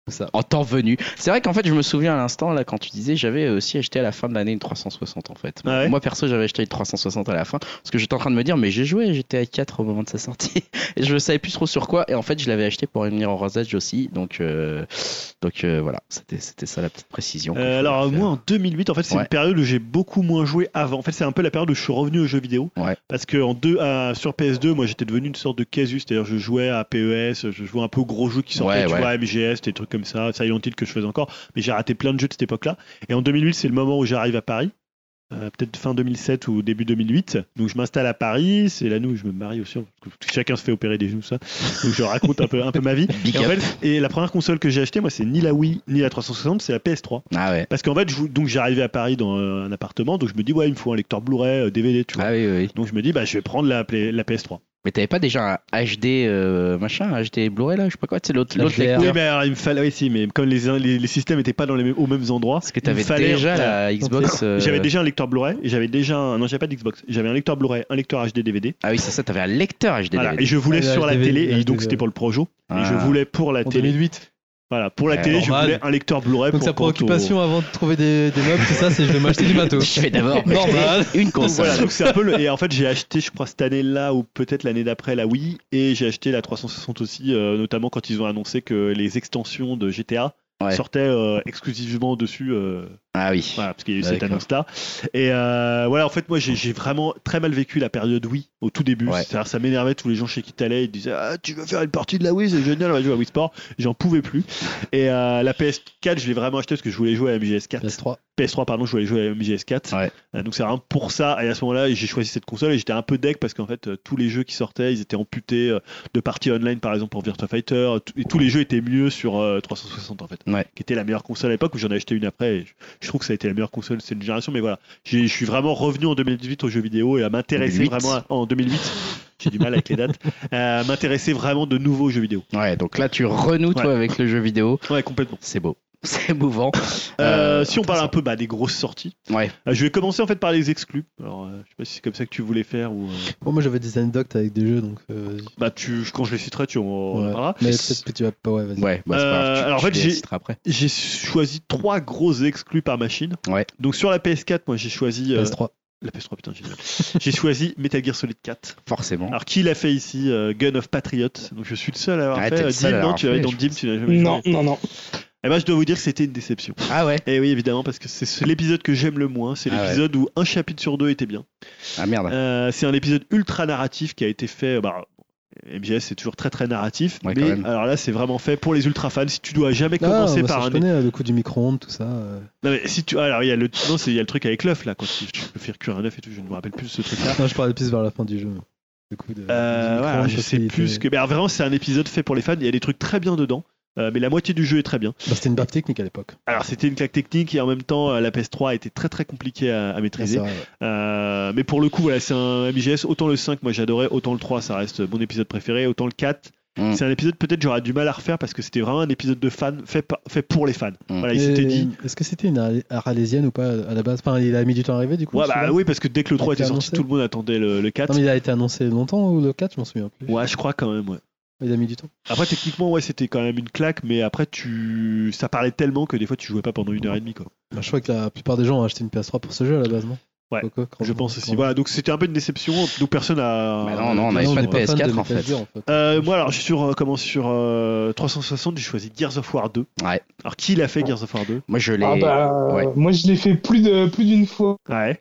Speaker 6: Ça.
Speaker 1: En temps venu. C'est vrai qu'en fait, je me souviens à l'instant, là, quand tu disais, j'avais aussi acheté à la fin de l'année une trois cent soixante en fait.
Speaker 2: Ah ouais.
Speaker 1: Moi, perso, j'avais acheté une trois cent soixante à la fin parce que j'étais en train de me dire, mais j'ai joué à G T A quatre au moment de sa sortie et je ne savais plus trop sur quoi. Et en fait, je l'avais acheté pour une Mirror's Edge aussi. Donc, euh, donc euh, voilà, c'était, c'était ça la petite précision.
Speaker 2: Euh, alors, moi, en deux mille huit, en fait, c'est
Speaker 1: Ouais.
Speaker 2: une période où j'ai beaucoup moins joué avant. En fait, c'est un peu la période où je suis revenu aux jeux vidéo.
Speaker 1: Ouais.
Speaker 2: Parce que en deux, à, sur P S deux, moi, j'étais devenu une sorte de casus. C'est-à-dire, je jouais à P E S, je jouais un peu aux gros jeux qui sortaient,
Speaker 1: Ouais,
Speaker 2: tu
Speaker 1: ouais.
Speaker 2: vois, M G S, des trucs comme ça, Silent Hill que je faisais encore. Mais j'ai raté plein de jeux de cette époque-là. Et en deux mille huit, c'est le moment où j'arrive à Paris. Euh, peut-être fin deux mille sept ou début deux mille huit. Donc je m'installe à Paris, c'est l'année où je me marie aussi, parce que chacun se fait opérer des genoux, ça. Donc je raconte un peu, un peu ma vie.
Speaker 1: Big
Speaker 2: Et, en
Speaker 1: up.
Speaker 2: fait, et la première console que j'ai achetée, moi, c'est ni la Wii ni la trois cent soixante, c'est la P S trois.
Speaker 1: Ah ouais.
Speaker 2: Parce qu'en fait, je, donc j'arrivais à Paris dans euh, un appartement, donc je me dis, ouais, il me faut un lecteur Blu-ray, euh, D V D, tu vois.
Speaker 1: Ah oui, oui, oui.
Speaker 2: Donc je me dis, bah, je vais prendre la, Play- la P S trois.
Speaker 1: Mais t'avais pas déjà un H D euh, machin, un H D Blu-ray là, je sais pas quoi, c'est l'autre, l'autre
Speaker 6: H D R.
Speaker 1: lecteur.
Speaker 2: Oui, mais alors, il me fallait, oui, si, mais comme les, les, les systèmes n'étaient pas dans les mêmes, aux mêmes endroits,
Speaker 1: Parce que
Speaker 2: il me
Speaker 1: t'avais
Speaker 2: fallait-
Speaker 1: déjà la Xbox. euh,
Speaker 2: J'avais déjà un lecteur Blu-ray, et j'avais déjà un, non, j'avais pas d'Xbox, j'avais un lecteur Blu-ray, un lecteur H D D V D.
Speaker 1: Ah oui, c'est ça, t'avais un lecteur H D.
Speaker 2: Voilà, et je voulais
Speaker 6: Ah, le
Speaker 2: sur la
Speaker 6: H D V D,
Speaker 2: télé,
Speaker 6: le
Speaker 2: et donc
Speaker 6: H D V D.
Speaker 2: c'était pour le Projo,
Speaker 1: Ah.
Speaker 2: et je voulais pour la
Speaker 6: En
Speaker 2: télé.
Speaker 6: deux mille huit.
Speaker 2: Voilà, pour la
Speaker 1: Ouais,
Speaker 2: télé, je
Speaker 6: normal.
Speaker 2: voulais un lecteur Blu-ray.
Speaker 6: Donc
Speaker 2: pour
Speaker 6: sa
Speaker 2: quant au-
Speaker 6: préoccupation avant de trouver des, des meubles, tout ça, c'est je vais m'acheter du matos.
Speaker 1: Je vais d'abord
Speaker 6: Normal.
Speaker 1: une
Speaker 2: Donc
Speaker 1: console.
Speaker 2: voilà, donc c'est un peu le... Et en fait, j'ai acheté, je crois, cette année-là ou peut-être l'année d'après la Wii, et j'ai acheté la trois cent soixante aussi, euh, notamment quand ils ont annoncé que les extensions de G T A
Speaker 1: Ouais.
Speaker 2: sortaient euh, exclusivement dessus. euh,
Speaker 1: Ah oui.
Speaker 2: Voilà, parce qu'il y a eu cette
Speaker 1: D'accord.
Speaker 2: annonce-là. Et euh, voilà, en fait, moi, j'ai, j'ai vraiment très mal vécu la période Wii au tout début.
Speaker 1: Ouais.
Speaker 2: C'est-à-dire, ça m'énervait, tous les gens chez qui t'allais, ils disaient, ah, tu veux faire une partie de la Wii, c'est génial, on va jouer à Wii Sport. J'en pouvais plus. Et euh, la P S quatre, je l'ai vraiment acheté parce que je voulais jouer à M G S quatre.
Speaker 6: P S trois.
Speaker 2: P S trois, pardon, je voulais jouer à M G S quatre.
Speaker 1: Ouais.
Speaker 2: Euh, donc c'est vraiment pour ça. Et à ce moment-là, j'ai choisi cette console et j'étais un peu deg parce qu'en fait, euh, tous les jeux qui sortaient, ils étaient amputés euh, de parties online, par exemple, pour Virtua Fighter. T- Et tous les jeux étaient mieux sur euh, trois cent soixante, en fait.
Speaker 1: Ouais.
Speaker 2: Qui était la meilleure console à l'époque, où j'en ai acheté une après. Et je, je trouve que ça a été la meilleure console de cette génération. Mais voilà, J'ai- je suis vraiment revenu en deux mille dix-huit aux jeux vidéo et à m'intéresser
Speaker 1: deux mille huit.
Speaker 2: vraiment à- en deux mille huit. J'ai du mal avec les dates. À m'intéresser vraiment de nouveaux aux jeux vidéo.
Speaker 1: Ouais, donc là tu renoues toi
Speaker 2: Ouais.
Speaker 1: avec le jeu vidéo.
Speaker 2: Ouais, complètement.
Speaker 1: C'est beau. C'est émouvant.
Speaker 2: Euh,
Speaker 1: Euh,
Speaker 2: si on parle un peu bah, des grosses sorties,
Speaker 1: Ouais.
Speaker 2: euh, je vais commencer en fait par les exclus. Alors, euh, je sais pas si c'est comme ça que tu voulais faire ou. euh,
Speaker 6: Bon, moi j'avais des anecdotes avec des jeux, donc. euh,
Speaker 2: Bah, tu, quand je les citerai, tu en, on en
Speaker 6: ouais.
Speaker 2: parlera.
Speaker 6: Mais peut-être que tu vas pas. Ouais, vas-y.
Speaker 1: Ouais, bah, c'est pas grave.
Speaker 2: Euh,
Speaker 1: Tu-
Speaker 2: alors, en
Speaker 1: tu
Speaker 2: fait,
Speaker 1: les
Speaker 2: j'ai-
Speaker 1: citeras après.
Speaker 2: J'ai choisi trois gros exclus par machine.
Speaker 1: Ouais.
Speaker 2: Donc sur la P S quatre, moi j'ai choisi. euh,
Speaker 6: P S trois.
Speaker 2: La P S trois, putain, génial. J'ai choisi Metal Gear Solid quatre.
Speaker 1: Forcément.
Speaker 2: Alors qui l'a fait ici euh, Gun of Patriot. Donc je suis le seul à avoir
Speaker 1: Ah, t'es
Speaker 2: fait.
Speaker 1: le
Speaker 2: Euh,
Speaker 1: seul à
Speaker 2: Dim, non,
Speaker 1: l'avoir
Speaker 2: tu avais
Speaker 1: fait,
Speaker 2: dans
Speaker 1: je
Speaker 2: Dim,
Speaker 1: pense.
Speaker 2: tu n'as jamais
Speaker 4: Non,
Speaker 2: joué.
Speaker 4: non, non.
Speaker 2: Eh ben je dois vous dire que c'était une déception.
Speaker 1: Ah ouais.
Speaker 2: Et oui, évidemment, parce que c'est ce- l'épisode que j'aime le moins. C'est
Speaker 1: Ah ouais.
Speaker 2: l'épisode où un chapitre sur deux était bien.
Speaker 1: Ah merde.
Speaker 2: Euh, c'est un épisode ultra narratif qui a été fait. Bah, M G S c'est toujours très très narratif,
Speaker 1: Ouais, quand
Speaker 2: mais
Speaker 1: même.
Speaker 2: alors là c'est vraiment fait pour les ultra fans. Si tu dois jamais
Speaker 6: Ah,
Speaker 2: commencer
Speaker 6: bah, ça,
Speaker 2: par
Speaker 6: je
Speaker 2: un.
Speaker 6: connais euh, le coup du micro-ondes, tout ça. euh.
Speaker 2: Non mais si tu alors il y a le non c'est il y a le truc avec l'œuf là quand tu, tu peux faire cuire un œuf et tout. Je ne me rappelle plus de ce truc là.
Speaker 6: Non, je parlais plus vers la fin du jeu. Le coup de.
Speaker 2: Euh,
Speaker 6: du
Speaker 2: voilà,
Speaker 6: micro-ondes,
Speaker 2: je
Speaker 6: parce
Speaker 2: sais
Speaker 6: qu'il
Speaker 2: plus
Speaker 6: était-
Speaker 2: que. Mais alors, vraiment, c'est un épisode fait pour les fans. Il y a des trucs très bien dedans, euh, mais la moitié du jeu est très bien.
Speaker 6: Bah, c'était une barre technique à l'époque.
Speaker 2: Alors, c'était une claque technique et en même temps, euh, la P S trois était très très compliquée à, à
Speaker 6: Ah, c'est
Speaker 2: maîtriser.
Speaker 6: vrai, ouais.
Speaker 2: Euh, mais pour le coup, voilà, c'est un M G S. Autant le cinq, moi j'adorais, autant le trois, ça reste mon épisode préféré. Autant le quatre,
Speaker 1: Mm.
Speaker 2: c'est un épisode peut-être j'aurais du mal à refaire parce que c'était vraiment un épisode de fans fait, par- fait pour les fans.
Speaker 1: Mm.
Speaker 2: Voilà, il
Speaker 6: Et
Speaker 2: s'était dit.
Speaker 6: Est-ce que c'était une arlé- aralésienne ou pas à la base? Enfin, il a mis du temps à arriver du coup.
Speaker 2: Ouais, bah
Speaker 6: celui-là
Speaker 2: oui, parce que dès que le trois
Speaker 6: Il
Speaker 2: était
Speaker 6: était
Speaker 2: sorti,
Speaker 6: annoncé.
Speaker 2: tout le monde attendait le, le quatre.
Speaker 6: Non, mais il a été annoncé longtemps ou le quatre, je m'en souviens plus.
Speaker 2: Ouais, je crois quand même, ouais.
Speaker 6: Il a mis du temps.
Speaker 2: Après, techniquement, ouais, c'était quand même une claque, mais après, tu, ça parlait tellement que des fois, tu jouais pas pendant une heure et demie, quoi.
Speaker 6: Bah, je crois que la plupart des gens ont acheté une P S trois pour ce jeu à la base, non?
Speaker 2: Ouais,
Speaker 6: Quoique, quand-
Speaker 2: Je pense aussi.
Speaker 6: quand-
Speaker 2: Voilà, donc c'était un peu une déception. Donc personne a.
Speaker 1: Bah non, non, on avait
Speaker 6: Non,
Speaker 1: pas
Speaker 6: on
Speaker 1: de
Speaker 6: est
Speaker 1: P S quatre
Speaker 6: fan de
Speaker 1: en
Speaker 6: Metal
Speaker 1: fait.
Speaker 6: Gear, en fait.
Speaker 2: Euh, moi, alors, je suis sur, euh, comment, sur euh, trois cent soixante, j'ai choisi Gears of War deux.
Speaker 1: Ouais.
Speaker 2: Alors, qui l'a fait, Gears of War deux?
Speaker 1: Moi je l'ai.
Speaker 4: Ah bah,
Speaker 1: ouais.
Speaker 4: moi je l'ai fait plus de plus d'une fois.
Speaker 2: Ouais.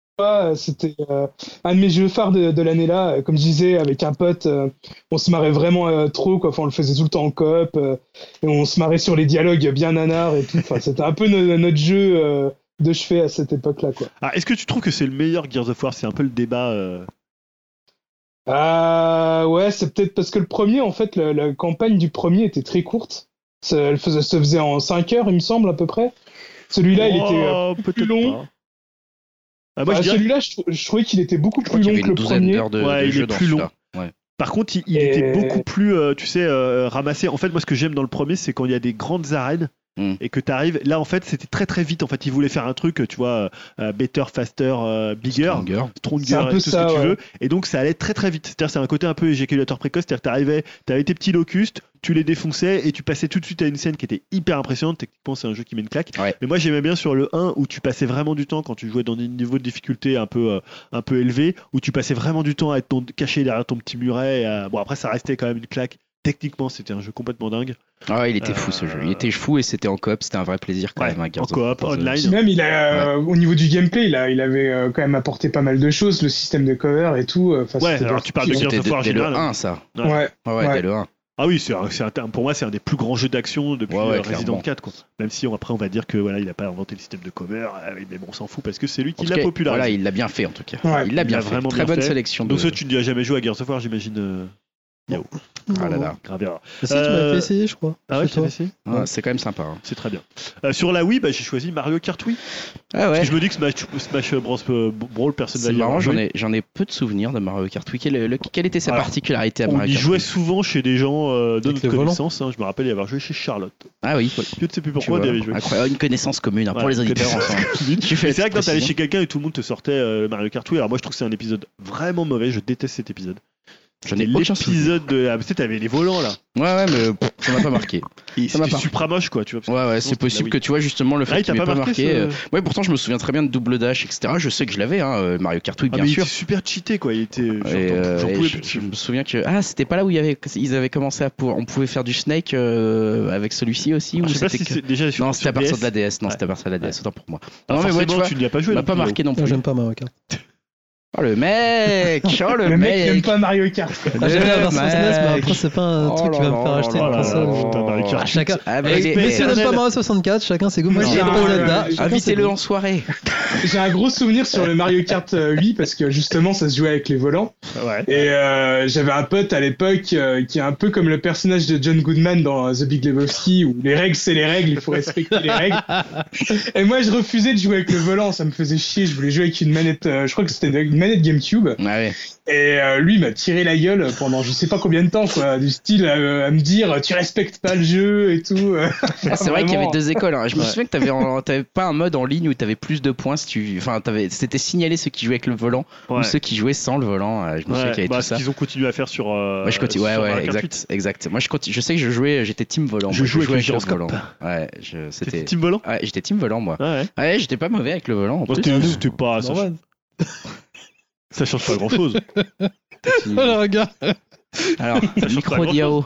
Speaker 4: C'était euh, un de mes jeux phares de, de l'année là. Comme je disais, avec un pote, euh, on se marrait vraiment euh, trop, quoi. Enfin, on le faisait tout le temps en coop euh, et on se marrait sur les dialogues bien nanars et tout. Enfin, c'était un peu no- notre jeu euh, de chevet à cette époque-là, quoi.
Speaker 2: Alors, est-ce que tu trouves que c'est le meilleur Gears of War? C'est un peu le débat. euh,
Speaker 4: Euh, ouais, c'est peut-être parce que le premier, en fait, la, la campagne du premier était très courte. Ça, elle faisait, se faisait en cinq heures, il me semble, à peu près. Celui-là, il était euh,
Speaker 2: Oh, peut-être
Speaker 4: plus long.
Speaker 2: pas. Ah, moi,
Speaker 4: Ah,
Speaker 2: je dirais-
Speaker 4: celui-là, je, trou- je trouvais qu'il était beaucoup
Speaker 1: Je crois
Speaker 4: plus
Speaker 1: qu'il y
Speaker 4: long
Speaker 1: avait
Speaker 4: que
Speaker 1: une
Speaker 4: le
Speaker 1: douzaine
Speaker 4: premier.
Speaker 1: d'heures de,
Speaker 2: Ouais,
Speaker 1: de
Speaker 2: il
Speaker 1: jeu
Speaker 2: est
Speaker 1: dans
Speaker 2: plus long.
Speaker 1: celui-là. Ouais.
Speaker 2: Par contre, il, il
Speaker 4: Et-
Speaker 2: était beaucoup plus, euh, tu sais, euh, ramassé. En fait, moi, ce que j'aime dans le premier, c'est quand il y a des grandes arènes mm. et que t'arrives. Là, en fait, c'était très très vite. En fait, ils voulaient faire un truc, tu vois, euh, better, faster, euh, bigger,
Speaker 1: Stronger,
Speaker 2: stronger, et tout
Speaker 4: ça,
Speaker 2: ce que
Speaker 4: ouais.
Speaker 2: tu veux. Et donc, ça allait très très vite. C'est-à-dire, c'est un côté un peu éjaculateur précoce. C'est-à-dire, t'arrivais, t'avais tes petits locustes, tu les défonçais et tu passais tout de suite à une scène qui était hyper impressionnante. Techniquement, c'est un jeu qui met une claque.
Speaker 1: Ouais.
Speaker 2: Mais moi, j'aimais bien sur le un où tu passais vraiment du temps quand tu jouais dans des niveaux de difficulté un peu, euh, un peu élevés, où tu passais vraiment du temps à être ton, caché derrière ton petit muret. Et à... Bon, après, ça restait quand même une claque. Techniquement, c'était un jeu complètement dingue.
Speaker 1: Ah, il était
Speaker 2: Euh,
Speaker 1: fou ce jeu. Il était fou et c'était en coop. C'était un vrai plaisir quand
Speaker 2: Ouais,
Speaker 1: même. hein,
Speaker 2: en
Speaker 1: Gears of
Speaker 2: coop,
Speaker 1: War.
Speaker 2: online.
Speaker 4: Puis même, il a, euh, au niveau du gameplay, il, a, il avait euh, quand même apporté pas mal de choses, le système de cover et tout. euh, 'fin,
Speaker 2: Ouais,
Speaker 4: c'était
Speaker 2: alors
Speaker 4: bien
Speaker 2: tu parles de
Speaker 4: foutu,
Speaker 2: Gears
Speaker 1: C'était
Speaker 2: of War
Speaker 1: dès, dès le
Speaker 2: général.
Speaker 1: un, ça.
Speaker 2: Ouais.
Speaker 4: Ouais,
Speaker 1: Ouais, ouais,
Speaker 4: Ouais.
Speaker 1: dès le un.
Speaker 2: Ah oui, c'est un, c'est un- pour moi, c'est un des plus grands jeux d'action depuis
Speaker 1: Ouais, ouais,
Speaker 2: euh, Resident
Speaker 1: clairement.
Speaker 2: quatre. Quoi. Même si on, après, on va dire que voilà, il n'a pas inventé le système de cover, euh, mais bon, on s'en fout parce que c'est lui
Speaker 1: En
Speaker 2: qui
Speaker 1: tout
Speaker 2: l'a
Speaker 1: cas,
Speaker 2: popularisé.
Speaker 1: Voilà, il l'a bien fait en tout cas.
Speaker 4: Ouais.
Speaker 1: Il l'a
Speaker 2: Il
Speaker 1: bien
Speaker 2: l'a
Speaker 1: fait.
Speaker 2: vraiment
Speaker 1: Très
Speaker 2: bien
Speaker 1: bonne
Speaker 2: fait.
Speaker 1: sélection.
Speaker 2: Donc
Speaker 1: de...
Speaker 2: ça, tu n'y as jamais joué à Gears of War, j'imagine. Euh... Yao.
Speaker 1: Ah là là.
Speaker 2: Grave erreur.
Speaker 6: Si, tu m'as
Speaker 2: Euh,
Speaker 6: fait essayer, je crois.
Speaker 2: Ah ouais,
Speaker 6: Chez
Speaker 2: tu
Speaker 6: toi.
Speaker 2: l'as essayé
Speaker 1: Ah, c'est quand même sympa. hein.
Speaker 2: C'est très bien. Euh, sur la Wii, bah, j'ai choisi Mario Kart Wii.
Speaker 1: Ah
Speaker 2: Parce
Speaker 1: ouais.
Speaker 2: que je me dis que Smash, Smash Bros. euh, Brawl, personne
Speaker 1: C'est
Speaker 2: va y
Speaker 1: marrant,
Speaker 2: avoir
Speaker 1: j'en
Speaker 2: joué.
Speaker 1: ai, j'en ai peu de souvenirs de Mario Kart Wii. Quelle, le- quelle était sa
Speaker 2: Alors,
Speaker 1: particularité à
Speaker 2: On
Speaker 1: Mario
Speaker 2: y
Speaker 1: Kart
Speaker 2: jouait
Speaker 1: Wii
Speaker 2: souvent chez des gens euh, de
Speaker 6: Avec
Speaker 2: notre
Speaker 6: le volant.
Speaker 2: connaissance. hein. Je me rappelle y avoir joué chez Charlotte.
Speaker 1: Ah oui.
Speaker 2: Je ne sais plus
Speaker 1: Tu
Speaker 2: pourquoi on y
Speaker 1: vois,
Speaker 2: avait joué.
Speaker 1: incroyable. Une connaissance commune hein, pour
Speaker 2: Ouais,
Speaker 1: les auditeurs.
Speaker 2: connaissance
Speaker 1: Enfin.
Speaker 2: commune.
Speaker 1: Tu fais
Speaker 2: Et c'est vrai que quand t'allais
Speaker 1: précision.
Speaker 2: chez quelqu'un et tout le monde te sortait euh, Mario Kart Wii, alors moi je trouve que c'est un épisode vraiment mauvais, je déteste cet épisode.
Speaker 1: J'en ai aucun souvenir.
Speaker 2: L'épisode de. Ah, tu sais, t'avais les volants là.
Speaker 1: Ouais, ouais, mais pff, ça m'a pas marqué.
Speaker 2: Et
Speaker 1: Ça m'a
Speaker 2: c'était
Speaker 1: pas-
Speaker 2: super moche quoi, tu vois. parce que
Speaker 1: Ouais, ouais,
Speaker 2: sinon,
Speaker 1: c'est possible
Speaker 2: c'était
Speaker 1: que tu vois justement le fait
Speaker 2: Ah, il
Speaker 1: qu'il
Speaker 2: t'a
Speaker 1: m'ait
Speaker 2: pas
Speaker 1: pas
Speaker 2: marqué,
Speaker 1: marqué.
Speaker 2: ce-
Speaker 1: euh, Ouais, pourtant je me souviens très bien de Double Dash, et cetera. Je sais que je l'avais, hein, euh, Mario Kart Wii,
Speaker 2: Ah,
Speaker 1: bien
Speaker 2: mais
Speaker 1: sûr.
Speaker 2: il était super cheaté quoi, il était. J'en
Speaker 1: Et, euh,
Speaker 2: j'en
Speaker 1: et
Speaker 2: pouvais
Speaker 1: je,
Speaker 2: plus.
Speaker 1: je me souviens que ah c'était pas là où il y avait ils avaient commencé à pouvoir on pouvait faire du Snake euh, avec celui-ci aussi
Speaker 2: Ah,
Speaker 1: ou
Speaker 2: je sais pas
Speaker 1: c'était
Speaker 2: si
Speaker 1: que-
Speaker 2: c'est déjà sur
Speaker 1: non c'était
Speaker 2: sur
Speaker 1: à partir
Speaker 2: D S.
Speaker 1: de la D S non
Speaker 2: Ouais.
Speaker 1: c'était à partir de la D S autant pour moi
Speaker 2: Ah,
Speaker 1: non mais ouais, tu
Speaker 2: forcément,
Speaker 1: vois
Speaker 2: tu ne l'as pas joué.
Speaker 1: m'a
Speaker 2: non
Speaker 1: pas
Speaker 2: plus,
Speaker 1: marqué non
Speaker 6: Non,
Speaker 1: plus
Speaker 6: j'aime pas Mario Kart.
Speaker 1: oh le mec oh le,
Speaker 4: Le mec n'aime
Speaker 1: mec
Speaker 4: pas Mario Kart.
Speaker 6: Ah, j'aime la version S N E S, mais
Speaker 1: mec.
Speaker 6: après, c'est pas un
Speaker 1: Oh
Speaker 6: truc qui
Speaker 1: là
Speaker 6: va me faire
Speaker 1: là
Speaker 6: acheter
Speaker 1: là
Speaker 6: une
Speaker 1: là
Speaker 6: console.
Speaker 1: là
Speaker 2: Putain, Mario Kart.
Speaker 6: Ah, chacun.
Speaker 1: Ah, mais
Speaker 6: Mais
Speaker 1: il est-
Speaker 6: mais si on n'aime
Speaker 2: éternel.
Speaker 6: pas Mario soixante-quatre, chacun ses goûts. Moi,
Speaker 4: Non,
Speaker 6: j'aime pas
Speaker 4: euh,
Speaker 6: Zelda. chacun ses
Speaker 1: invitez-le
Speaker 6: goûts.
Speaker 1: en soirée
Speaker 4: J'ai un gros souvenir sur le Mario Kart euh, Wii parce que justement ça se jouait avec les volants.
Speaker 2: Ouais.
Speaker 4: Et euh, j'avais un pote à l'époque euh, qui est un peu comme le personnage de John Goodman dans euh, The Big Lebowski où les règles c'est les règles, il faut respecter les règles. Et moi je refusais de jouer avec le volant, ça me faisait chier, je voulais jouer avec une manette, euh, je crois que c'était une manette GameCube.
Speaker 1: ah ouais
Speaker 4: Et euh, lui m'a tiré la gueule pendant je sais pas combien de temps quoi, du style euh, à me dire tu respectes pas le jeu et tout.
Speaker 1: Ah, c'est vrai qu'il y avait
Speaker 4: Vraiment.
Speaker 1: deux écoles. hein. Je me
Speaker 2: Ouais.
Speaker 1: souviens que t'avais, en- t'avais pas un mode en ligne où t'avais plus de points si tu, enfin, t'avais, c'était signalé ceux qui jouaient avec le volant
Speaker 2: Ouais.
Speaker 1: ou ceux qui jouaient sans le volant. Euh, Je me souviens
Speaker 2: Ouais,
Speaker 1: qu'il y avait
Speaker 2: bah,
Speaker 1: tout
Speaker 2: ce
Speaker 1: ça.
Speaker 2: qu'ils ont continué à faire sur. euh,
Speaker 1: Moi je continue, ouais,
Speaker 2: sur Mario
Speaker 1: ouais,
Speaker 2: Kart
Speaker 1: exact,
Speaker 2: huit.
Speaker 1: exact. Moi je continue, je sais que je jouais, j'étais team volant.
Speaker 2: Je
Speaker 1: moi,
Speaker 2: jouais avec le
Speaker 1: le
Speaker 2: gyroscope.
Speaker 1: volant. Ouais, je,
Speaker 2: C'était
Speaker 1: c'était.
Speaker 2: Team Volant.
Speaker 1: Ouais, j'étais team volant moi.
Speaker 2: Ouais, ouais.
Speaker 1: Ouais, j'étais pas mauvais avec le volant. En
Speaker 2: Bon,
Speaker 1: plus.
Speaker 2: C'était c'était pas. Ça,
Speaker 6: Normal.
Speaker 2: ça change pas grand chose.
Speaker 6: Oh le regard.
Speaker 1: Alors,
Speaker 2: change pas
Speaker 1: micro
Speaker 2: grand-chose.
Speaker 1: diao.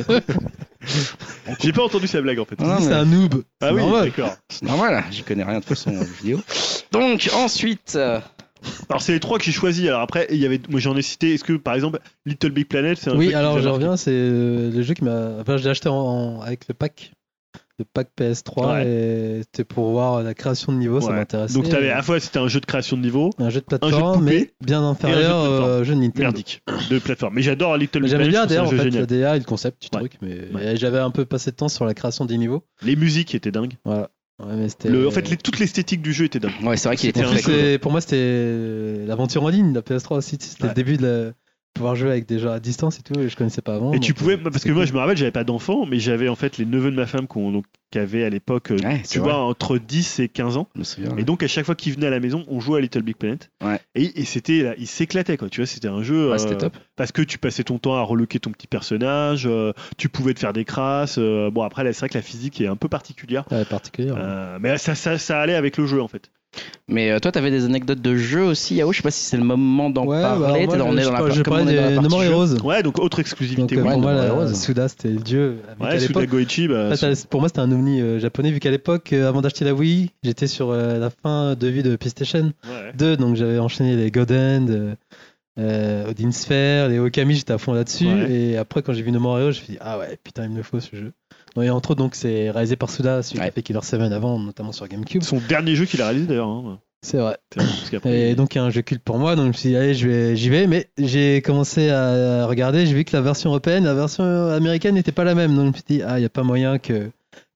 Speaker 2: J'ai pas entendu sa blague en fait.
Speaker 1: Non,
Speaker 6: C'est
Speaker 1: mais-
Speaker 6: un noob.
Speaker 2: Ah
Speaker 6: C'est
Speaker 2: oui,
Speaker 6: normal.
Speaker 2: d'accord.
Speaker 1: C'est normal, j'y connais rien de toute façon en jeu vidéo. Donc ensuite, euh,
Speaker 2: Alors c'est les trois que j'ai choisis. Alors après, il y avait, moi j'en ai cité. Est-ce que par exemple Little Big Planet, c'est un jeu
Speaker 6: Oui,
Speaker 2: qui
Speaker 6: alors
Speaker 2: vous a
Speaker 6: je
Speaker 2: marqué
Speaker 6: reviens, c'est euh, le jeu qui m'a. Enfin, je l'ai acheté en, en- avec le pack. Le pack P S trois
Speaker 2: Ouais.
Speaker 6: et c'était pour voir la création de niveau, ça
Speaker 2: Ouais.
Speaker 6: m'intéressait.
Speaker 2: Donc t'avais à la fois c'était un jeu de création de niveau,
Speaker 6: un jeu de
Speaker 2: jeu de
Speaker 6: plateforme,
Speaker 2: poupée
Speaker 6: mais bien inférieur
Speaker 2: plateforme.
Speaker 6: euh, au jeu de Nintendo.
Speaker 2: merdique, de plateforme. Mais j'adore Little
Speaker 6: Mais
Speaker 2: Big
Speaker 6: J'aimais
Speaker 2: Planet.
Speaker 6: bien
Speaker 2: je trouve
Speaker 6: d'ailleurs
Speaker 2: que
Speaker 6: en
Speaker 2: c'est un
Speaker 6: fait
Speaker 2: jeu
Speaker 6: la
Speaker 2: génial.
Speaker 6: D A et le concept du
Speaker 2: Ouais.
Speaker 6: truc, mais et j'avais un peu passé de temps sur la création des niveaux.
Speaker 2: Les musiques étaient dingues.
Speaker 6: Voilà. Ouais, mais c'était-
Speaker 2: Le, en fait, les- toute l'esthétique du jeu était dingue.
Speaker 1: ouais, c'est vrai qu'il était
Speaker 2: C'était
Speaker 6: En
Speaker 1: très
Speaker 6: plus,
Speaker 1: cool.
Speaker 6: c'est- pour moi, c'était l'aventure en ligne, la P S trois aussi. C'était
Speaker 2: Ouais.
Speaker 6: le début de la- pouvoir jouer avec des gens à distance et tout, et je connaissais pas avant.
Speaker 2: Et tu
Speaker 6: donc,
Speaker 2: pouvais,
Speaker 6: euh,
Speaker 2: parce que
Speaker 6: c'était
Speaker 2: moi
Speaker 6: cool.
Speaker 2: je me rappelle, j'avais pas d'enfants, mais j'avais en fait les neveux de ma femme qu'on- donc, qui avaient à l'époque, euh,
Speaker 1: Ouais, c'est
Speaker 2: tu
Speaker 1: vrai.
Speaker 2: vois, entre dix et quinze ans.
Speaker 1: Je me souviens.
Speaker 2: Et donc à chaque fois qu'ils venaient à la maison, on jouait à Little Big Planet.
Speaker 1: Ouais.
Speaker 2: Et, et c'était, là, ils s'éclataient quoi. Tu vois, c'était un jeu.
Speaker 1: Ouais, c'était
Speaker 2: euh,
Speaker 1: top.
Speaker 2: Parce que tu passais ton temps à relooker ton petit personnage, euh, tu pouvais te faire des crasses. euh, bon après, là, c'est vrai que la physique est un peu particulière.
Speaker 6: Ouais, particulier. ouais.
Speaker 2: Euh, mais ça, ça, ça allait avec le jeu en fait.
Speaker 1: Mais euh, toi, t'avais des anecdotes de jeu aussi, Yao. Je sais pas si c'est le moment d'en
Speaker 6: Ouais, bah,
Speaker 1: parler.
Speaker 6: alors,
Speaker 1: T'es-
Speaker 6: moi,
Speaker 1: on
Speaker 6: je-
Speaker 1: est dans
Speaker 6: je
Speaker 1: la
Speaker 6: par-
Speaker 1: par-
Speaker 6: je
Speaker 1: comme
Speaker 6: parlais
Speaker 1: on est dans la
Speaker 6: des
Speaker 1: partie
Speaker 6: No More
Speaker 1: jeu.
Speaker 6: Heroes.
Speaker 2: Ouais, donc autre
Speaker 6: Donc
Speaker 2: exclusivité.
Speaker 6: euh,
Speaker 1: ouais,
Speaker 6: pour moi,
Speaker 1: No More
Speaker 6: la-
Speaker 1: Heroes.
Speaker 6: Suda c'était le dieu. Vu
Speaker 2: Ouais,
Speaker 6: qu'à
Speaker 2: Suda
Speaker 6: l'époque-
Speaker 2: Goichi, bah,
Speaker 6: en fait,
Speaker 2: c'est-
Speaker 6: pour moi, c'était un ovni euh, japonais, vu qu'à l'époque, euh, avant d'acheter la Wii, j'étais sur euh, la fin de vie de PlayStation
Speaker 2: ouais.
Speaker 6: deux, donc j'avais enchaîné les Godend, euh, euh, Odin Sphere, les Okami, j'étais à fond là-dessus.
Speaker 2: Ouais.
Speaker 6: Et après, quand j'ai vu No More Heroes, je me suis dit, ah ouais, putain, il me le faut ce jeu. Donc, et entre autres, donc, c'est réalisé par Suda, celui qui
Speaker 1: Ouais.
Speaker 6: a fait Killer sept avant, notamment sur GameCube.
Speaker 2: Son dernier jeu qu'il a réalisé d'ailleurs. Hein.
Speaker 6: C'est vrai.
Speaker 2: Parce qu'après,
Speaker 6: Et donc, il y a un jeu culte pour moi, donc je me suis dit, allez, je vais, j'y vais. Mais j'ai commencé à regarder, j'ai vu que la version européenne, la version américaine n'était pas la même. Donc, je me suis dit, ah, il n'y a pas moyen que,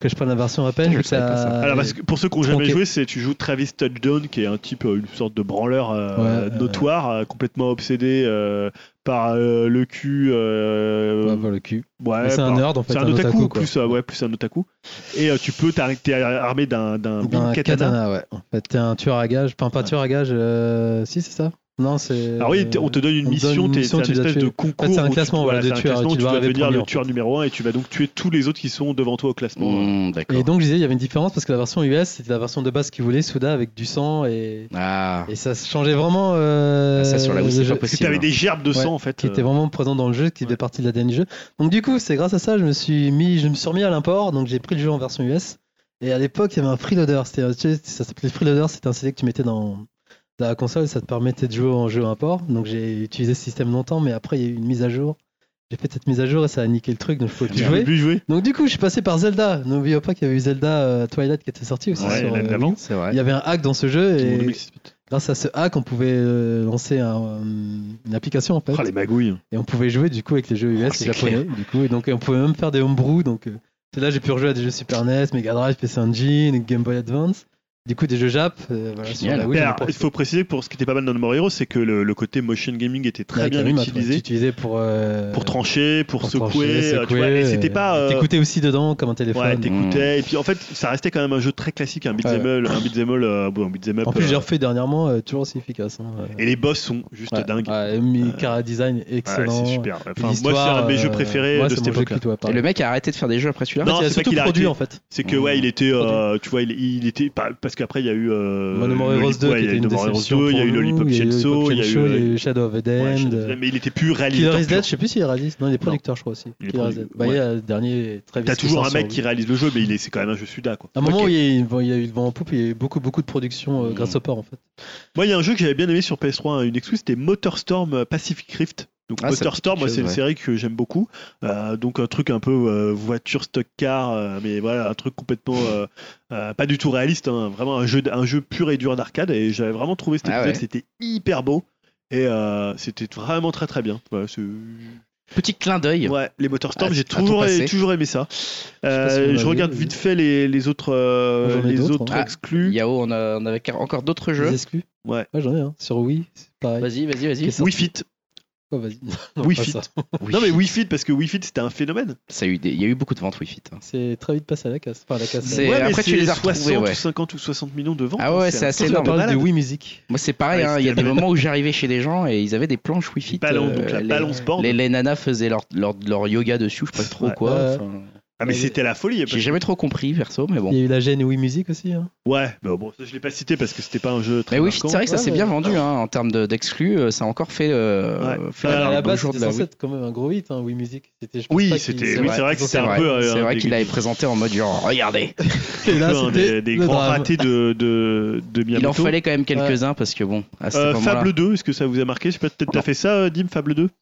Speaker 6: que je prenne la version à peine.
Speaker 1: Je
Speaker 6: vu que
Speaker 1: savais pas
Speaker 6: ça-
Speaker 1: ça.
Speaker 2: Alors, parce que pour ceux qui n'ont jamais
Speaker 6: tronqué.
Speaker 2: joué, c'est tu joues Travis Touchdown, qui est un type, euh, une sorte de branleur euh,
Speaker 6: Ouais,
Speaker 2: notoire, euh, complètement obsédé euh, par euh, le cul. euh,
Speaker 6: Ouais, par le cul.
Speaker 2: ouais,
Speaker 6: Mais c'est un
Speaker 2: par-
Speaker 6: nerd en fait.
Speaker 2: C'est un otaku,
Speaker 6: quoi.
Speaker 2: plus, euh, ouais, plus un otaku. Et euh, tu peux t'arrêter armé d'un d'un big
Speaker 6: Un
Speaker 2: katana.
Speaker 6: katana, ouais. En fait, t'es un tueur à gage. Enfin, pas
Speaker 2: Ouais.
Speaker 6: tueur à gage. euh, Si, c'est ça. Non, c'est.
Speaker 2: Alors oui, t- on te donne une
Speaker 6: on te donne
Speaker 2: mission,
Speaker 6: une
Speaker 2: t'es
Speaker 6: mission,
Speaker 2: c'est
Speaker 6: tu
Speaker 2: un
Speaker 6: dois
Speaker 2: espèce
Speaker 6: tuer.
Speaker 2: de concours.
Speaker 6: En fait, c'est un
Speaker 2: où tu-
Speaker 6: classement,
Speaker 2: voilà,
Speaker 6: voilà, de
Speaker 2: c'est un
Speaker 6: tueurs,
Speaker 2: classement
Speaker 6: tu
Speaker 2: où tu
Speaker 6: dois
Speaker 2: dois
Speaker 6: arriver
Speaker 2: devenir
Speaker 6: premier,
Speaker 2: le
Speaker 6: en
Speaker 2: tueur
Speaker 6: fait.
Speaker 2: numéro un et tu vas donc tuer tous les autres qui sont devant toi au classement.
Speaker 1: Mmh, d'accord.
Speaker 6: Et donc, je disais, il y avait une différence parce que la version U S, c'était la version de base qu'ils voulaient, Souda, avec du sang et.
Speaker 1: Ah,
Speaker 6: Et ça changeait vraiment. euh,
Speaker 1: Ah, ça, sur la Wii,
Speaker 6: le
Speaker 1: c'est
Speaker 6: jeu,
Speaker 1: pas
Speaker 2: Parce que
Speaker 1: possible.
Speaker 2: t'avais des gerbes de
Speaker 6: Ouais,
Speaker 2: sang en fait.
Speaker 6: qui était
Speaker 2: euh,
Speaker 6: vraiment présent dans le jeu, qui faisait partie de l'A D N du jeu. Donc du coup, c'est grâce à ça, je me suis mis, je me suis remis à l'import, donc j'ai pris le jeu en version U S. Et à l'époque, il y avait un freeloader, c'était, tu sais, ça s'appelait freeloader, c'était un C D que tu mettais dans, dans la console, ça te permettait de jouer en jeu import. Donc j'ai utilisé ce système longtemps, mais après il y a eu une mise à jour. J'ai fait cette mise à jour et ça a niqué le truc, donc je pouvais plus
Speaker 2: Tu
Speaker 6: jouer.
Speaker 2: pouvais plus jouer.
Speaker 6: Donc du coup, je suis passé par Zelda. N'oubliez pas qu'il y avait eu Zelda euh, Twilight qui était sorti aussi
Speaker 2: Ouais,
Speaker 6: sur
Speaker 2: l'année
Speaker 6: euh,
Speaker 2: d'avant.
Speaker 6: Wii.
Speaker 1: c'est vrai.
Speaker 6: Il y avait un hack dans ce jeu
Speaker 2: Tout le monde
Speaker 6: et
Speaker 2: aimait ce speed.
Speaker 6: grâce à ce hack, on pouvait euh, lancer un- euh, une application en fait.
Speaker 2: Oh, les magouilles.
Speaker 6: Et on pouvait jouer du coup avec les jeux U S
Speaker 1: Oh, c'est
Speaker 6: et japonais, du coup, et donc on pouvait même faire des homebrew. Donc euh, c'est là j'ai pu rejouer à des jeux Super N E S, Mega Drive, P C Engine, Game Boy Advance. Du coup, des jeux Jap. euh, voilà, sur
Speaker 1: Génial.
Speaker 6: la Wii,
Speaker 2: Mais
Speaker 6: j'en ai
Speaker 2: alors, il
Speaker 6: profité.
Speaker 2: faut préciser que pour ce qui était pas mal dans No More Heroes, c'est que le, le côté motion gaming était très
Speaker 6: Avec
Speaker 2: bien
Speaker 6: la Wii,
Speaker 2: utilisé
Speaker 6: tu utilisais pour euh,
Speaker 2: pour trancher, pour,
Speaker 6: pour
Speaker 2: secouer,
Speaker 6: trancher,
Speaker 2: euh, tu vois, et c'était
Speaker 6: euh,
Speaker 2: pas. euh,
Speaker 6: T'écoutais aussi dedans comme un téléphone.
Speaker 2: Ouais, t'écoutais, et puis en fait, ça restait quand même un jeu très classique, un beat'em
Speaker 6: Ouais.
Speaker 2: all, un beat'em all, euh, bon, un beat'em up.
Speaker 6: En plus,
Speaker 2: euh,
Speaker 6: j'ai refait dernièrement, euh, toujours aussi efficace. Hein, ouais.
Speaker 2: et les boss sont juste
Speaker 6: Ouais,
Speaker 2: dingues.
Speaker 6: ouais, mi- Cara design
Speaker 2: Ouais,
Speaker 6: excellent.
Speaker 2: c'est super. Enfin, moi, c'est
Speaker 6: L'histoire,
Speaker 2: un de mes jeux
Speaker 6: euh,
Speaker 2: préférés
Speaker 6: moi,
Speaker 2: de
Speaker 6: c'est
Speaker 2: cette
Speaker 6: mon jeu
Speaker 2: époque-là.
Speaker 6: qui doit
Speaker 1: Et
Speaker 6: parler.
Speaker 1: le mec a arrêté de faire des jeux après celui-là
Speaker 2: Non,
Speaker 6: En fait, il a
Speaker 2: c'est pas
Speaker 6: surtout
Speaker 2: qu'il a
Speaker 6: produit
Speaker 2: arrêté.
Speaker 6: en fait.
Speaker 2: C'est que ouais, il était, euh, tu vois, il, il était pas- parce qu'après il y a eu euh,
Speaker 6: No More Heroes
Speaker 2: Lollipop-
Speaker 6: deux
Speaker 2: ouais,
Speaker 6: qui
Speaker 2: il y a
Speaker 6: était
Speaker 2: eu
Speaker 6: une
Speaker 2: No More Heroes
Speaker 6: déception
Speaker 2: deux, il y a eu
Speaker 6: pour nous,
Speaker 2: Lollipop
Speaker 6: il y a eu
Speaker 2: Chainsaw,
Speaker 6: Lollipop
Speaker 2: il y a eu,
Speaker 6: Chainsaw, il y a
Speaker 2: euh,
Speaker 6: eu Shadow of the
Speaker 2: ouais,
Speaker 6: Damned.
Speaker 2: mais il était plus
Speaker 6: Killer
Speaker 2: réalisateur
Speaker 6: is Dead,
Speaker 2: pur.
Speaker 6: je sais plus s'il réalise. Non, il est producteur, je crois aussi.
Speaker 2: Il est
Speaker 6: Killer is
Speaker 2: produ-
Speaker 6: Dead. Bah,
Speaker 2: ouais.
Speaker 6: il y a le dernier très
Speaker 2: T'as
Speaker 6: vite
Speaker 2: toujours
Speaker 6: qui
Speaker 2: un
Speaker 6: sort
Speaker 2: mec
Speaker 6: sur
Speaker 2: qui
Speaker 6: Wii.
Speaker 2: réalise le jeu, mais il est, c'est quand même un jeu suda quoi.
Speaker 6: À un moment
Speaker 2: Ok.
Speaker 6: où il y a eu, bon, il y a eu le vent en poupe, il y a eu beaucoup, beaucoup de production euh,
Speaker 2: Mm.
Speaker 6: grâce au port en fait.
Speaker 2: Moi, il y a un jeu que j'avais bien aimé sur P S trois, une excuse, c'était Motorstorm Pacific Rift. Donc
Speaker 1: Ah, ça me dit
Speaker 2: Motorstorm, moi,
Speaker 1: quelque
Speaker 2: c'est une
Speaker 1: chose,
Speaker 2: série que j'aime beaucoup. Euh, donc un truc un peu euh, voiture stock car, euh, mais voilà, un truc complètement euh, euh, pas du tout réaliste, hein, vraiment un jeu, un jeu pur et dur d'arcade. Et j'avais vraiment trouvé cet
Speaker 1: Ah
Speaker 2: épisode,
Speaker 1: ouais.
Speaker 2: c'était hyper beau et euh, c'était vraiment très très bien. Voilà, c'est-
Speaker 1: Petit clin d'œil.
Speaker 2: Ouais, les Motorstorm,
Speaker 1: À-
Speaker 2: j'ai
Speaker 1: à tout
Speaker 2: toujours,
Speaker 1: passer.
Speaker 2: toujours aimé ça. Euh,
Speaker 6: sais pas si vous
Speaker 2: je
Speaker 6: l'avez
Speaker 2: regarde
Speaker 6: vu,
Speaker 2: vite
Speaker 6: oui.
Speaker 2: fait les, les autres, euh,
Speaker 6: J'en ai
Speaker 2: les
Speaker 6: d'autres,
Speaker 2: autres
Speaker 6: hein.
Speaker 2: exclus.
Speaker 1: Yao, on, a, on avait encore d'autres jeux.
Speaker 6: Les exclus.
Speaker 2: Ouais.
Speaker 6: Ouais, j'en ai un. Sur Wii, c'est pareil.
Speaker 1: Vas-y, vas-y, vas-y.
Speaker 6: Qu'est-ce-
Speaker 2: Wii Fit.
Speaker 6: Oh, vas-y. Non,
Speaker 2: Wii
Speaker 6: pas
Speaker 2: Fit.
Speaker 6: ça.
Speaker 1: Oui.
Speaker 2: Non mais Wii Fit parce que Wii Fit c'était un phénomène.
Speaker 1: Ça a eu des- Il y a eu beaucoup de ventes Wii Fit. hein.
Speaker 6: C'est très vite passé à la casse. Enfin, à la casse.
Speaker 1: C'est-
Speaker 6: euh,
Speaker 1: Et après, tu les as retrouvés,
Speaker 2: soixante
Speaker 1: ouais.
Speaker 2: ou cinquante ou soixante millions de ventes.
Speaker 1: Ah ouais,
Speaker 2: hein,
Speaker 1: c'est
Speaker 2: un
Speaker 1: assez
Speaker 2: truc
Speaker 6: Tu vas
Speaker 1: énorme.
Speaker 6: parler de
Speaker 2: malade.
Speaker 6: Wii Music.
Speaker 1: Moi, c'est pareil,
Speaker 2: Ouais,
Speaker 1: hein, il y a
Speaker 2: c'était-
Speaker 1: des moments où j'arrivais chez des gens et ils avaient des planches Wii Fit.
Speaker 2: Balance,
Speaker 1: euh,
Speaker 2: donc la
Speaker 1: les-
Speaker 2: balance board.
Speaker 1: Les, les nanas faisaient leur, leur, leur yoga dessus, je sais pas trop
Speaker 2: Ouais.
Speaker 1: quoi.
Speaker 6: Ouais.
Speaker 1: enfin,
Speaker 2: Ah mais c'était la folie.
Speaker 1: J'ai jamais trop compris, perso, mais bon.
Speaker 6: Il y a eu la gêne Wii Music aussi. Hein.
Speaker 2: Ouais, mais bon, ça, je l'ai pas cité parce que c'était pas un jeu très
Speaker 1: Mais Wii Fit,
Speaker 2: marquant.
Speaker 1: c'est vrai que ça
Speaker 6: Ouais,
Speaker 1: s'est
Speaker 6: mais-
Speaker 1: bien vendu hein, en termes de- d'exclus. euh, Ça a encore fait, euh,
Speaker 2: Ouais.
Speaker 1: fait
Speaker 2: Bah,
Speaker 1: un
Speaker 6: à la
Speaker 1: beau
Speaker 6: base,
Speaker 1: jour de
Speaker 6: c'était
Speaker 1: la
Speaker 6: censé
Speaker 1: Wii.
Speaker 6: être quand même un gros hit, hein, Wii Music. C'était, je pense
Speaker 2: Oui,
Speaker 6: pas
Speaker 2: c'était-
Speaker 6: qu'il-
Speaker 2: oui,
Speaker 1: vrai,
Speaker 2: c'est vrai que
Speaker 1: c'est
Speaker 2: c'était un
Speaker 1: vrai.
Speaker 2: peu, euh,
Speaker 1: C'est
Speaker 2: un
Speaker 1: vrai
Speaker 2: des-
Speaker 1: qu'il l'avait présenté en mode genre, regardez.
Speaker 6: Et là,
Speaker 2: un
Speaker 6: c'était
Speaker 2: des, des
Speaker 6: le
Speaker 2: grands
Speaker 6: drame.
Speaker 2: ratés de, de, de
Speaker 1: Il en
Speaker 2: Miyamoto.
Speaker 1: fallait quand même quelques-uns parce que bon, à ce
Speaker 2: Euh,
Speaker 1: moment-là.
Speaker 2: Fable deux, est-ce que ça vous a marqué? Je sais pas, peut-être t'as
Speaker 1: Non.
Speaker 2: fait ça, euh, Dim, Fable deux?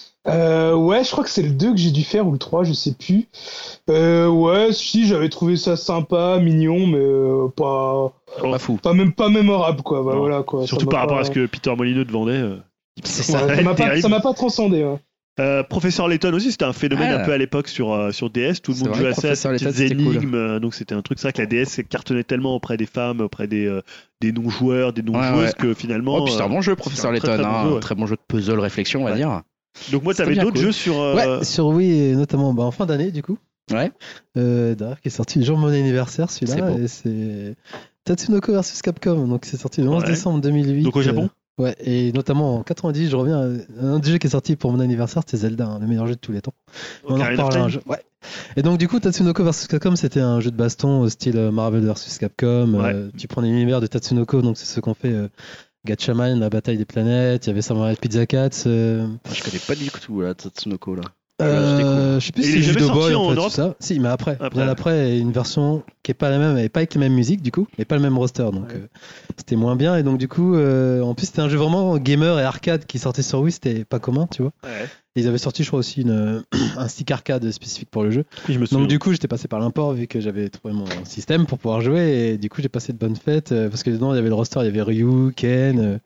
Speaker 4: Euh, ouais, je crois que c'est le deux que j'ai dû faire ou le trois, je sais plus. Euh, ouais, si, j'avais trouvé ça sympa, mignon, mais euh, pas,
Speaker 1: Pas fou.
Speaker 4: pas même pas mémorable, quoi. Bah,
Speaker 2: Non.
Speaker 4: voilà, quoi.
Speaker 2: Surtout
Speaker 4: Ça m'a
Speaker 2: par rapport
Speaker 4: pas-
Speaker 2: à ce que Peter Molyneux te vendait. euh.
Speaker 1: C'est
Speaker 4: Ouais,
Speaker 1: ça.
Speaker 4: ça m'a pas,
Speaker 2: terrible.
Speaker 4: ça m'a pas transcendé. Ouais.
Speaker 2: Euh, Professeur Layton aussi, c'était un phénomène
Speaker 1: Ah.
Speaker 2: un peu à l'époque sur, euh, sur D S. Tout le
Speaker 1: C'est
Speaker 2: monde
Speaker 1: vrai,
Speaker 2: jouait à ça,
Speaker 1: Professeur
Speaker 2: ces petites
Speaker 1: Layton, c'était cool.
Speaker 2: énigmes. euh, Donc c'était un truc, c'est vrai que la D S cartonnait tellement auprès des femmes, auprès des, euh, des non-joueurs, des non-joueuses
Speaker 1: ouais.
Speaker 2: que finalement.
Speaker 1: Oh, puis c'est un
Speaker 2: euh,
Speaker 1: bon jeu,
Speaker 2: c'est
Speaker 1: Professeur
Speaker 2: un très,
Speaker 1: Layton.
Speaker 2: très bon
Speaker 1: hein,
Speaker 2: jeu,
Speaker 1: un
Speaker 2: ouais.
Speaker 1: très bon jeu de puzzle réflexion, on va
Speaker 2: Ouais.
Speaker 1: dire.
Speaker 2: Donc moi,
Speaker 1: C'était
Speaker 2: t'avais
Speaker 1: bien
Speaker 2: d'autres
Speaker 1: cool.
Speaker 2: jeux sur. euh,
Speaker 6: Ouais, sur Wii, et notamment bah, en fin d'année, du coup.
Speaker 1: Ouais.
Speaker 6: Euh, d'ailleurs, qui est sorti le jour de mon anniversaire,
Speaker 1: C'est
Speaker 6: celui-là.
Speaker 1: beau.
Speaker 6: Et c'est Tatsunoko versus Capcom. Donc, c'est sorti le onze
Speaker 2: Ouais.
Speaker 6: décembre deux mille huit.
Speaker 2: Donc au Japon
Speaker 6: euh, Ouais, et notamment en quatre-vingt-dix, je reviens. à- Un des jeux qui est sorti pour mon anniversaire, c'était Zelda, hein, le meilleur jeu de tous les temps. On en
Speaker 2: Ocarina of
Speaker 6: reparlera un
Speaker 2: Time.
Speaker 6: jeu. Ouais. Et donc, du coup, Tatsunoko versus Capcom, c'était un jeu de baston au style euh, Marvel versus Capcom.
Speaker 2: Ouais.
Speaker 6: Euh, tu prends l'univers de Tatsunoko, donc c'est ce qu'on fait. Euh, Gatchaman, la bataille des planètes, il y avait Samurai Pizza Cats. euh,
Speaker 1: Je connais pas du tout là, Tatsunoko là.
Speaker 6: euh, je sais plus
Speaker 2: Et
Speaker 6: si
Speaker 2: il est
Speaker 6: c'est
Speaker 2: jamais
Speaker 6: Judo
Speaker 2: sorti
Speaker 6: Boy
Speaker 2: en
Speaker 6: en fait,
Speaker 2: Europe
Speaker 6: tout ça. Si, mais après.
Speaker 2: Après.
Speaker 6: Bien après, une version qui est pas la même, et pas avec les mêmes musiques du coup, et pas le même roster, donc
Speaker 2: Ouais.
Speaker 6: euh, c'était moins bien. Et donc du coup, euh, en plus c'était un jeu vraiment gamer et arcade qui sortait sur Wii, c'était pas commun, tu vois.
Speaker 2: Ouais.
Speaker 6: Et ils avaient sorti, je crois aussi une, un stick arcade spécifique pour le jeu.
Speaker 2: Oui, je me souviens.
Speaker 6: Donc du coup, j'étais passé par l'import vu que j'avais trouvé mon système pour pouvoir jouer, et du coup j'ai passé de bonnes fêtes euh, parce que dedans il y avait le roster, il y avait Ryu, Ken, euh,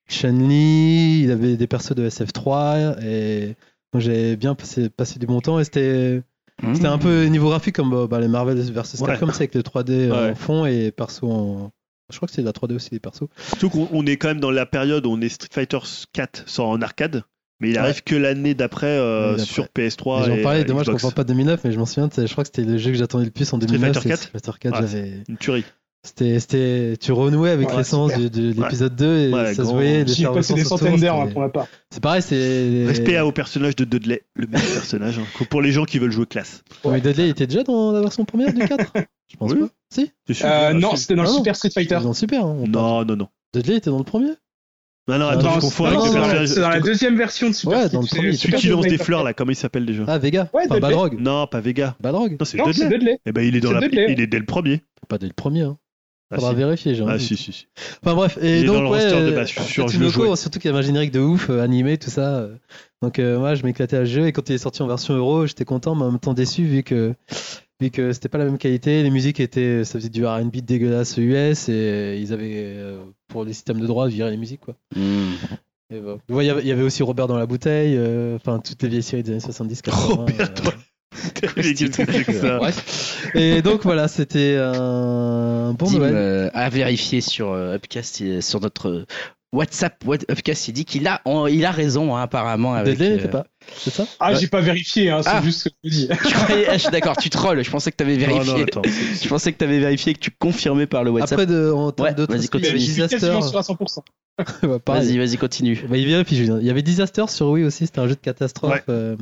Speaker 6: Chun-Li, il y avait des persos de S F trois, et donc j'avais bien passé, passé du bon temps, et c'était Mmh. C'était un peu niveau graphique comme bah, les Marvel versus
Speaker 2: Ouais.
Speaker 6: Capcom, c'est avec le trois D
Speaker 2: Ouais.
Speaker 6: en fond et perso en. Je crois que c'est de la trois D aussi les persos.
Speaker 2: Surtout qu'on on est quand même dans la période où on est Street Fighter quatre sort en arcade, mais il arrive
Speaker 6: Ouais.
Speaker 2: que l'année d'après euh,
Speaker 6: L'année d'après.
Speaker 2: sur P S trois.
Speaker 6: Et J'en
Speaker 2: et,
Speaker 6: parlais,
Speaker 2: euh,
Speaker 6: dommage qu'on
Speaker 2: Xbox.
Speaker 6: parle pas de deux mille neuf, mais je m'en souviens, je crois que c'était le jeu que j'attendais le plus en deux mille neuf.
Speaker 2: Fighter quatre
Speaker 6: Street Fighter quatre,
Speaker 2: Ah,
Speaker 6: j'avais.
Speaker 2: Une tuerie.
Speaker 6: C'était, c'était, tu renouais avec
Speaker 4: Ouais,
Speaker 6: l'essence
Speaker 4: super.
Speaker 6: de, de l'épisode deux et
Speaker 2: Ouais,
Speaker 6: ça se
Speaker 2: grand-
Speaker 6: voyait.
Speaker 4: J'y ai passé des centaines d'heures hein, pour ma part.
Speaker 6: C'est pareil, c'est.
Speaker 2: Respect au personnage de Dudley, le meilleur personnage, hein, pour les gens qui veulent jouer classe.
Speaker 6: Mais Dudley il était déjà dans la version première du quatre. Je pense
Speaker 2: Oui.
Speaker 6: pas. Si.
Speaker 2: C'est sûr.
Speaker 4: Euh, non, c'était dans le
Speaker 6: Ah non.
Speaker 4: Super Street Fighter.
Speaker 6: Dans le Super. Hein, on parle.
Speaker 2: Non, non, non.
Speaker 6: Dudley était dans le premier.
Speaker 2: Non, non, attends,
Speaker 6: Non,
Speaker 2: je confonds
Speaker 4: Non,
Speaker 2: avec
Speaker 4: c'est
Speaker 2: le
Speaker 4: dans la-
Speaker 2: personnage.
Speaker 4: c'est dans la deuxième version de Super
Speaker 6: Ouais,
Speaker 4: Street
Speaker 6: dans le
Speaker 4: c'est
Speaker 6: premier,
Speaker 4: le
Speaker 6: c'est
Speaker 2: Celui
Speaker 4: Super
Speaker 2: qui lance
Speaker 4: Street
Speaker 2: des
Speaker 4: Fighter.
Speaker 2: fleurs là, comment il s'appelle déjà
Speaker 6: Ah, Vega.
Speaker 4: Ouais,
Speaker 6: enfin,
Speaker 4: Dudley.
Speaker 6: Balrog.
Speaker 2: Non, pas Vega.
Speaker 6: Balrog.
Speaker 2: Non, c'est
Speaker 4: Non, c'est
Speaker 2: Dudley.
Speaker 4: Dudley.
Speaker 2: Eh ben, il est dans
Speaker 4: C'est
Speaker 2: la...
Speaker 4: Dudley.
Speaker 2: il est dès le premier.
Speaker 6: Pas dès le premier. Hein.
Speaker 2: Ah,
Speaker 6: Faudra
Speaker 2: si.
Speaker 6: vérifier, j'ai
Speaker 2: Ah,
Speaker 6: envie.
Speaker 2: si, si, si.
Speaker 6: Enfin bref, et
Speaker 2: Il est
Speaker 6: donc
Speaker 2: dans le
Speaker 6: ouais,
Speaker 2: roster de
Speaker 6: euh,
Speaker 2: base, je suis sûr, je le
Speaker 6: Tatsunoko,
Speaker 2: jouais.
Speaker 6: surtout qu'il y avait un générique de ouf, euh, animé, tout ça. euh. Donc euh, moi, je m'éclatais à le jeu et quand il est sorti en version euro, j'étais content, mais en même temps déçu vu que vu que c'était pas la même qualité. Les musiques étaient, ça faisait du R and B dégueulasse U S et ils avaient euh, pour les systèmes de droit viré les musiques quoi.
Speaker 1: Mmh.
Speaker 6: Et bon. Ouais, il y avait- il y avait aussi Robert dans la bouteille, euh, enfin toutes les vieilles séries des années soixante-dix quatre-vingts.
Speaker 2: Robert
Speaker 6: euh,
Speaker 2: dans Qu'est-ce que c'est que ça
Speaker 6: Ouais. Et donc voilà, c'était un bon
Speaker 1: Dim
Speaker 6: Noël.
Speaker 1: euh, a vérifié sur euh, Upcast, euh, sur notre euh, WhatsApp, What- Upcast, il dit qu'il a, en- il a raison hein, apparemment. Avec,
Speaker 6: Dudley n'était
Speaker 1: euh,
Speaker 6: pas, c'est ça?
Speaker 4: Ah,
Speaker 1: Ouais.
Speaker 4: j'ai pas vérifié, hein, c'est
Speaker 1: Ah.
Speaker 4: juste ce que je dis.
Speaker 1: Je croyais- ah, je suis d'accord, tu trolls. Je pensais que t'avais
Speaker 2: Non,
Speaker 1: vérifié.
Speaker 2: non, attends.
Speaker 1: je pensais que t'avais vérifié que tu confirmais par le WhatsApp.
Speaker 6: Après, de, en termes
Speaker 1: Ouais,
Speaker 6: d'autres
Speaker 1: vas-y,
Speaker 6: aspects, il y
Speaker 1: continue.
Speaker 6: avait
Speaker 4: Je suis quasiment
Speaker 6: Disaster.
Speaker 4: sûr à cent pour cent.
Speaker 6: Ouais, pareil.
Speaker 1: Vas-y, vas-y, continue.
Speaker 6: Bah, il vérifie, Julien. Il y avait Disaster sur Wii aussi, c'était un jeu de catastrophe.
Speaker 2: Ouais.
Speaker 6: euh,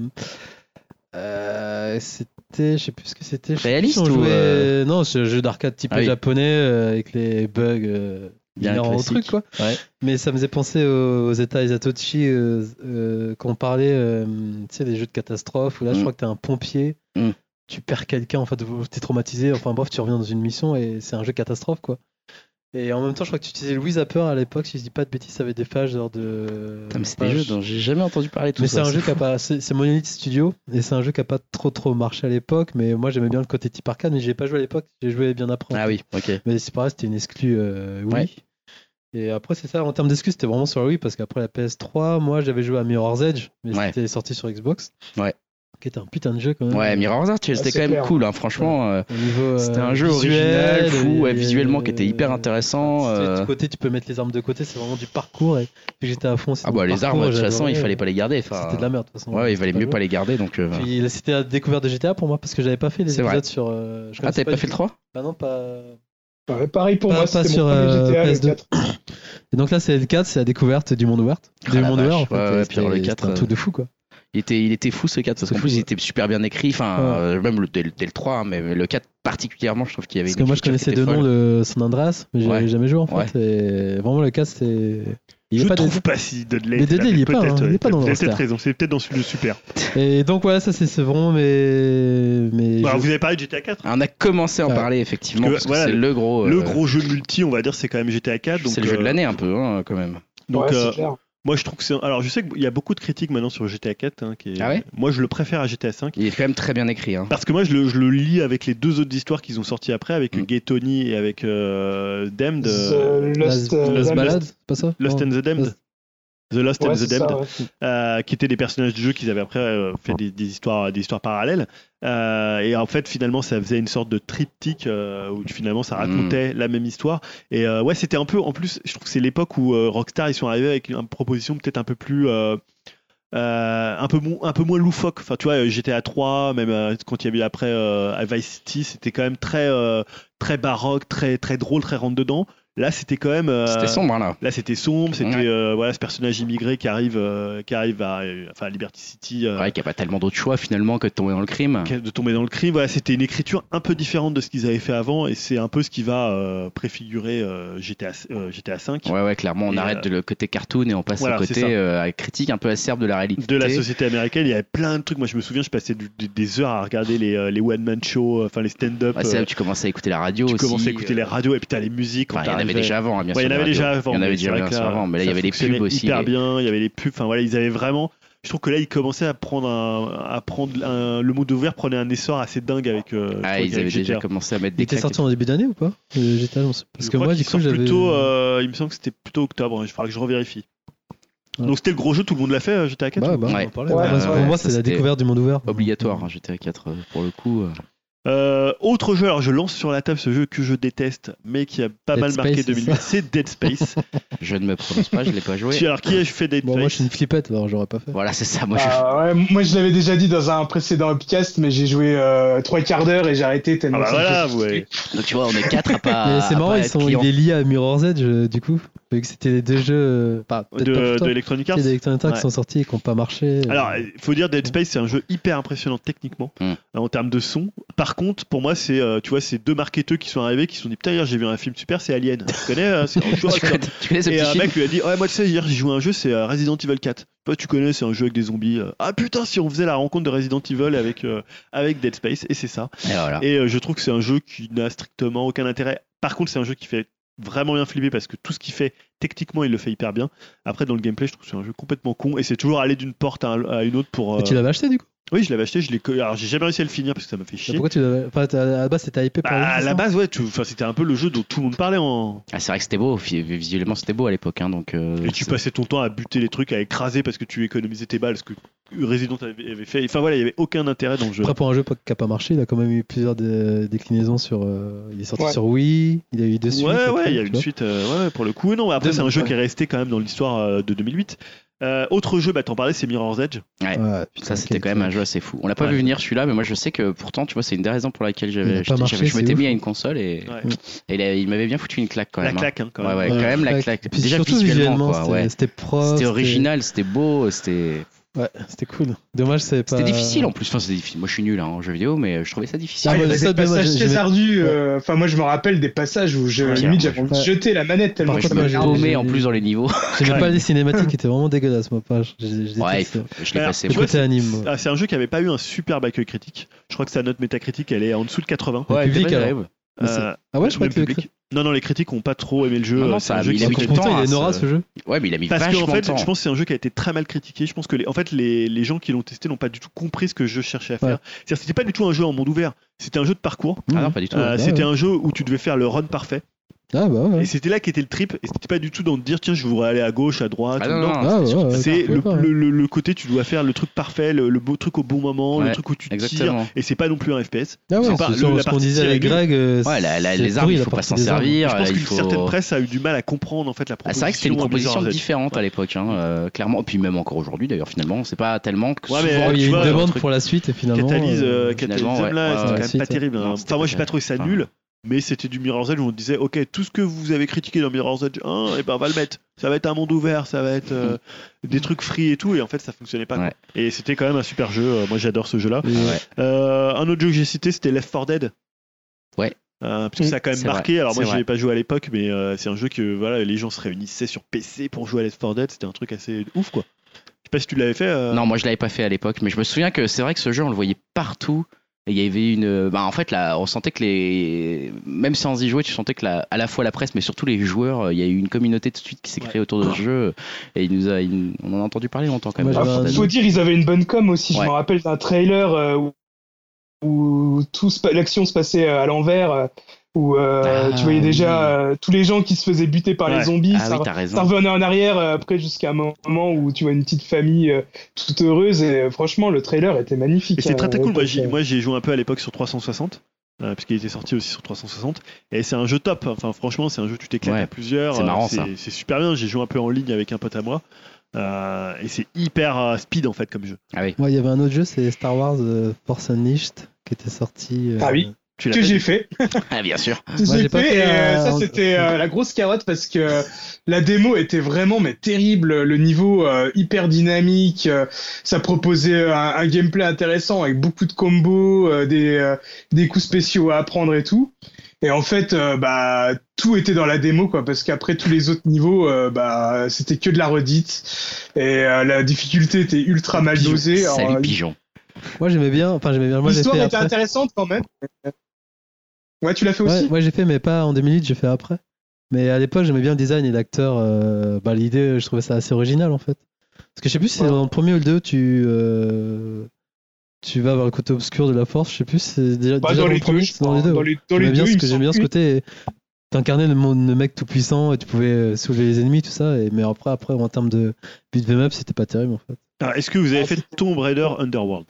Speaker 6: euh, c'était, je sais plus ce que c'était. je sais plus
Speaker 1: Réaliste
Speaker 6: si on
Speaker 1: ou,
Speaker 6: jouait-
Speaker 1: euh,
Speaker 6: Non, c'est un jeu d'arcade type
Speaker 1: Ah oui.
Speaker 6: japonais euh, avec les bugs euh,
Speaker 1: Bien
Speaker 6: inhérents au
Speaker 1: classique.
Speaker 6: truc, quoi.
Speaker 1: Ouais.
Speaker 6: Mais ça me faisait penser aux, aux États Isatoshi euh, euh, quand on parlait, euh, tu sais, des jeux de catastrophe où là, je
Speaker 1: Mm.
Speaker 6: crois que t'es un pompier,
Speaker 1: Mm.
Speaker 6: tu perds quelqu'un, en fait, t'es traumatisé, enfin bref, tu reviens dans une mission et c'est un jeu catastrophe, quoi. Et en même temps, je crois que tu utilisais Louis Zapper à l'époque, si je dis pas de bêtises, ça avait des pages genre de.
Speaker 1: Putain, mais c'est des
Speaker 6: pages-
Speaker 1: jeux dont j'ai jamais entendu parler tout
Speaker 6: mais
Speaker 1: ça.
Speaker 6: c'est un jeu qui a pas. C'est c'est Monolith Studio et c'est un jeu qui a pas trop trop marché à l'époque. Mais moi j'aimais bien le côté type arcade, mais j'ai pas joué à l'époque. J'ai joué bien après. en
Speaker 1: Ah
Speaker 6: fait.
Speaker 1: oui, ok.
Speaker 6: Mais c'est pareil, c'était une exclue euh, Wii.
Speaker 1: Ouais.
Speaker 6: Et après c'est ça. En termes d'exclus, c'était vraiment sur la Wii parce qu'après la P S trois, moi j'avais joué à Mirror's Edge, mais
Speaker 1: Ouais.
Speaker 6: c'était sorti sur Xbox.
Speaker 1: Ouais.
Speaker 6: Qui était un putain de jeu quand même.
Speaker 1: Ouais, Mirror's Edge, c'était
Speaker 4: c'est
Speaker 1: quand même
Speaker 4: clair.
Speaker 1: cool, hein, franchement. euh,
Speaker 6: Au niveau,
Speaker 1: C'était
Speaker 6: euh,
Speaker 1: un jeu
Speaker 6: visuel,
Speaker 1: original, fou, ouais,
Speaker 6: et-
Speaker 1: visuellement, qui était hyper intéressant.
Speaker 6: c'était
Speaker 1: euh.
Speaker 6: de côté, tu peux mettre les armes de côté, c'est vraiment du parcours. Et puis j'étais à fond aussi.
Speaker 1: Ah
Speaker 6: dans
Speaker 1: bah
Speaker 6: le
Speaker 1: les
Speaker 6: parcours,
Speaker 1: armes, de toute façon, il
Speaker 6: j'adorais.
Speaker 1: fallait pas les garder. Enfin,
Speaker 6: C'était de la merde de toute façon.
Speaker 1: ouais, il valait
Speaker 6: C'était
Speaker 1: mieux
Speaker 6: pas
Speaker 1: pas les garder, donc. euh,
Speaker 6: Puis là, c'était la découverte de G T A pour moi parce que j'avais pas fait les
Speaker 1: C'est
Speaker 6: épisodes
Speaker 1: vrai.
Speaker 6: sur. euh, je
Speaker 1: Ah,
Speaker 6: connaissais
Speaker 1: t'avais pas
Speaker 6: du
Speaker 1: fait le
Speaker 6: tout.
Speaker 1: trois
Speaker 6: Bah non, pas.
Speaker 4: Ouais, pareil pour
Speaker 6: Pas-
Speaker 4: moi,
Speaker 6: pas
Speaker 4: c'était
Speaker 6: sur,
Speaker 4: mon premier
Speaker 6: euh,
Speaker 4: G T A,
Speaker 6: P
Speaker 4: le
Speaker 6: S deux.
Speaker 4: quatre.
Speaker 6: Et donc là, c'est le quatre, c'est la découverte du monde ouvert.
Speaker 1: Ah,
Speaker 6: Du
Speaker 1: la
Speaker 6: monde
Speaker 1: vache.
Speaker 6: ouvert en fait.
Speaker 1: Ouais, ouais,
Speaker 6: Et
Speaker 1: puis alors, le
Speaker 6: c'était-
Speaker 1: quatre,
Speaker 6: c'était un truc de fou quoi.
Speaker 1: Il était, il était fou ce quatre, parce
Speaker 6: C'est
Speaker 1: qu'en
Speaker 6: fou,
Speaker 1: plus il
Speaker 6: ouais.
Speaker 1: était super bien écrit, enfin,
Speaker 6: Ouais.
Speaker 1: euh, même le, dès, le- dès le trois, hein, mais, mais le quatre particulièrement, je trouve qu'il y avait
Speaker 6: Parce
Speaker 1: une
Speaker 6: que moi, je
Speaker 1: écriture qui
Speaker 6: connaissais
Speaker 1: était
Speaker 6: deux
Speaker 1: folle.
Speaker 6: noms de San Andreas, mais j'avais
Speaker 1: Ouais.
Speaker 6: jamais joué en fait.
Speaker 1: Ouais.
Speaker 6: Et vraiment, le quatre, c'était. Il
Speaker 2: Je
Speaker 6: est pas
Speaker 2: trouve
Speaker 6: de...
Speaker 2: pas si Dudley.
Speaker 6: Mais
Speaker 2: était
Speaker 6: Dudley,
Speaker 2: là,
Speaker 6: il est pas,
Speaker 2: peut-être,
Speaker 6: hein, il
Speaker 2: ouais.
Speaker 6: est pas dans le
Speaker 2: Vous avez peut-être
Speaker 6: roster.
Speaker 2: raison, c'est peut-être dans celui de Super.
Speaker 6: Et donc voilà, ça c'est c'est vraiment mes. mes
Speaker 2: Bah,
Speaker 6: jeux.
Speaker 2: vous avez parlé de G T A quatre.
Speaker 1: On a commencé à en
Speaker 6: Ouais.
Speaker 1: parler effectivement,
Speaker 2: Parce que,
Speaker 1: parce que
Speaker 2: voilà,
Speaker 1: c'est le gros.
Speaker 2: Le
Speaker 1: euh,
Speaker 2: gros jeu multi, on va dire, c'est quand même G T A quatre.
Speaker 1: C'est
Speaker 2: donc,
Speaker 1: le jeu de
Speaker 2: euh,
Speaker 1: l'année un peu, hein, quand même.
Speaker 2: Donc,
Speaker 4: Ouais, c'est
Speaker 2: euh,
Speaker 4: clair.
Speaker 2: moi, je trouve que c'est. Alors, je sais qu'il y a beaucoup de critiques maintenant sur G T A quatre. Hein, qui est...
Speaker 1: Ah ouais
Speaker 2: Moi, je le préfère à G T A cinq.
Speaker 1: Il est quand même très bien écrit. Hein.
Speaker 2: Parce que moi, je le, je le lis avec les deux autres histoires qu'ils ont sorties après, avec
Speaker 1: Mm.
Speaker 2: Gay Tony et avec euh, Damned. euh,
Speaker 4: The Lost,
Speaker 6: Lost,
Speaker 4: euh,
Speaker 6: Lost
Speaker 4: Damned.
Speaker 6: Ballad, c'est pas ça
Speaker 2: Lost
Speaker 6: Non.
Speaker 2: and the Damned.
Speaker 6: Lost-
Speaker 2: The Lost
Speaker 4: Ouais,
Speaker 2: and
Speaker 4: c'est
Speaker 2: the Damned.
Speaker 4: ça, ouais.
Speaker 2: euh, qui étaient des personnages du jeu qu'ils avaient après euh, fait des, des histoires, des histoires parallèles. Euh, et en fait, finalement, ça faisait une sorte de triptyque euh, où finalement ça racontait la même histoire. Et euh, ouais, c'était un peu. En plus, je trouve que c'est l'époque où euh, Rockstar ils sont arrivés avec une proposition peut-être un peu plus. Euh, euh, un peu mo- un peu moins loufoque. Enfin, tu vois, G T A trois, même euh, quand il y a eu après euh, à Vice City, c'était quand même très euh, très baroque, très très drôle, très rentre dedans. Là, c'était quand même. euh,
Speaker 1: C'était sombre, hein, là.
Speaker 2: Là, c'était sombre, c'était
Speaker 1: Ouais.
Speaker 2: euh, voilà ce personnage immigré qui arrive, euh, qui arrive à, euh, enfin, à Liberty City, euh,
Speaker 1: Ouais, qu'il n'y a pas tellement d'autres choix finalement que de tomber dans le crime.
Speaker 2: qui- de tomber dans le crime. Voilà, c'était une écriture un peu différente de ce qu'ils avaient fait avant, et c'est un peu ce qui va euh, préfigurer euh, G T A, euh, G T A cinq.
Speaker 1: Ouais, ouais, clairement, on
Speaker 2: Et,
Speaker 1: arrête
Speaker 2: euh,
Speaker 1: de le côté cartoon et on passe
Speaker 2: voilà,
Speaker 1: au
Speaker 2: c'est
Speaker 1: côté
Speaker 2: ça.
Speaker 1: euh, à critique un peu acerbe de la réalité.
Speaker 2: De la société américaine, il y avait plein de trucs. Moi, je me souviens, je passais du- des- des heures à regarder les, euh, les one-man shows, euh, enfin les stand-up.
Speaker 1: Ouais, c'est là
Speaker 2: euh,
Speaker 1: où tu commençais à écouter la radio
Speaker 2: tu
Speaker 1: aussi.
Speaker 2: commençais à écouter
Speaker 1: euh,
Speaker 2: les radios, et puis t'as les musiques. quand
Speaker 1: enfin, il y en avait
Speaker 2: t'arrivais.
Speaker 1: déjà avant, hein, bien
Speaker 2: Ouais,
Speaker 1: sûr.
Speaker 2: il y en avait
Speaker 1: la
Speaker 2: déjà
Speaker 1: radio.
Speaker 2: avant.
Speaker 1: Il y en avait
Speaker 2: mais
Speaker 1: déjà
Speaker 2: c'est vrai
Speaker 1: bien
Speaker 2: que
Speaker 1: sûr
Speaker 2: là,
Speaker 1: avant, mais là il y
Speaker 2: ça
Speaker 1: avait les
Speaker 2: fonctionnait
Speaker 1: pubs aussi.
Speaker 2: hyper
Speaker 1: et-
Speaker 2: bien, il y avait les pubs. Enfin voilà, ils avaient vraiment. Je trouve que là, ils commençaient à prendre un, à prendre un- le monde ouvert prenait un essor assez dingue avec. euh, je
Speaker 1: Ah,
Speaker 2: trouve
Speaker 1: ils
Speaker 2: qu'avec
Speaker 1: avaient
Speaker 2: G T A.
Speaker 1: déjà commencé à mettre
Speaker 6: Il
Speaker 1: des
Speaker 6: était
Speaker 1: claques.
Speaker 6: sorti en début d'année ou pas euh, G T A, je sais- Parce
Speaker 2: Je
Speaker 6: que
Speaker 2: crois
Speaker 6: moi,
Speaker 2: qu'il
Speaker 6: du coup,
Speaker 2: sort
Speaker 6: j'avais.
Speaker 2: plutôt, euh, il me semble que c'était plutôt octobre. Il faudra que je revérifie. Donc c'était le gros jeu, tout le monde l'a fait, euh, G T A quatre.
Speaker 6: Bah, bah, on
Speaker 1: Ouais.
Speaker 6: en parlait.
Speaker 4: Ouais,
Speaker 6: Moi,
Speaker 1: ouais,
Speaker 6: pour
Speaker 1: ouais,
Speaker 6: moi,
Speaker 1: ça,
Speaker 6: c'est la
Speaker 1: c'était
Speaker 6: découverte du monde ouvert.
Speaker 1: Obligatoire, hein, G T A quatre euh, pour le coup. euh.
Speaker 2: Euh, autre jeu, alors je lance sur la table ce jeu que je déteste, mais qui a pas
Speaker 6: Dead
Speaker 2: mal marqué
Speaker 6: Space,
Speaker 2: deux mille huit,
Speaker 6: c'est
Speaker 2: c'est Dead Space.
Speaker 1: Je ne me prononce pas, je l'ai pas joué.
Speaker 2: Tu- alors qui a fait Dead
Speaker 6: Bon, moi, je
Speaker 2: Space
Speaker 6: suis une flippette, alors j'aurais pas fait.
Speaker 1: Voilà, c'est ça. Moi, je...
Speaker 4: Ah, ouais, moi, je l'avais déjà dit dans un précédent podcast, mais j'ai joué euh, trois quarts d'heure et j'ai arrêté
Speaker 2: Ah
Speaker 4: tellement.
Speaker 2: bah
Speaker 4: ça me
Speaker 2: voilà,
Speaker 4: fait
Speaker 2: ouais.
Speaker 1: Donc tu vois, on est quatre à pas.
Speaker 6: Mais c'est
Speaker 1: à
Speaker 6: marrant,
Speaker 1: pas
Speaker 6: ils
Speaker 1: être
Speaker 6: sont,
Speaker 1: clients.
Speaker 6: il est lié à Mirror's Edge, euh, du coup. Vu que c'était les deux jeux. euh, Pas, peut-être pas
Speaker 2: De,
Speaker 6: tout le temps,
Speaker 2: de Electronic Arts.
Speaker 6: c'est d'Electronic Arts
Speaker 2: Ouais.
Speaker 6: qui sont sortis et qui n'ont pas marché.
Speaker 2: Alors,
Speaker 6: euh,
Speaker 2: il faut dire Dead Space, c'est un jeu hyper impressionnant techniquement
Speaker 1: Mm.
Speaker 2: euh, en termes de son. Par contre, pour moi, c'est euh, tu vois, c'est deux marketeurs qui sont arrivés, qui se sont dit putain, hier j'ai vu un film super, c'est Alien. Tu connais euh, c'est un jeu,
Speaker 1: tu, connais, tu connais ce
Speaker 2: Et
Speaker 1: petit
Speaker 2: un
Speaker 1: film
Speaker 2: mec lui a dit ouais moi tu sais hier j'ai joué à un jeu, c'est euh, Resident Evil quatre. Toi tu connais, c'est un jeu avec des zombies. euh. Ah putain, si on faisait la rencontre de Resident Evil avec euh, avec Dead Space, et c'est ça.
Speaker 1: Et voilà.
Speaker 2: Et euh, je trouve que c'est un jeu qui n'a strictement aucun intérêt. Par contre, c'est un jeu qui fait vraiment bien flipper parce que tout ce qu'il fait techniquement il le fait hyper bien. Après dans le gameplay je trouve que c'est un jeu complètement con et c'est toujours aller d'une porte à, un- à une autre pour. euh,
Speaker 6: Et tu l'avais acheté, du coup
Speaker 2: Oui, je l'avais acheté, je l'ai co- alors j'ai jamais réussi à le finir parce que ça m'a fait
Speaker 6: Mais
Speaker 2: chier.
Speaker 6: Pourquoi tu l'avais. Enfin, t'as- à la base, c'était hypé
Speaker 2: Bah,
Speaker 6: par le jeu,
Speaker 2: à
Speaker 6: c'est
Speaker 2: la
Speaker 6: ça
Speaker 2: base ouais, tu- enfin c'était un peu le jeu dont tout le monde parlait en.
Speaker 1: Ah, c'est vrai que c'était beau. vi- Visuellement, c'était beau à l'époque. Hein, donc, euh,
Speaker 2: Et tu
Speaker 1: c'est-
Speaker 2: passais ton temps à buter les trucs, à écraser parce que tu économisais tes balles, ce que Resident avait, avait fait. Enfin voilà, il y avait aucun intérêt dans le jeu.
Speaker 6: Après, pour un jeu pas- qui n'a pas marché, il a quand même eu plusieurs dé- déclinaisons sur. euh, Il est sorti
Speaker 4: Ouais.
Speaker 6: sur Wii, il a eu deux suites.
Speaker 2: Ouais,
Speaker 6: après,
Speaker 2: ouais, il y a
Speaker 6: tu
Speaker 2: une
Speaker 6: vois.
Speaker 2: suite, euh, ouais, pour le coup. Non, mais après,
Speaker 6: Deux,
Speaker 2: c'est un jeu
Speaker 6: ouais.
Speaker 2: qui est resté quand même dans l'histoire euh, de deux mille huit. Euh, autre jeu, bah, t'en parlais, c'est Mirror's Edge.
Speaker 1: Ouais.
Speaker 6: Ouais, putain,
Speaker 1: Ça, c'était
Speaker 6: quel
Speaker 1: quand même
Speaker 6: truc.
Speaker 1: un jeu assez fou. On l'a pas
Speaker 2: Ouais.
Speaker 1: vu venir celui-là, mais moi je sais que pourtant, tu vois, c'est une des raisons pour laquelle
Speaker 6: Il a
Speaker 1: j'avais,
Speaker 6: pas
Speaker 1: j'étais-
Speaker 6: marché,
Speaker 1: j'avais- je
Speaker 6: c'est
Speaker 1: m'étais
Speaker 6: ouf.
Speaker 1: mis à une console et,
Speaker 2: Ouais.
Speaker 1: et il, a- il m'avait bien foutu une claque quand
Speaker 2: La
Speaker 1: même. hein.
Speaker 2: claque, hein, quand
Speaker 1: Ouais,
Speaker 2: même.
Speaker 1: ouais,
Speaker 6: Ouais,
Speaker 1: quand même la
Speaker 6: claque.
Speaker 1: claque.
Speaker 6: Puis
Speaker 1: Déjà
Speaker 6: surtout
Speaker 1: visuellement, quoi.
Speaker 6: c'était
Speaker 1: Ouais.
Speaker 6: c'était propre.
Speaker 1: C'était original, c'était beau, c'était.
Speaker 6: Ouais, c'était cool. Dommage, c'est pas.
Speaker 1: C'était difficile en plus. Enfin, c'était difficile. Moi, je suis nul hein, en jeu vidéo, mais je trouvais ça difficile.
Speaker 6: Ah,
Speaker 4: il y
Speaker 6: moi,
Speaker 4: avait
Speaker 6: ça,
Speaker 4: des
Speaker 6: bien, moi,
Speaker 4: passages
Speaker 6: j'ai-
Speaker 4: très
Speaker 6: j'ai-
Speaker 4: ardus. euh, Enfin, moi, je me rappelle des passages où je,
Speaker 1: Ouais,
Speaker 4: limite, j'avais
Speaker 6: ouais.
Speaker 4: envie de jeter la manette tellement
Speaker 1: Moi,
Speaker 4: ça
Speaker 1: je
Speaker 6: moi,
Speaker 1: me
Speaker 6: j'ai-
Speaker 4: m'énervait.
Speaker 1: paumais
Speaker 6: j'ai-
Speaker 1: en plus dans les niveaux.
Speaker 6: J'aimais
Speaker 2: Ouais.
Speaker 6: pas les cinématiques qui étaient vraiment dégueulasses, moi. Pas. Je, je, je
Speaker 1: Ouais,
Speaker 6: déteste.
Speaker 1: je l'ai
Speaker 2: Alors,
Speaker 1: passé.
Speaker 2: tu
Speaker 6: Le
Speaker 2: vois,
Speaker 6: côté anime. moi.
Speaker 2: Ah, c'est un jeu qui avait pas eu un super accueil critique. Je crois que sa note métacritique, elle est en dessous de quatre-vingts.
Speaker 6: Le public,
Speaker 1: c'est vrai,
Speaker 6: alors.
Speaker 1: ouais.
Speaker 6: Mais c'est-
Speaker 2: Euh,
Speaker 6: Ah ouais, je crois
Speaker 2: même
Speaker 6: que le
Speaker 2: public. Non, non, les critiques ont pas trop aimé le jeu.
Speaker 1: Non, non,
Speaker 2: Euh, c'est
Speaker 1: ça
Speaker 2: un
Speaker 1: a
Speaker 2: jeu
Speaker 1: mis-
Speaker 2: qui
Speaker 1: il a
Speaker 2: s'est
Speaker 1: mis
Speaker 2: fait-
Speaker 1: du temps
Speaker 6: Pourtant, il
Speaker 1: à
Speaker 6: est Nora,
Speaker 1: se-
Speaker 6: ce jeu.
Speaker 1: Ouais, mais il a mis
Speaker 2: Parce
Speaker 1: vachement
Speaker 2: qu'en fait,
Speaker 1: de temps.
Speaker 2: je pense que c'est un jeu qui a été très mal critiqué. Je pense que les, en fait, les, les gens qui l'ont testé n'ont pas du tout compris ce que je cherchais à faire.
Speaker 6: Ouais.
Speaker 2: C'est-à-dire, c'était pas du tout un jeu en monde ouvert. C'était un jeu de parcours.
Speaker 1: Ah non, pas du tout.
Speaker 2: Euh,
Speaker 6: ouais.
Speaker 2: c'était
Speaker 6: Ouais.
Speaker 2: un jeu où tu devais faire le run parfait.
Speaker 6: Ah bah ouais.
Speaker 2: Et c'était là qu'était le trip. Et c'était pas du tout dans de dire tiens, je voudrais aller à gauche, à droite.
Speaker 1: Ah
Speaker 2: ou
Speaker 1: non,
Speaker 2: non.
Speaker 1: non,
Speaker 6: Ah ouais, ouais,
Speaker 2: C'est
Speaker 6: ouais,
Speaker 2: le,
Speaker 6: pas,
Speaker 2: le, le- le côté, tu dois faire le truc parfait, le, le beau truc au bon moment, le
Speaker 1: Ouais,
Speaker 2: truc où tu tires.
Speaker 1: exactement.
Speaker 2: Et c'est pas non plus un F P S.
Speaker 6: Ah ouais,
Speaker 2: c'est pas-
Speaker 6: c'est
Speaker 2: le-
Speaker 6: sur
Speaker 2: la
Speaker 6: ce qu'on
Speaker 2: partie
Speaker 6: disait avec
Speaker 2: tirée,
Speaker 6: Greg. euh,
Speaker 1: Ouais, la- la-
Speaker 6: c'est
Speaker 1: les armes,
Speaker 6: pourri,
Speaker 1: il
Speaker 6: la
Speaker 1: faut pas
Speaker 6: partie
Speaker 1: s'en
Speaker 6: des armes.
Speaker 1: servir.
Speaker 2: Je pense
Speaker 1: il
Speaker 2: qu'une
Speaker 1: faut-
Speaker 2: certaine presse a eu du mal à comprendre en fait la
Speaker 1: Ah,
Speaker 2: proposition.
Speaker 1: c'est vrai que c'était une
Speaker 2: de
Speaker 1: proposition
Speaker 2: Mirror's Edge.
Speaker 1: différente à l'époque, hein, euh, clairement. Et puis même encore aujourd'hui, d'ailleurs, finalement, c'est pas tellement que
Speaker 2: Ouais, mais,
Speaker 1: souvent,
Speaker 6: Ouais, il y
Speaker 2: tu
Speaker 6: a
Speaker 2: vois,
Speaker 6: une
Speaker 2: un
Speaker 6: demande
Speaker 1: truc-
Speaker 6: pour la suite et finalement.
Speaker 2: Catalyse,
Speaker 6: euh,
Speaker 2: euh, Catalyse
Speaker 1: finalement, ouais,
Speaker 2: là,
Speaker 1: ouais,
Speaker 2: c'était
Speaker 1: ouais,
Speaker 2: quand même
Speaker 6: suite,
Speaker 2: pas terrible. hein.
Speaker 1: non, c'était
Speaker 2: Enfin, moi,
Speaker 1: pas
Speaker 2: j'ai pas trouvé ça
Speaker 1: terrible.
Speaker 2: nul, mais c'était du Mirror's Edge où on disait, ok, tout ce que vous avez critiqué dans Mirror's Edge un, et ben on va le mettre. Ça va être un monde ouvert, ça va être euh, des trucs free et tout, et en fait, ça fonctionnait pas. quoi.
Speaker 1: Ouais.
Speaker 2: Et c'était quand même un super jeu. euh, Moi, j'adore ce jeu-là.
Speaker 6: et-
Speaker 1: Ouais.
Speaker 2: Euh, un autre jeu que j'ai cité, c'était Left four Dead.
Speaker 1: Ouais.
Speaker 2: Euh, parce que ça a quand même
Speaker 1: C'est
Speaker 2: marqué.
Speaker 1: vrai,
Speaker 2: Alors moi,
Speaker 1: c'est
Speaker 2: je l'ai
Speaker 1: vrai.
Speaker 2: pas joué à l'époque, mais euh, c'est un jeu que voilà, les gens se réunissaient sur P C pour jouer à Left four Dead. C'était un truc assez ouf, quoi. Je sais pas si tu l'avais fait. euh,
Speaker 1: Non, moi je l'avais pas fait à l'époque, mais je me souviens que c'est vrai que ce jeu on le voyait partout. Et il y avait une. Bah, en fait, là, on sentait que les. Même sans y jouer, tu sentais que la... à la fois la presse, mais surtout les joueurs, il y a eu une communauté tout de suite qui s'est créée autour de ce jeu. Et il nous a... il- on en a entendu parler longtemps quand même.
Speaker 6: Moi,
Speaker 4: Ah,
Speaker 6: j'avais
Speaker 4: faut,
Speaker 6: un-
Speaker 4: faut dire, ils avaient une bonne com aussi.
Speaker 1: Ouais.
Speaker 4: Je me rappelle d'un trailer euh, où, où tout se pa- l'action se passait euh, à l'envers, euh, où euh,
Speaker 1: Ah,
Speaker 4: tu voyais déjà
Speaker 1: oui.
Speaker 4: euh, tous les gens qui se faisaient buter par
Speaker 2: Ouais.
Speaker 4: les zombies.
Speaker 1: Ah
Speaker 4: ça,
Speaker 1: oui, t'as
Speaker 4: ça
Speaker 1: raison.
Speaker 4: revenait en arrière euh, après jusqu'à un moment où tu vois une petite famille euh, toute heureuse. Et euh, franchement, le trailer était magnifique.
Speaker 2: Et c'est très
Speaker 4: hein,
Speaker 2: très cool.
Speaker 4: à
Speaker 2: Moi,
Speaker 4: l'époque,
Speaker 2: j'y
Speaker 4: euh.
Speaker 2: moi, j'y ai joué un peu à l'époque sur trois cent soixante. Euh, puisqu'il était sorti aussi sur trois cent soixante, et c'est un jeu top. Enfin, franchement, c'est un jeu tu t'éclates
Speaker 1: Ouais.
Speaker 2: à plusieurs.
Speaker 1: C'est
Speaker 2: euh,
Speaker 1: marrant,
Speaker 2: c'est,
Speaker 1: ça.
Speaker 2: c'est super bien. J'ai joué un peu en ligne avec un pote à moi, euh, et c'est hyper euh, speed en fait comme jeu.
Speaker 1: Ah oui.
Speaker 6: Ouais, il y avait un autre jeu, c'est Star Wars euh, Force Unleashed, qui était sorti. euh,
Speaker 4: Ah oui.
Speaker 2: Tu l'as
Speaker 4: Que
Speaker 2: fait
Speaker 4: j'ai fait.
Speaker 1: Ah, bien sûr.
Speaker 4: Que
Speaker 6: Moi,
Speaker 4: j'ai
Speaker 6: j'ai pas
Speaker 4: fait,
Speaker 6: fait
Speaker 4: et, euh,
Speaker 6: la-
Speaker 4: ça c'était euh, la grosse carotte parce que la démo était vraiment mais terrible, le niveau euh, hyper dynamique, euh, ça proposait un, un gameplay intéressant avec beaucoup de combos, euh, des euh, des coups spéciaux à apprendre et tout. Et en fait, euh, bah tout était dans la démo quoi, parce qu'après tous les autres niveaux, euh, bah c'était que de la redite et euh, la difficulté était ultra mal
Speaker 1: Pigeon.
Speaker 4: dosée. Alors,
Speaker 1: Salut
Speaker 4: euh,
Speaker 1: Pigeon.
Speaker 6: Moi j'aimais bien, enfin j'aimais bien. Moi j'ai
Speaker 4: L'histoire
Speaker 6: fait
Speaker 4: était
Speaker 6: après.
Speaker 4: intéressante quand même. Ouais, tu l'as fait aussi.
Speaker 6: Ouais, moi j'ai fait, mais pas en deux minutes, j'ai fait après. Mais à l'époque j'aimais bien le design et l'acteur. euh, Bah, l'idée, je trouvais ça assez original en fait. Parce que je sais plus si c'est
Speaker 4: Ouais.
Speaker 6: dans le premier ou le deux, tu. euh, Tu vas vers le côté obscur de la force, je sais plus si c'est déjà,
Speaker 4: Bah,
Speaker 6: déjà
Speaker 4: dans
Speaker 6: le
Speaker 4: les
Speaker 6: premier,
Speaker 4: deux, je
Speaker 6: c'est dans les
Speaker 4: crois.
Speaker 6: deux.
Speaker 4: Dans
Speaker 6: ouais.
Speaker 4: les, dans
Speaker 6: J'aimais
Speaker 4: les
Speaker 6: bien
Speaker 4: deux,
Speaker 6: ce
Speaker 4: il
Speaker 6: que
Speaker 4: me
Speaker 6: j'aime bien ce
Speaker 4: semble.
Speaker 6: côté. t'incarnais le, monde- le mec tout puissant et tu pouvais euh, soulever les ennemis, tout ça. Et, mais après, après, en termes de beat'em up, c'était pas terrible en fait.
Speaker 2: Alors, est-ce que vous avez fait Tomb Raider Underworld?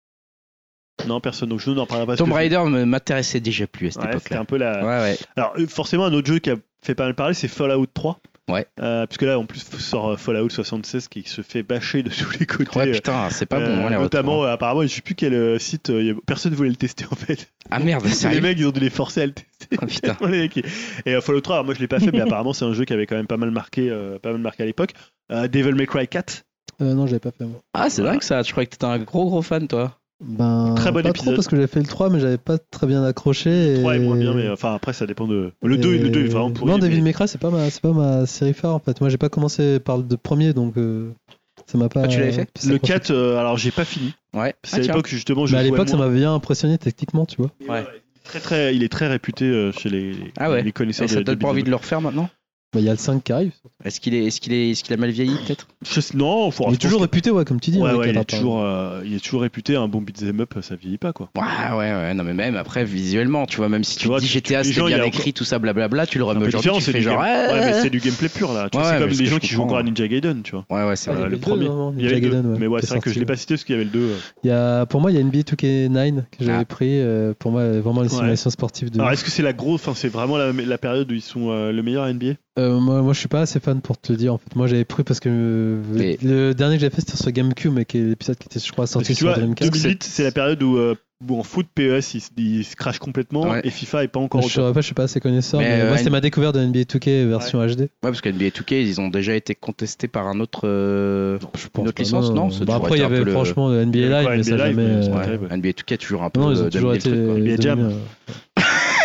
Speaker 2: Non, personne. Donc je n'en parlerai pas.
Speaker 1: Tomb
Speaker 2: parce que
Speaker 1: Raider me- m'intéressait déjà plus à cette
Speaker 2: c'est- ouais, c'était
Speaker 1: époque-là.
Speaker 2: un peu la.
Speaker 1: Ouais, ouais.
Speaker 2: Alors euh, forcément, un autre jeu qui a fait pas mal parler, c'est Fallout trois.
Speaker 1: Ouais.
Speaker 2: Euh, puisque là, en plus, sort euh, Fallout soixante-seize qui se fait bâcher de tous les côtés.
Speaker 1: Ouais,
Speaker 2: euh,
Speaker 1: putain, c'est pas bon,
Speaker 2: euh,
Speaker 1: hein, les
Speaker 2: notamment,
Speaker 1: retours.
Speaker 2: euh, apparemment, je sais plus quel euh, site, euh, y a- personne voulait le tester en fait.
Speaker 1: Ah merde,
Speaker 2: les
Speaker 1: sérieux.
Speaker 2: mecs, ils ont dû les forcer à le tester.
Speaker 1: Oh, putain.
Speaker 2: Les mecs, ils- Et euh, Fallout trois, alors, moi je l'ai pas fait, mais apparemment c'est un jeu qui avait quand même pas mal marqué, euh, pas mal marqué à l'époque. Euh, Devil May Cry quatre.
Speaker 6: Euh, non, j'avais pas fait moi.
Speaker 1: Ah, c'est dingue ça. Je croyais que t'étais un gros gros fan, toi.
Speaker 6: Ben,
Speaker 2: Très bon
Speaker 6: pas
Speaker 2: épisode.
Speaker 6: trop parce que j'avais fait le trois, mais j'avais pas très bien accroché. Et...
Speaker 2: trois est moins bien, mais enfin après ça dépend de. Le deux,
Speaker 6: et-
Speaker 2: le deux est vraiment pourri.
Speaker 6: Non, Devil
Speaker 2: mais-
Speaker 6: May Cry, c'est pas ma, c'est pas ma série phare en fait. Moi, j'ai pas commencé par le premier, donc euh, ça m'a pas.
Speaker 1: Ah, tu l'avais fait
Speaker 6: ça
Speaker 2: Le
Speaker 6: accroché.
Speaker 2: quatre, euh, alors j'ai pas fini.
Speaker 1: Ouais.
Speaker 2: C'est
Speaker 1: Ah,
Speaker 2: à
Speaker 1: tiens.
Speaker 2: l'époque justement je
Speaker 6: Mais à
Speaker 2: jouais
Speaker 6: l'époque, ça
Speaker 2: moins.
Speaker 6: m'avait bien impressionné techniquement, tu vois.
Speaker 1: Ouais.
Speaker 2: Très, très, il est très réputé euh, chez les,
Speaker 1: Ah ouais.
Speaker 2: les connaisseurs
Speaker 1: Et ça
Speaker 2: de,
Speaker 1: te donne
Speaker 2: de
Speaker 1: pas envie
Speaker 2: beat'em
Speaker 1: de le refaire maintenant?
Speaker 6: Bah, il y a le cinq qui arrive.
Speaker 1: Est-ce qu'il est, est-ce qu'il est, est-ce qu'il a mal vieilli peut-être?
Speaker 2: up. Je sais- Non, faut
Speaker 6: Il est toujours réputé, ouais, comme tu dis.
Speaker 2: Ouais,
Speaker 6: hein,
Speaker 2: ouais, il,
Speaker 6: le
Speaker 2: est
Speaker 6: quatre,
Speaker 2: toujours, euh, il est toujours réputé, un bon beat'em up, ça vieillit pas quoi.
Speaker 1: Ouais, ouais, ouais. Non, mais même après, visuellement, tu vois, même si tu,
Speaker 2: Tu vois,
Speaker 1: dis
Speaker 2: tu-
Speaker 1: G T A,
Speaker 2: les
Speaker 1: c'était
Speaker 2: gens, il y
Speaker 1: bien
Speaker 2: a
Speaker 1: écrit,
Speaker 2: encore-
Speaker 1: tout ça, blablabla, tu le
Speaker 2: Un
Speaker 1: remets
Speaker 2: peu
Speaker 1: aujourd'hui,
Speaker 2: différent,
Speaker 1: tu
Speaker 2: c'est
Speaker 1: fais
Speaker 2: du,
Speaker 1: genre.
Speaker 2: game- ouais, mais
Speaker 1: ouais,
Speaker 2: c'est du gameplay pur là. Tu vois,
Speaker 1: Ouais,
Speaker 2: c'est
Speaker 1: mais
Speaker 2: comme
Speaker 1: ce
Speaker 2: les
Speaker 1: que
Speaker 2: gens
Speaker 1: je
Speaker 2: qui jouent
Speaker 1: comprends,
Speaker 2: encore à Ninja Gaiden, tu vois.
Speaker 1: ouais, ouais, c'est
Speaker 6: Ah, il y
Speaker 1: vrai.
Speaker 6: avait
Speaker 2: le
Speaker 6: le deux,
Speaker 2: premier.
Speaker 6: normalement,
Speaker 2: Il y avait
Speaker 6: Ninja
Speaker 2: le deux.
Speaker 6: Gaiden, ouais,
Speaker 2: Mais ouais,
Speaker 6: qui est
Speaker 2: c'est vrai que je
Speaker 6: sorti,
Speaker 2: l'ai pas
Speaker 6: ouais.
Speaker 2: cité parce qu'il y avait le deux.
Speaker 6: Il y a, pour moi, il y a N B A deux K neuf que j'avais
Speaker 1: Ah.
Speaker 6: pris. euh, pour moi, vraiment les
Speaker 2: Ouais.
Speaker 6: simulations sportives de.
Speaker 2: Alors est-ce que c'est la grosse, enfin c'est vraiment la, la période où ils sont euh, le meilleur N B A?
Speaker 6: Euh, moi, moi, je suis pas assez fan pour te le dire. En fait, moi, j'avais pris parce que euh,
Speaker 1: Mais-
Speaker 6: le dernier que j'avais fait c'était sur GameCube, mais qui est l'épisode qui était, je crois,
Speaker 2: Parce
Speaker 6: sorti
Speaker 2: que tu
Speaker 6: sur
Speaker 2: vois,
Speaker 6: Dreamcast.
Speaker 2: deux mille huit c'est la période où, euh, où en foot P E S il, se- il se crache complètement
Speaker 1: Ouais.
Speaker 2: et FIFA est pas encore
Speaker 6: Je
Speaker 2: au
Speaker 6: suis,
Speaker 2: top.
Speaker 6: pas, je suis pas assez connaisseur,
Speaker 1: Mais,
Speaker 6: mais,
Speaker 1: euh,
Speaker 6: moi, c'était
Speaker 1: N-
Speaker 6: ma découverte de N B A deux K version H D.
Speaker 1: Ouais, parce que N B A deux K, ils ont déjà été contestés par un autre. euh,
Speaker 6: Je
Speaker 1: Une autre licence, non, c'est
Speaker 6: Bah,
Speaker 1: toujours
Speaker 6: après, il y
Speaker 1: été un
Speaker 6: avait
Speaker 1: peu le-
Speaker 6: franchement le N B A
Speaker 2: Il y avait
Speaker 6: Live,
Speaker 2: quoi,
Speaker 6: mais ça
Speaker 2: N B A Live,
Speaker 6: jamais.
Speaker 2: mais c'est
Speaker 6: euh,
Speaker 2: pas
Speaker 1: Ouais,
Speaker 2: terrible.
Speaker 1: N B A deux K, toujours un peu.
Speaker 6: Non, ils ont
Speaker 1: euh,
Speaker 6: toujours
Speaker 1: dominé
Speaker 6: été.
Speaker 1: le truc, quoi.
Speaker 2: N B A Jam.
Speaker 6: dominés, euh.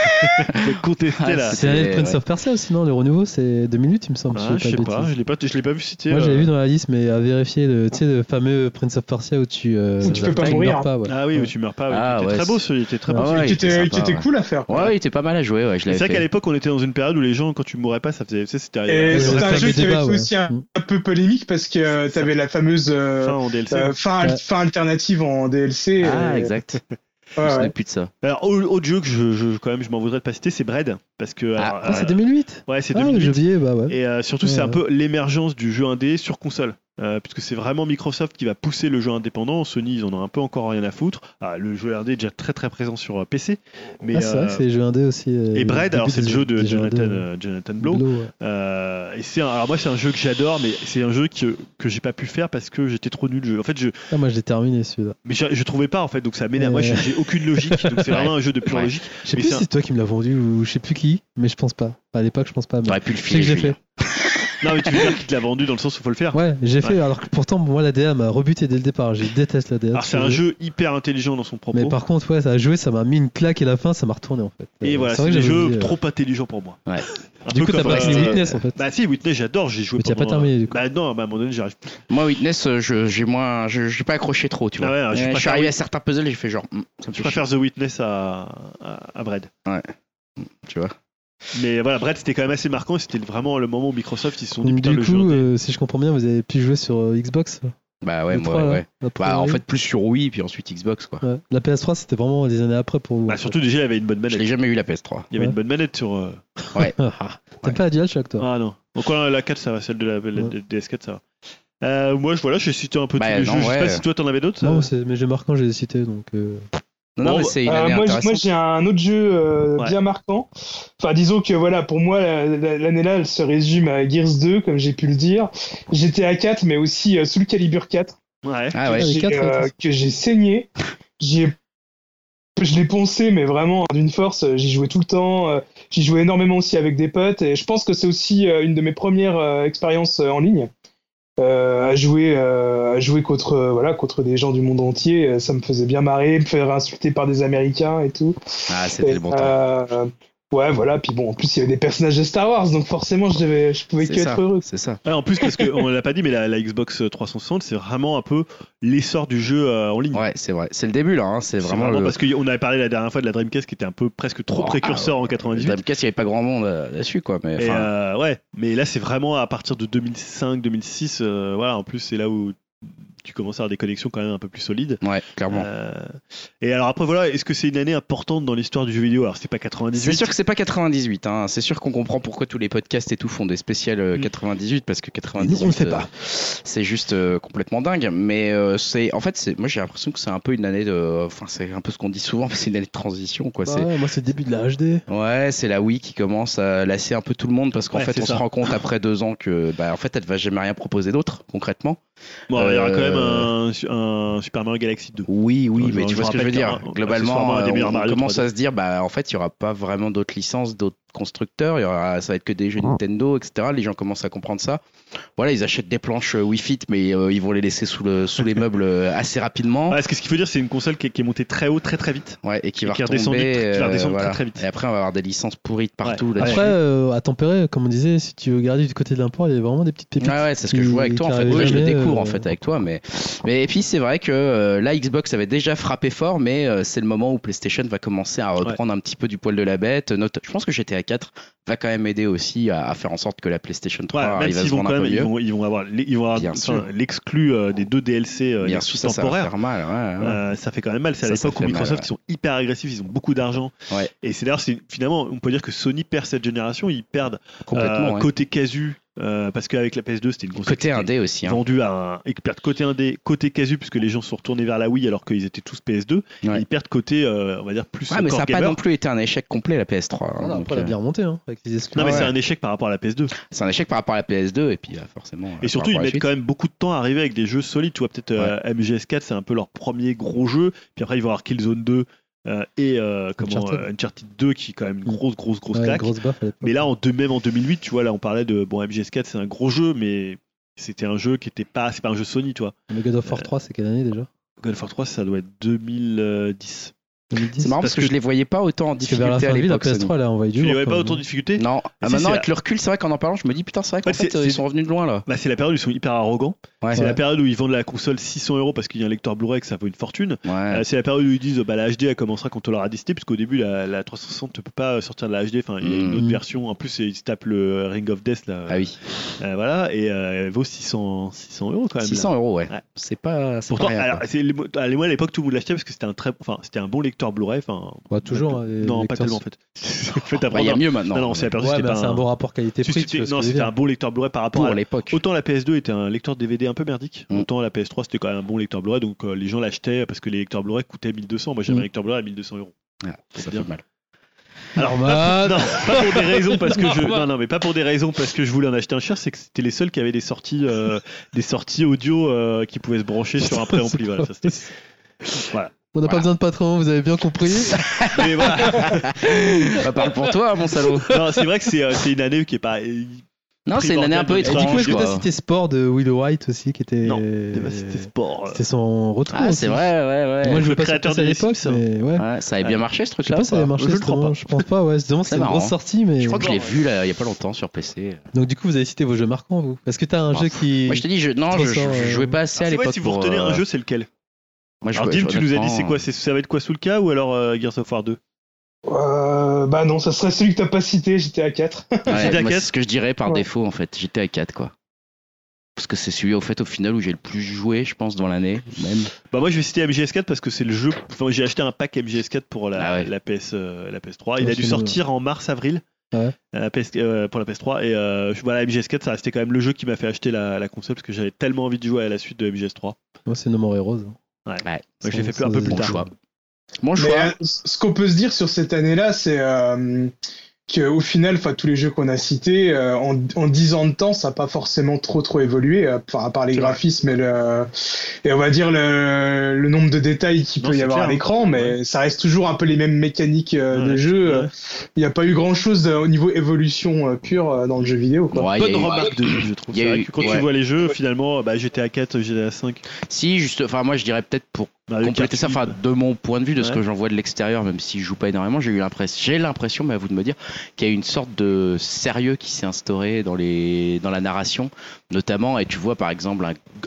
Speaker 2: Contesté
Speaker 1: Ah,
Speaker 2: là.
Speaker 1: c'est-
Speaker 6: C'est l'année de Prince
Speaker 1: ouais.
Speaker 6: of Persia aussi, non? Le renouveau, c'est deux mille huit, il me semble.
Speaker 2: Ah,
Speaker 6: si
Speaker 2: je sais
Speaker 6: dis
Speaker 2: pas,
Speaker 6: de bêtises.
Speaker 2: je l'ai pas, je l'ai pas vu citer.
Speaker 6: Moi, j'avais
Speaker 2: euh.
Speaker 6: vu dans la liste, mais à vérifier, le, tu sais, le fameux Prince of Persia où tu. euh,
Speaker 4: Où tu peux pas
Speaker 6: tu
Speaker 4: mourir,
Speaker 6: meurs
Speaker 4: hein.
Speaker 6: pas, ouais.
Speaker 2: Ah oui,
Speaker 6: Ouais.
Speaker 2: mais tu meurs pas. Ouais.
Speaker 1: Ah,
Speaker 2: il était
Speaker 1: ouais,
Speaker 2: très beau,
Speaker 1: c'est-
Speaker 2: celui, il était très
Speaker 6: Ah
Speaker 2: beau.
Speaker 1: ouais,
Speaker 2: celui.
Speaker 4: qui
Speaker 1: il était
Speaker 4: était,
Speaker 1: sympa,
Speaker 4: qui était
Speaker 1: ouais.
Speaker 4: cool à faire.
Speaker 1: Ouais, il était pas mal à jouer, ouais, je
Speaker 2: C'est
Speaker 1: l'avais
Speaker 2: vrai
Speaker 1: fait.
Speaker 2: qu'à l'époque, on était dans une période où les gens, quand tu mourais pas, ça faisait. Tu sais, c'était.
Speaker 4: Et
Speaker 6: Ouais,
Speaker 4: c'était
Speaker 6: ouais,
Speaker 4: un
Speaker 6: ouais,
Speaker 4: jeu
Speaker 6: ouais,
Speaker 4: qui avait
Speaker 6: débat,
Speaker 4: fait
Speaker 6: ouais.
Speaker 4: aussi un,
Speaker 6: Mm.
Speaker 4: un peu polémique parce que euh, t'avais la fameuse euh,
Speaker 2: Fin en D L C.
Speaker 4: euh, fin,
Speaker 6: Ouais.
Speaker 4: fin alternative en D L C.
Speaker 1: Ah,
Speaker 4: euh,
Speaker 1: exact. Je
Speaker 4: ouais,
Speaker 1: me
Speaker 4: ouais.
Speaker 1: souviens plus de ça.
Speaker 2: Alors, au- autre jeu que je, je, quand même, je m'en voudrais de pas citer, c'est Bread. Parce que.
Speaker 1: Ah,
Speaker 2: alors,
Speaker 6: Ah, c'est
Speaker 2: euh,
Speaker 6: deux mille huit?
Speaker 2: Ouais, c'est
Speaker 6: Ah,
Speaker 2: deux mille huit.
Speaker 6: j'ai oublié, bah ouais.
Speaker 2: Et euh, surtout,
Speaker 6: Ouais,
Speaker 2: c'est un
Speaker 6: ouais.
Speaker 2: peu l'émergence du jeu indé sur console. Euh, puisque c'est vraiment Microsoft qui va pousser le jeu indépendant. Sony, ils en ont un peu encore rien à foutre. Ah, le jeu indé est déjà très très présent sur euh, P C. Mais,
Speaker 6: Ah, c'est vrai
Speaker 2: euh,
Speaker 6: que c'est les jeux indés aussi. euh,
Speaker 2: et
Speaker 6: le
Speaker 2: Bread, alors
Speaker 6: début
Speaker 2: c'est le
Speaker 6: des-
Speaker 2: jeu de
Speaker 6: des jeux
Speaker 2: Jonathan,
Speaker 6: indés, ouais.
Speaker 2: euh, Jonathan Blow.
Speaker 6: Blow, ouais.
Speaker 2: Euh, et c'est un- alors moi c'est un jeu que j'adore, mais c'est un jeu que, que j'ai pas pu faire parce que j'étais trop nul. Je- en fait, je,
Speaker 6: Ah, moi, je l'ai terminé celui-là.
Speaker 2: mais je, je trouvais pas en fait, donc ça m'énerve. Moi,
Speaker 6: Ouais.
Speaker 2: j'ai j'ai aucune logique, donc c'est vraiment un jeu de pure
Speaker 1: Ouais.
Speaker 2: logique.
Speaker 6: Je sais
Speaker 2: Mais
Speaker 6: plus
Speaker 2: c'est
Speaker 6: si c'est toi qui me l'as vendu ou je sais plus qui, mais je pense pas. À l'époque, je pense pas. mais
Speaker 1: T'aurais pu le
Speaker 6: Je sais que
Speaker 1: filer.
Speaker 6: j'ai
Speaker 1: Julien.
Speaker 6: fait.
Speaker 2: Non, mais tu veux dire qu'il te l'a vendu dans le sens où faut le faire.
Speaker 6: Ouais, j'ai fait, alors que pourtant, moi, la D A m'a rebuté dès le départ. Je déteste la D A.
Speaker 2: Alors c'est un jeu hyper intelligent dans son propos.
Speaker 6: Mais par contre, ouais, ça a joué, ça m'a mis une claque et la fin, ça m'a retourné en fait.
Speaker 2: Et
Speaker 6: Euh,
Speaker 2: voilà, c'est
Speaker 6: vrai que
Speaker 2: des
Speaker 6: j'avais
Speaker 2: jeux
Speaker 6: oublié, euh.
Speaker 2: trop intelligents pour moi.
Speaker 1: Ouais.
Speaker 2: Un
Speaker 6: Du
Speaker 2: peu
Speaker 6: coup, t'as
Speaker 2: comme,
Speaker 6: pas
Speaker 2: euh,
Speaker 6: fini Witness en fait.
Speaker 2: Bah si, Witness, j'adore, j'ai joué
Speaker 6: Mais tu as pas
Speaker 2: pendant-
Speaker 6: terminé, du coup.
Speaker 2: Bah non, bah à un moment donné, j'arrive plus.
Speaker 1: Moi, Witness, euh, je, j'ai moins, je, j'ai pas accroché trop, tu vois.
Speaker 2: Ah ouais, alors, je
Speaker 1: Euh, je
Speaker 2: préfère
Speaker 1: suis arrivé
Speaker 2: Wit-
Speaker 1: à certains puzzles et j'ai fait genre, hmm, ça me
Speaker 2: Je
Speaker 1: fait
Speaker 2: préfère The Witness à, à, à Bread.
Speaker 1: chier, tu vois.
Speaker 2: Mais voilà, Bread c'était quand même assez marquant et c'était vraiment le moment où Microsoft ils se sont dit
Speaker 6: Donc,
Speaker 2: putain
Speaker 6: du
Speaker 2: le
Speaker 6: coup,
Speaker 2: jeu. indé.
Speaker 6: euh, si je comprends bien, vous avez pu jouer sur euh, Xbox.
Speaker 1: Bah ouais,
Speaker 6: le
Speaker 1: moi,
Speaker 6: trois, là,
Speaker 1: ouais.
Speaker 6: la
Speaker 1: Bah,
Speaker 6: première
Speaker 1: en
Speaker 6: Wii.
Speaker 1: fait, plus sur Wii, puis ensuite Xbox, quoi.
Speaker 6: Ouais. La P S trois, c'était vraiment des années après pour vous.
Speaker 2: Bah,
Speaker 6: en fait.
Speaker 2: surtout déjà il y avait une bonne
Speaker 1: Je
Speaker 2: manette.
Speaker 1: l'ai jamais eu la P S trois.
Speaker 2: Il y avait
Speaker 6: Ouais.
Speaker 2: une bonne manette sur. euh,
Speaker 1: Ouais.
Speaker 6: T'as pas la DualShock toi?
Speaker 2: Ah non. Donc voilà, la quatre ça va, celle de la, la
Speaker 6: Ouais.
Speaker 2: D S quatre ça va. Euh, moi je voilà, j'ai cité un peu
Speaker 1: Bah,
Speaker 2: tous les
Speaker 1: non,
Speaker 2: jeux. Je sais
Speaker 1: ouais.
Speaker 2: pas si toi t'en avais d'autres.
Speaker 6: Non,
Speaker 2: euh,
Speaker 6: c'est- mais j'ai marquant, j'ai cité donc. euh,
Speaker 1: Non, non,
Speaker 2: Bon,
Speaker 1: mais c'est une
Speaker 4: Euh,
Speaker 1: année
Speaker 4: moi, j- moi,
Speaker 1: intéressante.
Speaker 4: j'ai un autre jeu euh,
Speaker 2: Ouais.
Speaker 4: bien marquant. Enfin, disons que voilà, pour moi, la- la- l'année-là, elle se résume à Gears deux, comme j'ai pu le dire. G T A quatre, mais aussi euh, Soul Calibur quatre,
Speaker 2: Ouais.
Speaker 1: Ah ouais.
Speaker 6: les
Speaker 4: j'ai,
Speaker 6: quatre,
Speaker 4: euh,
Speaker 6: ouais,
Speaker 4: que j'ai saigné. J'y ai- Je l'ai poncé, mais vraiment d'une force. J'y jouais tout le temps. euh, J'y jouais énormément aussi avec des potes. Et je pense que c'est aussi euh, une de mes premières euh, expériences euh, en ligne. Euh, à jouer, euh, à jouer contre, euh, voilà, contre des gens du monde entier. Euh, Ça me faisait bien marrer, me faire insulter par des Américains et tout.
Speaker 1: Ah, c'était
Speaker 4: Et,
Speaker 1: le bon temps.
Speaker 4: euh, ouais, voilà. Puis bon, en plus, il y avait des personnages de Star Wars, donc forcément, je, devais, je pouvais
Speaker 1: C'est
Speaker 4: que
Speaker 1: ça,
Speaker 4: être heureux.
Speaker 1: c'est ça.
Speaker 2: Ouais, en plus parce qu'on l'a pas dit, mais la, la Xbox trois cent soixante c'est vraiment un peu l'essor du jeu euh, en ligne.
Speaker 1: Ouais, c'est vrai. C'est le début, là. hein. C'est
Speaker 2: C'est
Speaker 1: vraiment, le...
Speaker 2: parce qu'on avait parlé la dernière fois de la Dreamcast qui était un peu presque trop
Speaker 1: Oh,
Speaker 2: précurseur
Speaker 1: ah,
Speaker 2: en quatre-vingt-dix-huit.
Speaker 1: Dreamcast, il n'y avait pas grand monde euh, là-dessus, quoi. Mais,
Speaker 2: Et
Speaker 1: enfin,
Speaker 2: euh, ouais, mais là c'est vraiment à partir de deux mille cinq deux mille six, euh, voilà, en plus c'est là où tu commences à avoir des connexions quand même un peu plus solides.
Speaker 1: Ouais, clairement.
Speaker 2: Euh, et alors après voilà, est-ce que c'est une année importante dans l'histoire du jeu vidéo? Alors c'est pas quatre-vingt-dix-huit.
Speaker 1: C'est sûr que c'est pas quatre-vingt-dix-huit. Hein. C'est sûr qu'on comprend pourquoi tous les podcasts et tout font des spéciales euh,
Speaker 2: Mm.
Speaker 1: quatre-vingt-dix-huit parce que quatre-vingt-dix-huit.
Speaker 6: Nous, on le fait
Speaker 1: euh,
Speaker 6: pas.
Speaker 1: c'est juste euh, complètement dingue. Mais euh, c'est, en fait, c'est, moi j'ai l'impression que c'est un peu une année de, enfin c'est un peu ce qu'on dit souvent, mais c'est une année de transition quoi.
Speaker 6: Bah
Speaker 1: C'est
Speaker 6: ouais, moi, c'est le début de la H D.
Speaker 1: Ouais, c'est la Wii qui commence à lasser un peu tout le monde parce qu'en
Speaker 2: Ouais,
Speaker 1: fait,
Speaker 2: c'est
Speaker 1: on
Speaker 2: ça.
Speaker 1: se rend compte après deux ans que, bah, en fait, elle va jamais rien proposer d'autre, concrètement.
Speaker 2: Bon, il y aura
Speaker 1: Euh,
Speaker 2: quand même un, un Super Mario Galaxy deux.
Speaker 1: Oui, oui,
Speaker 2: Ouais,
Speaker 1: mais
Speaker 2: je-
Speaker 1: tu
Speaker 2: je
Speaker 1: vois ce que je veux
Speaker 2: rappelle
Speaker 1: dire.
Speaker 2: qu'un- accessoirement,
Speaker 1: Globalement,
Speaker 2: un des
Speaker 1: euh,
Speaker 2: meilleurs
Speaker 1: on
Speaker 2: Mario
Speaker 1: commence
Speaker 2: trois D.
Speaker 1: à se dire, bah, en fait, il y aura pas vraiment d'autres licences, d'autres constructeurs. Il y aura, ça va être que des jeux Nintendo, et cetera. Les gens commencent à comprendre ça. Voilà, ils achètent des planches euh, Wii Fit, mais euh, ils vont les laisser sous le, sous les meubles euh, assez rapidement.
Speaker 2: Ouais, parce que ce qu'il faut dire, c'est une console qui est, qui est montée très haut, très très vite.
Speaker 1: Ouais, et qui
Speaker 2: Et
Speaker 1: va
Speaker 2: qui est
Speaker 1: retomber.
Speaker 2: redescendu tr- qui va
Speaker 1: euh,
Speaker 2: redescendre très,
Speaker 1: voilà.
Speaker 2: très vite.
Speaker 1: Et après, on va avoir des licences pourries de partout
Speaker 2: Ouais.
Speaker 1: là-dessus.
Speaker 6: Après, euh, à tempérer, comme on disait, si tu veux garder du côté de l'import, il y a vraiment des petites pépites.
Speaker 1: Ouais, ouais, c'est ce que je
Speaker 6: qui-
Speaker 1: vois avec toi en
Speaker 6: qui
Speaker 1: fait.
Speaker 6: arrivent
Speaker 1: Oui, je le
Speaker 6: jamais,
Speaker 1: découvre
Speaker 6: euh,
Speaker 1: en fait avec toi, mais, mais et puis c'est vrai que euh, la Xbox avait déjà frappé fort, mais euh, c'est le moment où PlayStation va commencer à reprendre un petit peu du poil de la bête. Note, je pense que G T A quatre va quand même aider aussi à, à faire en sorte que la PlayStation trois
Speaker 2: Ouais, même
Speaker 1: arrive à
Speaker 2: s'ils
Speaker 1: se
Speaker 2: vont
Speaker 1: vendre
Speaker 2: quand
Speaker 1: un
Speaker 2: même,
Speaker 1: peu
Speaker 2: ils
Speaker 1: mieux.
Speaker 2: vont, ils vont avoir, les- ils vont avoir
Speaker 1: Bien
Speaker 2: enfin,
Speaker 1: sûr.
Speaker 2: l'exclu euh, des deux D L C euh,
Speaker 1: Bien
Speaker 2: l'exclu
Speaker 1: sûr, ça, ça va
Speaker 2: temporaire.
Speaker 1: faire mal. Ouais, ouais.
Speaker 2: Euh, ça fait quand même mal. C'est à
Speaker 1: Ça, ça
Speaker 2: l'époque où
Speaker 1: fait mal,
Speaker 2: Microsoft
Speaker 1: ouais.
Speaker 2: ils sont hyper agressifs, ils ont beaucoup d'argent.
Speaker 1: Ouais.
Speaker 2: Et c'est d'ailleurs, c'est, finalement, on peut dire que Sony perd cette génération. Ils perdent
Speaker 1: Complètement.
Speaker 2: euh,
Speaker 1: ouais.
Speaker 2: côté casu, euh, parce qu'avec la P S deux, c'était une console
Speaker 1: Côté
Speaker 2: qui était
Speaker 1: indé aussi. Hein.
Speaker 2: vendue à un. Ils perdent côté indé, côté casu, puisque les gens sont retournés vers la Wii alors qu'ils étaient tous P S deux.
Speaker 1: Ouais.
Speaker 2: Et ils perdent côté, euh, on va dire, plus
Speaker 1: Ouais, mais
Speaker 2: encore
Speaker 1: ça n'a pas
Speaker 2: gamer.
Speaker 1: non plus été un échec complet la P S trois. hein,
Speaker 6: Voilà,
Speaker 1: donc,
Speaker 6: après, elle a
Speaker 1: euh,
Speaker 6: bien remonté hein, avec les exclus.
Speaker 2: Non, mais
Speaker 1: Ouais.
Speaker 2: c'est un échec par rapport à la P S deux.
Speaker 1: c'est un échec par rapport à la P S deux et puis euh, forcément. euh,
Speaker 2: Et surtout,
Speaker 1: par
Speaker 2: ils
Speaker 1: rapport à la
Speaker 2: mettent
Speaker 1: suite.
Speaker 2: quand même beaucoup de temps à arriver avec des jeux solides. Tu vois, peut-être euh, M G S quatre, c'est un peu leur premier gros jeu. Puis après, ils vont avoir Killzone deux euh, et euh, comment,
Speaker 6: Uncharted.
Speaker 2: euh, Uncharted deux, qui est quand même une grosse, grosse, grosse
Speaker 6: Ouais,
Speaker 2: claque.
Speaker 6: grosse baffe à l'époque.
Speaker 2: Mais là, en deux, même en deux mille huit, tu vois, là, on parlait de. Bon, M G S quatre, c'est un gros jeu, mais c'était un jeu qui était pas. C'est pas un jeu Sony, tu vois.
Speaker 6: Mais God of War trois, c'est quelle année déjà
Speaker 2: God of War trois, ça doit être deux mille dix.
Speaker 6: deux mille dix.
Speaker 1: C'est marrant parce
Speaker 2: parce
Speaker 1: que,
Speaker 2: que-
Speaker 1: je les voyais pas autant en
Speaker 6: Parce que vers la
Speaker 1: difficulté
Speaker 6: fin
Speaker 1: à
Speaker 6: de vie, la
Speaker 1: l'époque.
Speaker 6: P S
Speaker 1: Sony.
Speaker 6: trois, elle a envoyé du
Speaker 2: Tu n'y
Speaker 6: lourd.
Speaker 2: avais pas
Speaker 6: quoi.
Speaker 2: autant de difficultés?
Speaker 1: Non, ah,
Speaker 2: Si,
Speaker 1: maintenant
Speaker 2: c'est
Speaker 1: avec le recul, c'est vrai qu'en en parlant, je me dis putain, c'est vrai qu'en
Speaker 2: Ouais, c'est-
Speaker 1: fait, euh, ils
Speaker 2: c'est-
Speaker 1: sont revenus de loin là.
Speaker 2: Bah, c'est la période où ils sont hyper arrogants.
Speaker 1: Ouais.
Speaker 2: C'est
Speaker 6: Ouais.
Speaker 2: la période où ils vendent la console six cents euros parce qu'il y a un lecteur Blu-ray que ça vaut une fortune.
Speaker 1: Ouais.
Speaker 2: Euh, c'est la période où ils disent bah, la H D elle commencera quand on l'aura décidé, puisqu'au début la, la trois cent soixante ne peut pas sortir de la H D. Enfin, il y a une
Speaker 1: Mhm.
Speaker 2: autre version. En plus, ils se tapent le Ring of Death là.
Speaker 1: Ah oui.
Speaker 2: Euh, voilà, et euh, elle vaut six cents, six cents euros quand même.
Speaker 1: six cents
Speaker 2: là.
Speaker 1: euros, ouais.
Speaker 2: Ouais.
Speaker 1: C'est pas. c'est
Speaker 2: Pourtant,
Speaker 1: pas rien,
Speaker 2: alors,
Speaker 1: quoi.
Speaker 2: c'est les- à moi à l'époque tout le monde l'achetait parce que c'était un très, enfin c'était un bon lecteur Blu-ray. Enfin,
Speaker 6: Ouais, toujours. hein, les
Speaker 2: non, pas
Speaker 6: lecteurs-
Speaker 2: tellement en fait. en fait, après,
Speaker 1: Bah, il y a
Speaker 2: non,
Speaker 1: mieux maintenant.
Speaker 2: non, on s'est aperçu que
Speaker 6: Ouais,
Speaker 2: c'était
Speaker 6: bah,
Speaker 2: pas
Speaker 6: c'est un bon rapport
Speaker 2: Si,
Speaker 6: qualité-prix.
Speaker 2: c'était-
Speaker 6: tu vois ce
Speaker 2: non,
Speaker 6: que je veux
Speaker 2: c'était
Speaker 6: dire.
Speaker 2: un bon lecteur Blu-ray par rapport
Speaker 1: Pour
Speaker 2: à
Speaker 1: l'époque.
Speaker 2: Autant la P S deux était un lecteur D V D un peu merdique,
Speaker 1: Mm.
Speaker 2: autant la P S trois c'était quand même un bon lecteur Blu-ray, donc euh, les gens l'achetaient parce que les lecteurs Blu-ray coûtaient mille deux cents. Moi j'avais
Speaker 6: Mm.
Speaker 2: un lecteur Blu-ray à mille deux cents euros.
Speaker 1: Ouais, ça
Speaker 2: bien.
Speaker 1: fait mal.
Speaker 2: Alors pas pour, non, pas pour des raisons parce que je non non mais pas pour des raisons parce que je voulais en acheter un cher, c'est que c'était les seuls qui avaient des sorties euh, des sorties audio euh, qui pouvaient se brancher sur un préampli. Voilà, ça, c'était- voilà.
Speaker 6: On n'a pas
Speaker 1: Voilà.
Speaker 6: besoin de patron, vous avez bien compris.
Speaker 2: Mais voilà.
Speaker 1: Bah, parle pour toi, mon salaud.
Speaker 2: Non, c'est vrai que c'est euh, c'est une année qui est pas
Speaker 1: Non, c'est une année un peu
Speaker 2: Et
Speaker 6: Et du
Speaker 1: étrange.
Speaker 6: coup, est-ce que
Speaker 1: quoi.
Speaker 6: t'as cité Sport de Will White aussi, qui était.
Speaker 2: non, c'était sport. euh.
Speaker 6: C'était son retour.
Speaker 1: Ah,
Speaker 6: aussi.
Speaker 1: c'est vrai, ouais, ouais.
Speaker 6: Moi, je
Speaker 2: Le
Speaker 6: veux pas
Speaker 2: créateur
Speaker 6: sortir ça à
Speaker 2: des
Speaker 6: l'époque,
Speaker 2: Sims,
Speaker 6: mais ouais.
Speaker 1: Ouais, ça avait bien marché ce
Speaker 6: Je sais
Speaker 1: truc-là.
Speaker 6: pas si ça avait
Speaker 1: ou pas
Speaker 6: marché,
Speaker 2: Je le
Speaker 6: ce
Speaker 2: crois
Speaker 6: moment,
Speaker 2: pas.
Speaker 6: je pense pas, ouais. C'est vraiment
Speaker 1: C'est
Speaker 6: c'est une
Speaker 1: marrant.
Speaker 6: grosse sortie, mais.
Speaker 1: Je crois que je l'ai
Speaker 2: Non,
Speaker 1: vu là, il y a pas longtemps sur P C.
Speaker 6: Donc, du coup, vous avez cité vos jeux marquants, vous. Parce que t'as un
Speaker 1: Oh,
Speaker 6: jeu qui.
Speaker 1: Moi, je te dis, je... non,
Speaker 6: Trop
Speaker 1: je, je,
Speaker 6: sort,
Speaker 1: je
Speaker 6: euh,
Speaker 1: jouais pas assez
Speaker 2: Alors,
Speaker 1: à
Speaker 2: c'est vrai,
Speaker 1: l'époque.
Speaker 2: si vous
Speaker 1: pour,
Speaker 2: retenez
Speaker 1: euh,
Speaker 2: un jeu, c'est lequel?
Speaker 1: Moi, je
Speaker 2: Alors
Speaker 1: jouais-
Speaker 2: Dim, tu nous as dit
Speaker 1: honnêtement,
Speaker 2: c'est quoi? C'est- Ça va être quoi, Soulka ou alors euh, Gears of War deux?
Speaker 4: Euh, bah non, ça serait celui que t'as pas cité, j'étais à quatre.
Speaker 1: Ouais,
Speaker 2: G T A
Speaker 1: moi,
Speaker 2: quatre.
Speaker 1: c'est ce que je dirais par
Speaker 4: Ouais.
Speaker 1: défaut en fait. J'étais à quatre quoi. Parce que c'est celui au fait au final où j'ai le plus joué, je pense, dans l'année même.
Speaker 2: Bah moi je vais citer M G S quatre parce que c'est le jeu. Enfin j'ai acheté un pack M G S quatre pour la,
Speaker 1: Ah ouais.
Speaker 2: la P S euh, la P S trois. Il
Speaker 6: Ouais,
Speaker 2: a dû
Speaker 6: c'est
Speaker 2: sortir en mars avril.
Speaker 6: Ouais.
Speaker 2: La P S, euh, pour la P S trois et euh, je- voilà M G S quatre ça restait quand même le jeu qui m'a fait acheter la, la console parce que j'avais tellement envie de jouer à la suite de M G S trois.
Speaker 6: Moi, c'est No More Heroes.
Speaker 2: Ouais.
Speaker 1: Ouais.
Speaker 2: Moi je l'ai fait
Speaker 6: Sans-
Speaker 2: un peu
Speaker 6: sans
Speaker 2: plus
Speaker 1: Bon
Speaker 2: tard.
Speaker 1: choix. Mon
Speaker 4: Mais
Speaker 1: choix.
Speaker 4: euh, ce qu'on peut se dire sur cette année-là, c'est euh, qu'au final, enfin tous les jeux qu'on a cités, euh, en, en dix ans de temps, ça n'a pas forcément trop trop évolué, euh, enfin à part les
Speaker 2: C'est vrai.
Speaker 4: graphismes et le et on va dire le, le nombre de détails qu'il
Speaker 2: Non,
Speaker 4: peut y
Speaker 2: c'est
Speaker 4: avoir
Speaker 2: clair,
Speaker 4: à l'écran, mais
Speaker 2: ouais.
Speaker 4: ça reste toujours un peu les mêmes mécaniques euh, de
Speaker 2: Ouais,
Speaker 4: jeu.
Speaker 2: ouais.
Speaker 4: Il n'y a pas eu grand-chose euh, au niveau évolution euh, pure euh, dans le jeu vidéo, quoi.
Speaker 1: Ouais, il y a
Speaker 2: Bonne
Speaker 1: eu-
Speaker 2: remarque de je trouve.
Speaker 1: il y a
Speaker 2: C'est vrai
Speaker 1: eu-
Speaker 2: que quand
Speaker 1: ouais.
Speaker 2: tu vois les jeux finalement bah, G T A quatre, G T A cinq.
Speaker 1: Si, juste, enfin moi je dirais peut-être pour
Speaker 2: Mario
Speaker 1: compléter
Speaker 2: Kart
Speaker 1: ça, enfin
Speaker 2: huit.
Speaker 1: de mon point de vue, de ce
Speaker 2: Ouais.
Speaker 1: que j'en vois de l'extérieur, même si je joue pas énormément, j'ai eu l'impression, j'ai l'impression, mais à vous de me dire, qu'il y a eu une sorte de sérieux qui s'est instauré dans les, dans la narration, notamment, et tu vois par exemple un,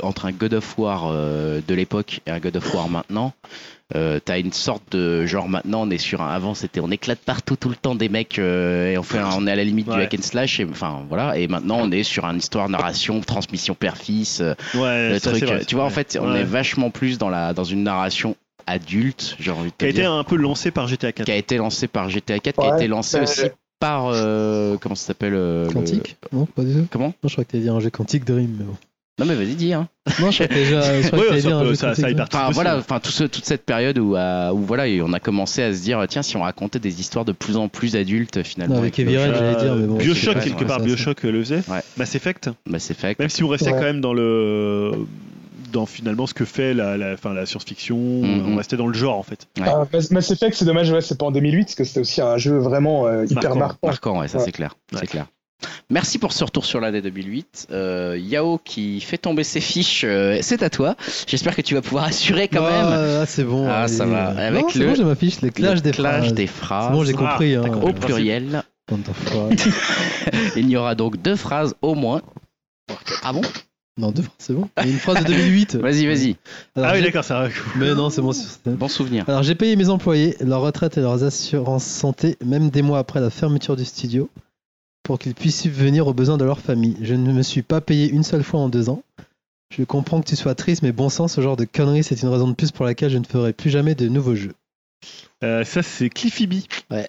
Speaker 1: entre un God of War euh, de l'époque et un God of War maintenant. Euh, t'as une sorte de genre maintenant on est sur un avant c'était on éclate partout tout le temps des mecs euh, et on fait un- on est à la limite
Speaker 2: Ouais.
Speaker 1: du hack and slash et enfin voilà et maintenant on est sur une histoire narration transmission père-fils euh,
Speaker 2: Ouais,
Speaker 1: le
Speaker 2: ça,
Speaker 1: truc
Speaker 2: c'est vrai,
Speaker 1: tu vois en
Speaker 2: ouais.
Speaker 1: fait on
Speaker 2: Ouais.
Speaker 1: est vachement plus dans la dans une narration adulte j'ai envie de te
Speaker 2: Qui a été
Speaker 1: dire
Speaker 2: un peu lancé par G T A quatre.
Speaker 1: qui a été lancé par G T A quatre qui a
Speaker 4: Ouais,
Speaker 1: été lancé
Speaker 4: euh,
Speaker 1: aussi par euh, comment ça s'appelle euh, le-
Speaker 6: Quantique Non, pas du tout.
Speaker 1: comment
Speaker 6: Non, je crois que t'allais dire un jeu Quantique Dream. Mais bon.
Speaker 1: non mais vas-y dis hein
Speaker 6: Non, je crois que déjà. Je crois
Speaker 2: Ouais,
Speaker 6: que t'allais
Speaker 2: ça
Speaker 6: dire un
Speaker 2: peut-
Speaker 6: jeu
Speaker 2: ça-
Speaker 6: Quantique
Speaker 2: ça y
Speaker 6: Dream.
Speaker 2: participe
Speaker 1: enfin
Speaker 2: aussi,
Speaker 1: voilà
Speaker 2: ouais.
Speaker 1: enfin tout ce- toute cette période où, euh, où voilà et on a commencé à se dire tiens si on racontait des histoires de plus en plus adultes finalement
Speaker 6: Non, avec
Speaker 1: nos
Speaker 6: Heavy Rain,
Speaker 1: jeux.
Speaker 6: j'allais dire, mais bon.
Speaker 2: Bioshock,
Speaker 1: c'est pas-
Speaker 2: quelque
Speaker 1: ouais,
Speaker 2: part,
Speaker 6: ça,
Speaker 2: Bioshock euh, le faisait.
Speaker 1: Ouais.
Speaker 2: Mass Effect,
Speaker 1: Mass Effect
Speaker 2: même si on restait
Speaker 4: Ouais.
Speaker 2: quand même dans le. Dans finalement ce que fait la, la, enfin, la science-fiction,
Speaker 1: Mhm.
Speaker 2: on restait dans le genre en fait.
Speaker 1: Ouais.
Speaker 4: Ah, Mass Mass Effect, c'est dommage, ouais, c'est pas en deux mille huit, parce que c'était aussi un jeu vraiment euh, hyper
Speaker 2: Marquant.
Speaker 4: marquant.
Speaker 1: Marquant, ouais, ça
Speaker 4: Ouais.
Speaker 1: c'est clair.
Speaker 2: Ouais.
Speaker 1: C'est clair. Merci pour ce retour sur l'année deux mille huit. Euh, Yao qui fait tomber ses fiches, euh, c'est à toi. J'espère que tu vas pouvoir assurer quand même.
Speaker 6: Ah, ah, c'est bon.
Speaker 1: Ah,
Speaker 6: allez.
Speaker 1: ça va. Avec
Speaker 6: Non, c'est
Speaker 1: le-
Speaker 6: bon, j'ai ma fiche. Les clashs
Speaker 1: Le
Speaker 6: des
Speaker 1: clash
Speaker 6: phrases.
Speaker 1: des phrases.
Speaker 6: C'est bon, j'ai
Speaker 2: Ah,
Speaker 6: compris. Hein.
Speaker 2: t'as compris.
Speaker 1: Au pluriel.
Speaker 6: Bande d'enfoirés.
Speaker 1: Il y aura donc deux phrases au moins. Ah bon
Speaker 6: Non, deux phrases, c'est bon. Il y a une phrase de deux mille huit.
Speaker 1: Vas-y, vas-y.
Speaker 6: Alors,
Speaker 2: Ah oui,
Speaker 6: j'ai-
Speaker 2: d'accord, ça va.
Speaker 6: Mais non, c'est bon. c'est-
Speaker 1: Bon souvenir.
Speaker 6: Alors, j'ai payé mes employés, leur retraite et leurs assurances santé, même des mois après la fermeture du studio, pour qu'ils puissent subvenir aux besoins de leur famille. Je ne me suis pas payé une seule fois en deux ans. Je comprends que tu sois triste, mais bon sang, ce genre de conneries, c'est une raison de plus pour laquelle je ne ferai plus jamais de nouveaux jeux.
Speaker 2: Euh, ça, c'est Cliffy B.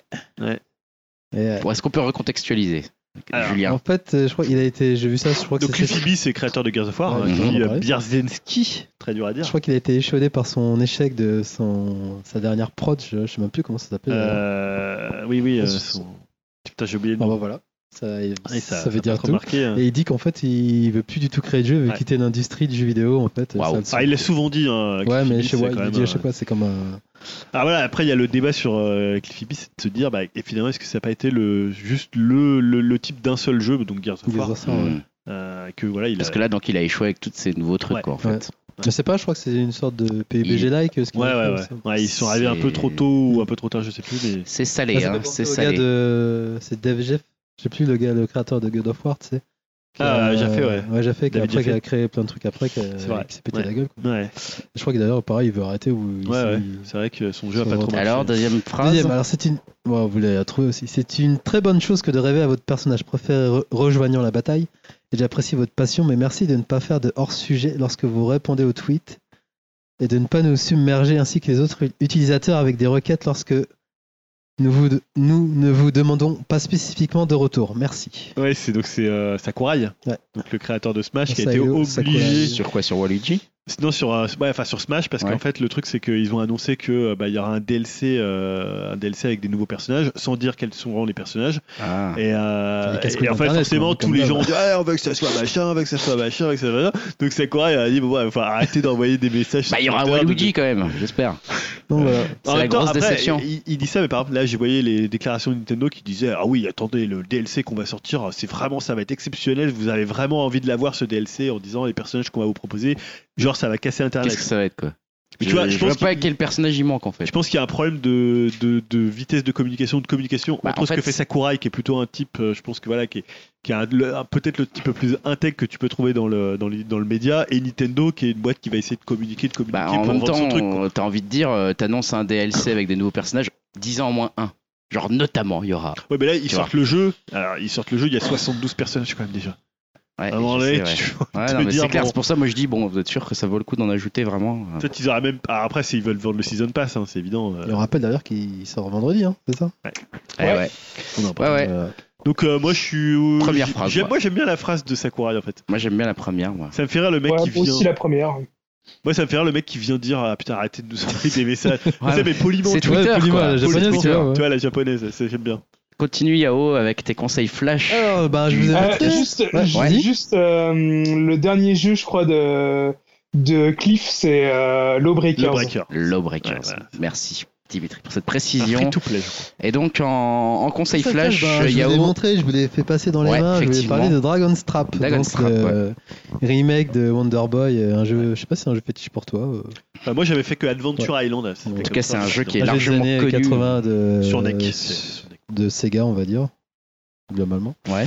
Speaker 6: Et, euh,
Speaker 1: Bon, est-ce qu'on peut recontextualiser
Speaker 2: Alors,
Speaker 1: Julien
Speaker 6: en fait, euh, je crois qu'il a été, j'ai vu ça, je crois que
Speaker 2: Donc
Speaker 6: c'est-
Speaker 2: Cliffy B, c'est créateur de Gears of War,
Speaker 6: Ouais,
Speaker 2: hein,
Speaker 6: on en
Speaker 2: qui, euh,
Speaker 6: parlait.
Speaker 2: Bierzynski, très dur à dire.
Speaker 6: je crois qu'il a été échaudé par son échec de son sa dernière prod. Je, je sais même plus comment ça s'appelle. d'ailleurs.
Speaker 2: Euh, oui, oui. euh, son- Putain, j'ai oublié le
Speaker 6: Ah
Speaker 2: nom.
Speaker 6: bah voilà. Ça,
Speaker 2: Et
Speaker 6: ça,
Speaker 2: ça,
Speaker 6: veut
Speaker 2: a
Speaker 6: dire
Speaker 2: trop
Speaker 6: tout.
Speaker 2: marqué, hein.
Speaker 6: Et il dit qu'en fait, il veut plus du tout créer de jeu, il veut
Speaker 2: Ouais.
Speaker 6: quitter l'industrie du jeu vidéo. En fait,
Speaker 1: Waouh.
Speaker 6: Ça le
Speaker 2: Ah,
Speaker 6: saoule.
Speaker 2: il l'a souvent dit. Hein,
Speaker 6: Ouais,
Speaker 2: Cliffy
Speaker 6: mais
Speaker 2: B,
Speaker 6: je sais,
Speaker 2: c'est
Speaker 6: ouais,
Speaker 2: quand
Speaker 6: il
Speaker 2: même,
Speaker 6: dit à
Speaker 2: euh,
Speaker 6: chaque fois, c'est comme un.
Speaker 2: Ah voilà, après il y a le débat sur euh, Cliffy B, c'est de se dire, bah, et finalement, est-ce que ça n'a pas été le, juste le, le, le type d'un seul jeu, donc Gears of
Speaker 6: Gears
Speaker 2: War,
Speaker 6: of War, ouais.
Speaker 1: Hmm.
Speaker 2: euh, que voilà, il
Speaker 1: Parce
Speaker 2: a...
Speaker 1: que là, donc, il a échoué avec tous ces nouveaux trucs,
Speaker 2: Ouais.
Speaker 1: quoi, en fait.
Speaker 6: Ouais. Je sais pas, je crois que c'est une sorte de P U B G-like. ce qu'ils
Speaker 2: Ouais,
Speaker 6: ont
Speaker 2: ouais,
Speaker 6: fait,
Speaker 2: ouais.
Speaker 6: ça.
Speaker 2: Ouais, ils sont arrivés un peu trop tôt ou un peu trop tard, je sais plus, mais
Speaker 1: C'est
Speaker 6: Ah,
Speaker 1: salé,
Speaker 6: ça
Speaker 1: hein,
Speaker 6: fait penser
Speaker 1: c'est
Speaker 6: au gars
Speaker 1: salé.
Speaker 6: de. C'est Dave Jeff, je sais plus, le gars, le créateur de God of War, tu sais. qui
Speaker 2: Ah,
Speaker 6: a-
Speaker 2: Jaffe, ouais.
Speaker 6: Ouais, Jaffe, qui
Speaker 2: David
Speaker 6: après qui
Speaker 2: Jaffe.
Speaker 6: a créé plein de trucs après, qui, a-
Speaker 2: C'est vrai.
Speaker 6: qui s'est pété
Speaker 2: Ouais.
Speaker 6: la gueule. Quoi.
Speaker 2: ouais,
Speaker 6: Je crois que d'ailleurs, pareil, il veut arrêter. Ou il
Speaker 2: ouais,
Speaker 6: s'est-
Speaker 2: ouais. C'est vrai que son jeu a
Speaker 6: Son
Speaker 2: pas trop
Speaker 6: retour.
Speaker 2: marché.
Speaker 1: Alors, deuxième phrase.
Speaker 6: Deuxième, alors c'est une. Bon, vous l'avez trouvé aussi. C'est une très bonne chose que de rêver à votre personnage préféré re- rejoignant la bataille. Et j'apprécie votre passion, mais merci de ne pas faire de hors-sujet lorsque vous répondez aux tweets et de ne pas nous submerger ainsi que les autres utilisateurs avec des requêtes lorsque nous, vous, nous ne vous demandons pas spécifiquement de retour. Merci.
Speaker 2: Ouais, c'est donc c'est euh, Sakurai,
Speaker 6: Ouais.
Speaker 2: donc le créateur de Smash, qui a
Speaker 6: Sayo-
Speaker 2: été obligé.
Speaker 6: Sakurai.
Speaker 1: Sur quoi Sur Waluigi
Speaker 2: Non, sur, euh, ouais, enfin, sur Smash, parce
Speaker 1: Ouais.
Speaker 2: qu'en fait, le truc, c'est qu'ils ont annoncé que euh, bah, il y aura un D L C, euh, un D L C avec des nouveaux personnages, sans dire quels sont vraiment les personnages.
Speaker 1: Ah.
Speaker 2: Et, euh,
Speaker 6: Les casse-couilles
Speaker 2: et en fait,
Speaker 6: d'Internet,
Speaker 2: forcément,
Speaker 6: quoi,
Speaker 2: tous
Speaker 6: comme
Speaker 2: les
Speaker 6: d'hab.
Speaker 2: gens ont dit ah, on veut que ça soit machin, on veut que ça soit machin, on veut que ça soit machin. Donc Sakurai a dit bon, ouais, enfin, arrêtez d'envoyer des messages.
Speaker 1: Bah, il y
Speaker 2: sur
Speaker 1: aura
Speaker 2: Twitter de-
Speaker 1: Waluigi quand même, j'espère.
Speaker 6: Donc voilà.
Speaker 1: C'est
Speaker 2: En
Speaker 1: la
Speaker 2: même temps,
Speaker 1: grosse
Speaker 2: après,
Speaker 1: déception.
Speaker 2: Il, il dit ça, mais par exemple, là, j'ai voyé les déclarations de Nintendo qui disaient ah oui, attendez, le D L C qu'on va sortir, c'est vraiment, ça va être exceptionnel. Vous avez vraiment envie de l'avoir ce D L C en disant les personnages qu'on va vous proposer, genre ça va casser Internet.
Speaker 1: Qu'est-ce que ça va être, quoi
Speaker 2: Mais
Speaker 1: Je,
Speaker 2: tu vois,
Speaker 1: je
Speaker 2: je
Speaker 1: vois
Speaker 2: pense
Speaker 1: pas
Speaker 2: qu'il-
Speaker 1: quel personnage il manque, en fait.
Speaker 2: Je pense qu'il y a un problème de, de, de vitesse de communication, de communication
Speaker 1: Bah,
Speaker 2: entre
Speaker 1: en
Speaker 2: ce
Speaker 1: fait,
Speaker 2: que fait Sakurai, qui est plutôt un type, euh, je pense que voilà, qui est, qui est un- le- un- peut-être le type le plus intègre que tu peux trouver dans le, dans, le, dans le média, et Nintendo, qui est une boîte qui va essayer de communiquer, de communiquer
Speaker 1: Bah, en
Speaker 2: pour
Speaker 1: même
Speaker 2: vendre son truc. quoi.
Speaker 1: temps, t'as envie de dire, euh, t'annonces un D L C avec des nouveaux personnages, dix ans en moins un. Genre, notamment, il y aura.
Speaker 2: Ouais, mais là, ils
Speaker 1: Tu
Speaker 2: sortent le jeu. Alors, ils sortent le jeu, il y a soixante-douze personnages quand même déjà.
Speaker 1: Ouais,
Speaker 2: À un moment
Speaker 1: je
Speaker 2: donné,
Speaker 1: sais, ouais.
Speaker 2: tu
Speaker 1: Ouais,
Speaker 2: te
Speaker 1: non, mais
Speaker 2: dire,
Speaker 1: c'est clair,
Speaker 2: bon,
Speaker 1: c'est pour ça, moi je dis, bon, vous êtes sûr que ça vaut le coup d'en ajouter vraiment euh,
Speaker 2: peut-être ils auraient même. Alors après, s'ils veulent vendre le Season Pass, hein, c'est évident. euh.
Speaker 6: Et on rappelle d'ailleurs qu'il sort vendredi, hein, c'est ça
Speaker 1: ouais, ouais.
Speaker 6: On en
Speaker 1: Ouais,
Speaker 6: parle,
Speaker 1: ouais.
Speaker 6: euh,
Speaker 2: Donc, euh, moi, je suis. euh,
Speaker 1: Première
Speaker 2: j'ai-
Speaker 1: phrase,
Speaker 2: j'aime-
Speaker 1: ouais.
Speaker 2: Moi, j'aime bien la phrase de Sakurai en fait.
Speaker 1: Moi j'aime bien la première, moi.
Speaker 2: Ça me fait rire le mec
Speaker 4: Ouais,
Speaker 2: qui
Speaker 4: moi
Speaker 2: vient.
Speaker 4: aussi la première.
Speaker 2: Moi, ça me fait rire le mec qui vient dire ah putain, arrêtez de nous envoyer des messages. Tu
Speaker 1: Ouais,
Speaker 2: sais, mais poliment.
Speaker 1: c'est
Speaker 2: tu vois.
Speaker 1: Twitter,
Speaker 6: Ouais, poliment,
Speaker 1: quoi.
Speaker 6: la japonaise,
Speaker 2: Poliment,
Speaker 6: tu vois, ouais.
Speaker 2: tu vois, la japonaise, c'est- j'aime bien.
Speaker 1: Continue, Yao, avec tes conseils flash.
Speaker 6: Alors, bah, je vous ai
Speaker 4: Euh,
Speaker 6: noté.
Speaker 4: juste,
Speaker 6: Ouais,
Speaker 4: ju-
Speaker 6: vas-y.
Speaker 4: juste euh, le dernier jeu, je crois, de, de Cliff, c'est euh, Lawbreakers.
Speaker 2: Le breaker.
Speaker 1: Lawbreakers.
Speaker 2: Ouais, voilà.
Speaker 1: Merci, Dimitri, pour cette
Speaker 2: Un
Speaker 1: précision.
Speaker 2: free to play, je crois.
Speaker 1: Et donc, en, en conseil
Speaker 6: Ça,
Speaker 1: flash,
Speaker 6: bah, je vous l'ai
Speaker 1: Yao.
Speaker 6: montré, je vous l'ai fait passer dans les
Speaker 1: Ouais,
Speaker 6: mains. Je voulais
Speaker 1: effectivement.
Speaker 6: parler de Dragon's Trap,
Speaker 1: Dragon's
Speaker 6: donc,
Speaker 1: Trap,
Speaker 6: euh, remake de Wonder Boy, euh, un jeu. Je sais pas si c'est un jeu fétiche pour toi. euh,
Speaker 2: Enfin, moi, j'avais fait que Adventure Island. ça
Speaker 6: En
Speaker 2: fait
Speaker 6: tout
Speaker 2: comme
Speaker 1: cas,
Speaker 2: ça,
Speaker 1: c'est un jeu qui est
Speaker 6: un jeu des
Speaker 1: largement
Speaker 6: années
Speaker 1: connu.
Speaker 6: quatre-vingts de
Speaker 2: Sur N E C.
Speaker 6: euh,
Speaker 2: c'est sur N E C.
Speaker 6: de Sega, on va dire, globalement.
Speaker 1: Ouais.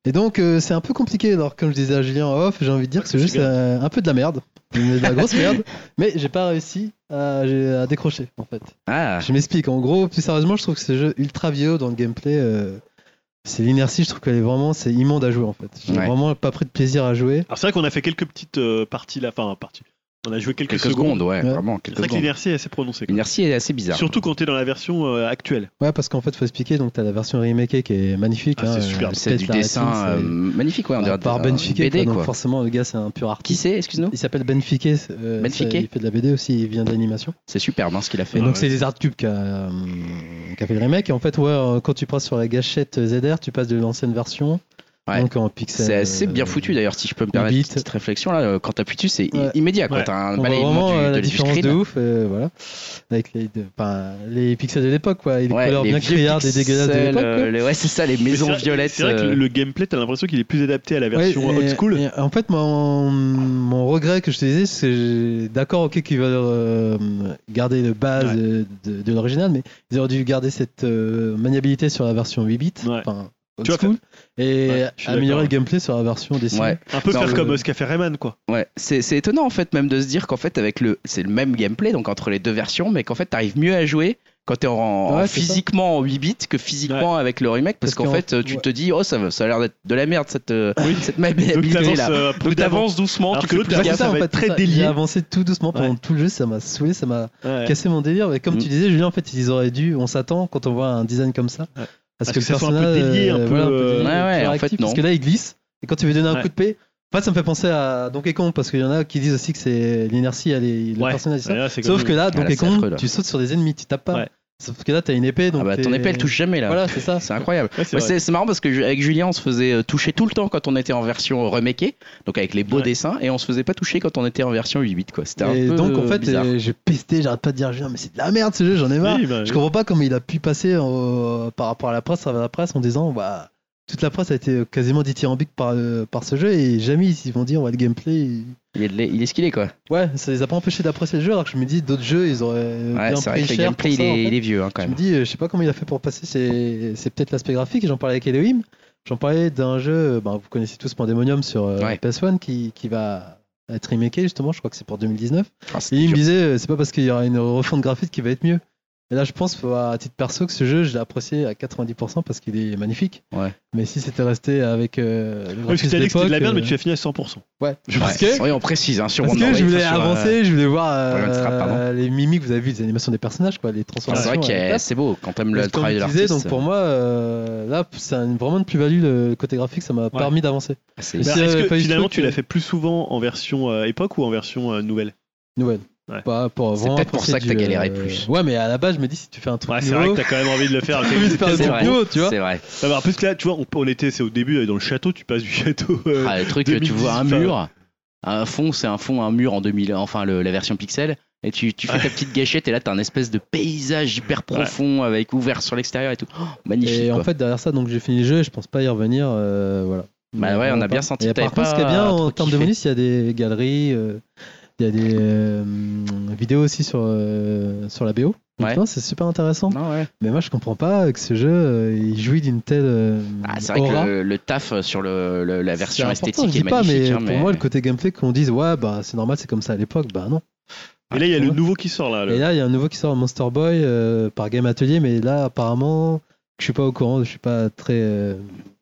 Speaker 6: Et donc euh, c'est un peu compliqué. Alors comme je disais à Julien en off, j'ai envie de dire que ce jeu c'est un, un peu de la merde, de la grosse merde, mais j'ai pas réussi à, à décrocher en fait.
Speaker 1: Ah.
Speaker 6: Je m'explique. En gros, plus sérieusement, je trouve que ce jeu ultra vieux dans le gameplay. Euh, c'est l'inertie, je trouve qu'elle est vraiment, c'est immonde à jouer en fait. J'ai
Speaker 1: Ouais.
Speaker 6: vraiment pas pris de plaisir à jouer.
Speaker 2: Alors c'est vrai qu'on a fait quelques petites euh, parties là, enfin parties. On a joué quelques,
Speaker 1: Quelques secondes, ouais,
Speaker 6: Ouais.
Speaker 1: vraiment
Speaker 2: C'est
Speaker 1: quelques
Speaker 2: vrai que
Speaker 1: secondes.
Speaker 2: l'inertie est assez prononcée. quoi.
Speaker 1: L'inertie est assez bizarre.
Speaker 2: Surtout quand t'es dans la version euh, actuelle.
Speaker 6: Ouais, parce qu'en fait, faut expliquer. Donc t'as la version remakée qui est magnifique.
Speaker 2: Ah,
Speaker 6: hein,
Speaker 2: c'est superbe.
Speaker 6: euh,
Speaker 1: C'est du
Speaker 6: Kate
Speaker 1: dessin
Speaker 6: Larratin,
Speaker 1: euh,
Speaker 6: c'est-
Speaker 1: magnifique, ouais, on
Speaker 6: bah,
Speaker 1: dirait
Speaker 6: par
Speaker 1: un
Speaker 6: Ben Fiquet,
Speaker 1: B D,
Speaker 6: quoi, donc
Speaker 1: quoi.
Speaker 6: forcément le gars c'est un pur
Speaker 1: Qui
Speaker 6: artiste.
Speaker 1: c'est, excuse-nous
Speaker 6: Il s'appelle Ben Fiquet. euh,
Speaker 1: Ben
Speaker 6: ça,
Speaker 1: Fiquet.
Speaker 6: Il fait de la B D aussi, il vient de l'animation.
Speaker 1: C'est superbe hein, ce qu'il a fait.
Speaker 6: Et
Speaker 2: Ah
Speaker 6: donc
Speaker 2: ouais.
Speaker 6: c'est les Artcube qui a, euh, qui a fait le remake. Et en fait, ouais, euh, quand tu passes sur la gâchette Z R, tu passes de l'ancienne version.
Speaker 1: Ouais.
Speaker 6: Donc en pixel.
Speaker 1: C'est assez bien
Speaker 6: euh,
Speaker 1: foutu d'ailleurs, si je peux me permettre une
Speaker 6: huit.
Speaker 1: petite réflexion là. euh, Quand t'appuies dessus, c'est i-
Speaker 6: Ouais.
Speaker 1: immédiat. Quoi.
Speaker 2: Ouais.
Speaker 1: T'as un
Speaker 6: On voit
Speaker 1: balayement
Speaker 6: vraiment
Speaker 1: du,
Speaker 6: euh, la
Speaker 1: de- du
Speaker 6: différence
Speaker 1: screen.
Speaker 6: de ouf, euh, voilà, avec les, de- enfin, les pixels de l'époque, quoi, et les
Speaker 1: Ouais,
Speaker 6: couleurs
Speaker 1: les
Speaker 6: bien
Speaker 1: vieux
Speaker 6: criardes et dégueulasses de
Speaker 1: pixels,
Speaker 6: l'époque.
Speaker 1: euh,
Speaker 6: quoi.
Speaker 1: les- Ouais, c'est ça, les
Speaker 2: Mais
Speaker 1: maisons
Speaker 2: c'est vrai-
Speaker 1: violettes.
Speaker 2: C'est vrai que
Speaker 1: euh,
Speaker 2: le gameplay, t'as l'impression qu'il est plus adapté à la version
Speaker 6: Ouais, et-
Speaker 2: old school.
Speaker 6: et en fait, mon, mon regret que je te disais, c'est que j'ai- d'accord, ok, qu'ils veulent euh, garder le base
Speaker 2: Ouais.
Speaker 6: de, de, de l'original, mais ils auraient dû garder cette euh, maniabilité sur la version huit bits,
Speaker 2: Ouais.
Speaker 6: enfin, old
Speaker 2: Tu vois,
Speaker 6: school, et
Speaker 2: Ouais, je suis
Speaker 6: améliorer le
Speaker 2: d'accord.
Speaker 6: gameplay sur la version dessinée.
Speaker 1: Ouais.
Speaker 2: Un peu
Speaker 1: Non,
Speaker 2: faire
Speaker 1: le-
Speaker 2: comme euh, ce qu'a fait Rayman, quoi.
Speaker 1: Ouais, c'est c'est étonnant en fait même de se dire qu'en fait avec le c'est le même gameplay donc entre les deux versions mais qu'en fait t'arrives mieux à jouer quand t'es en, en
Speaker 6: Ouais, c'est ça.
Speaker 1: physiquement en huit bits que physiquement avec le remake parce,
Speaker 6: Parce
Speaker 1: qu'en
Speaker 6: qu'en-
Speaker 1: fait tu
Speaker 6: ouais.
Speaker 1: te dis oh ça, va- ça a l'air d'être de la merde cette, euh,
Speaker 2: Oui.
Speaker 1: cette
Speaker 2: Donc
Speaker 1: maniabilité
Speaker 2: t'avances
Speaker 1: là.
Speaker 2: euh,
Speaker 1: Donc
Speaker 2: prudemment.
Speaker 1: t'avances doucement,
Speaker 2: Alors
Speaker 1: tu
Speaker 2: que
Speaker 1: fais
Speaker 2: l'autre,
Speaker 1: plus
Speaker 2: là,
Speaker 6: Ouais,
Speaker 1: gaffe.
Speaker 6: c'est ça,
Speaker 2: va
Speaker 6: en
Speaker 2: être
Speaker 6: fait,
Speaker 2: très
Speaker 6: c'est ça.
Speaker 2: délié.
Speaker 6: J'ai avancé tout doucement pendant
Speaker 2: Ouais.
Speaker 6: tout le jeu, ça m'a saoulé, ça m'a
Speaker 2: Ouais.
Speaker 6: cassé mon délire. Mais comme
Speaker 1: Mm.
Speaker 6: tu disais, Julien, en fait, ils auraient dû, on s'attend quand on voit un design comme ça.
Speaker 2: Ouais.
Speaker 6: Parce,
Speaker 2: Parce
Speaker 6: que,
Speaker 2: que ça
Speaker 6: le
Speaker 2: soit un peu
Speaker 6: personnage,
Speaker 2: délié, un
Speaker 6: euh,
Speaker 2: peu,
Speaker 6: voilà,
Speaker 2: euh,
Speaker 6: délié,
Speaker 1: Ouais, ouais,
Speaker 6: plus
Speaker 1: en
Speaker 6: réactif,
Speaker 1: fait,
Speaker 6: parce
Speaker 1: non.
Speaker 6: que là, il glisse. Et quand tu veux donner un
Speaker 2: Ouais.
Speaker 6: coup de paix, en fait, ça me fait penser à Donkey Kong parce qu'il y en a qui disent aussi que c'est l'inertie, elle est- le
Speaker 2: Ouais.
Speaker 6: personnage dit ça.
Speaker 2: Ouais, là, c'est
Speaker 6: Sauf
Speaker 2: comme-
Speaker 6: que là,
Speaker 1: là,
Speaker 6: Donkey
Speaker 1: c'est affreux,
Speaker 6: Kong,
Speaker 1: là.
Speaker 6: tu sautes sur des ennemis, tu tapes pas.
Speaker 2: Ouais.
Speaker 6: Sauf que là, t'as une épée, donc.
Speaker 1: Ah bah ton
Speaker 6: t'es-
Speaker 1: épée elle touche jamais là.
Speaker 6: Voilà, c'est ça.
Speaker 1: C'est incroyable.
Speaker 2: Ouais, c'est
Speaker 1: Ouais,
Speaker 2: vrai.
Speaker 1: c'est c'est marrant parce que je- avec Julien on se faisait euh, toucher tout le temps quand on était en version remakée, donc avec les beaux
Speaker 2: Ouais.
Speaker 1: dessins, et on se faisait pas toucher quand on était en version huit bits quoi. C'était un
Speaker 6: Et
Speaker 1: peu
Speaker 6: donc, en
Speaker 1: euh,
Speaker 6: fait,
Speaker 1: bizarre.
Speaker 6: euh, j'ai pesté, j'arrête pas de dire à Julien, mais c'est de la merde ce jeu, j'en ai marre.
Speaker 2: Oui, bah,
Speaker 6: Je
Speaker 2: oui.
Speaker 6: comprends pas comment il a pu passer euh, par rapport à la presse, à la presse en disant bah, toute la presse a été quasiment dithyrambique par, euh, par ce jeu et jamais ils vont dire ouais, le gameplay. il-
Speaker 1: Il est, il est ce qu'il est quoi.
Speaker 6: Ouais, ça les a pas empêchés d'apprécier le jeu alors que je me dis d'autres jeux ils auraient
Speaker 1: Ouais,
Speaker 6: bien
Speaker 1: c'est vrai
Speaker 6: pris
Speaker 1: que le
Speaker 6: cher
Speaker 1: gameplay
Speaker 6: pour
Speaker 1: il,
Speaker 6: ça,
Speaker 1: est,
Speaker 6: en fait.
Speaker 1: il est vieux hein, quand
Speaker 6: Je
Speaker 1: même.
Speaker 6: me dis, euh, je sais pas comment il a fait pour passer, c'est, c'est peut-être l'aspect graphique. J'en parlais avec Elohim, j'en parlais d'un jeu, ben, vous connaissez tous Pandemonium sur euh,
Speaker 1: Ouais.
Speaker 6: P S un qui, qui va être remaké justement, je crois que c'est pour deux mille dix-neuf.
Speaker 1: Ah, c'était
Speaker 6: Et il me
Speaker 1: dur.
Speaker 6: disait, euh, c'est pas parce qu'il y aura une refonte graphique qui va être mieux. Et là, je pense, faut- à titre perso, que ce jeu, je l'ai apprécié à quatre-vingt-dix pour cent parce qu'il est magnifique.
Speaker 1: Ouais.
Speaker 6: Mais si c'était resté avec euh, le
Speaker 2: Ouais, parce que
Speaker 6: graphisme
Speaker 2: t'as dit que c'était de la merde, mais
Speaker 6: d'époque,
Speaker 2: tu as fini à cent pour cent.
Speaker 6: euh, ouais.
Speaker 2: Je
Speaker 6: Parce
Speaker 1: Ouais.
Speaker 6: que,
Speaker 1: Oui, on précise hein, sur
Speaker 6: parce que
Speaker 1: Wonder
Speaker 6: je
Speaker 1: Wave,
Speaker 6: voulais
Speaker 1: sur, euh,
Speaker 6: avancer, je voulais voir euh,
Speaker 1: Dragon's Trap, pardon.
Speaker 6: les mimiques, vous avez vu les animations des personnages, quoi, les
Speaker 1: C'est
Speaker 6: transformations.
Speaker 1: vrai que
Speaker 6: euh,
Speaker 1: euh, c'est beau quand t'aimes le
Speaker 6: Comme
Speaker 1: travail de
Speaker 6: je disais,
Speaker 1: l'artiste.
Speaker 6: donc pour moi, euh, là, c'est un- vraiment une plus-value, le côté graphique, ça m'a permis d'avancer.
Speaker 1: c'est
Speaker 6: Mais
Speaker 2: Bah,
Speaker 6: s'il y
Speaker 2: Est-ce
Speaker 6: avait
Speaker 2: que
Speaker 6: pas eu ce
Speaker 2: finalement
Speaker 6: truc,
Speaker 2: tu l'as
Speaker 6: euh,
Speaker 2: fait plus souvent en version euh, époque ou en version euh, nouvelle?
Speaker 6: Nouvelle.
Speaker 2: Ouais.
Speaker 6: Pas pour
Speaker 1: C'est
Speaker 6: vraiment
Speaker 1: peut-être pour
Speaker 6: apprécier
Speaker 1: ça que t'as
Speaker 6: du,
Speaker 1: galéré
Speaker 6: euh,
Speaker 1: plus.
Speaker 6: Ouais, mais à la base, je me dis, si tu fais un truc
Speaker 2: Ouais, c'est vrai
Speaker 6: nouveau,
Speaker 2: que t'as quand même envie de le faire.
Speaker 6: T'as envie de faire le
Speaker 1: C'est
Speaker 6: truc
Speaker 1: vrai.
Speaker 6: nouveau, tu vois.
Speaker 1: C'est vrai.
Speaker 2: Ah bah, en plus que là, tu vois, on, on était, c'est au début dans le château, tu passes du château. euh,
Speaker 1: Ah, le truc,
Speaker 2: deux mille
Speaker 1: tu vois un
Speaker 2: dix,
Speaker 1: mur, un fond, c'est un fond, un mur en deux mille, enfin le- la version pixel, et tu, tu fais ta petite gâchette et là t'as un espèce de paysage hyper profond avec ouvert sur l'extérieur et tout. Oh, magnifique.
Speaker 6: Et en
Speaker 1: quoi.
Speaker 6: fait, derrière ça, donc j'ai fini le jeu et je pense pas y revenir. euh, voilà.
Speaker 1: Bah
Speaker 6: Mais
Speaker 1: ouais, on
Speaker 6: vraiment
Speaker 1: a bien
Speaker 6: pas.
Speaker 1: senti
Speaker 6: Et
Speaker 1: que t'avais
Speaker 6: par contre, ce qui est
Speaker 1: pas
Speaker 6: bien
Speaker 1: trop
Speaker 6: en termes de
Speaker 1: kiffé.
Speaker 6: bonus, il y a des galeries, euh, il y a des euh, vidéos aussi sur, euh, sur la B O. Donc,
Speaker 1: Ouais.
Speaker 6: non, c'est super intéressant.
Speaker 1: Non, ouais.
Speaker 6: Mais moi, je comprends pas que ce jeu, euh, il jouit d'une telle euh,
Speaker 1: Ah, c'est vrai
Speaker 6: aura.
Speaker 1: que le, le taf sur le, le- la version
Speaker 6: C'est important,
Speaker 1: esthétique
Speaker 6: je
Speaker 1: est
Speaker 6: dis pas,
Speaker 1: magnifique.
Speaker 6: mais
Speaker 1: hein,
Speaker 6: pour moi, le côté gameplay, qu'on dise ouais, bah c'est normal, c'est comme ça à l'époque, bah non.
Speaker 2: Et là, il y a le
Speaker 6: Ouais.
Speaker 2: nouveau qui sort là. le-
Speaker 6: Et là, il y a un nouveau qui sort, Monster Boy, euh, par Game Atelier, mais là, apparemment, je suis pas au courant, je suis pas très euh,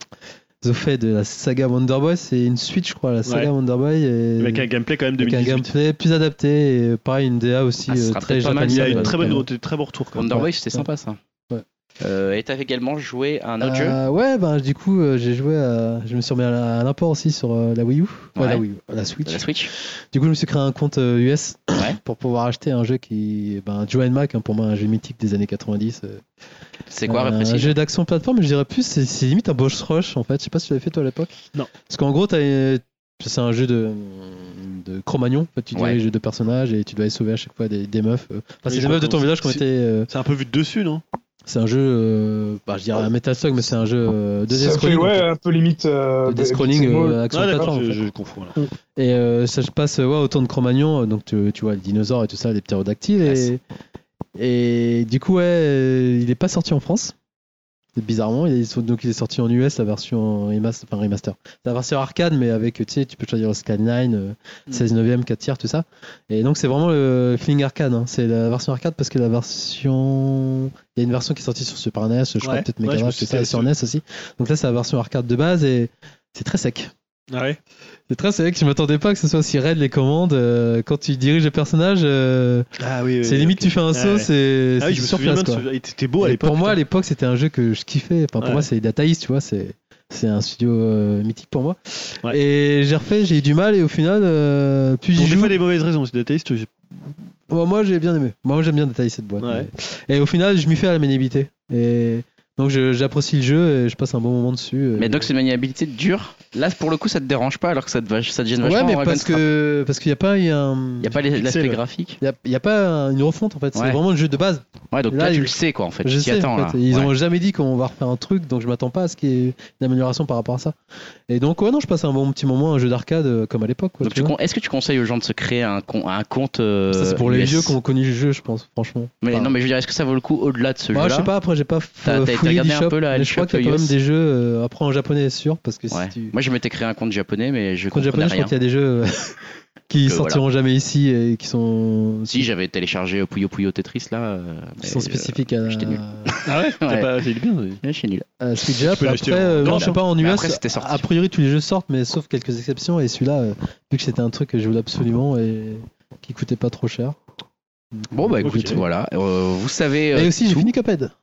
Speaker 6: au fait de la saga Wonder Boy. C'est une suite, je crois, la saga
Speaker 2: Ouais.
Speaker 6: Wonder Boy. Et
Speaker 2: Avec un gameplay quand même
Speaker 6: avec un
Speaker 2: deux mille dix-huit.
Speaker 6: gameplay plus adapté, et pareil, une D A aussi
Speaker 1: Ah, ce
Speaker 6: euh,
Speaker 1: sera
Speaker 6: très
Speaker 1: peut-être pas mal,
Speaker 2: Il y a
Speaker 6: japonaise.
Speaker 2: une
Speaker 1: Ouais,
Speaker 2: très bonne,
Speaker 6: Ouais.
Speaker 2: des très bon retour. quand même.
Speaker 1: Wonder
Speaker 6: Ouais.
Speaker 1: Boy, c'était sympa ça.
Speaker 6: Ouais.
Speaker 1: Euh, et t'avais également joué à un autre jeu
Speaker 6: Euh, ouais, ben du coup, euh, j'ai joué à. Je me suis remis à la- à l'import aussi sur euh, la Wii U. Ouais,
Speaker 1: Ouais.
Speaker 6: la Wii U, la Switch.
Speaker 1: La Switch.
Speaker 6: Du coup, je me suis créé un compte euh, U S
Speaker 1: Ouais.
Speaker 6: pour pouvoir acheter un jeu qui. Ben, Joe and Mac, hein, pour moi, un jeu mythique des années quatre-vingt-dix. euh,
Speaker 1: C'est quoi,
Speaker 6: un
Speaker 1: précis
Speaker 6: jeu d'action plateforme, je dirais plus, c'est c'est limite un boss rush en fait. Je sais pas si tu l'avais fait toi à l'époque.
Speaker 2: Non.
Speaker 6: Parce qu'en gros, t'as, euh, c'est un jeu de, de Cro-Magnon. En fait, tu
Speaker 1: Ouais.
Speaker 6: diriges deux personnages et tu dois aller sauver à chaque fois des, des meufs. euh. Enfin,
Speaker 2: Oui,
Speaker 6: c'est
Speaker 2: je
Speaker 6: des meufs de
Speaker 2: crois
Speaker 6: ton
Speaker 2: qu'on-
Speaker 6: village qui ont
Speaker 2: c'est-
Speaker 6: été. euh,
Speaker 2: C'est un peu vu de dessus, non?
Speaker 6: c'est un jeu, euh, bah, je dirais un Metal Slug, mais c'est un jeu euh, deux D
Speaker 4: Ça fait
Speaker 6: scrolling.
Speaker 4: ouais, un peu limite. Euh,
Speaker 6: deux D
Speaker 4: de-
Speaker 6: scrolling,
Speaker 4: de-
Speaker 6: euh, action
Speaker 2: Ah, d'accord,
Speaker 6: plateforme. en
Speaker 2: je,
Speaker 6: fait.
Speaker 2: je confonds là.
Speaker 6: Et euh, ça se passe ouais, autour de Cro-Magnon, euh, donc tu, tu vois les dinosaures et tout ça, les ptérodactyles. Et, et du coup, ouais, euh, il est pas sorti en France. Et bizarrement, il est, donc il est sorti en U S la version remaster, enfin remaster. La version arcade, mais avec, tu sais, tu peux choisir le skyline, euh, seize neuvième, quatre tiers, tout ça. Et donc c'est vraiment le feeling arcade. Hein. C'est la version arcade parce que la version, il y a une version qui est sortie sur Super N E S, je crois
Speaker 2: Ouais.
Speaker 6: peut-être
Speaker 2: Ouais,
Speaker 6: Mega
Speaker 2: je me
Speaker 6: Drive,
Speaker 2: suis
Speaker 6: tout ça, et
Speaker 2: fait
Speaker 6: sur N E S aussi. Donc là c'est la version arcade de base et c'est très sec.
Speaker 2: Ah ouais.
Speaker 6: C'est très sec. Je m'attendais pas que ce soit aussi raide les commandes. Euh, quand tu diriges le personnage, euh,
Speaker 2: Ah oui. oui,
Speaker 6: c'est
Speaker 2: oui,
Speaker 6: limite
Speaker 2: ok.
Speaker 6: tu fais un saut,
Speaker 2: Ouais, ouais.
Speaker 6: c'est
Speaker 2: Ah oui,
Speaker 6: c'est
Speaker 2: je me
Speaker 6: sur
Speaker 2: souviens
Speaker 6: place
Speaker 2: bien
Speaker 6: quoi.
Speaker 2: de ce- il était beau à
Speaker 6: Et
Speaker 2: l'époque.
Speaker 6: pour moi, à
Speaker 2: putain.
Speaker 6: l'époque, c'était un jeu que je kiffais. Enfin, pour
Speaker 2: Ouais.
Speaker 6: moi, c'est Data East, tu vois. C'est, c'est un studio euh, mythique pour moi.
Speaker 2: Ouais.
Speaker 6: Et j'ai refait, j'ai eu du mal. Et au final, euh, plus
Speaker 2: Pour
Speaker 6: j'y
Speaker 2: des
Speaker 6: joue.
Speaker 2: fois des mauvaises raisons, c'est détailliste.
Speaker 6: Moi, moi, j'ai bien aimé. Moi, j'aime bien Data East, cette boîte.
Speaker 2: Ouais.
Speaker 6: Mais- Et au final, je m'y fais à la maniabilité. Et donc, je- j'apprécie le jeu et je passe un bon moment dessus.
Speaker 1: Mais
Speaker 6: Et-
Speaker 1: donc c'est une maniabilité dure. Là pour le coup ça te dérange pas alors que ça te, va- ça te gêne
Speaker 6: Ouais,
Speaker 1: vachement.
Speaker 6: mais
Speaker 1: en
Speaker 6: parce
Speaker 1: Dragon's
Speaker 6: que parce qu'il n'y a pas, il y a un.
Speaker 1: Trap. Y a pas les- l'aspect
Speaker 2: Pixel.
Speaker 1: graphique.
Speaker 6: Il y a, il y a pas une refonte en fait. C'est
Speaker 1: Ouais.
Speaker 6: vraiment le jeu de base.
Speaker 1: Ouais donc
Speaker 6: Là,
Speaker 1: là, tu
Speaker 6: il-
Speaker 1: le sais quoi en fait.
Speaker 6: Je
Speaker 1: tu t'y
Speaker 6: sais,
Speaker 1: attends
Speaker 6: en
Speaker 1: là.
Speaker 6: fait. Ils
Speaker 1: Ouais.
Speaker 6: ont jamais dit qu'on va refaire un truc, donc je m'attends pas à ce qu'il y ait une amélioration par rapport à ça. Et donc, ouais, non, je passe un bon petit moment, un jeu d'arcade euh, comme à l'époque. quoi,
Speaker 1: Donc
Speaker 6: tu
Speaker 1: tu
Speaker 6: vois.
Speaker 1: con- est-ce que tu conseilles aux gens de se créer un, con- un compte euh,
Speaker 6: Ça, c'est pour les
Speaker 1: U S?
Speaker 6: vieux qui ont connu le jeu, je pense, franchement.
Speaker 1: Mais
Speaker 6: Enfin,
Speaker 1: non mais je veux dire est-ce que ça vaut le coup au-delà de ce
Speaker 6: moi,
Speaker 1: jeu-là?
Speaker 6: je sais pas, après, j'ai pas f-
Speaker 1: T'as- t'as- t'as
Speaker 6: fouillé
Speaker 1: regardé un
Speaker 6: l'eShop,
Speaker 1: peu la-
Speaker 6: mais je crois
Speaker 1: l'eShop
Speaker 6: qu'il y a quand
Speaker 1: U S?
Speaker 6: même des jeux, euh, après en japonais, c'est sûr, parce que si
Speaker 1: Ouais.
Speaker 6: tu.
Speaker 1: Moi je m'étais créé un compte japonais mais je
Speaker 6: Compte
Speaker 1: comprenais
Speaker 6: japonais, je
Speaker 1: rien.
Speaker 6: crois qu'il y a des jeux euh, qui
Speaker 1: Donc, euh,
Speaker 6: sortiront jamais ici et qui sont.
Speaker 1: Si j'avais téléchargé Puyo Puyo Tetris là. euh,
Speaker 6: qui
Speaker 1: mais,
Speaker 6: sont
Speaker 1: euh,
Speaker 6: spécifiques à,
Speaker 1: j'étais nul.
Speaker 2: Ah ouais. T'as
Speaker 1: Ouais.
Speaker 2: pas- Il est bien. oui.
Speaker 1: ouais, je suis nul.
Speaker 6: à Speed Jump.
Speaker 2: peux l'acheter
Speaker 6: Après,
Speaker 2: en
Speaker 6: euh, non,
Speaker 2: Nord,
Speaker 6: je sais pas, en
Speaker 1: Mais
Speaker 6: U S,
Speaker 1: après, c'était sorti.
Speaker 6: a priori tous les jeux sortent, mais sauf quelques exceptions. Et celui-là, euh, vu que c'était un truc que je voulais absolument et qui coûtait pas trop cher.
Speaker 1: Bon bah écoute
Speaker 2: Ok.
Speaker 1: voilà euh, vous savez. euh,
Speaker 6: Et aussi, j'ai
Speaker 1: tout.
Speaker 6: fini Cuphead.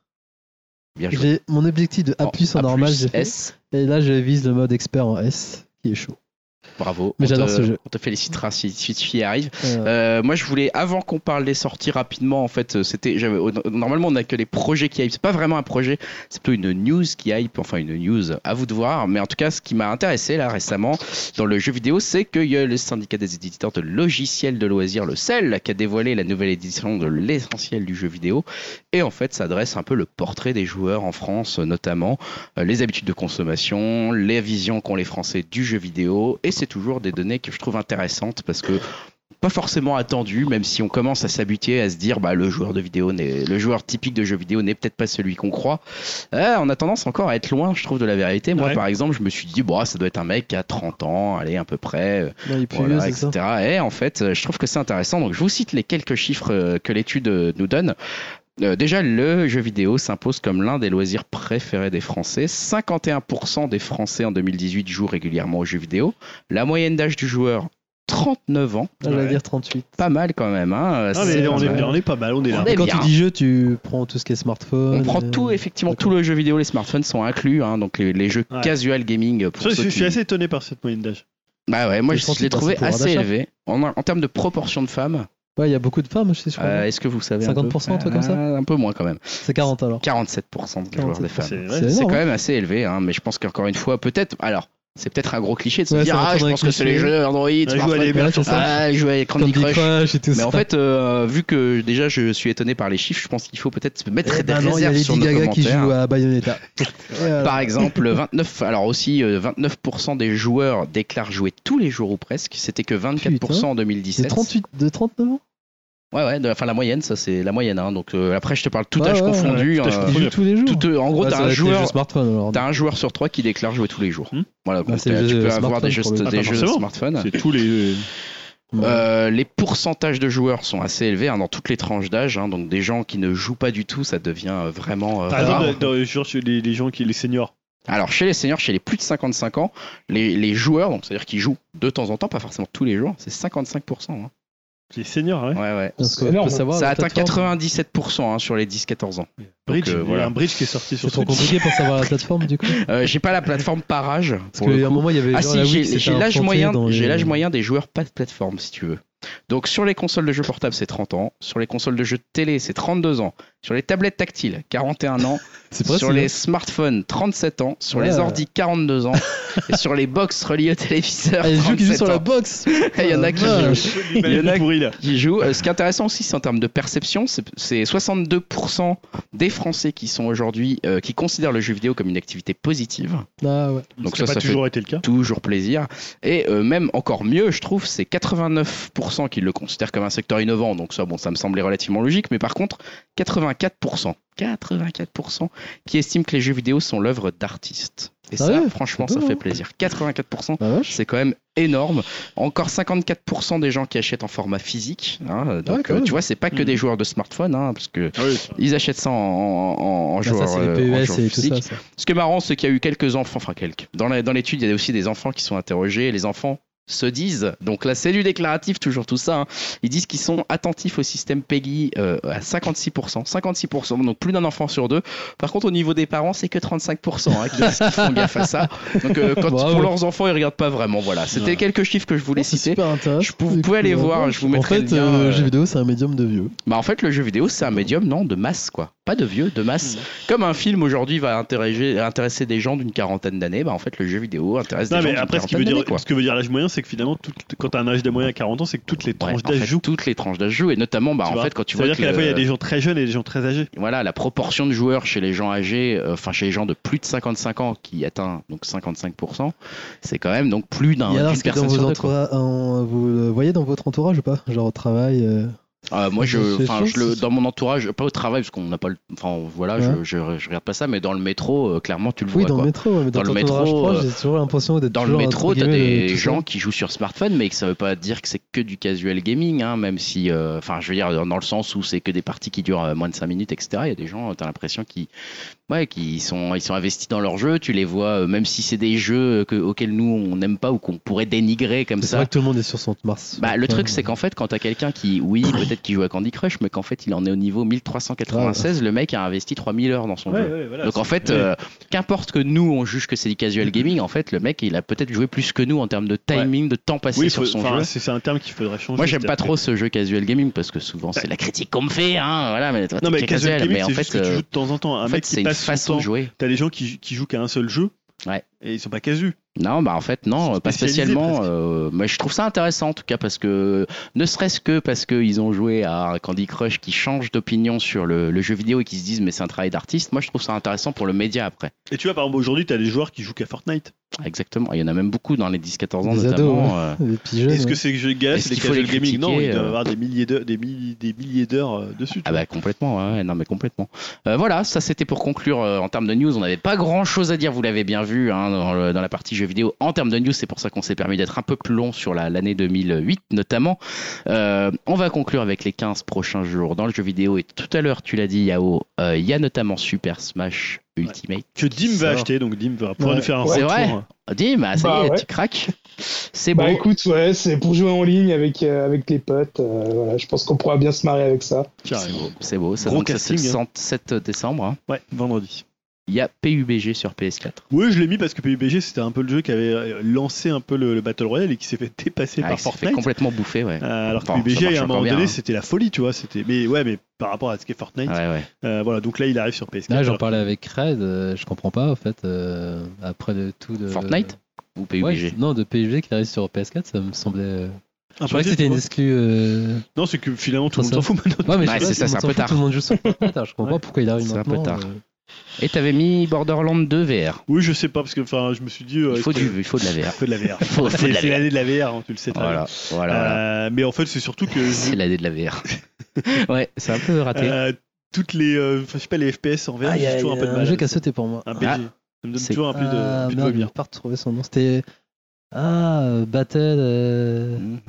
Speaker 1: Bien joué.
Speaker 6: J'ai mon objectif de A plus en
Speaker 1: A
Speaker 6: normal,
Speaker 1: plus
Speaker 6: j'ai fait.
Speaker 1: S.
Speaker 6: Et là, je vise le mode expert en S, qui est chaud.
Speaker 1: Bravo.
Speaker 6: Mais
Speaker 1: On
Speaker 6: j'adore
Speaker 1: te-
Speaker 6: ce jeu.
Speaker 1: On te félicitera si, si tu y arrives.
Speaker 6: Euh,
Speaker 1: Euh, moi, je voulais, avant qu'on parle des sorties rapidement, en fait, euh, c'était, j'avais, normalement, on n'a que les projets qui hype. C'est pas vraiment un projet, c'est plutôt une news qui hype, enfin une news, à vous de voir. Mais en tout cas, ce qui m'a intéressé là récemment dans le jeu vidéo, c'est qu'il y a le syndicat des éditeurs de logiciels de loisirs, le C E L, qui a dévoilé la nouvelle édition de l'essentiel du jeu vidéo. Et en fait, ça dresse un peu le portrait des joueurs en France, notamment euh, les habitudes de consommation, les visions qu'ont les Français du jeu vidéo. Et c'est toujours des données que je trouve intéressantes parce que pas forcément attendu, même si on commence à s'habituer à se dire bah le joueur de vidéo n'est, le joueur typique de jeu vidéo n'est peut-être pas celui qu'on croit. Euh, on a tendance encore à être loin, je trouve, de la vérité. Moi,
Speaker 2: Ouais.
Speaker 1: par exemple, je me suis dit bon, ça doit être un mec qui a trente ans, allez à peu près, euh,
Speaker 6: non, il est plus
Speaker 1: voilà,
Speaker 6: vieux, c'est
Speaker 1: et
Speaker 6: ça.
Speaker 1: cetera. Et en fait, euh, je trouve que c'est intéressant. Donc, je vous cite les quelques chiffres euh, que l'étude euh, nous donne. Euh, déjà, le jeu vidéo s'impose comme l'un des loisirs préférés des Français. cinquante et un pour cent des Français en deux mille dix-huit jouent régulièrement aux jeux vidéo. La moyenne d'âge du joueur, trente-neuf ans.
Speaker 6: Ah, j'allais
Speaker 2: Ouais.
Speaker 6: dire trente-huit.
Speaker 1: Pas mal quand même. Hein.
Speaker 2: Ah,
Speaker 1: C'est
Speaker 2: mais on
Speaker 1: pas
Speaker 2: est,
Speaker 1: mal.
Speaker 2: on est pas mal, on est là.
Speaker 1: On est
Speaker 6: Et quand
Speaker 1: bien.
Speaker 6: tu dis jeu, tu prends tout ce qui est smartphone.
Speaker 1: On prend
Speaker 6: euh,
Speaker 1: tout, effectivement,
Speaker 6: d'accord.
Speaker 1: tout le jeu vidéo, les smartphones sont inclus, hein, donc les, les jeux
Speaker 2: Ouais.
Speaker 1: casual gaming. Pour
Speaker 2: Ça,
Speaker 1: ceux
Speaker 2: je, je
Speaker 1: qui-
Speaker 2: suis assez étonné par cette moyenne d'âge.
Speaker 1: Bah ouais, moi
Speaker 6: Mais
Speaker 1: je,
Speaker 6: je pense
Speaker 1: je l'ai
Speaker 6: que c'est
Speaker 1: trouvé
Speaker 6: par son
Speaker 1: assez
Speaker 6: pouvoir
Speaker 1: élevé. En, en termes de proportion de femmes,
Speaker 6: Ouais, il y a beaucoup de femmes, je sais, je crois.
Speaker 1: euh, est-ce que vous savez
Speaker 6: cinquante pour cent,
Speaker 1: un,
Speaker 6: un
Speaker 1: peu
Speaker 6: truc comme ça
Speaker 1: Euh, Un peu moins quand même.
Speaker 6: C'est quarante alors.
Speaker 1: quarante-sept pour cent des joueurs des femmes.
Speaker 2: C'est
Speaker 6: C'est
Speaker 2: vrai.
Speaker 1: C'est
Speaker 6: énorme,
Speaker 1: quand
Speaker 6: hein.
Speaker 1: même assez élevé, hein, mais je pense qu'encore une fois, peut-être. Alors, c'est peut-être un gros cliché de se
Speaker 6: Ouais,
Speaker 1: dire
Speaker 6: ça rentre
Speaker 1: ah, je
Speaker 6: dans les
Speaker 1: pense que c'est les
Speaker 6: clichés.
Speaker 1: jeux Android,
Speaker 2: Ouais,
Speaker 1: smartphone,
Speaker 2: jouer à des
Speaker 6: Ouais, c'est ça.
Speaker 1: ah, jouer à Candy
Speaker 6: Candy
Speaker 1: Crush.
Speaker 6: Crush et tout
Speaker 1: Mais
Speaker 6: ça.
Speaker 1: en fait, euh, vu que déjà je suis étonné par les chiffres, je pense qu'il faut peut-être mettre
Speaker 6: Eh
Speaker 1: des
Speaker 6: ben non, il y a
Speaker 1: réserves
Speaker 6: Lady
Speaker 1: sur nos
Speaker 6: Gaga qui
Speaker 1: commentaires.
Speaker 6: joue à Bayonetta. Et alors,
Speaker 1: Par exemple, vingt-neuf, alors aussi euh, vingt-neuf pour cent des joueurs déclarent jouer tous les jours ou presque. C'était que vingt-quatre pour cent en deux mille
Speaker 6: c'est
Speaker 1: dix-sept.
Speaker 6: trente-huit de trente-neuf ans.
Speaker 1: Ouais, ouais, de- enfin la moyenne, ça c'est la moyenne. Hein, donc euh, après, je te parle tout
Speaker 6: Ouais,
Speaker 1: âge
Speaker 6: ouais,
Speaker 1: confondu.
Speaker 2: ouais, tout âge
Speaker 1: hein,
Speaker 6: Il joue tous les jours.
Speaker 1: tout, euh, en gros,
Speaker 6: Ouais,
Speaker 1: t'as
Speaker 6: ça
Speaker 1: un
Speaker 6: va être les
Speaker 1: joueur.
Speaker 6: jeux smartphone alors.
Speaker 1: T'as un joueur sur trois qui déclare jouer tous les jours.
Speaker 2: Hmm.
Speaker 1: Voilà, donc
Speaker 6: c'est
Speaker 1: t'as-
Speaker 6: le
Speaker 1: tu
Speaker 6: jeu
Speaker 1: peux avoir
Speaker 6: smartphone
Speaker 1: des jeux,
Speaker 6: pour le-
Speaker 2: Ah,
Speaker 1: des
Speaker 2: pas
Speaker 1: jeux
Speaker 2: forcément.
Speaker 1: smartphone.
Speaker 2: C'est tous les.
Speaker 6: Ouais.
Speaker 1: Euh, les pourcentages de joueurs sont assez élevés hein, dans toutes les tranches d'âge. Hein, donc des gens qui ne jouent pas du tout, ça devient euh, vraiment euh,
Speaker 2: Par
Speaker 1: rare.
Speaker 2: exemple, dans- genre chez les, les gens qui, les seniors.
Speaker 1: Alors chez les seniors, chez les plus de cinquante-cinq ans, les, les joueurs, donc c'est-à-dire qu'ils jouent de temps en temps, pas forcément tous les jours, c'est cinquante-cinq pour cent. Hein.
Speaker 2: Les seniors, ouais.
Speaker 1: Ouais, ouais.
Speaker 6: Parce
Speaker 3: C'est
Speaker 6: que
Speaker 3: énorme.
Speaker 6: faut savoir,
Speaker 1: Ça
Speaker 6: la
Speaker 1: atteint
Speaker 6: plateforme,
Speaker 1: quatre-vingt-dix-sept pour cent hein, sur les dix quatorze ans.
Speaker 2: Bridge,
Speaker 1: euh,
Speaker 2: il y a
Speaker 1: voilà.
Speaker 2: un bridge qui est sorti sur
Speaker 6: C'est trop
Speaker 2: Switch.
Speaker 6: compliqué pour savoir la plateforme du coup.
Speaker 1: Euh, j'ai pas la plateforme par âge.
Speaker 6: Parce
Speaker 1: pour le
Speaker 6: qu'à un
Speaker 1: coup.
Speaker 6: moment il y avait
Speaker 1: Ah
Speaker 6: genre
Speaker 1: si,
Speaker 6: la
Speaker 1: j'ai
Speaker 6: Wii, c'était
Speaker 1: j'ai l'âge
Speaker 6: implanté
Speaker 1: moyen,
Speaker 6: dans
Speaker 1: j'ai
Speaker 6: les-
Speaker 1: l'âge moyen des joueurs pas de plateforme si tu veux. Donc sur les consoles de jeux portables c'est trente ans, sur les consoles de jeux de télé c'est trente-deux ans, sur les tablettes tactiles quarante et un ans,
Speaker 6: C'est pas
Speaker 1: sur
Speaker 6: si,
Speaker 1: les
Speaker 6: hein.
Speaker 1: smartphones trente-sept ans, sur les
Speaker 6: Ouais.
Speaker 1: ordis quarante-deux ans et sur les box reliées au téléviseur
Speaker 6: Ah, les jeux qui jouent
Speaker 1: trente-sept
Speaker 6: sur la
Speaker 1: ans.
Speaker 6: box.
Speaker 1: Il y en a qui
Speaker 6: Ah,
Speaker 1: jouent.
Speaker 6: vache.
Speaker 1: Il y en a
Speaker 2: pourri là.
Speaker 1: qui jouent. Euh, Ce qui est intéressant aussi, c'est en termes de perception, c'est- c'est soixante-deux pour cent des Français qui sont aujourd'hui, euh, qui considèrent le jeu vidéo comme une activité positive.
Speaker 6: Ah ouais.
Speaker 1: Donc
Speaker 2: ça
Speaker 1: ça,
Speaker 2: n'a pas
Speaker 1: ça fait
Speaker 2: toujours été le cas.
Speaker 1: toujours plaisir. Et euh, même encore mieux, je trouve, c'est quatre-vingt-neuf pour cent qui ils le considèrent comme un secteur innovant, donc ça, bon, ça me semblait relativement logique. Mais par contre, quatre-vingt-quatre pour cent, quatre-vingt-quatre pour cent qui estiment que les jeux vidéo sont l'œuvre d'artistes. Et
Speaker 6: Ah
Speaker 1: ça,
Speaker 6: ouais,
Speaker 1: franchement,
Speaker 6: c'est
Speaker 1: ça
Speaker 6: peu,
Speaker 1: fait
Speaker 6: hein.
Speaker 1: plaisir. quatre-vingt-quatre pour cent,
Speaker 6: Bah vache.
Speaker 1: c'est quand même énorme. Encore cinquante-quatre pour cent des gens qui achètent en format physique. Hein, donc,
Speaker 6: Ouais, quand
Speaker 1: euh,
Speaker 6: même.
Speaker 1: tu vois, c'est pas que
Speaker 2: Mhm.
Speaker 1: des joueurs de smartphone, hein, parce que
Speaker 2: Ah oui, ça.
Speaker 1: ils achètent ça en, en, en, en
Speaker 6: Bah,
Speaker 1: joueur,
Speaker 6: ça, c'est
Speaker 1: euh,
Speaker 6: les
Speaker 1: en
Speaker 6: P E S
Speaker 1: joueur
Speaker 6: et tout
Speaker 1: physique.
Speaker 6: ça. ça.
Speaker 1: Ce qui est marrant, c'est qu'il y a eu quelques enfants, enfin quelques. Dans la- dans l'étude, il y a aussi des enfants qui sont interrogés. Les enfants se disent, donc là c'est du déclaratif, toujours tout ça, hein. Ils disent qu'ils sont attentifs au système PEGI euh, à cinquante-six pour cent, cinquante-six pour cent, donc plus d'un enfant sur deux. Par contre, au niveau des parents, c'est que trente-cinq pour cent hein, qui, qui font gaffe à ça. Donc euh, quand,
Speaker 6: Bravo.
Speaker 1: pour leurs enfants, ils regardent pas vraiment. Voilà, c'était
Speaker 2: Ouais.
Speaker 1: quelques chiffres que je voulais
Speaker 6: C'est
Speaker 1: citer.
Speaker 6: super intéressant.
Speaker 1: Je- vous pouvez aller voir, je vous
Speaker 6: En
Speaker 1: mettrai
Speaker 6: fait,
Speaker 1: le lien,
Speaker 6: euh, le
Speaker 1: euh,
Speaker 6: jeu vidéo, c'est un médium de vieux.
Speaker 1: Bah en fait, le jeu vidéo, c'est un médium, non, de masse, quoi. Pas de vieux, de masse. Comme un film aujourd'hui va intéresser, intéresser des gens d'une quarantaine d'années, bah en fait, le jeu vidéo intéresse
Speaker 2: Non,
Speaker 1: des gens
Speaker 2: mais
Speaker 1: d'une
Speaker 2: après, ce, qui veut
Speaker 1: quarantaine
Speaker 2: dire,
Speaker 1: d'années, quoi.
Speaker 2: ce que veut dire l'âge moyen, c'est que finalement, tout- quand t'as un âge de moyen à quarante ans, c'est que toutes les
Speaker 1: Ouais,
Speaker 2: tranches
Speaker 1: en
Speaker 2: d'âge
Speaker 1: fait,
Speaker 2: jouent.
Speaker 1: toutes les tranches d'âge jouent, et notamment, bah,
Speaker 2: Tu
Speaker 1: en
Speaker 2: vois.
Speaker 1: fait, quand tu
Speaker 2: Ça veut
Speaker 1: vois
Speaker 2: dire
Speaker 1: que
Speaker 2: qu'à la fois, il y a
Speaker 1: le-
Speaker 2: des gens très jeunes et des gens très âgés.
Speaker 1: voilà, la proportion de joueurs chez les gens âgés, euh, enfin chez les gens de plus de cinquante-cinq ans qui atteint donc cinquante-cinq pour cent, c'est quand même donc plus d'un
Speaker 6: Et alors,
Speaker 1: d'une
Speaker 6: est-ce que dans
Speaker 1: personne
Speaker 6: vos
Speaker 1: sur deux, quoi.
Speaker 6: entoura- en- vous le voyez dans votre entourage ou pas? Genre au travail euh,
Speaker 1: Euh, moi, je,
Speaker 6: C'est
Speaker 1: enfin,
Speaker 6: chaud,
Speaker 1: je le,
Speaker 6: c'est-
Speaker 1: dans mon entourage, pas au travail parce qu'on n'a pas le, enfin, voilà,
Speaker 6: Ouais.
Speaker 1: je, je, je regarde pas ça, mais dans le métro, euh, clairement, tu le
Speaker 6: Oui,
Speaker 1: vois,
Speaker 6: dans
Speaker 1: quoi.
Speaker 6: le métro, ouais, mais dans,
Speaker 1: Dans le
Speaker 6: ton entourage
Speaker 1: métro,
Speaker 6: proche,
Speaker 1: euh,
Speaker 6: j'ai toujours l'impression d'être
Speaker 1: Dans le
Speaker 6: toujours,
Speaker 1: métro,
Speaker 6: entre
Speaker 1: t'as
Speaker 6: guillemets,
Speaker 1: des
Speaker 6: tout
Speaker 1: gens
Speaker 6: seul.
Speaker 1: qui jouent sur smartphone, mais que ça veut pas dire que c'est que du casual gaming, hein, même si, euh, enfin, je veux dire, dans le sens où c'est que des parties qui durent euh, moins de cinq minutes, et cetera. Il y a des gens, t'as l'impression qu'ils, ouais, qui sont, ils sont investis dans leur jeu. Tu les vois, euh, même si c'est des jeux que, auxquels nous on n'aime pas ou qu'on pourrait dénigrer comme
Speaker 6: C'est
Speaker 1: ça.
Speaker 6: vrai que tout le monde est sur son Mars.
Speaker 1: Bah, le truc, c'est qu'en fait, quand t'as quelqu'un qui, oui, peut-être qui joue à Candy Crush, mais qu'en fait, il en est au niveau mille trois cent quatre-vingt-seize, le mec a investi trois mille heures dans son
Speaker 2: Ouais,
Speaker 1: jeu.
Speaker 2: ouais, voilà,
Speaker 1: Donc en
Speaker 2: c'est-
Speaker 1: fait,
Speaker 2: ouais.
Speaker 1: euh, qu'importe que nous on juge que c'est du casual gaming, en fait, le mec il a peut-être joué plus que nous en termes de timing, de temps passé
Speaker 2: oui,
Speaker 1: sur
Speaker 2: faut-
Speaker 1: son
Speaker 2: enfin,
Speaker 1: jeu.
Speaker 2: c'est c'est un terme qu'il faudrait changer.
Speaker 1: Moi j'aime pas
Speaker 2: c'est-à-dire
Speaker 1: trop ce jeu casual gaming parce que souvent c'est la critique qu'on me fait, hein, voilà, mais toi,
Speaker 2: que- Non, mais
Speaker 1: t'es
Speaker 2: casual gaming,
Speaker 1: mais en
Speaker 2: c'est
Speaker 1: fait,
Speaker 2: juste que tu
Speaker 1: euh,
Speaker 2: joues de temps en temps. Un
Speaker 1: en
Speaker 2: mec
Speaker 1: fait
Speaker 2: qui
Speaker 1: c'est une
Speaker 2: passe son
Speaker 1: façon de
Speaker 2: temps.
Speaker 1: jouer.
Speaker 2: T'as des gens qui, qui jouent qu'à un seul jeu.
Speaker 1: Ouais.
Speaker 2: Et ils sont pas casus.
Speaker 1: Non, bah en fait
Speaker 2: Ils
Speaker 1: non,
Speaker 2: sont
Speaker 1: pas
Speaker 2: spécialisés,
Speaker 1: spécialement.
Speaker 2: presque.
Speaker 1: euh, mais je trouve ça intéressant en tout cas parce que ne serait-ce que parce qu'ils ont joué à un Candy Crush qui change d'opinion sur le, le jeu vidéo et qui se disent mais c'est un travail d'artiste. Moi je trouve ça intéressant pour le média après.
Speaker 2: Et tu vois, par exemple, aujourd'hui, t'as des joueurs qui jouent qu'à Fortnite.
Speaker 1: Exactement. Il y en a même beaucoup dans les dix quatorze ans
Speaker 6: Des ados,
Speaker 1: notamment.
Speaker 6: ouais.
Speaker 1: euh,
Speaker 6: Des petits jeunes,
Speaker 2: Est-ce que
Speaker 6: ouais.
Speaker 2: c'est que les gars,
Speaker 1: Est-ce
Speaker 2: c'est des
Speaker 1: qu'il faut les
Speaker 2: casual gaming? Non,
Speaker 1: critiquer,
Speaker 2: il doit y
Speaker 1: euh,
Speaker 2: avoir des milliers d'heures, des milliers, des milliers d'heures euh, dessus. tu
Speaker 1: Ah
Speaker 2: vois.
Speaker 1: bah complètement, ouais, ouais, non mais complètement. Euh, voilà, ça c'était pour conclure euh, en termes de news. On n'avait pas grand chose à dire, vous l'avez bien vu hein, dans, le- dans la partie jeux vidéo. En termes de news, c'est pour ça qu'on s'est permis d'être un peu plus long sur la- l'année deux mille huit notamment. Euh, on va conclure avec les quinze prochains jours dans le jeu vidéo. Et tout à l'heure, tu l'as dit Yao, euh, il y a notamment Super Smash Ultimate.
Speaker 2: Que Dim va
Speaker 6: Ça.
Speaker 2: acheter, donc Dim va pouvoir
Speaker 3: Ouais.
Speaker 2: nous faire un
Speaker 1: C'est
Speaker 2: retour.
Speaker 1: vrai. Dim, ah, ça
Speaker 3: Bah
Speaker 1: y est,
Speaker 3: ouais.
Speaker 1: tu craques. C'est
Speaker 3: Bah
Speaker 1: bon.
Speaker 3: écoute, ouais, c'est pour jouer en ligne avec, euh, avec les potes. euh, voilà, je pense qu'on pourra bien se marrer avec ça.
Speaker 1: C'est
Speaker 2: Carrément.
Speaker 1: beau, c'est beau. Ça,
Speaker 2: Gros
Speaker 1: donc, ça, c'est le
Speaker 2: casting, hein.
Speaker 1: sept décembre. hein.
Speaker 2: Ouais, vendredi.
Speaker 1: Il y a P U B G sur P S quatre.
Speaker 2: Oui, je l'ai mis parce que P U B G c'était un peu le jeu qui avait euh, lancé un peu le, le Battle Royale et qui s'est fait dépasser
Speaker 1: Ah,
Speaker 2: par
Speaker 1: il s'est fait
Speaker 2: Fortnit.
Speaker 1: complètement bouffer, ouais.
Speaker 2: Euh, alors que
Speaker 1: Enfin,
Speaker 2: P U B
Speaker 1: ça
Speaker 2: G
Speaker 1: marche
Speaker 2: à un
Speaker 1: encore
Speaker 2: moment
Speaker 1: bien,
Speaker 2: donné
Speaker 1: hein.
Speaker 2: c'était la folie, tu vois. C'était, mais ouais, mais par rapport à ce qu'est Fortnite.
Speaker 1: Ouais, ouais.
Speaker 2: Euh, voilà, donc là il arrive sur P S quatre.
Speaker 6: Là, j'en
Speaker 2: alors
Speaker 6: parlais avec Red, euh, je comprends pas, en fait, euh, après le tout de.
Speaker 1: Fortnite ou P U B G
Speaker 6: Ouais, non, de P U B G qui arrive sur P S quatre, ça me semblait. euh,
Speaker 2: Un
Speaker 6: Je croyais
Speaker 2: peu
Speaker 6: que c'était une
Speaker 2: tu vois.
Speaker 6: exclue. euh,
Speaker 2: Non, c'est que finalement tout le
Speaker 6: Ça,
Speaker 2: monde s'en fout maintenant.
Speaker 6: Ouais, mais
Speaker 1: Ouais,
Speaker 6: je sais
Speaker 1: c'est
Speaker 6: pas,
Speaker 1: ça,
Speaker 6: tout le
Speaker 1: c'est un peu
Speaker 6: monde s'en fout,
Speaker 1: tard.
Speaker 6: Tout le monde joue sur Fortnite. Alors, je comprends
Speaker 2: Ouais.
Speaker 6: pas pourquoi il arrive
Speaker 1: C'est un peu
Speaker 6: maintenant.
Speaker 1: tard.
Speaker 6: euh.
Speaker 1: Et t'avais mis Borderlands deux V R.
Speaker 2: Oui, je sais pas parce que enfin, je me suis dit. euh,
Speaker 1: Il faut,
Speaker 2: est-ce
Speaker 1: du,
Speaker 2: que-
Speaker 1: il faut de la V R.
Speaker 2: il faut de la V R.
Speaker 1: Faut- faut de
Speaker 2: c'est
Speaker 1: la
Speaker 2: c'est
Speaker 1: V R.
Speaker 2: l'année de la V R, hein, tu le sais très
Speaker 1: Voilà,
Speaker 2: bien.
Speaker 1: voilà, voilà.
Speaker 2: Euh, mais en fait, c'est surtout que
Speaker 1: C'est
Speaker 2: je-
Speaker 1: l'année de la V R. ouais, c'est un peu raté.
Speaker 2: euh, toutes les, euh, enfin, je sais pas, les F P S en V R,
Speaker 6: Ah, il y
Speaker 2: j'ai
Speaker 6: a,
Speaker 2: toujours un
Speaker 6: il y
Speaker 2: peu
Speaker 6: a
Speaker 2: de
Speaker 6: un
Speaker 2: mal.
Speaker 6: jeu qui a sauté pour moi.
Speaker 2: Un B G.
Speaker 1: Ah.
Speaker 2: Ça me donne
Speaker 1: C'est-
Speaker 2: toujours un peu de,
Speaker 6: Ah,
Speaker 2: plus de
Speaker 6: merde, je
Speaker 2: bien.
Speaker 6: vais pas retrouver son nom. C'était. Ah, euh, Battle. euh,
Speaker 1: Mhm.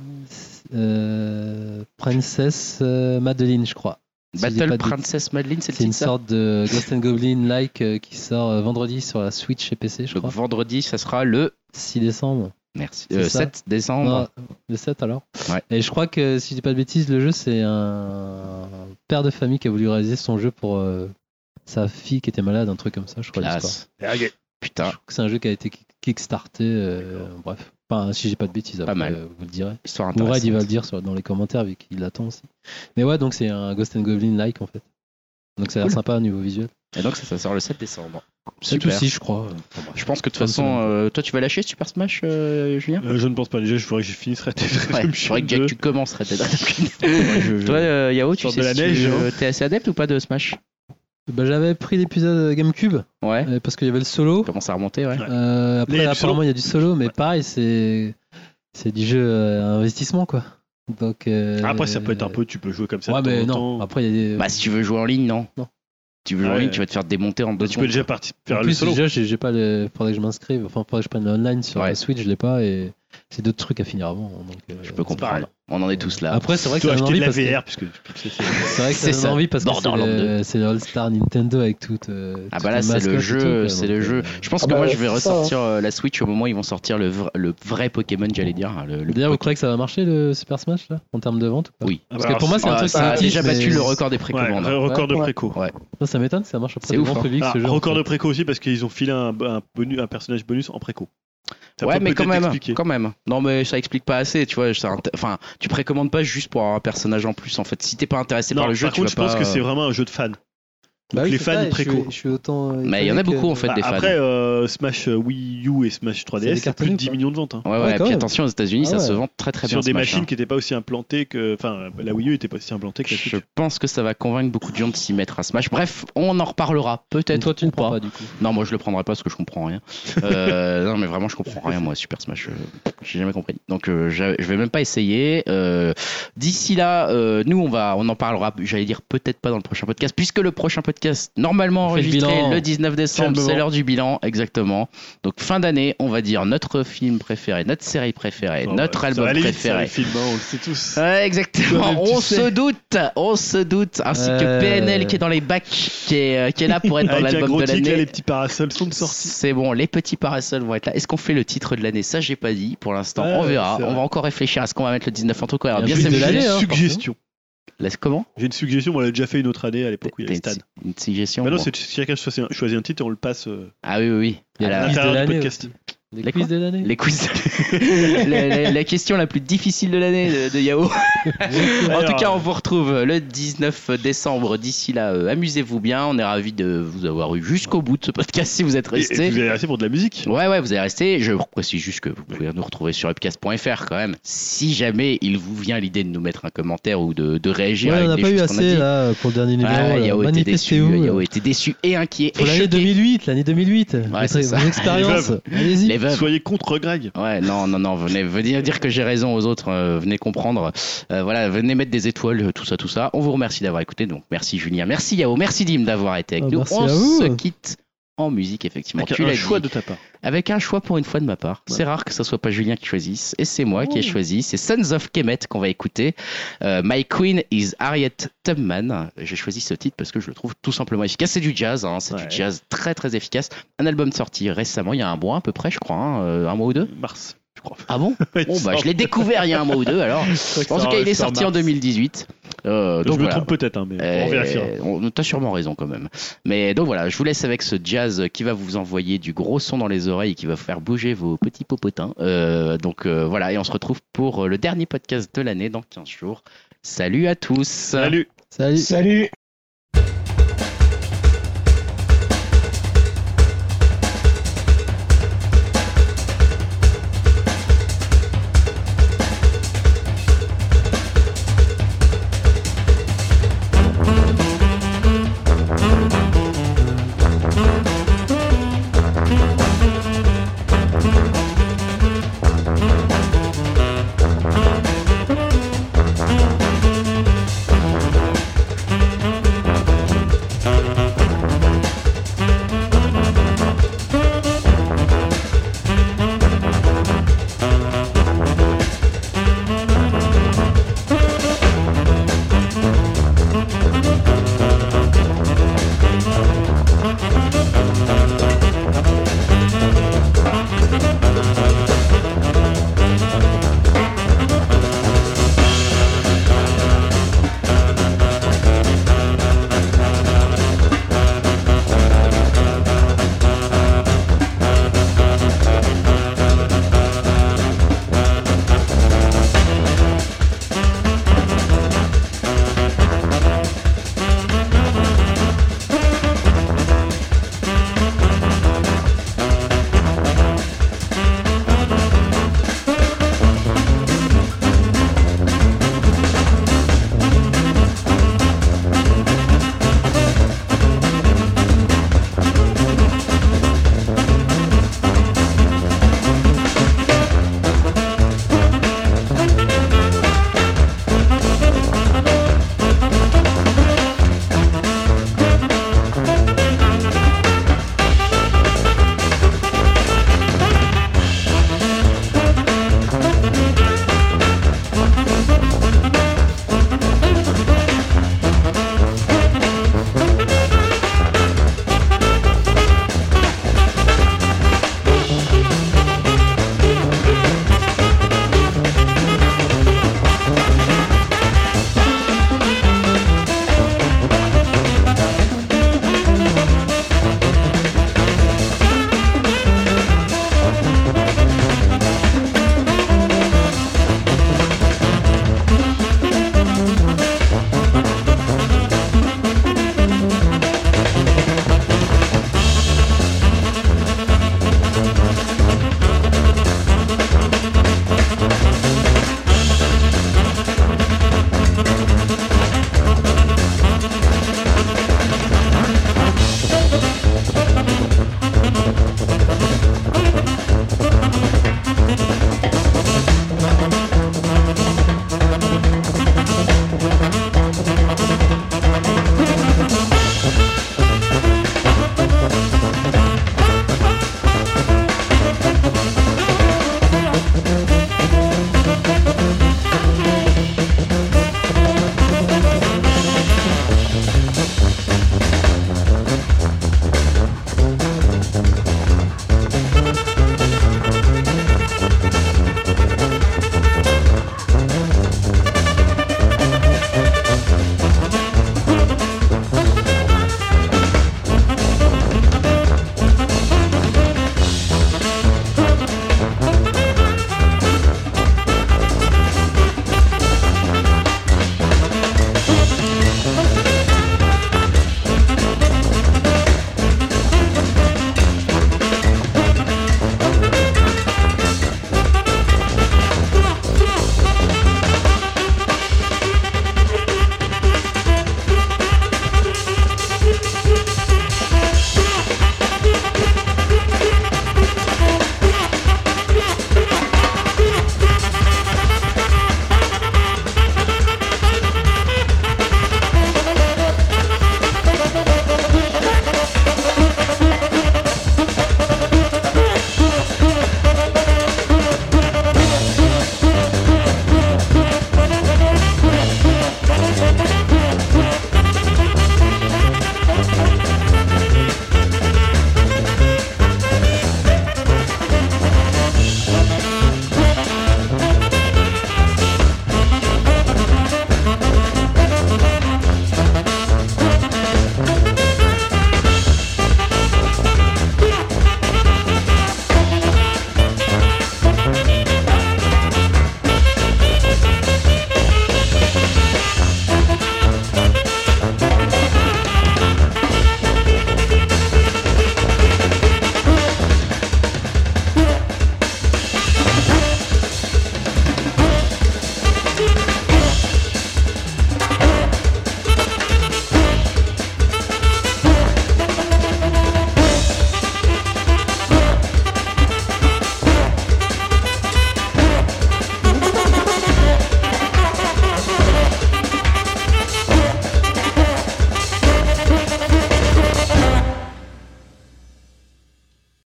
Speaker 6: euh, Princess euh, Madeline, je crois. Si je dis
Speaker 1: Battle
Speaker 6: pas de bêtises.
Speaker 1: Princess Madeline, c'est le
Speaker 6: C'est une
Speaker 1: titre ça
Speaker 6: sorte de Ghost and Goblin-like euh, qui sort euh, vendredi sur la Switch et P C, je
Speaker 1: Donc
Speaker 6: crois.
Speaker 1: vendredi, ça sera le
Speaker 6: six décembre.
Speaker 1: merci
Speaker 6: C'est
Speaker 1: euh,
Speaker 6: ça.
Speaker 1: sept décembre.
Speaker 6: Non, le sept alors.
Speaker 1: Ouais.
Speaker 6: Et je crois que, si je dis pas de bêtises, le jeu, c'est un père de famille qui a voulu réaliser son jeu pour euh, sa fille qui était malade, un truc comme ça, je crois. l'histoire.
Speaker 1: Classe.
Speaker 6: Je
Speaker 1: Putain.
Speaker 6: crois que c'est un jeu qui a été kick- kickstarté, euh, bref. Enfin, si j'ai pas de bêtises, après,
Speaker 1: mal.
Speaker 6: euh, vous le direz.
Speaker 1: Histoire
Speaker 6: Mourad, il va le
Speaker 1: intéressante.
Speaker 6: dire sur- dans les commentaires, vu qu'il l'attend aussi. Mais ouais, donc c'est un Ghost and Goblin-like, en fait. Donc ça a l'air
Speaker 1: Cool.
Speaker 6: sympa au niveau visuel.
Speaker 1: Et donc ça, ça sort le sept décembre.
Speaker 6: sept
Speaker 1: Super.
Speaker 6: aussi, je crois.
Speaker 1: Je pense que de toute
Speaker 6: Comme
Speaker 1: façon,
Speaker 6: ça.
Speaker 1: euh, toi tu vas lâcher Super Smash, euh, Julien
Speaker 2: Euh, je ne pense pas. Déjà, je voudrais que j'ai fini Red Dead
Speaker 1: Ouais,
Speaker 2: Redemption
Speaker 1: je faudrait que Jack,
Speaker 2: deux.
Speaker 1: tu commences Red Dead Redemption.
Speaker 2: je- je-
Speaker 1: Toi, euh, Yao, tu
Speaker 2: Sorte
Speaker 1: sais
Speaker 2: de la
Speaker 1: si
Speaker 2: neige,
Speaker 1: tu,
Speaker 2: hein.
Speaker 1: euh, t'es assez adepte ou pas de Smash
Speaker 6: Bah, j'avais pris l'épisode GameCube,
Speaker 1: Ouais.
Speaker 6: euh, parce qu'il y avait le solo.
Speaker 1: Commence à remonter, ouais.
Speaker 2: Ouais.
Speaker 6: Euh,
Speaker 2: Là, il y
Speaker 6: après,
Speaker 2: a du
Speaker 6: apparemment,
Speaker 2: solo.
Speaker 6: il y a du solo, mais
Speaker 2: Ouais.
Speaker 6: pareil, c'est c'est du jeu euh, à investissement, quoi. Donc, euh,
Speaker 2: Après, ça peut être un peu, tu peux jouer comme ça.
Speaker 6: Ouais,
Speaker 2: de temps
Speaker 6: mais
Speaker 2: en
Speaker 6: non.
Speaker 2: temps.
Speaker 6: Après, il y a des.
Speaker 1: Bah, si tu veux jouer en ligne, non.
Speaker 6: Non.
Speaker 1: Tu veux jouer
Speaker 2: Ouais.
Speaker 1: en ligne, tu vas te faire démonter en deux
Speaker 2: Bah, tu peux
Speaker 1: secondes.
Speaker 2: déjà partir
Speaker 6: En
Speaker 2: faire le
Speaker 6: plus,
Speaker 2: solo.
Speaker 6: déjà, j'ai, j'ai pas le. Faudrait que je m'inscrive. Enfin, faudrait que je prenne le online sur
Speaker 1: Ouais.
Speaker 6: la Switch, je l'ai pas et c'est d'autres trucs à finir avant. Donc, euh,
Speaker 1: Je peux
Speaker 6: c'est pareil.
Speaker 1: comprendre. On en est tous là.
Speaker 6: Après, c'est vrai que
Speaker 2: Tu
Speaker 6: ça
Speaker 2: dois
Speaker 6: donne
Speaker 2: acheter
Speaker 6: envie
Speaker 2: de la
Speaker 6: parce que
Speaker 2: V R puisque c'est- c'est-
Speaker 6: c'est vrai que ça
Speaker 1: C'est
Speaker 6: donne
Speaker 1: ça.
Speaker 6: envie parce que c'est
Speaker 1: Borderlands
Speaker 6: le, c'est le All-Star Nintendo avec toute. euh,
Speaker 1: Ah
Speaker 6: toutes
Speaker 1: bah là
Speaker 6: les
Speaker 1: c'est le
Speaker 6: mascottes et
Speaker 1: jeu,
Speaker 6: tout, quoi,
Speaker 1: c'est
Speaker 6: donc,
Speaker 1: le jeu.
Speaker 6: euh,
Speaker 1: Je pense
Speaker 3: Ah
Speaker 1: que
Speaker 3: bah,
Speaker 1: moi je vais
Speaker 3: c'est ça,
Speaker 1: ressortir euh, la Switch au moment où ils vont sortir le, vra- le vrai Pokémon, j'allais dire. Le, le
Speaker 6: D'ailleurs, vous
Speaker 1: Poké-
Speaker 6: croyez que ça va marcher le Super Smash là en termes de vente ou pas?
Speaker 1: Oui.
Speaker 2: Ah
Speaker 6: Parce
Speaker 2: bah,
Speaker 6: que pour moi, c'est un
Speaker 1: Ah,
Speaker 6: truc
Speaker 1: ça a
Speaker 3: ça-
Speaker 1: déjà
Speaker 6: mais-
Speaker 1: battu le record des
Speaker 2: Ouais,
Speaker 1: précommandes.
Speaker 2: un record de
Speaker 6: Ouais.
Speaker 2: préco.
Speaker 1: Ouais.
Speaker 6: Non, ça m'étonne que ça marche auprès
Speaker 1: C'est
Speaker 6: du
Speaker 1: ouf,
Speaker 6: grand
Speaker 1: hein.
Speaker 6: public
Speaker 2: Ah,
Speaker 6: ce jeu.
Speaker 2: record
Speaker 6: en
Speaker 2: de
Speaker 6: fait.
Speaker 2: préco aussi parce qu'ils ont filé un, un, bonus, un personnage bonus en préco. Ça
Speaker 1: Ouais,
Speaker 2: peut
Speaker 1: mais quand
Speaker 2: peut-être
Speaker 1: même,
Speaker 2: expliquer.
Speaker 1: quand même. Non, mais ça explique pas assez, tu vois. ça int- Enfin, tu précommandes pas juste pour avoir un personnage en plus. En fait, si t'es pas intéressé
Speaker 2: Non,
Speaker 1: par le jeu,
Speaker 2: par
Speaker 1: tu
Speaker 2: contre, je
Speaker 1: vas
Speaker 2: pense
Speaker 1: pas.
Speaker 2: que c'est vraiment un jeu de fans.
Speaker 6: Bah
Speaker 2: Donc
Speaker 6: oui,
Speaker 2: les
Speaker 6: c'est
Speaker 2: fans
Speaker 6: ça, et je
Speaker 2: préco.
Speaker 6: suis- Je suis autant. euh,
Speaker 1: Mais il y en a
Speaker 6: étonné
Speaker 1: beaucoup
Speaker 6: que-
Speaker 1: en fait
Speaker 2: Bah,
Speaker 1: des fans.
Speaker 2: après, euh, Smash Wii U et Smash trois D
Speaker 6: C'est
Speaker 2: S,
Speaker 6: des
Speaker 2: c'est
Speaker 6: cartonnés
Speaker 2: plus de
Speaker 6: ou
Speaker 2: dix
Speaker 6: pas
Speaker 2: millions de ventes. Hein.
Speaker 1: Ouais, ouais,
Speaker 6: Ouais,
Speaker 1: et
Speaker 6: quand
Speaker 1: puis
Speaker 6: même.
Speaker 1: attention, aux États-Unis,
Speaker 6: Ah
Speaker 1: ça
Speaker 6: ouais.
Speaker 1: se vend très très bien.
Speaker 2: Sur des
Speaker 1: Smash,
Speaker 2: machines
Speaker 1: hein.
Speaker 2: qui n'étaient pas aussi implantées que. Enfin, la Wii U était pas aussi implantée que la
Speaker 1: Je
Speaker 2: Switch.
Speaker 1: pense que ça va convaincre beaucoup de gens de s'y mettre à Smash. Bref, on en reparlera
Speaker 6: Mais
Speaker 1: peut-être.
Speaker 6: toi, tu
Speaker 1: ou
Speaker 6: ne prends
Speaker 1: pas.
Speaker 6: pas du coup.
Speaker 1: Non, moi je le prendrai pas parce que je comprends rien. Euh, non, mais vraiment, je comprends rien, moi, Super Smash. euh, J'ai jamais compris. Donc, euh, j'a- je vais même pas essayer. Euh, D'ici là, euh, nous, on va, on en parlera, j'allais dire peut-être pas dans le prochain podcast, puisque le prochain podcast, normalement
Speaker 6: On fait le
Speaker 1: enregistré
Speaker 6: bilan.
Speaker 1: le dix-neuf décembre,
Speaker 2: Calmement.
Speaker 1: c'est l'heure du bilan, exactement. Donc, fin d'année, on va dire notre film préféré, notre série préférée,
Speaker 2: Bon,
Speaker 1: notre
Speaker 2: bah, ça
Speaker 1: album
Speaker 2: va aller vite,
Speaker 1: préféré.
Speaker 2: ça, les films, hein, on le sait tous.
Speaker 1: Ouais, exactement.
Speaker 2: Toi-même, tu
Speaker 1: On
Speaker 2: sais.
Speaker 1: se doute, on se doute, ainsi que
Speaker 6: Euh.
Speaker 1: P N L qui est dans les bacs, qui est, euh, qui est là pour être dans
Speaker 2: Avec un
Speaker 1: l'album
Speaker 2: gros
Speaker 1: de
Speaker 2: tic, là,
Speaker 1: l'année.
Speaker 2: les petits parasols sont de sortie.
Speaker 1: C'est bon, les petits parasols vont être là. Est-ce qu'on fait le titre de l'année? Ça, j'ai pas dit pour l'instant.
Speaker 2: Ouais,
Speaker 1: on verra.
Speaker 2: c'est
Speaker 1: On
Speaker 2: vrai.
Speaker 1: va encore réfléchir à ce qu'on va mettre le dix-neuf. En tout cas, on va
Speaker 6: Il y a
Speaker 1: bien
Speaker 6: un truc de
Speaker 2: J'ai
Speaker 1: s'amuser.
Speaker 6: l'année,
Speaker 2: une
Speaker 6: hein,
Speaker 2: suggestion.
Speaker 1: Laisse comment?
Speaker 2: J'ai une suggestion, on l'a déjà fait une autre année à l'époque où il y avait
Speaker 1: T'as
Speaker 2: Stan.
Speaker 1: une, une suggestion?
Speaker 2: Bah non,
Speaker 1: Bon.
Speaker 2: c'est chacun choisit un, choisit un titre et on le passe euh,
Speaker 1: Ah oui, oui, oui.
Speaker 6: Il y a
Speaker 1: À la-
Speaker 6: le
Speaker 2: à
Speaker 6: quiz de
Speaker 2: l'intérieur du
Speaker 6: l'année
Speaker 2: podcast.
Speaker 6: aussi. Les
Speaker 1: Les
Speaker 6: quiz
Speaker 1: quoi
Speaker 6: de l'année.
Speaker 1: Les quiz. la, la- la question la plus difficile de l'année de, de Yao. En
Speaker 2: Alors,
Speaker 1: tout cas, on vous retrouve le dix-neuf décembre. D'ici là, euh, amusez-vous bien. On est ravis de vous avoir eu jusqu'au bout de ce podcast si vous êtes
Speaker 2: et- et
Speaker 1: restés.
Speaker 2: vous allez rester pour de la musique.
Speaker 1: Ouais, ouais, vous allez rester. Je précise juste que vous pouvez nous retrouver sur upcast point f r quand même. Si jamais il vous vient l'idée de nous mettre un commentaire ou de, de réagir
Speaker 6: Ouais,
Speaker 1: avec
Speaker 6: on n'a
Speaker 1: les
Speaker 6: pas eu
Speaker 1: choses qu'on a
Speaker 6: assez
Speaker 1: dit.
Speaker 6: là pour le dernier numéro.
Speaker 1: Ouais,
Speaker 6: là.
Speaker 1: Yao était déçu,
Speaker 6: Manifestez-vous.
Speaker 1: Yao était déçu et inquiet.
Speaker 6: Pour
Speaker 1: et
Speaker 6: l'année
Speaker 1: choqué.
Speaker 6: deux mille huit, l'année deux mille huit.
Speaker 1: Ouais, c'est
Speaker 6: Votre-
Speaker 1: ça.
Speaker 6: vos expériences. Allez-y.
Speaker 1: Les veuves.
Speaker 2: Soyez contre Greg.
Speaker 1: Ouais, non, non, non, venez, venez dire que j'ai raison aux autres, euh, venez comprendre. Euh, voilà, venez mettre des étoiles, euh, tout ça, tout ça. On vous remercie d'avoir écouté. Donc, merci Julien, merci Yao, merci Dim d'avoir été avec
Speaker 6: Ah,
Speaker 1: nous.
Speaker 6: merci
Speaker 1: On
Speaker 6: à vous.
Speaker 1: se quitte en musique, effectivement.
Speaker 2: Avec
Speaker 1: tu
Speaker 2: un
Speaker 1: l'as
Speaker 2: choix
Speaker 1: dit.
Speaker 2: de ta part.
Speaker 1: Avec un choix pour une fois de ma part.
Speaker 2: Ouais.
Speaker 1: C'est rare que ce soit pas Julien qui choisisse, et c'est moi qui ai choisi. C'est Sons of Kemet qu'on va écouter. Euh, My Queen is Harriet Tubman. J'ai choisi ce titre parce que je le trouve tout simplement efficace. C'est du jazz, hein, c'est
Speaker 2: Ouais.
Speaker 1: du jazz très très efficace. Un album sorti récemment, il y a un mois à peu près, je crois, hein, euh, un mois ou deux.
Speaker 2: Mars, je crois.
Speaker 1: Ah bon? Bon, bah, je l'ai découvert il y a un mois ou deux alors. En tout cas, il est sorti en deux mille dix-huit. Euh,
Speaker 2: Je
Speaker 1: donc
Speaker 2: me
Speaker 1: voilà.
Speaker 2: trompe peut-être, hein, mais
Speaker 1: Euh,
Speaker 2: on vérifiera.
Speaker 1: on- T'as sûrement raison quand même. Mais donc voilà, je vous laisse avec ce jazz qui va vous envoyer du gros son dans les oreilles et qui va faire bouger vos petits popotins. Euh, donc euh, voilà, et on se retrouve pour le dernier podcast de l'année dans quinze jours. Salut à tous.
Speaker 2: Salut.
Speaker 6: Salut.
Speaker 3: Salut.